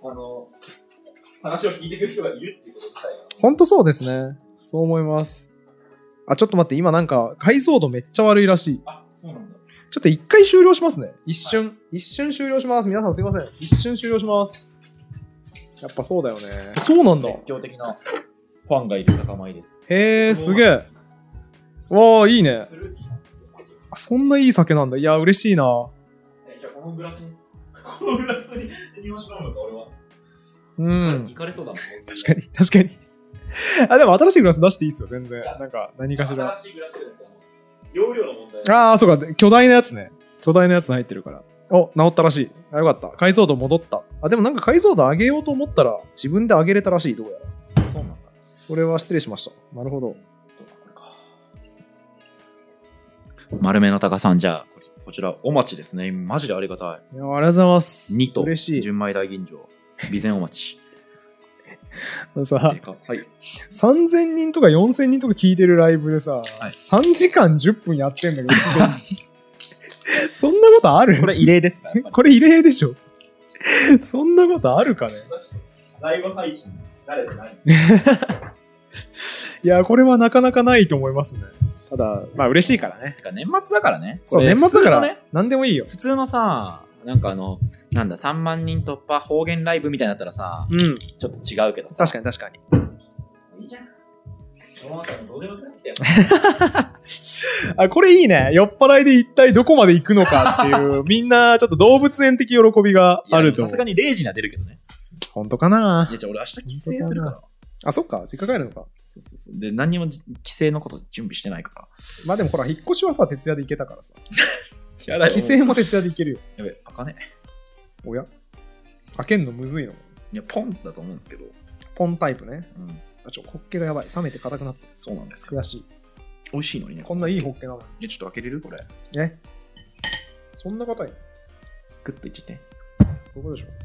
話を聞いてくる人がいるっていうこと自体が。ほんとそうですね。そう思います。あ、ちょっと待って、今なんか解像度めっちゃ悪いらしい。あ、そうなんだ。ちょっと一回終了しますね。一瞬終了します。皆さんすいません。一瞬終了します。やっぱそうだよね。そうなんだ。熱狂的なファンがいる酒米です。へー、すげえ。わー、いいね。あ、そんないい酒なんだ。いや、嬉しいな。じゃあこのグラスに日本酒飲むのか、俺は。いかれそうだもん。確かに。あ、でも新しいグラス出していいっすよ、全然。なんか、何かしら。新しいグラス容量の問題。ああ、そうか、巨大なやつね。巨大なやつ入ってるから。お、治ったらしい。あ、よかった。解像度戻った。あ、でもなんか解像度上げようと思ったら、自分で上げれたらしい、どうやら。そうなんだ。それは失礼しました。なるほど。丸目の鷹さん、じゃあ、こちら、お待ちですね。マジでありがたい。いや、ありがとうございます。2と、嬉しい。純米大吟醸、備前お待ち。さ、はい、3000人とか4000人とか聞いてるライブでさ、はい、3時間10分やってんだけど、そんなことある？これ異例ですか？これ異例でしょ。そんなことあるかね。ライブ配信慣れてない。いや、これはなかなかないと思いますね。ただ、まあ嬉しいからね。てか年末だからね。そう、年末だからね。何でもいいよ。普通のさ、なんかなんだ、3万人突破方言ライブみたいになったらさ、ちょっと違うけどさ。確かに。いいじゃん。この後どうでもよくなってよ。あ、これいいね。酔っ払いで一体どこまで行くのかっていう、みんなちょっと動物園的喜びがあると。さすがに0時には出るけどね。本当かな。いや、じゃあ俺明日帰省するから。あ、そっか。実家帰るのか。そう。で、何にも帰省のこと準備してないから。まあでもほら、引っ越しはさ、徹夜で行けたからさ。帰省も徹夜で行けるよ。やべ、開かねえ。おや？開けんのむずいの？いや、ポンだと思うんですけど。ポンタイプね。あ、ホッケがやばい。冷めて硬くなって。そうなんですよ。悔しい。美味しいのにね。こんないいホッケなのに。いや、ちょっと開けれるこれ。そんな硬い？グッといっちゃって。どこでしょう？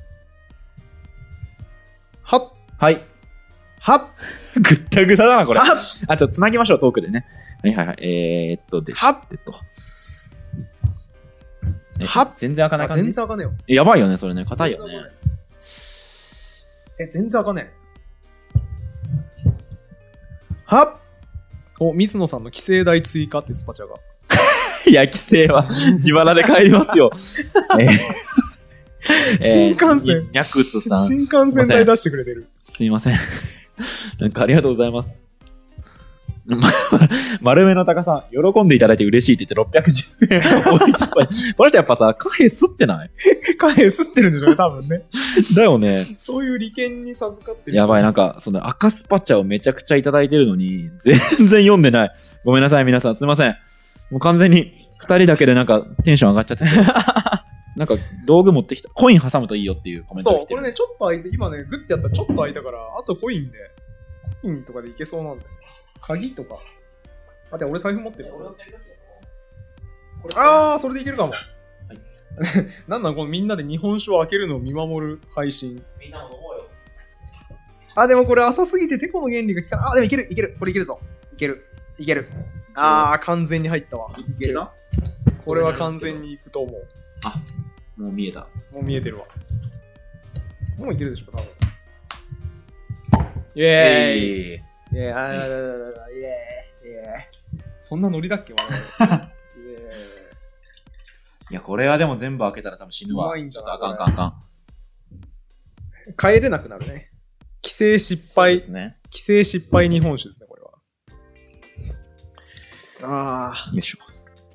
はっ。はい。はっ。ぐったぐただな、これ。あ、ちょっと繋ぎましょう、トークでね。はい。ではっ。 全然開かない感じ。 全然開かねえよ。 やばいよね、それね。硬いよね。 全然開かねえ。はっお、水野さんの帰省代追加っていうスパチャが。 いや、帰省は自腹で帰りますよ。 新幹線。 ニャクツさん。 新幹線代出してくれてる。 すいません。なんかありがとうございます。丸めの高さん、喜んでいただいて嬉しいって言って610円。これってやっぱさ、貨幣すってない？ 貨幣すってるんでしょうね、多分ね。 だよね。 そういう利権に授かってる。 やばい、なんか、その赤スパチャをめちゃくちゃいただいてるのに、全然読んでない。ごめんなさい、皆さん。すいません。もう完全に2人だけでなんかテンション上がっちゃってて。なんか道具持ってきた。コイン挟むといいよっていうコメントが来てる。 そう、これね、ちょっと開いて、今ね、グッてやったらちょっと開いたから、あとコインで、コインとかでいけそうなんだよ。鍵とか。あ、で、俺財布持ってるよ。あー、それでいけるかも。はい、なんなのこのみんなで日本酒を開けるのを見守る配信。みんなも飲もうよ。あ、でもこれ浅すぎてテコの原理が効かない。あ、でもいける、いける。これいけるぞ。いける。いける。あー、完全に入ったわ。いける。これは完全にいくと思う。 あ、もう見えた。 もう見えてるわ。もういけるでしょ、多分。イェーイ。イェーイ。そんなノリだっけいや、これはでも全部開けたら多分死ぬわ。ちょっとあかんあかんあかん。 帰れなくなるね。帰省失敗。 ですね。 帰省失敗日本酒ですね、これは。ああ。 よいしょ。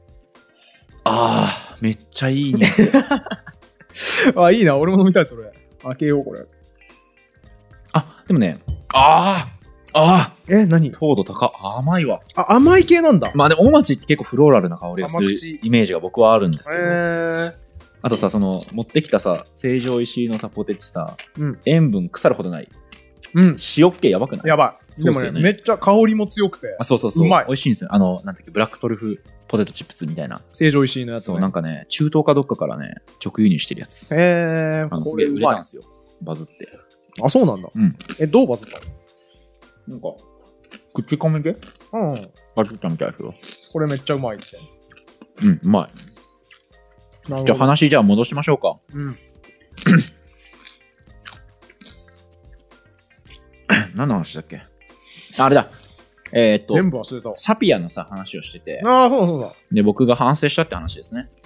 ああ、めっちゃいい匂い。 あ、いいな。俺も飲みたい、それ。開けよう、これ。 あ、でもね。ああ。 何？ 糖度高。甘いわ。 あ、甘い系なんだ。 まあでも、大町って結構フローラルな香りがするイメージが僕はあるんですけど。あとさ、その、持ってきたさ、成城石井のさ、ポテチさ、塩分腐るほどない。塩っ気やばくない？ やばい。でもね、めっちゃ香りも強くて。 あ、そうそうそう。 うまい。 美味しいんですよ。なんだっけ、ブラックトリュフポテトチップスみたいな。 成城石井のやつ。 そう、なんかね、中東かどっかからね、直輸入してるやつ。すげえ売れたんですよ。バズって。 あ、そうなんだ。どうバズったの？ なんか、口コミでバズったみたいですよ。 これめっちゃうまいって。 うまい。じゃあ話戻しましょうか。何の話だっけ？あれだ。 全部忘れたわ。 サピアのさ、話をしてて。 ああ、そうだそうだ。 で、僕が反省したって話ですね。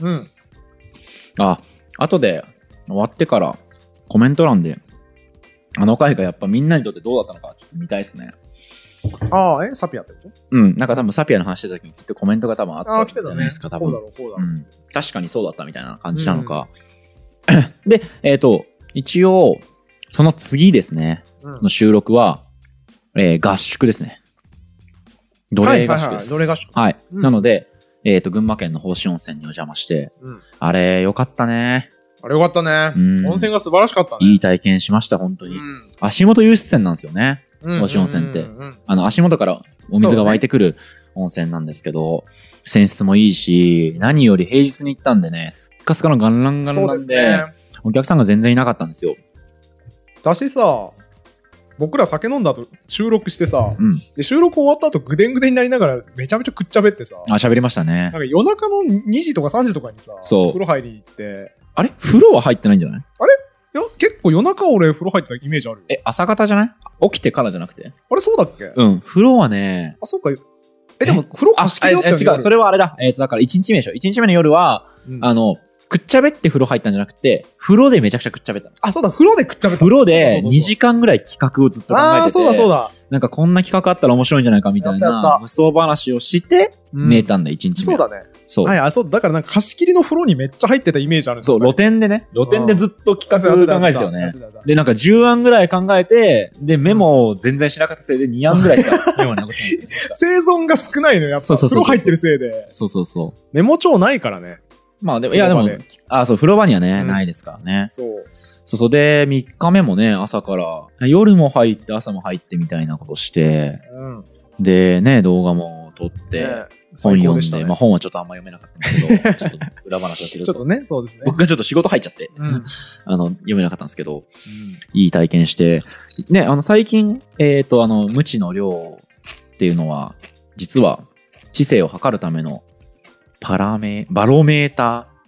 後で終わってからコメント欄で、あの回がやっぱみんなにとってどうだったのかちょっと見たいですね。 サピアってこと？ なんか多分サピアの話した時にきっとコメントが多分あったんじゃないですか、多分。 こうだろう、こうだろう。 確かにそうだったみたいな感じなのか。で、一応、その次ですね、の収録は、合宿ですね。奴隷合宿です。 奴隷合宿。 はい。なので、群馬県の宝志温泉にお邪魔して、あれ、よかったね。 あれよかったね。温泉が素晴らしかったね。 いい体験しました、本当に。足元湧出泉なんですよね。宝志温泉って。足元からお水が湧いてくる温泉なんですけど、泉質もいいし、何より平日に行ったんでね、すっかすかのガンランガンランで、お客さんが全然いなかったんですよ。 だしさ、僕ら酒飲んだ後収録してさ、で収録終わった後ぐでんぐでんになりながらめちゃめちゃくっちゃべってさ、 喋りましたね。 なんか夜中の2時とか3時とかにさ、風呂入りに行って、 あれ風呂は入ってないんじゃない？ あれいや、結構夜中俺風呂入ってたイメージある。 朝方じゃない？起きてからじゃなくて？ あれそうだっけ？ 風呂はね。 そうか。でも風呂貸し切りだったよね。 違う、それはあれだ。だから1日目でしょ。1日目の夜は、くっちゃべって風呂入ったんじゃなくて、風呂でめちゃくちゃくっちゃべった。 そうだ、風呂でくっちゃべった。 風呂で2時間ぐらい企画をずっと考えてて。 そうだ。 なんかこんな企画あったら面白いんじゃないかみたいな無双話をして寝たんだ、1日目。 そうだね。 そう。 そう、だからなんか貸し切りの風呂にめっちゃ入ってたイメージあるんですよ。そう、露天でずっと企画考えてたよね。で、なんか10案ぐらい考えて、で、メモを全然しなかったせいで2案ぐらいしかメモなかったんですよ。 生存が少ないのよ、やっぱ。風呂入ってるせいで。 そう。 メモ帳ないからね。 まあでも、そう、風呂場にはね、ないですからね。そう。で、3日目もね、朝から、夜も入って朝も入ってみたいなことして、でね、動画も撮って、本読んで、まあ本はちょっとあんま読めなかったんですけど、ちょっと裏話をすると。 ちょっとね、そうですね。 僕がちょっと仕事入っちゃって、読めなかったんですけど、いい体験して、ね、最近、無知の量っていうのは、実は知性を測るためのバロメーター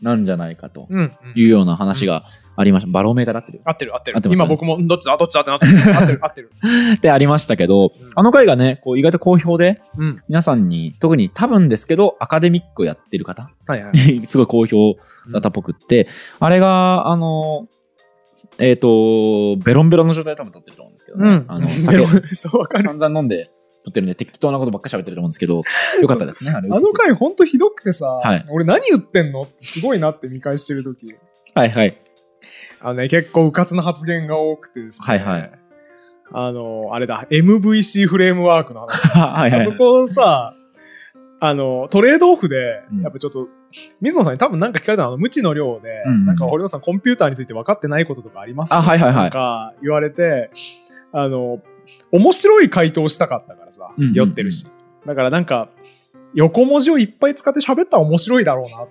なんじゃないかというような話がありました。バロメーターで合ってる？ 合ってる。今僕もどっちだってなってる。合ってる。 ってありましたけど、あの回がね、こう意外と好評で、皆さんに、特に多分ですけど、アカデミックをやってる方、すごい好評だったっぽくって、あれが、ベロンベロンの状態で多分撮ってると思うんですけどね。酒、散々飲んで撮ってるんで、適当なことばっかり喋ってると思うんですけど、よかったですね。あの回ほんとひどくてさ、俺何言ってんのってすごいなって見返してるとき。 はいはい。 結構うかつな発言が多くてですね。 はいはい。 あれだ、MVC フレームワークの話。はいはい。あそこさ、トレードオフで、やっぱちょっと、水野さんに多分なんか聞かれたの無知の量で、なんか堀野さんコンピューターについて分かってないこととかありますか？ はいはいはい。 なんか言われて、面白い回答をしたかったからさ、酔ってるし。だからなんか、横文字をいっぱい使って喋ったら面白いだろうなと思って、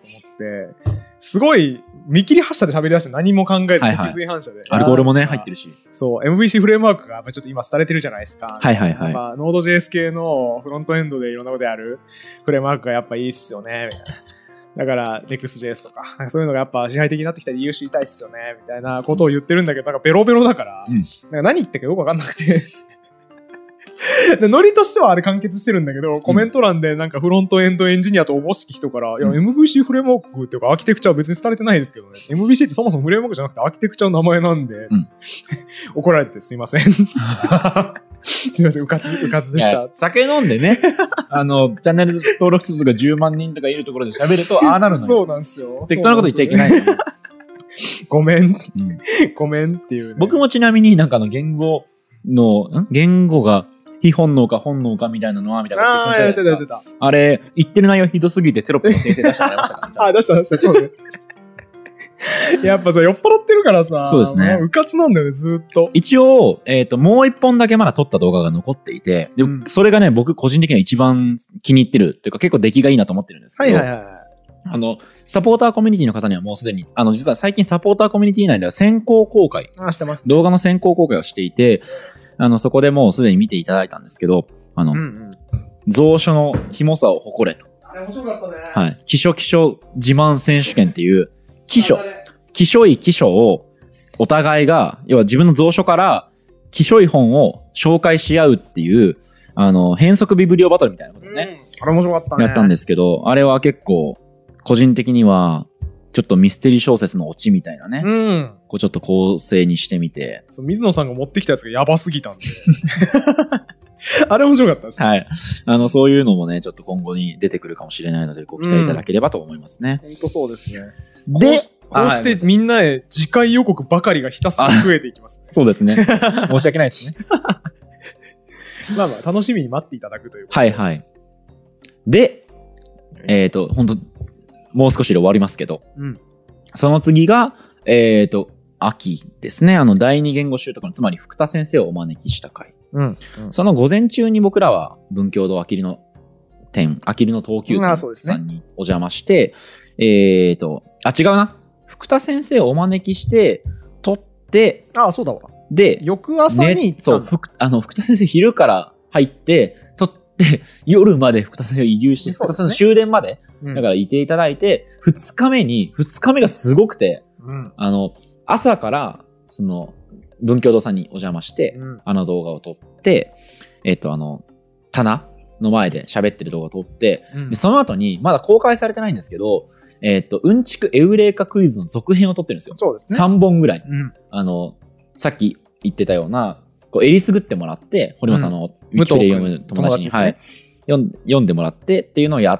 すごい見切り発車で喋り出して何も考えず脊髄反射で。 アルゴールもね、入ってるし。 そう、MVC フレームワークがちょっと今廃れてるじゃないですか。 はいはいはい。 ノード JS 系のフロントエンドでいろんなことやるフレームワークがやっぱいいっすよね、みたいな。だから、Next.js とか、なんかそういうのがやっぱ支配的になってきた理由知りたいっすよね、みたいなことを言ってるんだけど、なんかベロベロだから、なんか何言ってるかよくわかんなくて。でノリとしてはあれ完結してるんだけど、コメント欄でなんかフロントエンドエンジニアとおぼしき人から、いや、MVC フレームワークっていうかアーキテクチャは別に廃れてないですけどね。MVC ってそもそもフレームワークじゃなくてアーキテクチャの名前なんで、怒られてすいません。すいません、うかつでした。 酒飲んでね、チャンネル登録数が10万人とかいるところで喋ると、ああなるのよ。 そうなんですよ。 適当なこと言っちゃいけない。 ごめん。ごめんっていう、ね。 僕もちなみになんか言語が、非本能か本能かみたいなのは、みたいな。 ああ、やってた。 あれ、言ってる内容ひどすぎてテロップの訂正出してもらいましたから。 出した、そうね。やっぱさ、酔っ払ってるからさ、 そうですね。 うかつなんだよね、ずっと。 一応、もう一本だけまだ撮った動画が残っていて、でそれがね、僕個人的には一番気に入ってるっていうか結構出来がいいなと思ってるんですけど、サポーターコミュニティの方にはもうすでに、実は最近サポーターコミュニティ内では先行公開。 してます。 動画の先行公開をしていて、そこでもうすでに見ていただいたんですけど、蔵書のキモさを誇れと。 あれ面白かったね。 はい。希書自慢選手権っていう、希書をお互いが、要は自分の蔵書から希書い本を紹介し合うっていう、変則ビブリオバトルみたいなことね。 あれ面白かったね。 やったんですけど、あれは結構、個人的には、ちょっとミステリー小説のオチみたいなね。こうちょっと構成にしてみて。 そう、水野さんが持ってきたやつがやばすぎたんで。あれ面白かったです。 はい。そういうのもね、ちょっと今後に出てくるかもしれないので、ご期待いただければと思いますね。 本当そうですね。で、こうしてみんなへ次回予告ばかりがひたすら増えていきますね。 そうですね。申し訳ないですね。 まあまあ、楽しみに待っていただくということで。はいはい。で、本当もう少しで終わりますけど、その次が、秋ですね。第二言語習得の、つまり福田先生をお招きした回。その午前中に僕らは文教堂あきりの東急店さんにお邪魔して、違うな。福田先生をお招きして、撮って、 そうだわ。 で、 翌朝に行ったそう、福田先生昼から入って、撮って、夜まで福田先生を移留して、福田先生終電まで、だからいていただいて、2日目がすごくて、朝から、文教堂さんにお邪魔して、動画を撮って、棚の前で喋ってる動画を撮って、でその後に、まだ公開されてないんですけど、うんちくエウレカクイズの続編を撮ってるんですよ。 そうですね。 3本ぐらい。さっき言ってたような、えりすぐってもらって、堀本さんのウィキペディ読む友達に、はい、読んでもらってっていうのをやって、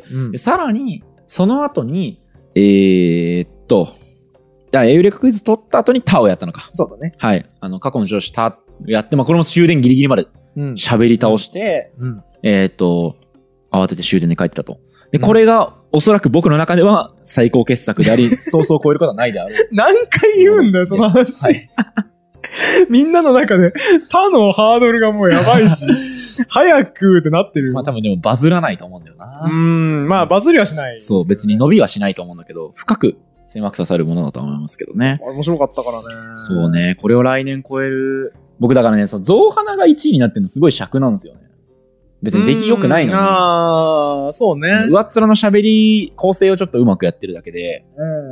さらに、その後に、エウレカクイズ取った後にタをやったのか。 そうだね。 はい。過去の上司タやって、これも終電ギリギリまで喋り倒して、慌てて終電で帰ってたと。で、これがおそらく僕の中では最高傑作であり、そうそう超えることはないであろう。 何回言うんだよ、その話。はい、みんなの中で他のハードルがもうやばいし、早くってなってる。 まあ多分でもバズらないと思うんだよな。 まあバズりはしない、ね。 そう、別に伸びはしないと思うんだけど、深く狭く刺さるものだと思いますけどね。 面白かったからね。 そうね、これを来年超える。僕だからね、ゾウハナが1位になってるのすごい尺なんですよね。 別に出来良くないのに。 ああ、そうね。 上っ面の喋り、構成をちょっとうまくやってるだけで。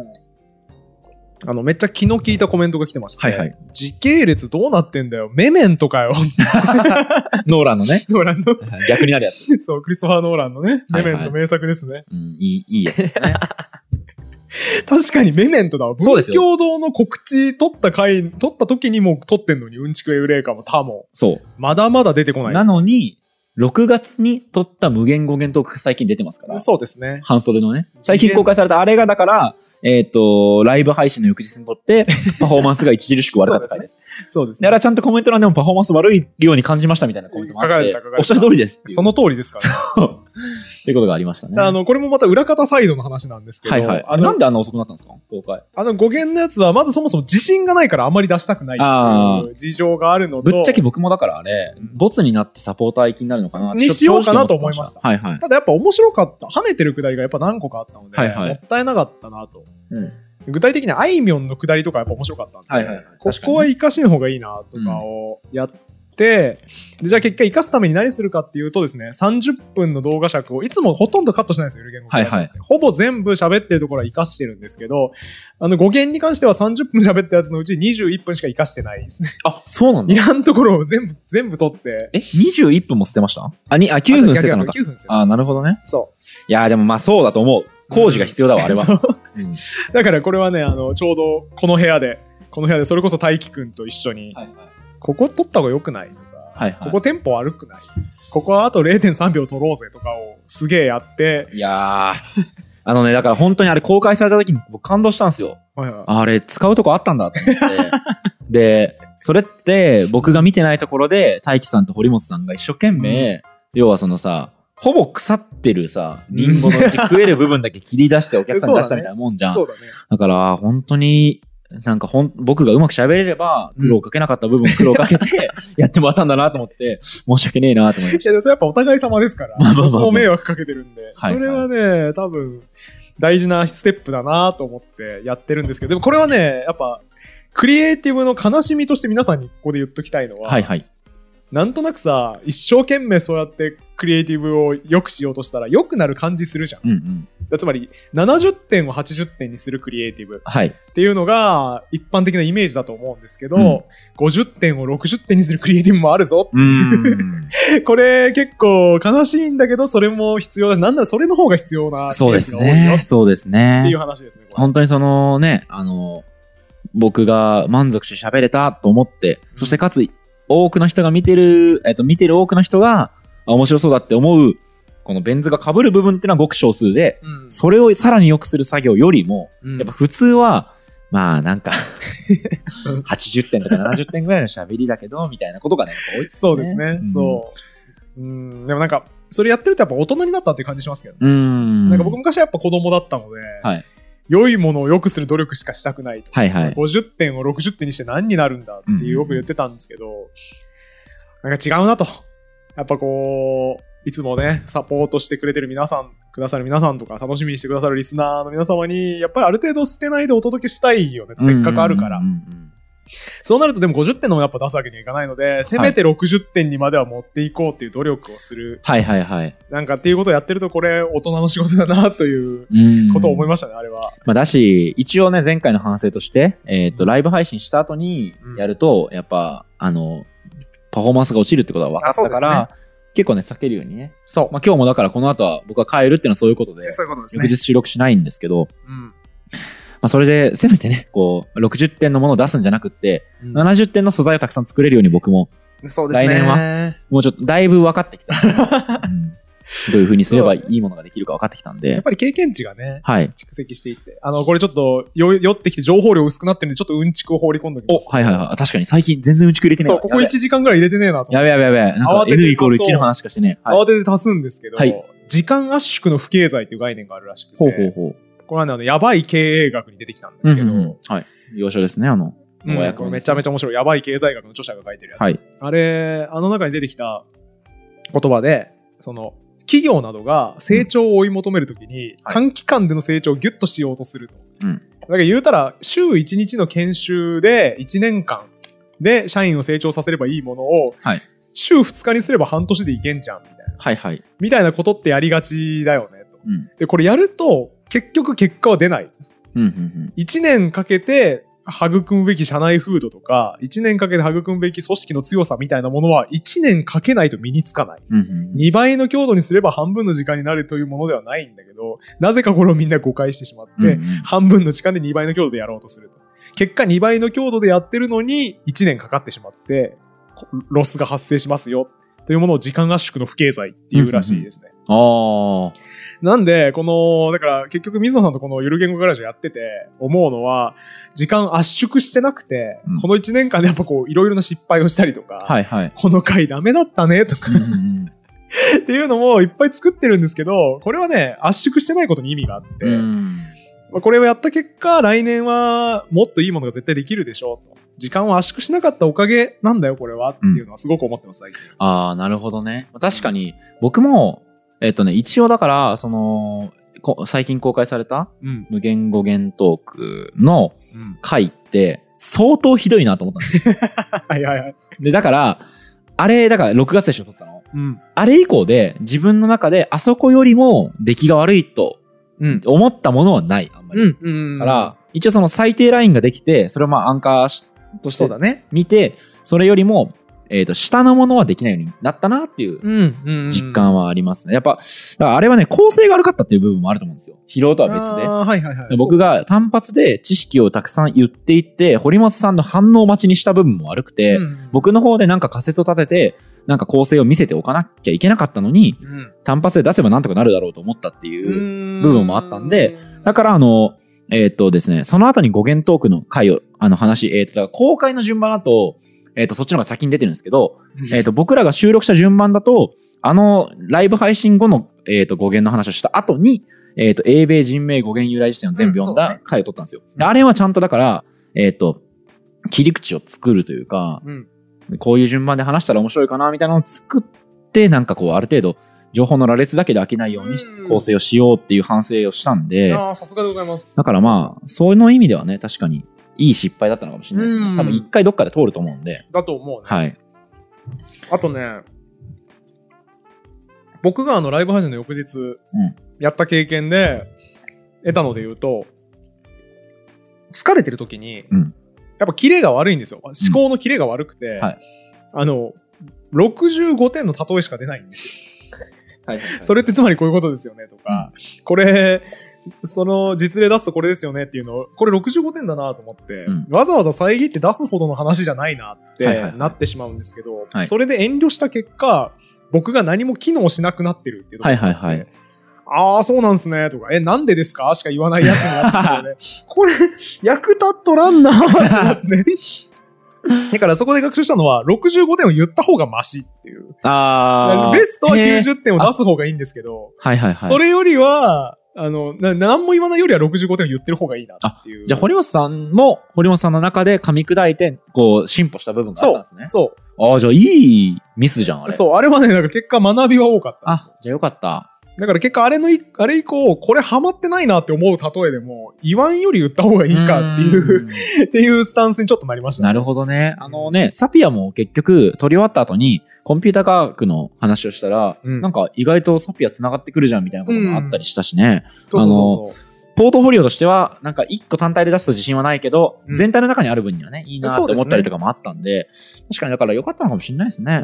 めっちゃ気の利いたコメントが来てました、ね。 はいはい。 時系列どうなってんだよ。メメントかよ。 ノーランのね。 ノーランの。 逆になるやつ。 そう、クリストファー・ノーランのね。メメント名作ですね。 いいやつですね。 確かにメメントだわ。 そうですよ。 文教堂の告知撮った時にも撮ってんのに、うんちくエウレーカもタも。 そう。 まだまだ出てこないです。 なのに、6月に撮った無限語源トークが最近出てますから。 そうですね。 半袖のね。最近公開されたあれがだから、ライブ配信の翌日に撮って、パフォーマンスが著しく悪かった回です。 そうですね。 で、あれはちゃんとコメント欄でもパフォーマンス悪いように感じましたみたいなコメントもあって、おっしゃる通りです。 その通りですからね。 っていうことがありましたね。 これもまた裏方サイドの話なんですけど、 はいはい。なんであんな遅くなったんですか公開。 語源のやつは、まずそもそも自信がないからあんまり出したくないっていう事情があるのと。 ぶっちゃけ僕もだからあれ、ボツになってサポーター行きになるのかなにしようかなと思いました。 はいはい。 ただやっぱ面白かった。跳ねてるくだりがやっぱ何個かあったので、はいはい、もったいなかったなと。具体的にあいみょんのくだりとかやっぱ面白かったんで、はいはいはい、ここは活かしの方がいいなとかをやって、でじゃあ結果活かすために何するかっていうとですね、30分の動画尺をいつもほとんどカットしないんですよ、はいはい、ほぼ全部喋ってるところは活かしてるんですけど、語源に関しては30分喋ったやつのうち21分しか活かしてないですね。 あ、そうなんだ。 いらんところを全部撮って。 21分も捨てました？9分捨てたのか。 9分捨てた。 あ、なるほどね。 そう。 いやでもまあそうだと思う。工事が必要だわ、あれは。 だからこれはね、ちょうどこの部屋でそれこそ大輝くんと一緒に、はいはい、ここ撮った方が良くないとか、はいはい、ここテンポ悪くない、ここはあと 0.3 秒撮ろうぜとかをすげえやって。 いやー、だから本当にあれ公開された時に僕感動したんですよ。はいはい、あれ使うとこあったんだと思って。で、それって僕が見てないところで大輝さんと堀本さんが一生懸命、要はそのさ、ほぼ腐ってるさ、リンゴのうち食える部分だけ切り出してお客さんに出したみたいなもんじゃん。そうだね。だから、本当に、なんか僕がうまく喋れれば、苦労かけなかった部分苦労かけて、やってもらったんだなと思って、申し訳ねえなと思いました。 いや、それやっぱお互い様ですから。僕も迷惑かけてるんで。それはね、多分、大事なステップだなと思ってやってるんですけど、でもこれはね、やっぱ、クリエイティブの悲しみとして皆さんにここで言っときたいのは、はいはい。なんとなくさ、一生懸命そうやってクリエイティブを良くしようとしたら良くなる感じするじゃん。うんうん、つまり、70点を80点にするクリエイティブっていうのが一般的なイメージだと思うんですけど、50点を60点にするクリエイティブもあるぞ。これ結構悲しいんだけど、それも必要だし、なんならそれの方が必要な。 そうですね。そうですね。 っていう話ですね。 本当にそのね、僕が満足して喋れたと思って、そしてかつ、多くの人が見てる多くの人が面白そうだって思う、このベン図が被る部分っていうのはごく少数で、それをさらに良くする作業よりも、やっぱ普通は、まあなんか、80点とか70点ぐらいの喋りだけど、みたいなことがね、多いですね。 そうですね。そう。でもなんか、それやってるとやっぱ大人になったっていう感じしますけど、なんか僕昔はやっぱ子供だったので、はい。良いものを良くする努力しかしたくない。はいはい。50点を60点にして何になるんだってよく言ってたんですけど、なんか違うなと。やっぱこう、いつもね、サポートしてくれてるくださる皆さんとか、楽しみにしてくださるリスナーの皆様に、やっぱりある程度捨てないでお届けしたいよね。せっかくあるから。そうなるとでも50点のもやっぱ出すわけにはいかないので、せめて60点にまでは持っていこうっていう努力をする。はいはいはい。なんかっていうことをやってると、これ大人の仕事だなということを思いましたね、あれは。 まあだし、一応ね、前回の反省として、ライブ配信した後にやると、やっぱ、パフォーマンスが落ちるってことは分かったから、結構ね、避けるようにね。そう。まあ今日もだからこの後は僕は帰るっていうのはそういうことで、そういうことですね。翌日収録しないんですけど、まあそれで、せめてね、こう、60点のものを出すんじゃなくって、70点の素材をたくさん作れるように僕も、そうですね。来年は、もうちょっとだいぶ分かってきた。どういう風にすればいいものができるか分かってきたんで。 やっぱり経験値がね、はい、蓄積していって。これちょっと酔ってきて情報量薄くなってるんで、ちょっとうんちくを放り込んでおきます。 はいはいはい。確かに最近全然うんちく入れてない。 そう、ここ1時間ぐらい入れてねえなと。 やべ。なんか N=1 の話しかしてね。 慌てて足すんですけど、時間圧縮の不経済っていう概念があるらしくて。ほう。これはね、やばい経営学に出てきたんですけど。はい。 要所ですね、 めちゃめちゃ面白い。やばい経済学の著者が書いてるやつ。はい。あれ、中に出てきた言葉で、企業などが成長を追い求めるときに、短期間での成長をギュッとしようとすると。だから言うたら、週1日の研修で1年間で社員を成長させればいいものを、週2日にすれば半年でいけんじゃん、みたいな。 はいはい。 みたいなことってやりがちだよねと。で、これやると、結局結果は出ない。1年かけて育むべき社内風土とか、1年かけて育むべき組織の強さみたいなものは、1年かけないと身につかない。2倍の強度にすれば半分の時間になるというものではないんだけど、なぜかこれをみんな誤解してしまって、半分の時間で2倍の強度でやろうとすると。結果2倍の強度でやってるのに、1年かかってしまって、ロスが発生しますよ。というものを時間圧縮の不経済っていうらしいですね。なんで、だから結局水野さんとこのゆる言語ガラジオやってて思うのは、時間圧縮してなくて、この1年間でやっぱいろいろな失敗をしたりとか、この回ダメだったねとか、っていうのもいっぱい作ってるんですけど、これはね、圧縮してないことに意味があって、これをやった結果、来年はもっといいものが絶対できるでしょうと。時間を圧縮しなかったおかげなんだよ、これはっていうのはすごく思ってます、最近。 なるほどね。確かに、僕も、一応だから、最近公開された、無言語源トークの回って、相当ひどいなと思ったんですよ。 はいはいはい。 で、だから、だから6月でしょ、撮ったの。あれ以降で、自分の中で、あそこよりも出来が悪いと、思ったものはない、あんまり。だから、一応その最低ラインができて、それをアンカーとして見て、それよりも、下のものはできないようになったなっていう実感はありますね。やっぱ、あれはね、構成が悪かったっていう部分もあると思うんですよ。疲労とは別で。僕が単発で知識をたくさん言っていって、堀本さんの反応待ちにした部分も悪くて、僕の方でなんか仮説を立てて、なんか構成を見せておかなきゃいけなかったのに、単発で出せばなんとかなるだろうと思ったっていう部分もあったんで、だからですね、その後に語源トークの回を、話、公開の順番だと、そっちの方が先に出てるんですけど、僕らが収録した順番だと、ライブ配信後の、語源の話をした後に、英米人名語源由来辞典を全部読んだ回を取ったんですよ。あれはちゃんとだから、切り口を作るというか、こういう順番で話したら面白いかな、みたいなのを作って、なんかある程度、情報の羅列だけで飽きないように構成をしようっていう反省をしたんで。 さすがでございます。 だからそういう意味ではね、確かに、いい失敗だったのかもしれないですね。多分一回どっかで通ると思うんで。 だと思うね。 はい。 あとね、僕がライブ配信の翌日、やった経験で、得たので言うと、疲れてる時に、やっぱキレが悪いんですよ。思考のキレが悪くて、65点の例えしか出ないんですよ。それってつまりこういうことですよねとか、これ、その実例出すとこれですよねっていうのを、これ65点だなと思って、わざわざ遮って出すほどの話じゃないなってなってしまうんですけど、それで遠慮した結果、僕が何も機能しなくなってるっていうところがあって、ああ、そうなんすねとか、なんでですかしか言わないやつになってるので、これ、役立っとらんなーってなって。だからそこで学習したのは、65点を言った方がマシっていう。ベストは90点を出す方がいいんですけど、それよりは、何も言わないよりは65点を言ってる方がいいなっていう。 じゃあ、堀本さんの中で噛み砕いて、進歩した部分があったんですね。 そう。 ああ、じゃあ、いいミスじゃん、あれ。 そう、あれはね、なんか結果学びは多かったんですよ。 じゃあよかった。 だから結果あれ以降、これハマってないなって思う例えでも、言わんより言った方がいいかっていうスタンスにちょっとなりました、ね。 なるほどね。サピアも結局取り終わった後に、コンピュータ科学の話をしたら、なんか意外とサピア繋がってくるじゃんみたいなこともあったりしたしね。ポートフォリオとしては、なんか一個単体で出すと自信はないけど、全体の中にある分にはね、いいなって思ったりとかもあったんで、確かにだから良かったのかもしれないですね。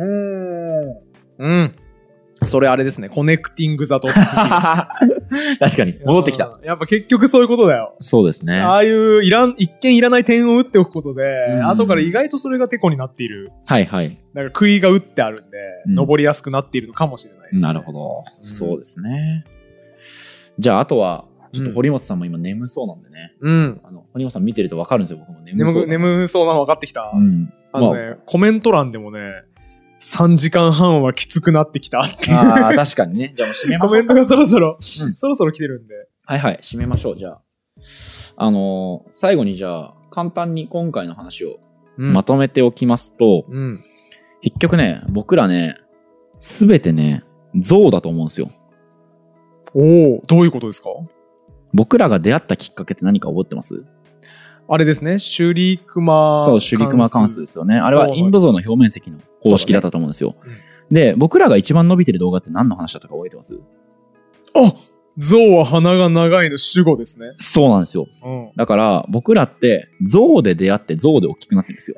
それあれですね。コネクティングザドッツです。 確かに。戻ってきた。 やっぱ結局そういうことだよ。 そうですね。 ああいう一見いらない点を打っておくことで、後から意外とそれがテコになっている。なんか杭が打ってあるんで、登りやすくなっているのかもしれないですね。 なるほど。そうですね。じゃあ、あとは、ちょっと堀本さんも今眠そうなんでね。堀本さん見てると分かるんですよ、僕も眠そう。 眠そうなの分かってきた。コメント欄でもね、3時間半はきつくなってきたっていう。 確かにね。じゃあもう締めましょう。 コメントがそろそろ来てるんで。 締めましょう。じゃあ、最後にじゃあ、簡単に今回の話をまとめておきますと、結局ね、僕らね、すべてね、象だと思うんですよ。 どういうことですか？ 僕らが出会ったきっかけって何か覚えてます？ あれですね、シュリクマ関数。 そう、シュリクマ関数ですよね。あれはインド象の表面積の公式だったと思うんですよ。 で、僕らが一番伸びてる動画って何の話だったか覚えてます？ 象は鼻が長いの主語ですね。 そうなんですよ。だから、僕らって、象で出会って象で大きくなってるんですよ。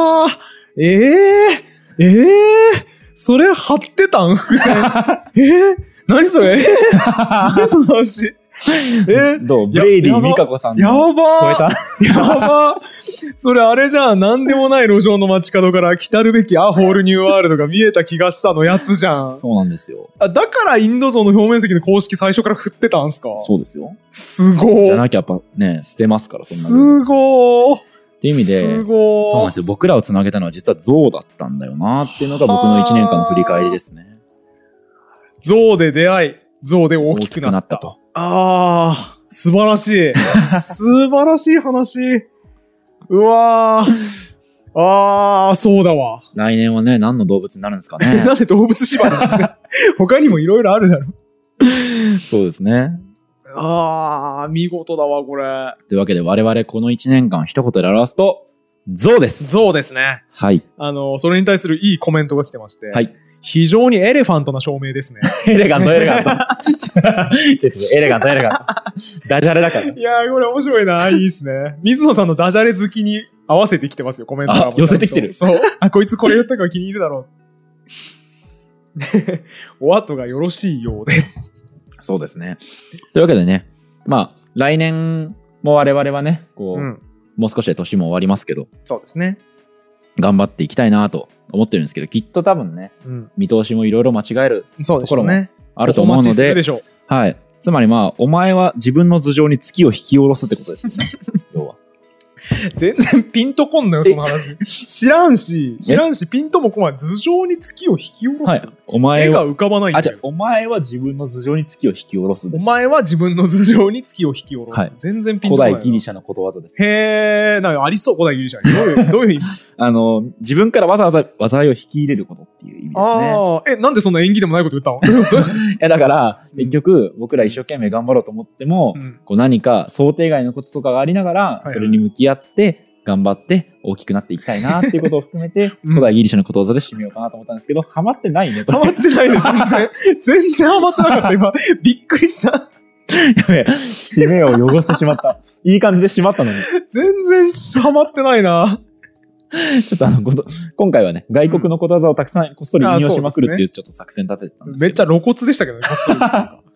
それ貼ってたん伏線。何それ何その話どうブレイディ・ミカコさんの超えた？ やばそれあれじゃん。なんでもない路上の街角から来たるべきアホールニューワールドが見えた気がしたのやつじゃん。 そうなんですよ。 だからインド象の表面積の公式最初から振ってたんすか？ そうですよ。 すごー。 じゃなきゃやっぱね、捨てますから、そんな。 すごー。 っていう意味で、そうなんですよ。僕らをつなげたのは実は象だったんだよなっていうのが僕の1年間の振り返りですね。 象で出会い、象で大きくなったと。素晴らしい。素晴らしい話。うわー。そうだわ。 来年はね、何の動物になるんですかね。 なんで動物縛りなんだ他にもいろいろあるだろ。 そうですね。 見事だわ、これ。 というわけで我々この1年間一言で表すと、象です。 象ですね。 はい。 それに対するいいコメントが来てまして。 はい。 非常にエレファントな照明ですね。 エレガント。エレガント。ダジャレだから。 いやー、これ面白いな。いいですね。水野さんのダジャレ好きに合わせてきてますよ、コメントが。 寄せてきてる。 そう。こいつこれ言ったから気に入るだろう。お後がよろしいようで。 そうですね。というわけでね、来年も我々はね、もう少しで年も終わりますけど。そうですね。頑張っていきたいなと思ってるんですけど、きっと多分ね、見通しもいろいろ間違えるところもあると思うので、はい。つまりお前は自分の頭上に月を引き下ろすってことですよね。要は。 全然ピンとこんのよ、その話。知らんし、ピンともこない。頭上に月を引き下ろす。はい。 お前は。 絵が浮かばないんだよ。 お前は自分の頭上に月を引き下ろすです。 お前は自分の頭上に月を引き下ろす。はい。全然ピンとこない。 古代ギリシャのことわざです。 なんかありそう、古代ギリシャに。どういう意味自分からわざわざ災いを引き入れることっていう意味ですね。 なんでそんな縁起でもないこと言ったのだから、結局、僕ら一生懸命頑張ろうと思っても、何か想定外のこととかがありながら、それに向き合って、頑張って大きくなっていきたいなっていうことを含めて、古代ギリシャのことわざで締めようかなと思ったんですけど、ハマってないね。 ハマってないね、全然ハマってなかった、今。びっくりした。やべえ、締めを汚してしまった。いい感じで締まったのに。 全然ハマってないな。 ちょっと今回はね、外国のことわざをたくさんこっそり引用しまくるっていうちょっと作戦立ててたんですけど。 めっちゃ露骨でしたけどね、こっそり。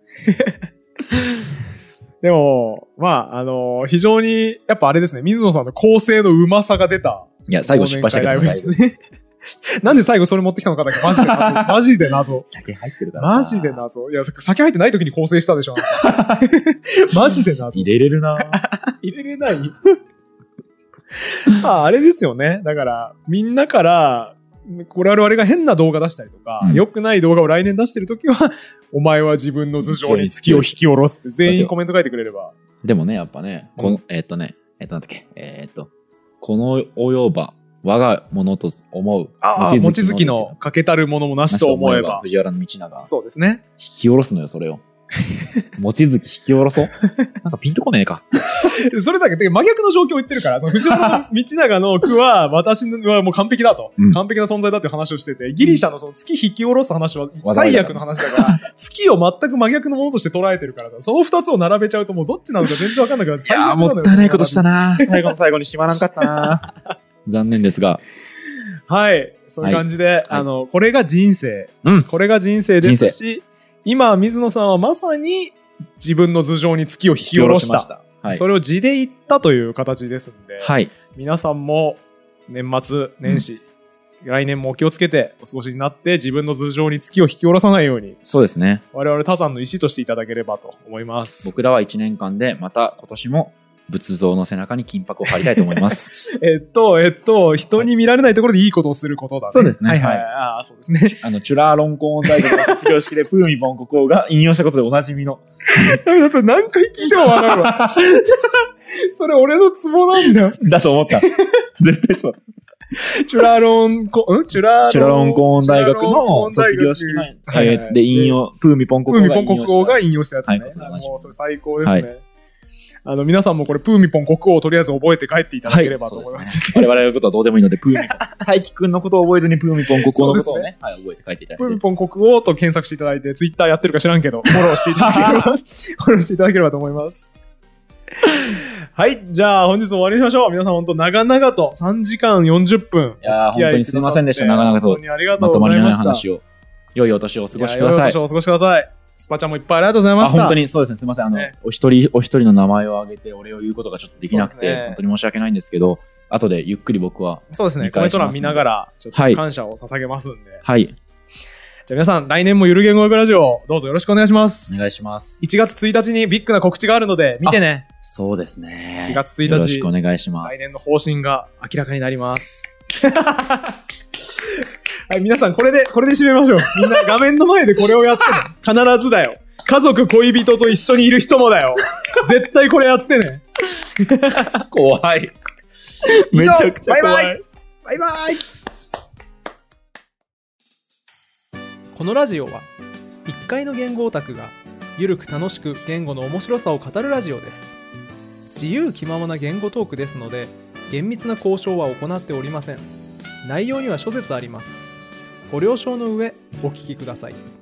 でも、非常に、やっぱあれですね、水野さんの構成のうまさが出た。 いや、最後失敗したけどね。なんで最後それ持ってきたのかだけマジで謎。 酒入ってるからさ。 マジで謎。いや、酒入ってない時に構成したでしょ。マジで謎。 入れれるな入れれないあれですよね。だから、みんなから、これ我々が変な動画出したりとか、良くない動画を来年出してるときは、お前は自分の頭上に月を引き下ろすって全員コメント書いてくれれば。 でもね、やっぱね、なんだっけ、この及ば、我がものと思う。 望月のかけたるものもなしと思えば。 藤原道長。 そうですね。 引き下ろすのよ、それを。望月引き下ろそう。なんかピンとこねえか。 それだけ、真逆の状況を言ってるから、その藤原道長の句は私はもう完璧だと。完璧な存在だっていう話をしてて、ギリシャのその月引き下ろす話は最悪の話だから、月を全く真逆のものとして捉えてるから、その二つを並べちゃうともうどっちなのか全然わかんなくなって、 いやー、もったいないことしたな最後の最後にしまらんかったな残念ですが。 はい。そういう感じで、これが人生。これが人生ですし、今、水野さんはまさに自分の頭上に月を引き下ろした。それを地で言ったという形ですんで、皆さんも年末年始、来年もお気をつけてお過ごしになって自分の頭上に月を引き下ろさないように、 そうですね。 我々他山の石としていただければと思います。 僕らは1年間でまた今年も仏像の背中に金箔を貼りたいと思います。 人に見られないところでいいことをすることだね。 そうですね。 そうですね。 チュラーロンコーン大学の卒業式でプーミポン国王が引用したことでおなじみの。 それ何回聞いてもわかるわ。それ俺のツボなんだよ。 だと思った。絶対そう。 チュラロンコーン大学の卒業式の、で引用、プーミポン国王が引用した引用したやつね。もうそれ最高ですね。 皆さんもこれ、プーミポン国王をとりあえず覚えて帰っていただければと思います。 我々のことはどうでもいいので、プーミポン。大輝くんのことを覚えずに、プーミポン国王のことをね、はい、覚えて帰っていただいて。 プーミポン国王と検索していただいて、ツイッターやってるか知らんけど、フォローしていただければ、フォローしていただければと思います。はい。じゃあ、本日終わりにしましょう。皆さん、本当長々と3時間40分。 いやー、本当にすいませんでした。長々と。 本当にありがとうございました。 まとまりのない話を。良いお年をお過ごしください。 良いお年をお過ごしください。スパちゃんもいっぱいありがとうございました。 本当にそうですね。すいません。お一人の名前を挙げて、お礼を言うことがちょっとできなくて、本当に申し訳ないんですけど、後でゆっくり僕は。 そうですね。コメント欄見ながら、ちょっと感謝を捧げますんで。 はい。じゃあ皆さん、来年もゆる言語学ラジオ、どうぞよろしくお願いします。 お願いします。 1月1日にビッグな告知があるので、見てね。 そうですね。 1月1日。 よろしくお願いします。 来年の方針が明らかになります。はい、皆さん、これで締めましょう。みんな画面の前でこれをやってね。必ずだよ。家族、恋人と一緒にいる人もだよ。絶対これやってね。 怖い。めちゃくちゃ怖い。 バイバイ。このラジオは1階の言語オタクがゆるく楽しく言語の面白さを語るラジオです。自由気ままな言語トークですので、厳密な交渉は行っておりません。内容には諸説あります。ご了承の上お聞きください。